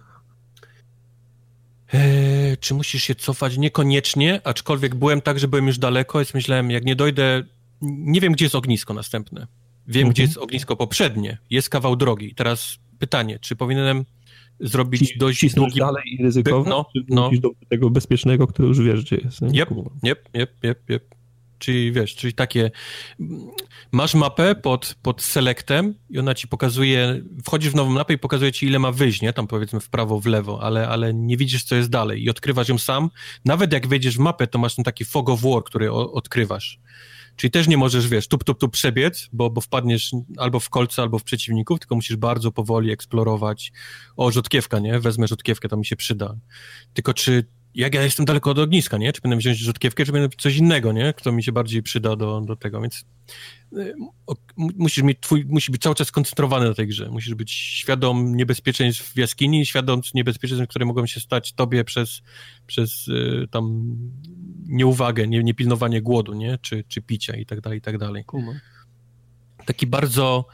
Eee, czy musisz się cofać? Niekoniecznie, aczkolwiek byłem tak, że byłem już daleko, więc myślałem, jak nie dojdę... Nie wiem, gdzie jest ognisko następne. Wiem, mhm. gdzie jest ognisko poprzednie. Jest kawał drogi. Teraz pytanie, czy powinienem zrobić Cis, dość długi...
dalej i ryzykowo? No, czy no. do tego bezpiecznego, który już wiesz, gdzie jest?
Jep, jep, jep, jep, jep. Czyli wiesz, czyli takie, masz mapę pod, pod selectem i ona ci pokazuje, wchodzisz w nową mapę i pokazuje ci, ile ma wyjść, nie? Tam powiedzmy w prawo, w lewo, ale, ale nie widzisz, co jest dalej i odkrywasz ją sam. Nawet jak wejdziesz w mapę, to masz ten taki fog of war, który o, odkrywasz. Czyli też nie możesz, wiesz, tup, tup, tup przebiec, bo, bo wpadniesz albo w kolce, albo w przeciwników, tylko musisz bardzo powoli eksplorować. O, rzutkiewka, nie? Wezmę rzutkiewkę, to mi się przyda. Tylko czy jak ja jestem daleko od ogniska, nie? Czy będę wziąć rzutkiewkę, czy będę coś innego, nie? Kto mi się bardziej przyda do, do tego, więc y, o, musisz mieć twój, musi być cały czas skoncentrowany na tej grze. Musisz być świadom niebezpieczeństw w jaskini, świadom niebezpieczeństw, które mogą się stać tobie przez, przez y, tam nieuwagę, nie, niepilnowanie głodu, nie? Czy, czy picia i tak dalej, i tak dalej.
Kuma.
Taki bardzo...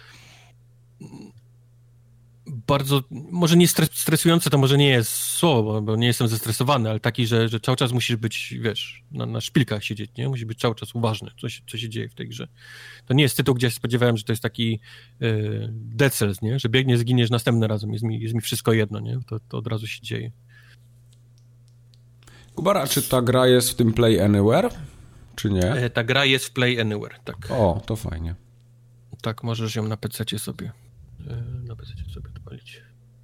bardzo, może nie stres, stresujące to może nie jest słowo, bo nie jestem zestresowany, ale taki, że, że cały czas musisz być, wiesz, na, na szpilkach siedzieć, nie? Musisz być cały czas uważny, co się, co się dzieje w tej grze. To nie jest tytuł, gdzie się spodziewałem, że to jest taki yy, Dead Cells, nie? Że biegniesz, zginiesz następnym razem, jest mi, jest mi wszystko jedno, nie? To, to od razu się dzieje.
Kubara, czy ta gra jest w tym Play Anywhere, czy nie?
E, ta gra jest w Play Anywhere, tak.
O, to fajnie.
Tak, możesz ją na pececie sobie na pececie sobie odpalić.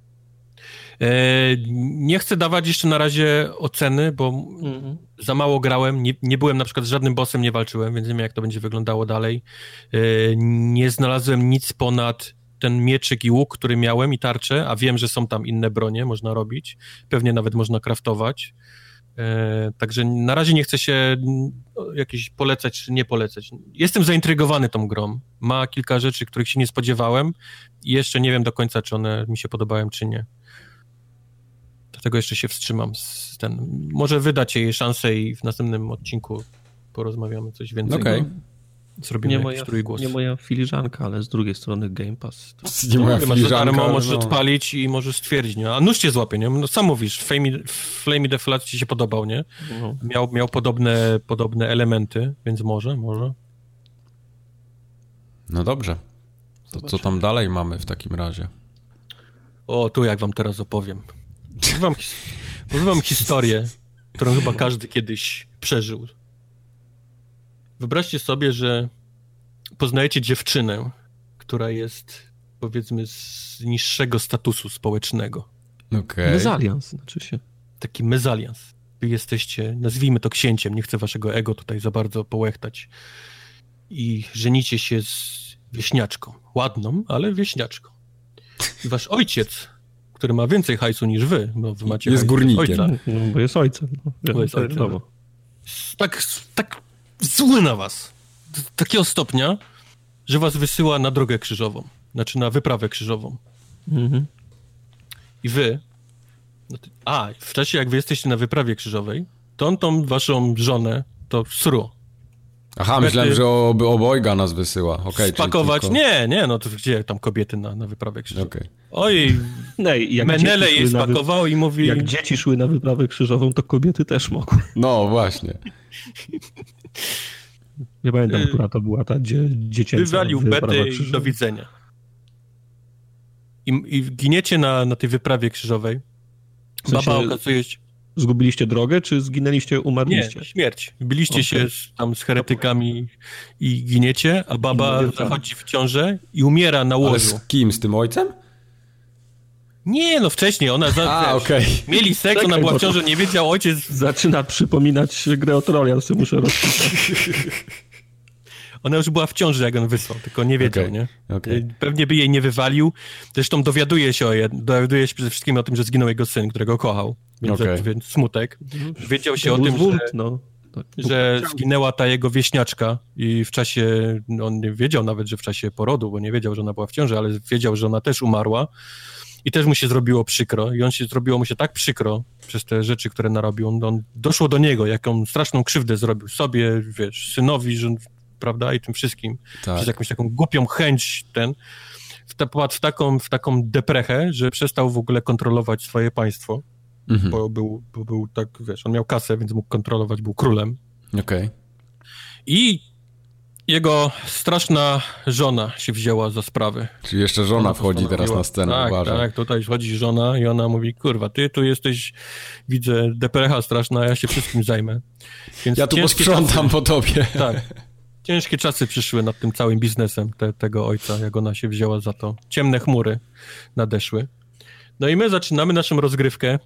E, nie chcę dawać jeszcze na razie oceny, bo mm-hmm. za mało grałem, nie, nie byłem na przykład z żadnym bossem, nie walczyłem, więc nie wiem, jak to będzie wyglądało dalej. E, nie znalazłem nic ponad ten mieczyk i łuk, który miałem i tarczę, a wiem, że są tam inne bronie, można robić. Pewnie nawet można craftować. E, także na razie nie chcę się jakieś polecać czy nie polecać. Jestem zaintrygowany tą grą. Ma kilka rzeczy, których się nie spodziewałem i jeszcze nie wiem do końca, czy one mi się podobają, czy nie. Dlatego jeszcze się wstrzymam z ten. Może wydacie jej szansę i w następnym odcinku porozmawiamy coś więcej.
Okej. Okay.
Zrobimy
nie
jakiś
moja,
trójgłos.
Nie moja filiżanka, ale z drugiej strony Game Pass. To...
Nie moja
masz
filiżanka.
Darmo, możesz
no.
odpalić i możesz stwierdzić, nie? A nóż cię złapie, nie? No sam mówisz, Flame Defilat ci się podobał, nie? No. Miał, miał podobne, podobne elementy, więc może, może.
No dobrze. To co tam dalej mamy w takim razie?
O, tu jak wam teraz opowiem. Powiem wam, powiem wam historię, którą chyba każdy kiedyś przeżył. Wyobraźcie sobie, że poznajecie dziewczynę, która jest, powiedzmy, z niższego statusu społecznego.
Okay.
Mezalians, znaczy się.
Taki mezalians. Wy jesteście, nazwijmy to księciem, nie chcę waszego ego tutaj za bardzo połechtać. I żenicie się z wieśniaczką. Ładną, ale wieśniaczką. I wasz ojciec, który ma więcej hajsu niż wy, bo wy macie
jest górnikiem.
Ojca. No, bo jest ojcem. No.
Bo jest ojcem. No. Tak, tak zły na was. Do takiego stopnia, że was wysyła na drogę krzyżową. Znaczy na wyprawę krzyżową.
Mhm.
I wy... No ty, a, w czasie jak wy jesteście na wyprawie krzyżowej, to on tą waszą żonę to sru.
Aha, myślałem, że ob, obojga nas wysyła. Okay,
spakować?
tylko...
Nie, nie, no to gdzie tam kobiety na, na wyprawę krzyżową?
Okay.
Oj,
no jak
Menele jej spakował wy... i mówi...
Jak dzieci szły na wyprawę krzyżową, to kobiety też mogły.
No, właśnie.
Nie pamiętam, yy, która to była ta dzie, dziecięca.
Wywalił bety i do widzenia. I, i giniecie na, na tej wyprawie krzyżowej. W sensie, baba okazuje się...
Zgubiliście drogę, czy zginęliście, umarliście?
Nie, śmierć. Biliście okay. się z, tam z heretykami i giniecie, a baba zachodzi w ciążę i umiera na łożu. Ale
z kim? Z tym ojcem?
Nie, no wcześniej, ona... Za,
A, okej. Okay.
Mieli seks, Czekaj, ona była w ciąży, nie wiedział ojciec...
Zaczyna przypominać grę o Trojan, co muszę rozpisać.
Ona już była w ciąży, jak on wysłał, tylko nie wiedział, okay. nie? Okay. Pewnie by jej nie wywalił. Zresztą dowiaduje się o jed... dowiaduje się przede wszystkim o tym, że zginął jego syn, którego kochał. Więc, okay. więc smutek. Wiedział się to o tym, bunt, że, no. tak, że zginęła ta jego wieśniaczka i w czasie, on nie wiedział nawet, że w czasie porodu, bo nie wiedział, że ona była w ciąży, ale wiedział, że ona też umarła i też mu się zrobiło przykro i on się zrobiło mu się tak przykro przez te rzeczy, które narobił. On, on doszło do niego, jaką straszną krzywdę zrobił sobie, wiesz, synowi, że, prawda, i tym wszystkim. Tak. Przez jakąś taką głupią chęć ten, wpadł w taką, w taką deprechę, że przestał w ogóle kontrolować swoje państwo. Mhm. Bo, był, bo był tak, wiesz, on miał kasę, więc mógł kontrolować, był królem.
Okej. Okay.
I jego straszna żona się wzięła za sprawę.
Czyli jeszcze żona ona wchodzi teraz na scenę,
tak,
uważam.
Tak, tutaj wchodzi żona i ona mówi, kurwa, ty tu jesteś, widzę, deprecha straszna, ja się wszystkim zajmę.
Więc ja tu posprzątam czasy, po tobie.
Tak. Ciężkie czasy przyszły nad tym całym biznesem te, tego ojca, jak ona się wzięła za to. Ciemne chmury nadeszły. No i my zaczynamy naszą rozgrywkę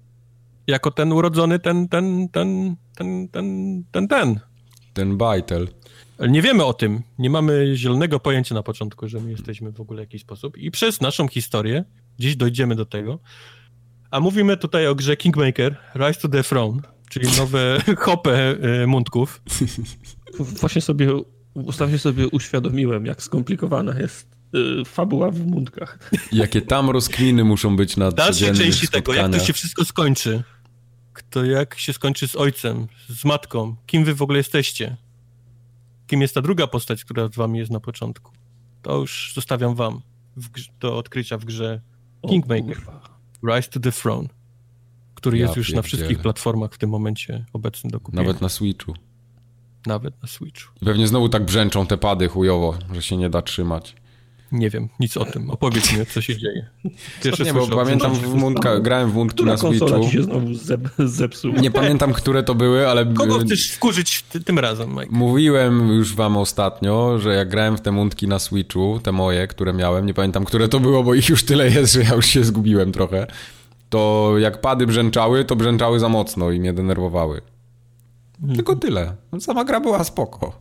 jako ten urodzony, ten, ten, ten, ten, ten, ten, ten.
Ten bajtel.
Ale nie wiemy o tym. Nie mamy zielonego pojęcia na początku, że my jesteśmy w ogóle w jakiś sposób. I przez naszą historię, dziś dojdziemy do tego, a mówimy tutaj o grze Kingmaker, Rise to the Throne, czyli nowe hopę y, mundków.
Właśnie sobie, ustawię sobie uświadomiłem, jak skomplikowana jest y, fabuła w mundkach.
Jakie tam rozkminy muszą być na
dalszej części tego, jak to się wszystko skończy. Kto, jak się skończy z ojcem, z matką, kim wy w ogóle jesteście? Kim jest ta druga postać, która z wami jest na początku? To już zostawiam wam w grze, do odkrycia w grze Kingmaker. Rise to the Throne, który ja jest już pierdzielę. Na wszystkich platformach w tym momencie obecny do kupienia.
Nawet na Switchu.
Nawet na Switchu.
I pewnie znowu tak brzęczą te pady chujowo, że się nie da trzymać.
Nie wiem, nic o tym. Opowiedz mi, co się dzieje.
Pierwsze nie, bo pamiętam, w mundka, grałem w mundki na Switchu.
Która konsola ci się znowu zepsuła?
Nie pamiętam, które to były, ale...
Kogo chcesz wkurzyć ty, tym razem, Mike?
Mówiłem już wam ostatnio, że jak grałem w te mundki na Switchu, te moje, które miałem, nie pamiętam, które to było, bo ich już tyle jest, że ja już się zgubiłem trochę, to jak pady brzęczały, to brzęczały za mocno i mnie denerwowały. Hmm. Tylko tyle. Sama gra była spoko.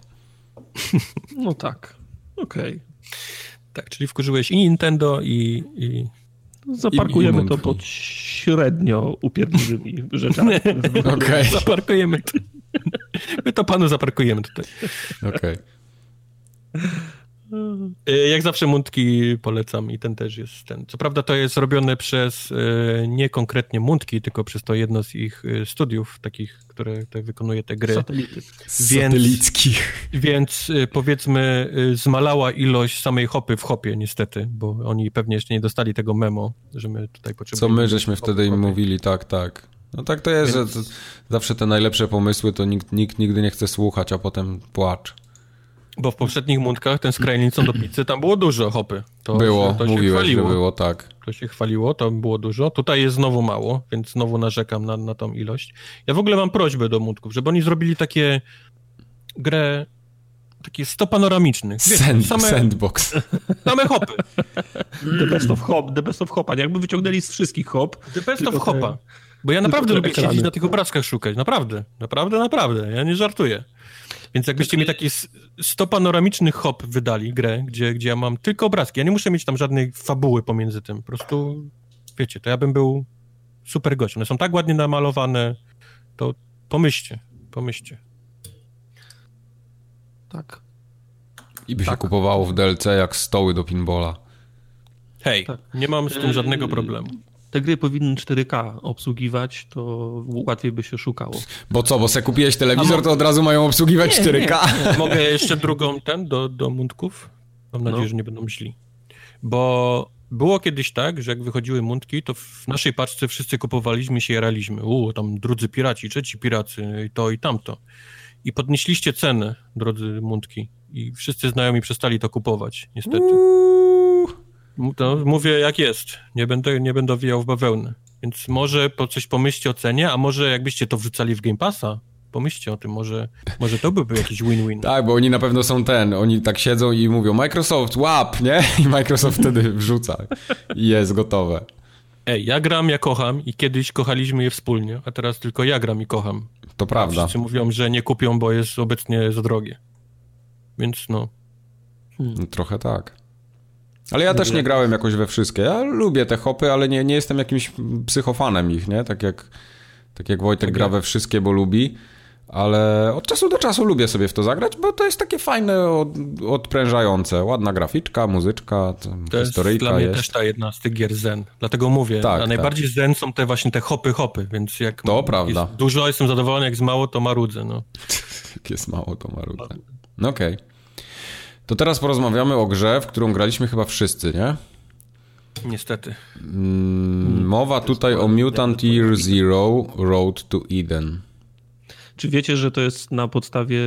No tak. Okej. Okay.
Tak, czyli wkurzyłeś i Nintendo, i... i
Zaparkujemy i, i to pod średnio upierdliwymi rzeczami.
Okej. Okay.
Zaparkujemy to. My to panu zaparkujemy tutaj.
Okej. Okay.
Jak zawsze mundki polecam i ten też jest ten. Co prawda to jest robione przez nie konkretnie mundki, tylko przez to jedno z ich studiów, takich, które wykonuje te gry.
Satelity.
Więc,
Satelickich.
Więc powiedzmy zmalała ilość samej hopy w hopie niestety, bo oni pewnie jeszcze nie dostali tego memo, że my tutaj potrzebujemy...
Co my żeśmy wtedy im mówili, tak, tak. No tak to jest, Więc... że to zawsze te najlepsze pomysły to nikt, nikt nigdy nie chce słuchać, a potem płacz.
Bo w poprzednich mundkach, ten z krajnicą do pizzy, tam było dużo hopy. To
było,
się, to
mówiłeś,
się
że było, tak.
To się chwaliło, to było dużo. Tutaj jest znowu mało, więc znowu narzekam na, na tą ilość. Ja w ogóle mam prośbę do mundków, żeby oni zrobili takie grę, takie sto panoramicznych.
Sand, same, sandbox.
Same hopy.
The best of hop, the best of hopa. Jakby wyciągnęli z wszystkich hop.
The best of hopa. Bo ja naprawdę lubię ekrany. Siedzieć na tych obrazkach szukać. Naprawdę, naprawdę, naprawdę. Ja nie żartuję. Więc jakbyście mi taki sto panoramicznych hop wydali, grę, gdzie, gdzie ja mam tylko obrazki, ja nie muszę mieć tam żadnej fabuły pomiędzy tym, po prostu, wiecie, to ja bym był super gość. One są tak ładnie namalowane, to pomyślcie, pomyślcie.
Tak.
I by
tak.
się kupowało w D L C jak stoły do pinballa.
Hej, tak. Nie mam z tym żadnego problemu.
Te gry powinny cztery K obsługiwać, to łatwiej by się szukało.
Bo co, bo se kupiłeś telewizor, to od razu mają obsługiwać nie, cztery K?
Nie, nie. Mogę jeszcze drugą ten do, do mundków? Mam nadzieję, no. że nie będą źli. Bo było kiedyś tak, że jak wychodziły mundki, to w naszej paczce wszyscy kupowaliśmy się, jaraliśmy. U, tam drudzy piraci, trzeci piracy, i to i tamto. i podnieśliście ceny, drodzy Mundki. I wszyscy znajomi przestali to kupować, niestety. To mówię jak jest. Nie będę, nie będę wijał w bawełnę. Więc może po coś pomyślcie o cenie, a może jakbyście to wrzucali w Game Passa, pomyślcie o tym, może, może to by był jakiś win-win.
Tak, bo oni na pewno są ten, oni tak siedzą i mówią Microsoft, łap, nie? I Microsoft wtedy wrzuca i jest gotowe.
Ej, ja gram, ja kocham i kiedyś kochaliśmy je wspólnie, a teraz tylko ja gram i kocham.
To prawda.
Wszyscy mówią, że nie kupią, bo jest obecnie za drogie. Więc no.
Hmm. Trochę tak. Ale ja też nie grałem jakoś we wszystkie. Ja lubię te hopy, ale nie, nie jestem jakimś psychofanem ich, nie? Tak jak, tak jak Wojtek tak gra we wszystkie, bo lubi. Ale od czasu do czasu lubię sobie w to zagrać, bo to jest takie fajne, od, odprężające. Ładna graficzka, muzyczka,
to historyjka jest. Dla mnie jest też ta jedna z tych gier zen. Dlatego mówię, tak, a tak. najbardziej zen są te właśnie te hopy, hopy, więc jak
to prawda.
Jest dużo, jestem zadowolony, jak jest mało, to marudzę. No.
Jak jest mało, to marudzę. No okej. Okay. To teraz porozmawiamy o grze, w którą graliśmy chyba wszyscy, nie?
Niestety.
Mm, mowa tutaj o Mutant Year Zero Road to Eden.
Czy wiecie, że to jest na podstawie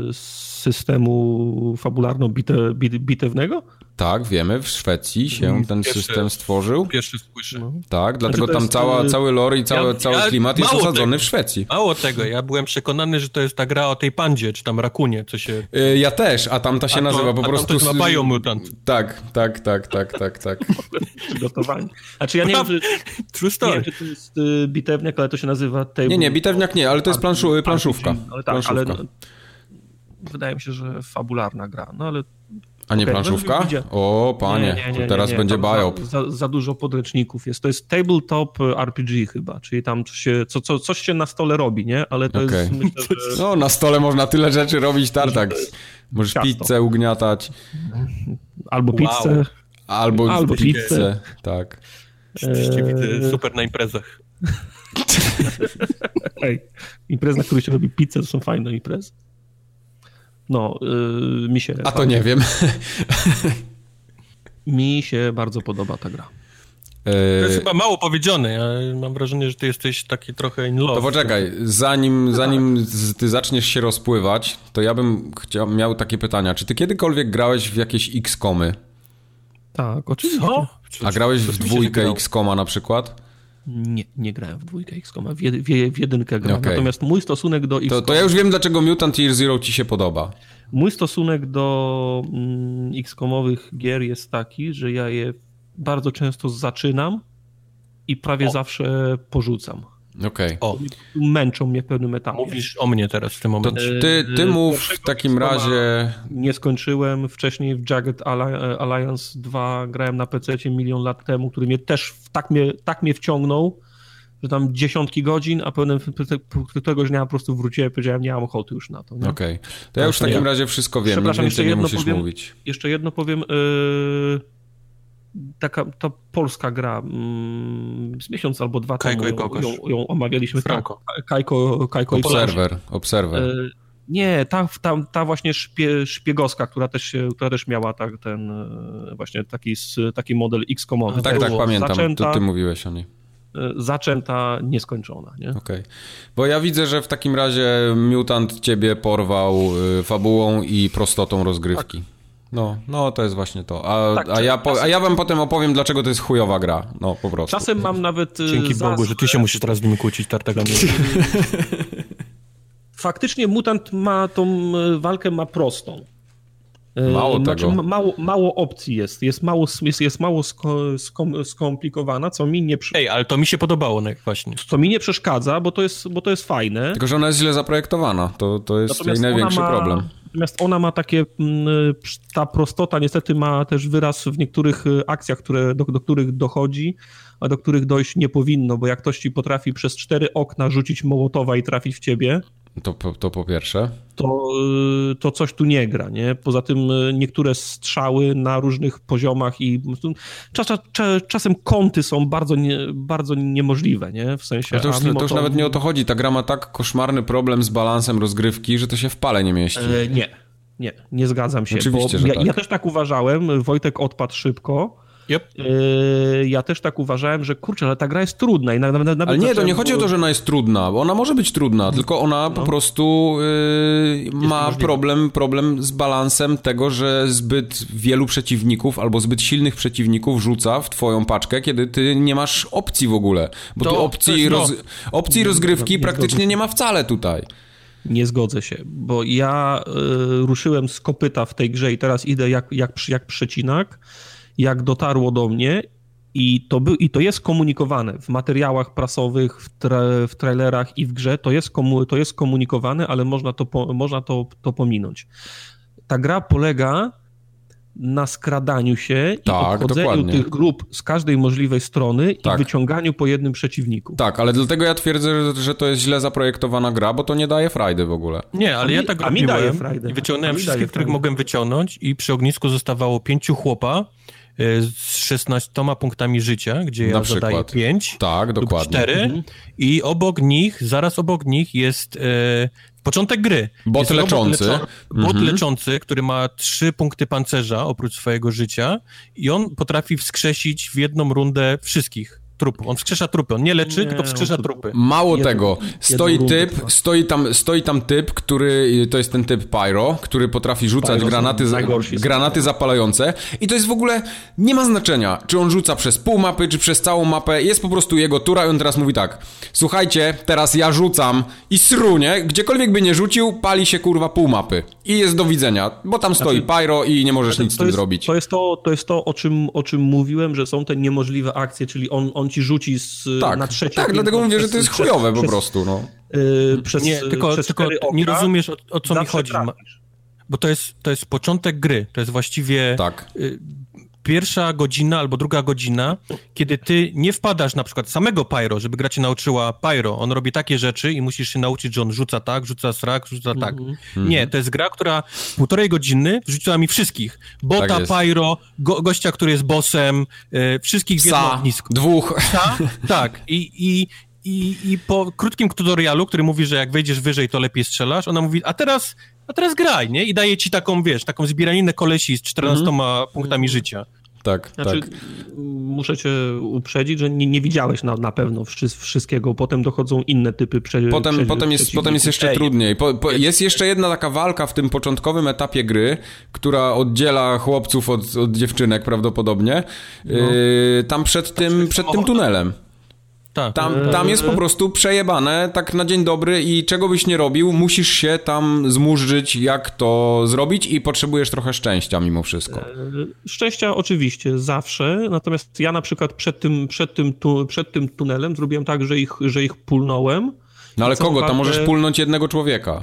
systemu fabularno-bitewnego?
Tak, wiemy, w Szwecji się ten pierwszy, system stworzył.
Pierwszy słyszę. No.
Tak, dlatego znaczy tam jest, cała, cały lore i cały, ja, cały ja, klimat jest osadzony tego, w Szwecji.
Mało tego, ja byłem przekonany, że to jest ta gra o tej pandzie, czy tam rakunie, co się...
Ja też, a tamta się a nazywa to, po
a
prostu...
A to jest Biomutant.
Tak, tak, tak, tak, tak, tak.
Przygotowani. Znaczy ja nie wiem, czy,
True story.
Nie wiem, czy to jest bitewniak, ale to się nazywa... Table...
Nie, nie, bitewniak nie, ale to jest planszu, planszówka.
Ale tak,
planszówka.
ale wydaje mi się, że fabularna gra, no ale...
A nie okay, planszówka? O, panie, nie, nie, nie, teraz nie, nie. będzie biop.
Za, za dużo podręczników jest. To jest tabletop R P G chyba, czyli tam się, co, co, coś się na stole robi, nie? Ale to okay. jest... Myślę, że...
No, na stole można tyle rzeczy robić, tartak. Możesz ciasto. Pizzę ugniatać.
Albo pizzę. Wow.
Albo, Albo pizzę. pizzę. Tak.
Jesteście widzę super na imprezach.
Ej, imprez, na których się robi pizzę, to są fajne imprezy. No, yy, mi się...
A to nie wiem.
Mi się bardzo podoba ta gra.
To jest chyba mało powiedziane. Ja mam wrażenie, że ty jesteś taki trochę in love.
To poczekaj, zanim, zanim ty zaczniesz się rozpływać, to ja bym chciał, miał takie pytania. Czy ty kiedykolwiek grałeś w jakieś X-komy?
Tak, oczywiście.
Co?
A grałeś w dwójkę X-koma na przykład?
Nie, nie grałem w dwójkę X-koma, w, jed, w, w jedynkę grałem. Okay. Natomiast mój stosunek do X-koma...
To, to ja już wiem, dlaczego Mutant Year Zero ci się podoba.
Mój stosunek do mm, X-komowych gier jest taki, że ja je bardzo często zaczynam i prawie o. zawsze porzucam.
Okej.
Okay.
Męczą mnie w pewnym etapie.
Mówisz o mnie teraz w tym momencie.
To ty, ty mów w takim razie...
Nie skończyłem. Wcześniej w Jagged Alliance dwa grałem na pececie milion lat temu, który mnie też tak mnie, tak mnie wciągnął, że tam dziesiątki godzin, a pewnym któregoś dnia po prostu wróciłem i powiedziałem, nie mam ochoty już na to.
Okej. Okay. To ja już w takim razie wszystko wiem. Przepraszam, jeszcze jedno, nie musisz
powiem,
mówić.
jeszcze jedno powiem. Yy... Taka ta polska gra mm, z miesiąc albo dwa
Kajko
temu
i
ją, ją omawialiśmy.
Franco.
Kajko, Kajko
Observer.
i
Observer.
E, nie, ta, ta, ta właśnie szpie, szpiegowska, która też, która też miała tak, ten właśnie taki, taki model X-komowy.
Tak, tak, pamiętam. Zaczęta, ty, ty mówiłeś o niej.
Zaczęta, nieskończona. Nie?
Okej. Okay. Bo ja widzę, że w takim razie Mutant ciebie porwał fabułą i prostotą rozgrywki. Tak. No, no to jest właśnie to. A, tak, a, ja, po, a ja wam potem opowiem, dlaczego to jest chujowa gra. No, po prostu.
Czasem mam nawet...
Dzięki zas... Bogu, że ty się musisz teraz z nim kłócić, Tartaga.
Faktycznie Mutant ma tą walkę ma prostą.
Mało
znaczy,
tego.
Mało, mało opcji jest. Jest mało, jest, jest mało sko, skom, skomplikowana, co mi nie...
Ej, ale to mi się podobało właśnie.
Co mi nie przeszkadza, bo to jest, bo to jest fajne.
Tylko, że ona jest źle zaprojektowana. To, to jest jej największy
ma...
problem.
Natomiast ona ma takie, ta prostota niestety ma też wyraz w niektórych akcjach, które, do, do których dochodzi, a do których dojść nie powinno, bo jak ktoś ci potrafi przez cztery okna rzucić Mołotowa i trafić w ciebie,
to, to po pierwsze,
to, to coś tu nie gra, nie? Poza tym niektóre strzały na różnych poziomach i czas, czas, czasem kąty są bardzo, nie, bardzo niemożliwe, nie? W sensie...
Ale to już, to już to... nawet nie o to chodzi. Ta gra ma tak koszmarny problem z balansem rozgrywki, że to się w pale nie mieści.
E, nie, nie, nie zgadzam się.
Oczywiście,
bo
że
ja,
tak.
ja też tak uważałem. Wojtek odpadł szybko.
Yep.
Yy, ja też tak uważałem, że kurczę, ale ta gra jest trudna. I nawet, nawet
ale nie, to nie chodzi o to, że ona jest trudna, bo ona może być trudna, no. tylko ona no. po prostu yy, ma problem, problem z balansem tego, że zbyt wielu przeciwników albo zbyt silnych przeciwników rzuca w twoją paczkę, kiedy ty nie masz opcji w ogóle. Bo to, tu opcji, jest, roz, no. opcji rozgrywki nie, nie praktycznie nie ma wcale tutaj.
Nie zgodzę się, bo ja y, ruszyłem z kopyta w tej grze i teraz idę jak, jak, jak przecinak, jak dotarło do mnie i to, by, i to jest komunikowane w materiałach prasowych, w, tra, w trailerach i w grze, to jest, komu, to jest komunikowane, ale można to, po, można to, to pominąć. Ta gra polega na skradaniu się tak, i obchodzeniu dokładnie. tych grup z każdej możliwej strony tak. i wyciąganiu po jednym przeciwniku.
Tak, ale dlatego ja twierdzę, że, że to jest źle zaprojektowana gra, bo to nie daje frajdy w ogóle.
Nie, ale
a
ja
mi,
tak
a mi daje frajdę.
I wyciągnąłem a wszystkie, których mogłem wyciągnąć i przy ognisku zostawało pięciu chłopa z szesnastoma punktami życia, gdzie ja zadaję pięć
tak, dokładnie.
lub cztery mhm. i obok nich, zaraz obok nich jest e, początek gry.
Bot
jest
leczący.
Leczo- bot
mhm.
leczący, który ma trzy punkty pancerza oprócz swojego życia i on potrafi wskrzesić w jedną rundę wszystkich. Trupy. On wskrzesza trupy. On nie leczy, nie, tylko wskrzesza trupy.
Mało jedno, tego. Stoi typ, stoi tam, stoi tam typ, który, to jest ten typ Pyro, który potrafi rzucać Pyro granaty, za, granaty zapalające i to jest w ogóle, nie ma znaczenia, czy on rzuca przez pół mapy, czy przez całą mapę. Jest po prostu jego tura i on teraz mówi tak: słuchajcie, teraz ja rzucam i srunie, gdziekolwiek by nie rzucił, pali się kurwa pół mapy. I jest do widzenia, bo tam stoi znaczy, Pyro i nie możesz nic z tym
jest,
zrobić.
To jest to, to, jest to o, czym, o czym mówiłem, że są te niemożliwe akcje, czyli on, on ci rzuci z,
tak,
na trzecie.
Tak, dlatego mówię,
przez,
że to jest
przez,
chujowe
przez,
po prostu. No.
Yy, przez,
nie, tylko,
przez
tylko nie rozumiesz, o, o co mi chodzi.
Trafisz.
Bo to jest, to jest początek gry. To jest właściwie
tak.
y, pierwsza godzina albo druga godzina, kiedy ty nie wpadasz na przykład samego Pyro, żeby gra cię nauczyła Pyro. On robi takie rzeczy i musisz się nauczyć, że on rzuca tak, rzuca srak, rzuca tak. Mm-hmm. Nie, to jest gra, która w półtorej godziny wrzuciła mi wszystkich. Bota, tak Pyro, go, gościa, który jest bossem, y, wszystkich w jedno ognisko.
Dwóch.
Psa, tak. I, i, i, I po krótkim tutorialu, który mówi, że jak wejdziesz wyżej, to lepiej strzelasz, ona mówi, a teraz, a teraz graj, nie? I daje ci taką, wiesz, taką zbieraninę kolesi z czternastoma mm-hmm. punktami życia.
Tak,
znaczy,
tak.
Muszę cię uprzedzić, że nie, nie widziałeś na, na pewno wszystkiego. Potem dochodzą inne typy prze,
potem,
prze,
potem, jest, potem jest jeszcze Ej. trudniej. Po, po, jest jeszcze jedna taka walka w tym początkowym etapie gry, która oddziela chłopców od, od dziewczynek prawdopodobnie. No. Yy, tam przed tym, przed tym tunelem.
Tak.
Tam, tam jest po prostu przejebane, tak na dzień dobry i czego byś nie robił, musisz się tam zmurzyć, jak to zrobić i potrzebujesz trochę szczęścia mimo wszystko.
Szczęścia oczywiście, zawsze, natomiast ja na przykład przed tym, przed tym, tu, przed tym tunelem zrobiłem tak, że ich, że ich pulnąłem.
No ale kogo? Tam możesz pulnąć jednego człowieka.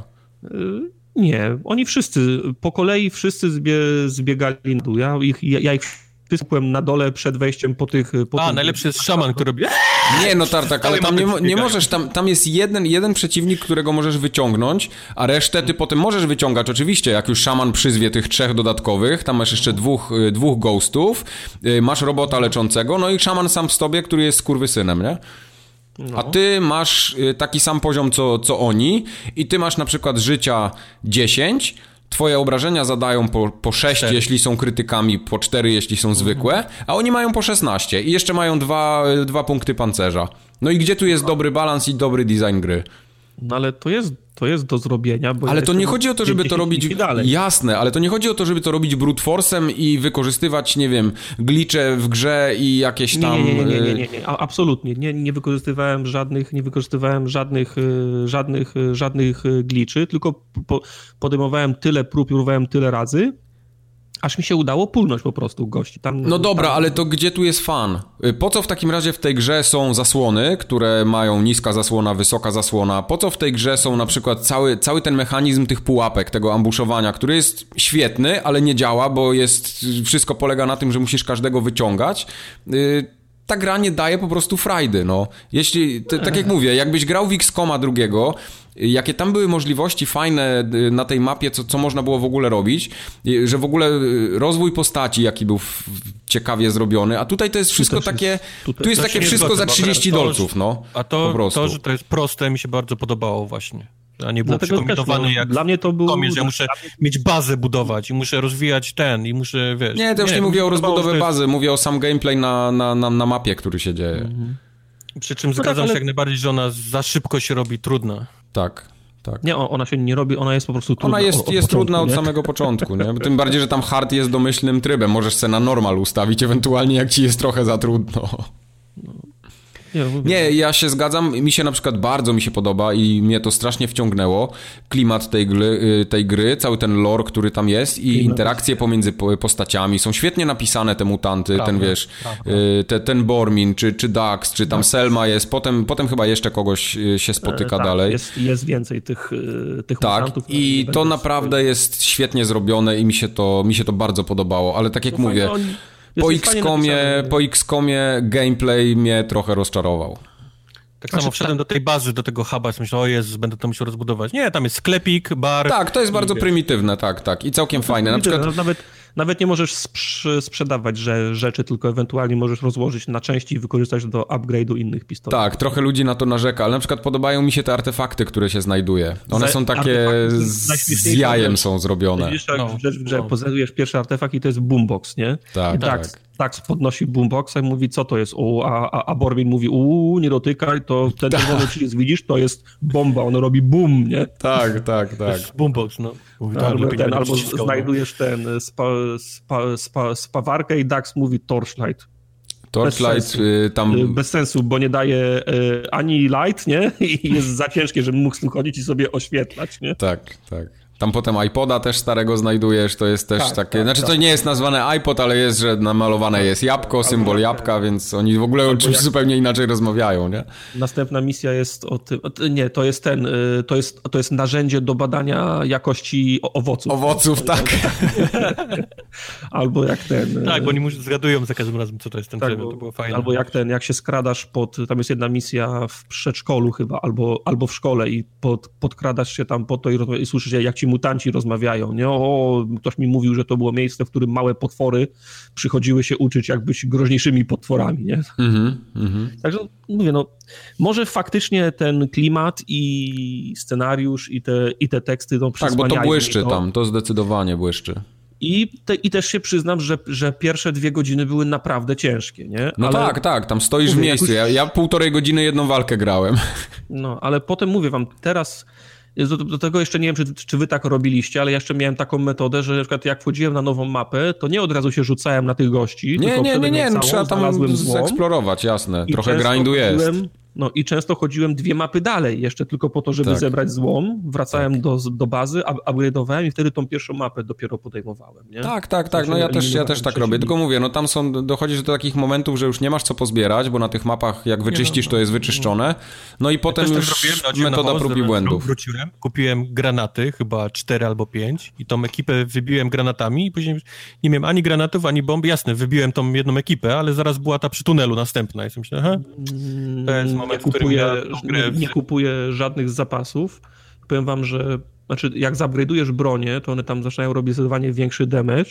Nie, oni wszyscy, po kolei wszyscy zbie, zbiegali na dół. Ja ich, ja, ja ich byłem na dole przed wejściem po tych... Po
A,
tym,
najlepszy jest szaman, który robi...
Nie, no Tartak, ale tam nie, nie możesz, tam, tam jest jeden, jeden przeciwnik, którego możesz wyciągnąć, a resztę ty potem możesz wyciągać, oczywiście, jak już szaman przyzwie tych trzech dodatkowych, tam masz jeszcze dwóch, dwóch ghostów, masz robota leczącego, no i szaman sam w tobie, który jest skurwysynem, nie? No. A ty masz taki sam poziom, co, co oni i ty masz na przykład życia dziesięć, twoje obrażenia zadają po, po sześć, cztery. Jeśli są krytykami, po cztery, jeśli są zwykłe, a oni mają po szesnaście i jeszcze mają dwa, dwa punkty pancerza. No i gdzie tu jest dobry balans i dobry design gry?
No ale to jest, to jest do zrobienia. Bo
ale to nie chodzi o to, żeby to robić... Jasne, ale to nie chodzi o to, żeby to robić brute force'em i wykorzystywać, nie wiem, glitche w grze i jakieś tam...
Nie, nie, nie, nie, nie, nie. absolutnie. Nie, nie wykorzystywałem żadnych, nie wykorzystywałem żadnych, żadnych, żadnych glitchy, tylko po, podejmowałem tyle prób, próbowałem tyle razy, aż mi się udało pulnąć po prostu gości. Tam,
no dobra,
tam...
ale to gdzie tu jest fan? Po co w takim razie w tej grze są zasłony, które mają niska zasłona, wysoka zasłona? Po co w tej grze są na przykład cały, cały ten mechanizm tych pułapek, tego ambuszowania, który jest świetny, ale nie działa, bo jest, wszystko polega na tym, że musisz każdego wyciągać. Yy, ta gra nie daje po prostu frajdy, no. Jeśli, t- tak jak mówię, jakbyś grał w X COMa drugiego, jakie tam były możliwości fajne na tej mapie, co, co można było w ogóle robić, że w ogóle rozwój postaci, jaki był w, ciekawie zrobiony, a tutaj to jest wszystko jest, takie, tu jest takie wszystko za trzydzieści dolców, no.
A to, to, że to jest proste, mi się bardzo podobało właśnie. a nie było przykombinowane jak
dla mnie to był...
komie, że ja muszę mieć bazę budować i muszę rozwijać ten i muszę, wiesz...
Nie, to już nie, nie mówię o rozbudowie jest... bazy, mówię o sam gameplay na, na, na, na mapie, który się dzieje. Mhm.
Przy czym no zgadzam tak, ale... się jak najbardziej, że ona za szybko się robi trudna.
Tak, tak.
Nie, ona się nie robi, ona jest po prostu trudna.
Ona jest,
od, od
jest
początku,
trudna
nie?
od samego początku, nie? Tym bardziej, że tam hard jest domyślnym trybem. Możesz sobie na normal ustawić, ewentualnie jak ci jest trochę za trudno. No. Nie, nie, ja się zgadzam, mi się na przykład bardzo mi się podoba i mnie to strasznie wciągnęło, klimat tej gry, tej gry cały ten lore, który tam jest i klimat interakcje jest... pomiędzy postaciami, są świetnie napisane te mutanty, prawda, ten wiesz, te, ten Bormin, czy, czy Dax, czy tam tak. Selma jest, potem, potem chyba jeszcze kogoś się spotyka e, tak, dalej.
Jest, jest więcej tych, tych
tak,
mutantów.
I to naprawdę swój... jest świetnie zrobione i mi się to, mi się to bardzo podobało, ale tak jak no mówię... Fajnie, Po X-Comie, po X-Comie gameplay mnie trochę rozczarował.
Tak samo znaczy, wszedłem do tej bazy, do tego huba, myślę, o Jezus, będę to musiał rozbudować. Nie, tam jest sklepik, bar...
Tak, to jest bardzo wiesz. prymitywne, tak, tak. I całkiem to fajne. Na przykład...
Nawet, nawet nie możesz sprz- sprzedawać że, rzeczy, tylko ewentualnie możesz rozłożyć na części i wykorzystać do upgrade'u innych pistoletów.
Tak, trochę ludzi na to narzeka, ale na przykład podobają mi się te artefakty, które się znajduje. One Za, są takie z jajem są zrobione.
Widzisz, jak no, w grze no. poznajesz pierwszy artefakt i to jest boombox, nie?
Tak,
tak.
tak.
Dax podnosi boomboxa i mówi, co to jest, u, a, a, a Bormin mówi, uuu, nie dotykaj, to ten czerwony jest, widzisz, to jest bomba, on robi boom, nie?
Tak, tak, tak.
Boombox, no.
Mówi, no albo ten, albo znajdujesz ten spa, spa, spa, spawarkę i Dax mówi torchlight.
Torchlight
Bez sensu,
tam...
Bez sensu, bo nie daje y, ani light, nie? I jest za ciężkie, żeby mógł z tym chodzić i sobie oświetlać, nie?
Tak, tak. Tam potem iPoda też starego znajdujesz, to jest też tak, takie... Tak, znaczy to tak. nie jest nazwane iPod, ale jest, że namalowane jest jabłko, symbol jabłka, więc oni w ogóle o czymś jak... zupełnie inaczej rozmawiają, nie?
Następna misja jest o tym... Nie, to jest ten... To jest, to jest narzędzie do badania jakości owoców.
Owoców, tak.
Albo jak ten...
Tak, bo oni już zgadują za każdym razem, co to jest ten tak,
bo,
to było fajne.
Albo jak ten, jak się skradasz pod... Tam jest jedna misja w przedszkolu chyba, albo, albo w szkole i pod, podkradasz się tam po to i, i słyszysz, jak ci mutanci rozmawiają, nie? O, ktoś mi mówił, że to było miejsce, w którym małe potwory przychodziły się uczyć, jak być groźniejszymi potworami, nie? Mm-hmm, mm-hmm. Także mówię, no, może faktycznie ten klimat i scenariusz i te, i te teksty no,
tak, bo to błyszczy to. tam, to zdecydowanie błyszczy.
I, te, I też się przyznam, że, że pierwsze dwie godziny były naprawdę ciężkie, nie?
No ale, tak, tak, tam stoisz mówię, w miejscu. Ja, ja półtorej godziny jedną walkę grałem.
No, ale potem mówię wam, teraz Do, do tego jeszcze nie wiem, czy, czy wy tak robiliście, ale jeszcze miałem taką metodę, że na przykład jak wchodziłem na nową mapę, to nie od razu się rzucałem na tych gości,
nie,
tylko
nie, nie, nie,
całą,
trzeba tam zeksplorować, jasne. Trochę grindu jest.
No i często chodziłem dwie mapy dalej, jeszcze tylko po to, żeby tak. zebrać złom, wracałem tak. do, do bazy, upgrade'owałem i wtedy tą pierwszą mapę dopiero podejmowałem, nie?
Tak, tak, tak, no ja też, ja też tak robię, tylko mówię, no tam są, dochodzisz do takich momentów, że już nie masz co pozbierać, bo na tych mapach jak wyczyścisz, no, no, to jest wyczyszczone, no i potem ja już tak metoda prób i błędów.
Wróciłem, kupiłem granaty, chyba cztery albo pięć i tą ekipę wybiłem granatami i później nie miałem ani granatów, ani bomb, jasne, wybiłem tą jedną ekipę, ale zaraz była ta przy tunelu następna i sobie myślę, aha, to jest moment,
nie kupuję, ja nie, nie kupuję żadnych zapasów. Powiem wam, że znaczy jak zupgrade'ujesz bronię, to one tam zaczynają robić zdecydowanie większy damage,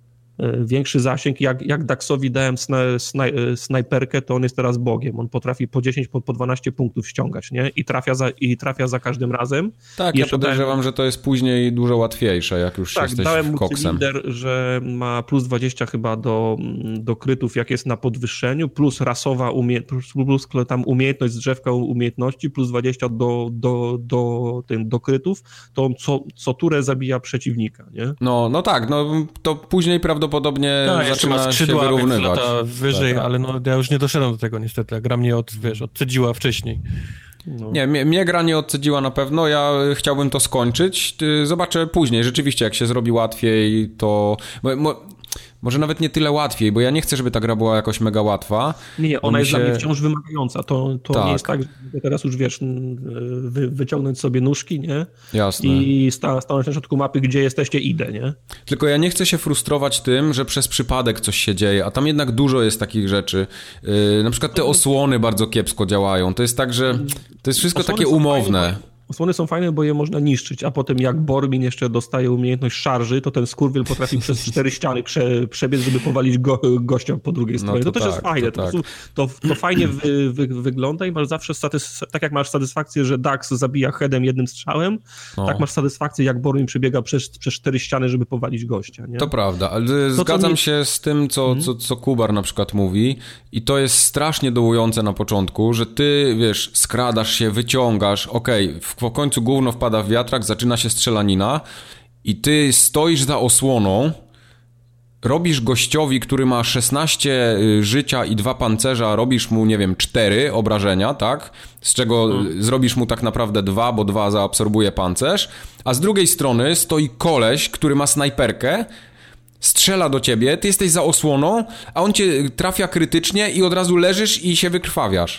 większy zasięg. Jak, jak Daxowi dałem sna, sna, snajperkę, to on jest teraz bogiem. On potrafi po dziesięć, po, po dwanaście punktów ściągać, nie? I trafia za, i trafia za każdym razem.
Tak, ja podejrzewam, dałem... że to jest później dużo łatwiejsze, jak już tak, jesteś
dałem
koksem.
Cylinder, że ma plus dwadzieścia chyba do, do krytów, jak jest na podwyższeniu, plus rasowa umiejętność, plus tam umiejętność z drzewka umiejętności, plus dwadzieścia do, do, do, tym, do krytów, to on co, co turę zabija przeciwnika, nie?
No, no tak, no to później prawdopodobnie Prawdopodobnie tak, zaczyna się wyrównywać.
Wyżej, tak. Ale no, ja już nie doszedłem do tego niestety. Gra mnie od, wiesz, odcedziła wcześniej.
No. Nie, mnie, mnie gra nie odcedziła na pewno. Ja chciałbym to skończyć. Zobaczę później. Rzeczywiście, jak się zrobi łatwiej, to... Mo, mo, może nawet nie tyle łatwiej, bo ja nie chcę, żeby ta gra była jakoś mega łatwa.
Nie, ona jest się... dla mnie wciąż wymagająca. To, to tak. nie jest tak, że teraz już wiesz, wy, wyciągnąć sobie nóżki, nie?
Jasne.
I sta, stanąć na środku mapy, gdzie jesteście, idę, nie?
Tylko ja nie chcę się frustrować tym, że przez przypadek coś się dzieje, a tam jednak dużo jest takich rzeczy. Yy, na przykład te osłony bardzo kiepsko działają. To jest tak, że to jest wszystko osłony takie umowne.
Osłony są fajne, bo je można niszczyć, a potem jak Bormin jeszcze dostaje umiejętność szarży, to ten skurwiel potrafi przez cztery ściany prze, przebiec, żeby powalić go, gościa po drugiej stronie. No to, to też tak, jest fajne. To, tak. to, to fajnie wy, wy, wygląda i masz zawsze, satys- tak jak masz satysfakcję, że Dax zabija headem jednym strzałem, no. tak masz satysfakcję, jak Bormin przebiega przez, przez cztery ściany, żeby powalić gościa. Nie?
To prawda, ale to, zgadzam nie... się z tym, co, hmm? co, co Kubar na przykład mówi i to jest strasznie dołujące na początku, że ty, wiesz, skradasz się, wyciągasz, okej, okay, w końcu gówno wpada w wiatrak, zaczyna się strzelanina i ty stoisz za osłoną, robisz gościowi, który ma szesnaście życia i dwa pancerza, robisz mu, nie wiem, cztery obrażenia, tak? Z czego hmm. zrobisz mu tak naprawdę dwa, bo dwa zaabsorbuje pancerz, a z drugiej strony stoi koleś, który ma snajperkę, strzela do ciebie, ty jesteś za osłoną, a on cię trafia krytycznie i od razu leżysz i się wykrwawiasz.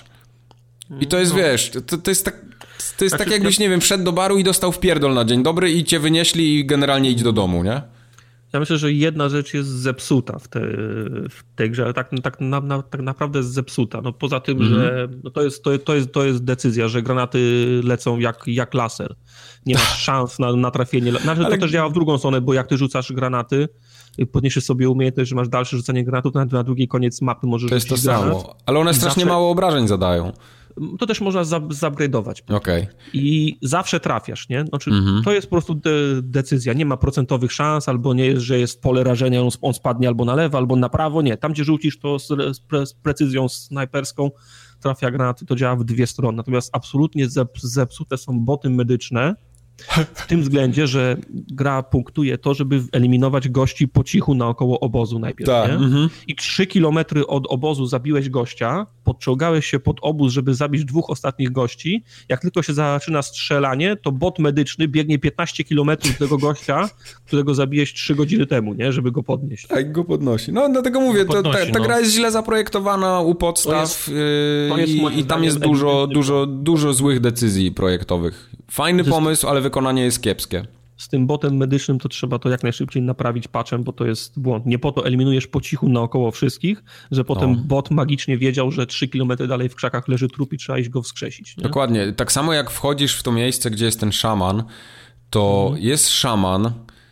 I to jest, no. wiesz, to, to jest tak... To jest znaczy, tak jakbyś, nie wiem, wszedł do baru i dostał wpierdol na dzień dobry i cię wynieśli i generalnie idź do domu, nie?
Ja myślę, że jedna rzecz jest zepsuta w, te, w tej grze, ale tak, tak, na, na, tak naprawdę jest zepsuta. No poza tym, mm-hmm. że no to, jest, to, to, jest, to jest decyzja, że granaty lecą jak, jak laser. Nie masz szans na, na trafienie. Znaczy, ale... To też działa w drugą stronę, bo jak ty rzucasz granaty, podniesiesz sobie umiejętność, że masz dalsze rzucanie granatów, to na drugi koniec mapy możesz
rzucić granat. To jest to granat. Samo, ale one strasznie zawsze... mało obrażeń zadają.
To też można zupgrade'ować.
Okay.
I zawsze trafiasz, nie? Znaczy, mm-hmm. To jest po prostu de- decyzja. Nie ma procentowych szans, albo nie jest, że jest pole rażenia, on, on spadnie albo na lewo, albo na prawo. Nie. Tam, gdzie rzucisz to z, z, pre- z precyzją snajperską, trafia granaty, to działa w dwie strony. Natomiast absolutnie zep- zepsute są boty medyczne, w tym względzie, że gra punktuje to, żeby eliminować gości po cichu naokoło obozu najpierw, tak. nie? Mm-hmm. I trzy kilometry od obozu zabiłeś gościa, podczołgałeś się pod obóz, żeby zabić dwóch ostatnich gości. Jak tylko się zaczyna strzelanie, to bot medyczny biegnie piętnaście kilometrów do tego gościa, którego zabiłeś trzy godziny temu, nie? Żeby go podnieść.
Tak, go podnosi. No dlatego mówię, podnosi, to, ta, ta no. gra jest źle zaprojektowana u podstaw to jest, to jest i, i tam jest dużo, dużo, dużo złych decyzji projektowych. Fajny jest... pomysł, ale wykonanie jest kiepskie.
Z tym botem medycznym to trzeba to jak najszybciej naprawić patchem, bo to jest błąd. Nie po to eliminujesz po cichu naokoło wszystkich, że potem no. bot magicznie wiedział, że trzy kilometry dalej w krzakach leży trup i trzeba iść go wskrzesić. Nie?
Dokładnie. Tak samo jak wchodzisz w to miejsce, gdzie jest ten szaman, to mhm. jest szaman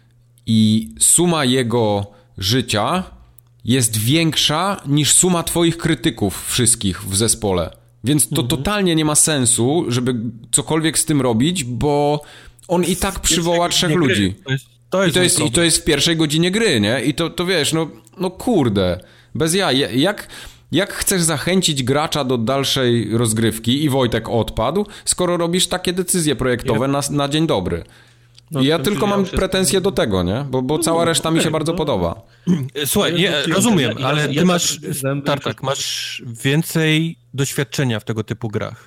i suma jego życia jest większa niż suma twoich krytyków wszystkich w zespole. Więc to mhm. totalnie nie ma sensu, żeby cokolwiek z tym robić, bo on i tak przywoła trzech ludzi. To jest, to jest I, to jest, I to jest w pierwszej godzinie gry, nie? I to, to wiesz, no, no kurde, bez jaj. Jak, jak chcesz zachęcić gracza do dalszej rozgrywki i Wojtek odpadł, skoro robisz takie decyzje projektowe na, na dzień dobry? No, I ja tylko mam pretensje do tego, nie? Bo, bo cała reszta mi się bardzo podoba.
Słuchaj, nie, rozumiem, ale ty masz, Tartak, masz więcej doświadczenia w tego typu grach.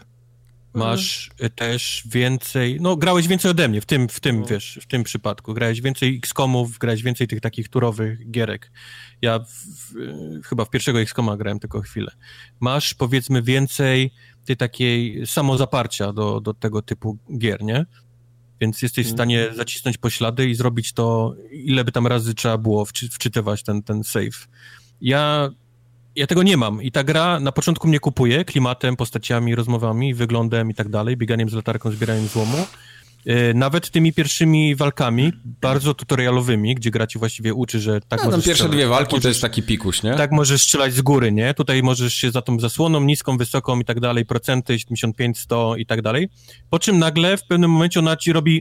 Masz hmm. też więcej, no grałeś więcej ode mnie w tym, w tym, no. wiesz, w tym przypadku. Grałeś więcej X COMów, grałeś więcej tych takich turowych gierek. Ja w, w, chyba w pierwszego X COMa grałem tylko chwilę. Masz, powiedzmy, więcej tej takiej samozaparcia do, do tego typu gier, nie? Więc jesteś w stanie zacisnąć poślady i zrobić to, ile by tam razy trzeba było wczy, wczytywać ten, ten save. Ja, ja tego nie mam i ta gra na początku mnie kupuje klimatem, postaciami, rozmowami, wyglądem i tak dalej, bieganiem z latarką, zbieraniem złomu. Yy, nawet tymi pierwszymi walkami, bardzo tutorialowymi, gdzie gra ci właściwie uczy, że tak no, możesz
pierwsze
strzelać.
dwie walki
tak
to
możesz,
jest taki pikuś, nie?
Tak możesz strzelać z góry, nie? Tutaj możesz się za tą zasłoną niską, wysoką i tak dalej, procenty siedemdziesiąt pięć, sto i tak dalej. Po czym nagle w pewnym momencie ona ci robi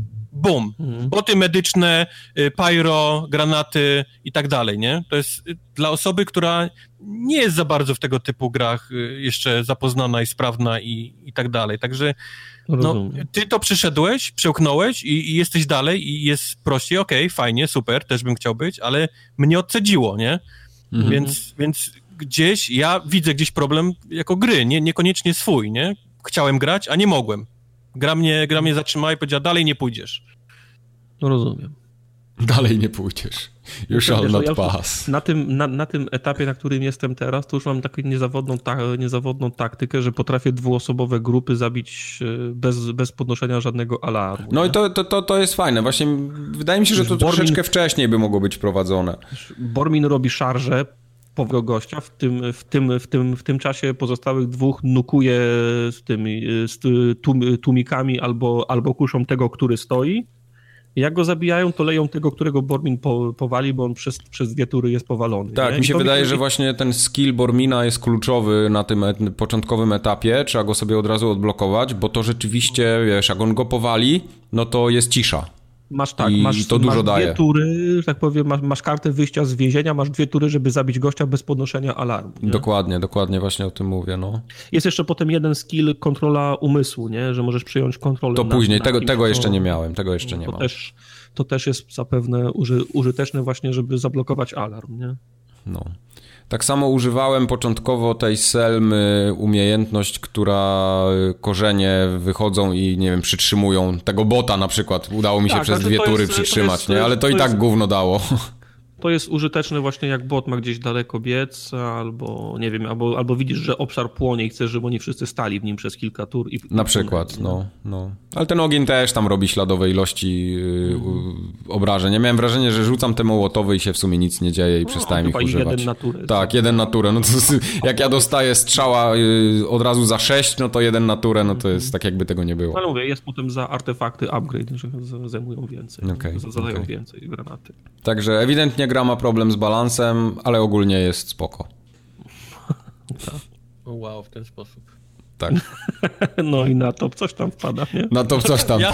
bum, mhm. boty medyczne, pyro, granaty i tak dalej, nie? To jest dla osoby, która nie jest za bardzo w tego typu grach jeszcze zapoznana i sprawna i, i tak dalej. Także no, ty to przeszedłeś, przełknąłeś i, i jesteś dalej i jest prościej, okej, okay, fajnie, super, też bym chciał być, ale mnie odcedziło, nie? Mhm. Więc, więc gdzieś ja widzę gdzieś problem jako gry, nie, niekoniecznie swój, nie? Chciałem grać, a nie mogłem. Gra mnie, gra mnie zatrzymała i powiedziała, dalej nie pójdziesz.
No rozumiem.
Dalej nie pójdziesz. You shall not ja pass.
Na tym, na, na tym etapie, na którym jestem teraz, to już mam taką niezawodną, ta, niezawodną taktykę, że potrafię dwuosobowe grupy zabić bez, bez podnoszenia żadnego alarmu.
No nie? i to, to, to, to jest fajne. Właśnie wydaje mi się, że to Bormin, troszeczkę wcześniej by mogło być wprowadzone.
Bormin robi szarże, powrotu gościa, w tym, w, tym, w, tym, w tym czasie pozostałych dwóch nukuje z tymi z tłumikami albo, albo kuszą tego, który stoi. Jak go zabijają, to leją tego, którego Bormin po, powali, bo on przez, przez dwie tury jest powalony.
Tak,
nie?
mi się wydaje,
mi...
że właśnie ten skill Bormina jest kluczowy na tym et- początkowym etapie. Trzeba go sobie od razu odblokować, bo to rzeczywiście, wiesz, jak on go powali, no to jest cisza.
Masz tak,
I
masz,
to dużo
masz
daje.
dwie tury, że tak powiem, masz, masz kartę wyjścia z więzienia, masz dwie tury, żeby zabić gościa bez podnoszenia alarmu. Nie?
Dokładnie, dokładnie właśnie o tym mówię, no.
Jest jeszcze potem jeden skill, kontrola umysłu, nie? Że możesz przyjąć kontrolę.
To
na,
później,
na
tego,
kimś,
tego jeszcze
to,
nie miałem, tego jeszcze nie
to
mam.
też, to też jest zapewne uży, użyteczne właśnie, żeby zablokować alarm, nie?
No. Tak samo używałem początkowo tej Selmy umiejętność, która korzenie wychodzą i nie wiem, przytrzymują tego bota na przykład. Udało mi się
tak,
przez dwie
to
tury
jest,
przytrzymać,
to jest,
nie? Ale to,
to
i
jest,
tak gówno dało.
To jest użyteczne właśnie jak bot ma gdzieś daleko biec, albo nie wiem, albo, albo widzisz, że obszar płonie i chcesz, żeby oni wszyscy stali w nim przez kilka tur. I,
na przykład, i no, no. Ale ten ogień też tam robi śladowe ilości yy, mm. obrażeń. Ja miałem wrażenie, że rzucam te mołotowy i się w sumie nic nie dzieje i no, przestałem ich używać.
jeden na turę.
Tak, jeden na turę. No to, jak ja dostaję strzała yy, od razu za sześć, no to jeden na turę, no to jest tak jakby tego nie było.
Ale mówię, jest potem za artefakty upgrade, że zajmują więcej.
Okay,
zadają
okay.
więcej granaty.
Także ewidentnie gra ma problem z balansem, ale ogólnie jest spoko.
Wow, w ten sposób.
Tak.
No i na top coś tam wpada, nie?
Na top coś tam.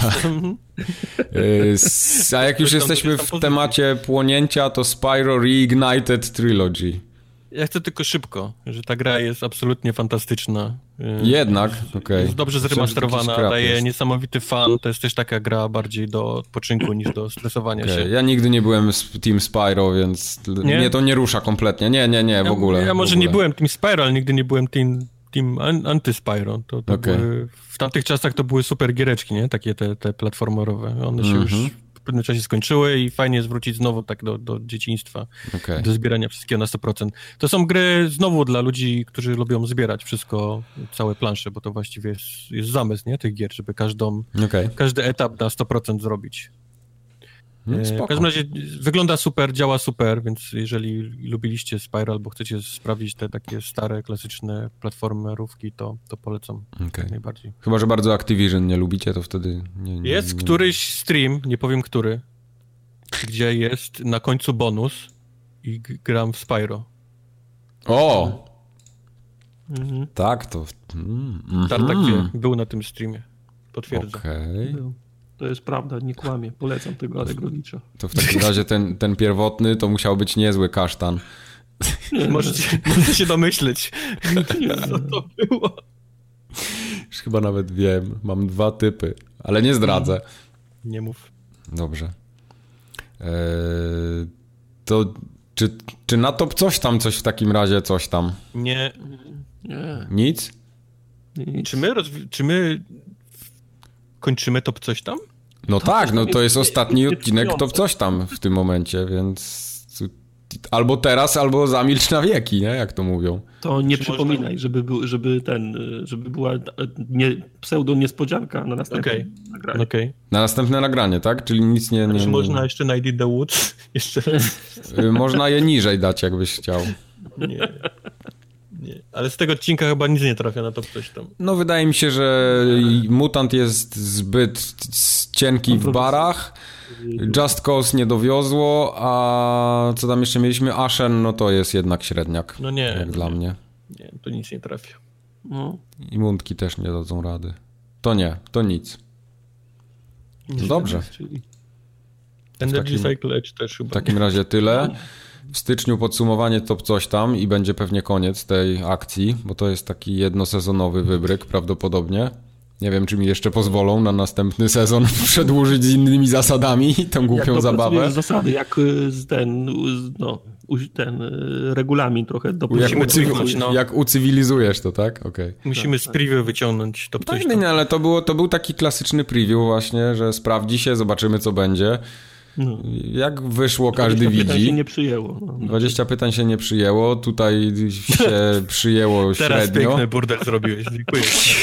A jak już jesteśmy w temacie płonięcia, to Spyro Reignited Trilogy.
Ja chcę tylko szybko, że ta gra jest absolutnie fantastyczna.
Jednak, okej. Okay.
Jest dobrze zremasterowana, daje jest. niesamowity fan. To jest też taka gra bardziej do odpoczynku niż do stresowania okay. się.
Ja nigdy nie byłem z Team Spyro, więc nie? mnie to nie rusza kompletnie. Nie, nie, nie, w
ja,
ogóle.
Ja może
ogóle.
nie byłem Team Spyro, ale nigdy nie byłem Team, team anty-Spyro. To, to okay. były, w tamtych czasach to były super giereczki, nie? Takie te, te platformerowe. One się mm-hmm. już w pewnym czasie skończyły i fajnie jest wrócić znowu tak do, do dzieciństwa, okay. do zbierania wszystkiego na sto procent. To są gry znowu dla ludzi, którzy lubią zbierać wszystko, całe plansze, bo to właściwie jest, jest zamysł, nie, tych gier, żeby każdą,
okay.
każdy etap na sto procent zrobić.
No,
w każdym razie wygląda super, działa super, więc jeżeli lubiliście Spyro albo chcecie sprawdzić te takie stare, klasyczne platformerówki, to, to polecam okay. jak najbardziej.
Chyba że bardzo Activision nie lubicie, to wtedy... Nie, nie,
jest nie... któryś stream, nie powiem który, gdzie jest na końcu bonus i gram w Spyro.
O! Mhm. Tak, to... Mm,
Tartak wie, był na tym streamie. Potwierdzam.
Okej. Okay.
To jest prawda, nie kłamie. Polecam tego Allegrowicza.
To w takim razie ten, ten pierwotny to musiał być niezły kasztan.
Możecie, możecie się domyśleć, co to było.
Już chyba nawet wiem. Mam dwa typy, ale nie zdradzę.
Nie mów.
Dobrze. Eee, to czy, czy na top coś tam, coś w takim razie, coś tam?
Nie.
nie.
Nic?
Nic. Czy my, rozwi- czy my kończymy top coś tam?
No to tak, no to jest ostatni odcinek top coś tam w tym momencie, więc albo teraz, albo zamilcz na wieki, nie? Jak to mówią.
To nie Czy przypominaj, można... żeby, był, żeby ten, żeby była nie, pseudo niespodzianka na następne
okay.
nagranie.
Okay.
Na następne nagranie, tak? Czyli nic nie... nie
Czy można jeszcze Night in the Woods? Jeszcze
można je niżej dać, jakbyś chciał.
Nie. Nie. Ale z tego odcinka chyba nic nie trafia na top coś tam.
No wydaje mi się, że Mutant jest zbyt cienki w barach, Just Cause nie dowiozło, a co tam jeszcze mieliśmy? Ashen, no to jest jednak średniak.
No nie.
Jak
no
dla
nie.
mnie.
Nie, to nic nie trafia.
No.
I Muntki też nie dadzą rady. To nie, to nic. No dobrze.
Energy Cycle Edge też chyba.
W takim razie tyle. W styczniu podsumowanie top coś tam i będzie pewnie koniec tej akcji, bo to jest taki jednosezonowy wybryk prawdopodobnie. Nie wiem, czy mi jeszcze pozwolą na następny sezon przedłużyć z innymi zasadami tę głupią jak zabawę.
Zasady, jak ten, no, ten regulamin trochę
jak, ucywil, no. jak ucywilizujesz to, tak? Okay.
Musimy z preview wyciągnąć top coś
tam. Nie, ale to, było, to był taki klasyczny preview właśnie, że sprawdzi się, zobaczymy co będzie. No. Jak wyszło, każdy widzi. dwadzieścia pytań
się nie przyjęło. No.
dwadzieścia pytań się nie przyjęło, tutaj się przyjęło
Teraz
średnio.
Teraz piękny burdel zrobiłeś, dziękuję.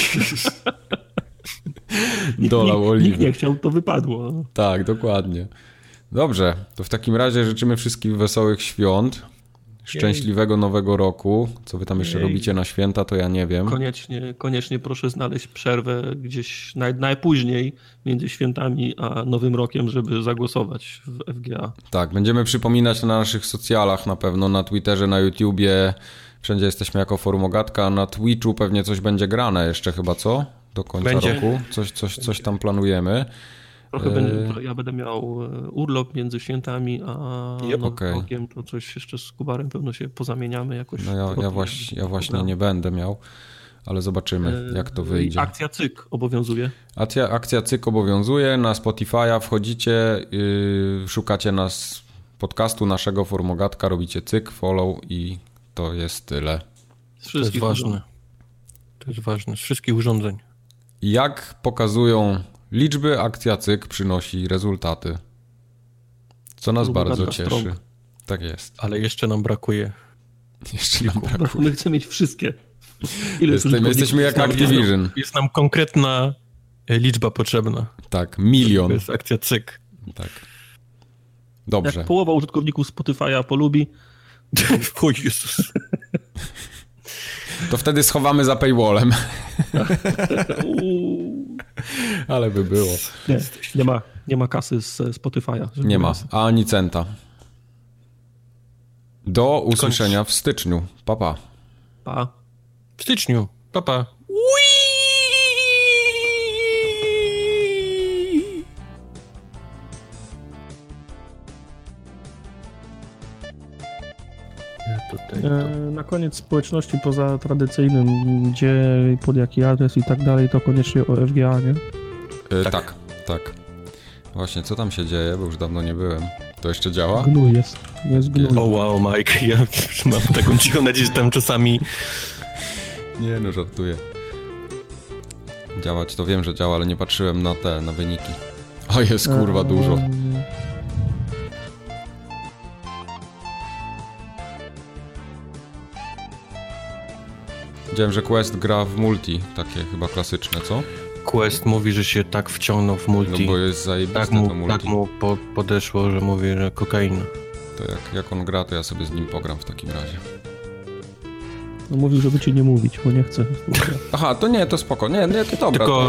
Dolał oliwy.
Nikt nie chciał, to wypadło.
Tak, dokładnie. Dobrze, to w takim razie życzymy wszystkim wesołych świąt, Szczęśliwego nowego roku. Co wy tam jeszcze Jej. robicie na święta, to ja nie wiem.
Koniecznie, koniecznie proszę znaleźć przerwę gdzieś naj, najpóźniej między świętami a nowym rokiem, żeby zagłosować w F G A.
Tak, będziemy przypominać na naszych socjalach na pewno, na Twitterze, na YouTubie. Wszędzie jesteśmy jako Forum Ogatka. Na Twitchu pewnie coś będzie grane jeszcze chyba, co? Do końca będzie. roku. Coś, coś, coś tam planujemy.
Trochę będę, ja będę miał urlop między świętami a yep. nowym okay. rokiem, to coś jeszcze z Kubarem pewno się pozamieniamy jakoś.
No ja, ja właśnie, ja właśnie nie będę miał, ale zobaczymy jak to wyjdzie.
Akcja Cyk obowiązuje.
Akcja, akcja Cyk obowiązuje, na Spotify'a wchodzicie, yy, szukacie nas, podcastu naszego Forum Ogatka, robicie Cyk, follow i to jest tyle.
To jest ważne. To jest ważne, z wszystkich urządzeń.
Jak pokazują liczby, akcja Cyk przynosi rezultaty. Co nas Lubię bardzo cieszy. Strong. Tak jest.
Ale jeszcze nam brakuje.
Jeszcze nam brakuje.
My chcemy mieć wszystkie.
Ile Jestem, jesteśmy jak Activision.
Jest, jest nam konkretna liczba potrzebna.
Tak, milion.
To jest akcja Cyk.
Tak. Dobrze.
Jak połowa użytkowników Spotify'a polubi.
O Jezus.
To wtedy schowamy za paywallem. Ale by było.
Nie, nie, ma, nie ma kasy z Spotify'a.
Nie ma, a ani centa. Do usłyszenia w styczniu. Pa, pa.
Pa.
W styczniu. Pa, pa.
Tutaj, na koniec społeczności poza tradycyjnym, gdzie, pod jaki adres i tak dalej, to koniecznie o F G A, nie?
Yy, tak. tak, tak. Właśnie, co tam się dzieje, bo już dawno nie byłem. To jeszcze działa?
Gnój jest, jest gnój.
O wow, Mike, ja mam taką cichą nadzieję, że tam czasami...
Nie no, żartuję. Działać to wiem, że działa, ale nie patrzyłem na te, na wyniki. O, jest kurwa eee... dużo. Widziałem, że Quest gra w multi, takie chyba klasyczne, co?
Quest mówi, że się tak wciągnął w multi.
No bo jest zajebiste
tak mu,
to multi.
Tak mu po, podeszło, że mówi, że kokaina.
To jak, jak on gra, to ja sobie z nim pogram w takim razie.
No mówił, żeby ci nie mówić, bo nie chce.
Aha, to nie, to spoko. Nie, nie, to dobra.
Tylko...
To...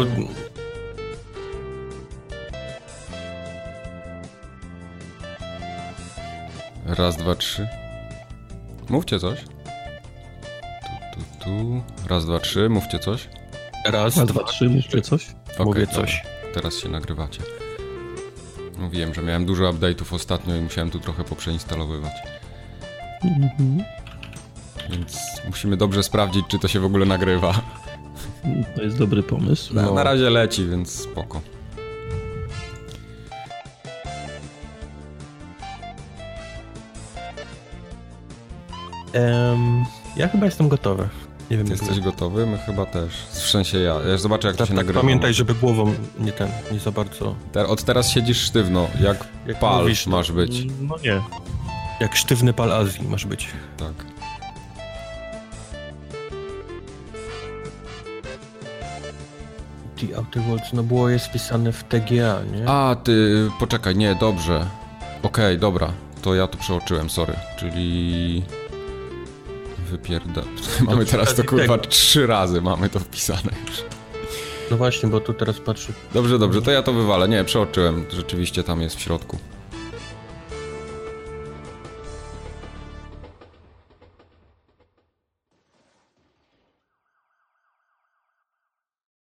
Raz, dwa, trzy. Mówcie coś. Tu, tu, tu. Raz, dwa, trzy. Mówcie coś.
Raz,
Raz dwa, trzy. Mówcie coś.
Okay,
Mówię coś.
Dobra. Teraz się nagrywacie. Mówiłem, że miałem dużo update'ów ostatnio i musiałem tu trochę poprzeinstalowywać.
Mhm.
Więc musimy dobrze sprawdzić, czy to się w ogóle nagrywa.
To jest dobry pomysł.
Na, no. na razie leci, więc spoko.
Um, ja chyba jestem gotowy. Nie wiem,
Ty jesteś jak... gotowy? My chyba też. W sensie ja. Ja zobaczę, jak
tak,
to się
tak,
nagrywa.
Pamiętaj, żeby głową nie ten, nie za bardzo...
Te, od teraz siedzisz sztywno, jak, jak pal mówisz, masz być.
No nie. Jak sztywny pal Azji masz być.
Tak.
The Outer Worlds, no było jest wpisane w T G A, nie?
A, ty, poczekaj, nie, dobrze. Okej, okay, dobra. To ja to przeoczyłem, sorry. Czyli... Wypierda... Mamy teraz to kurwa trzy razy mamy to wpisane już.
No właśnie, bo tu teraz patrzę...
Dobrze, dobrze, to ja to wywalę. Nie, przeoczyłem. Rzeczywiście tam jest w środku.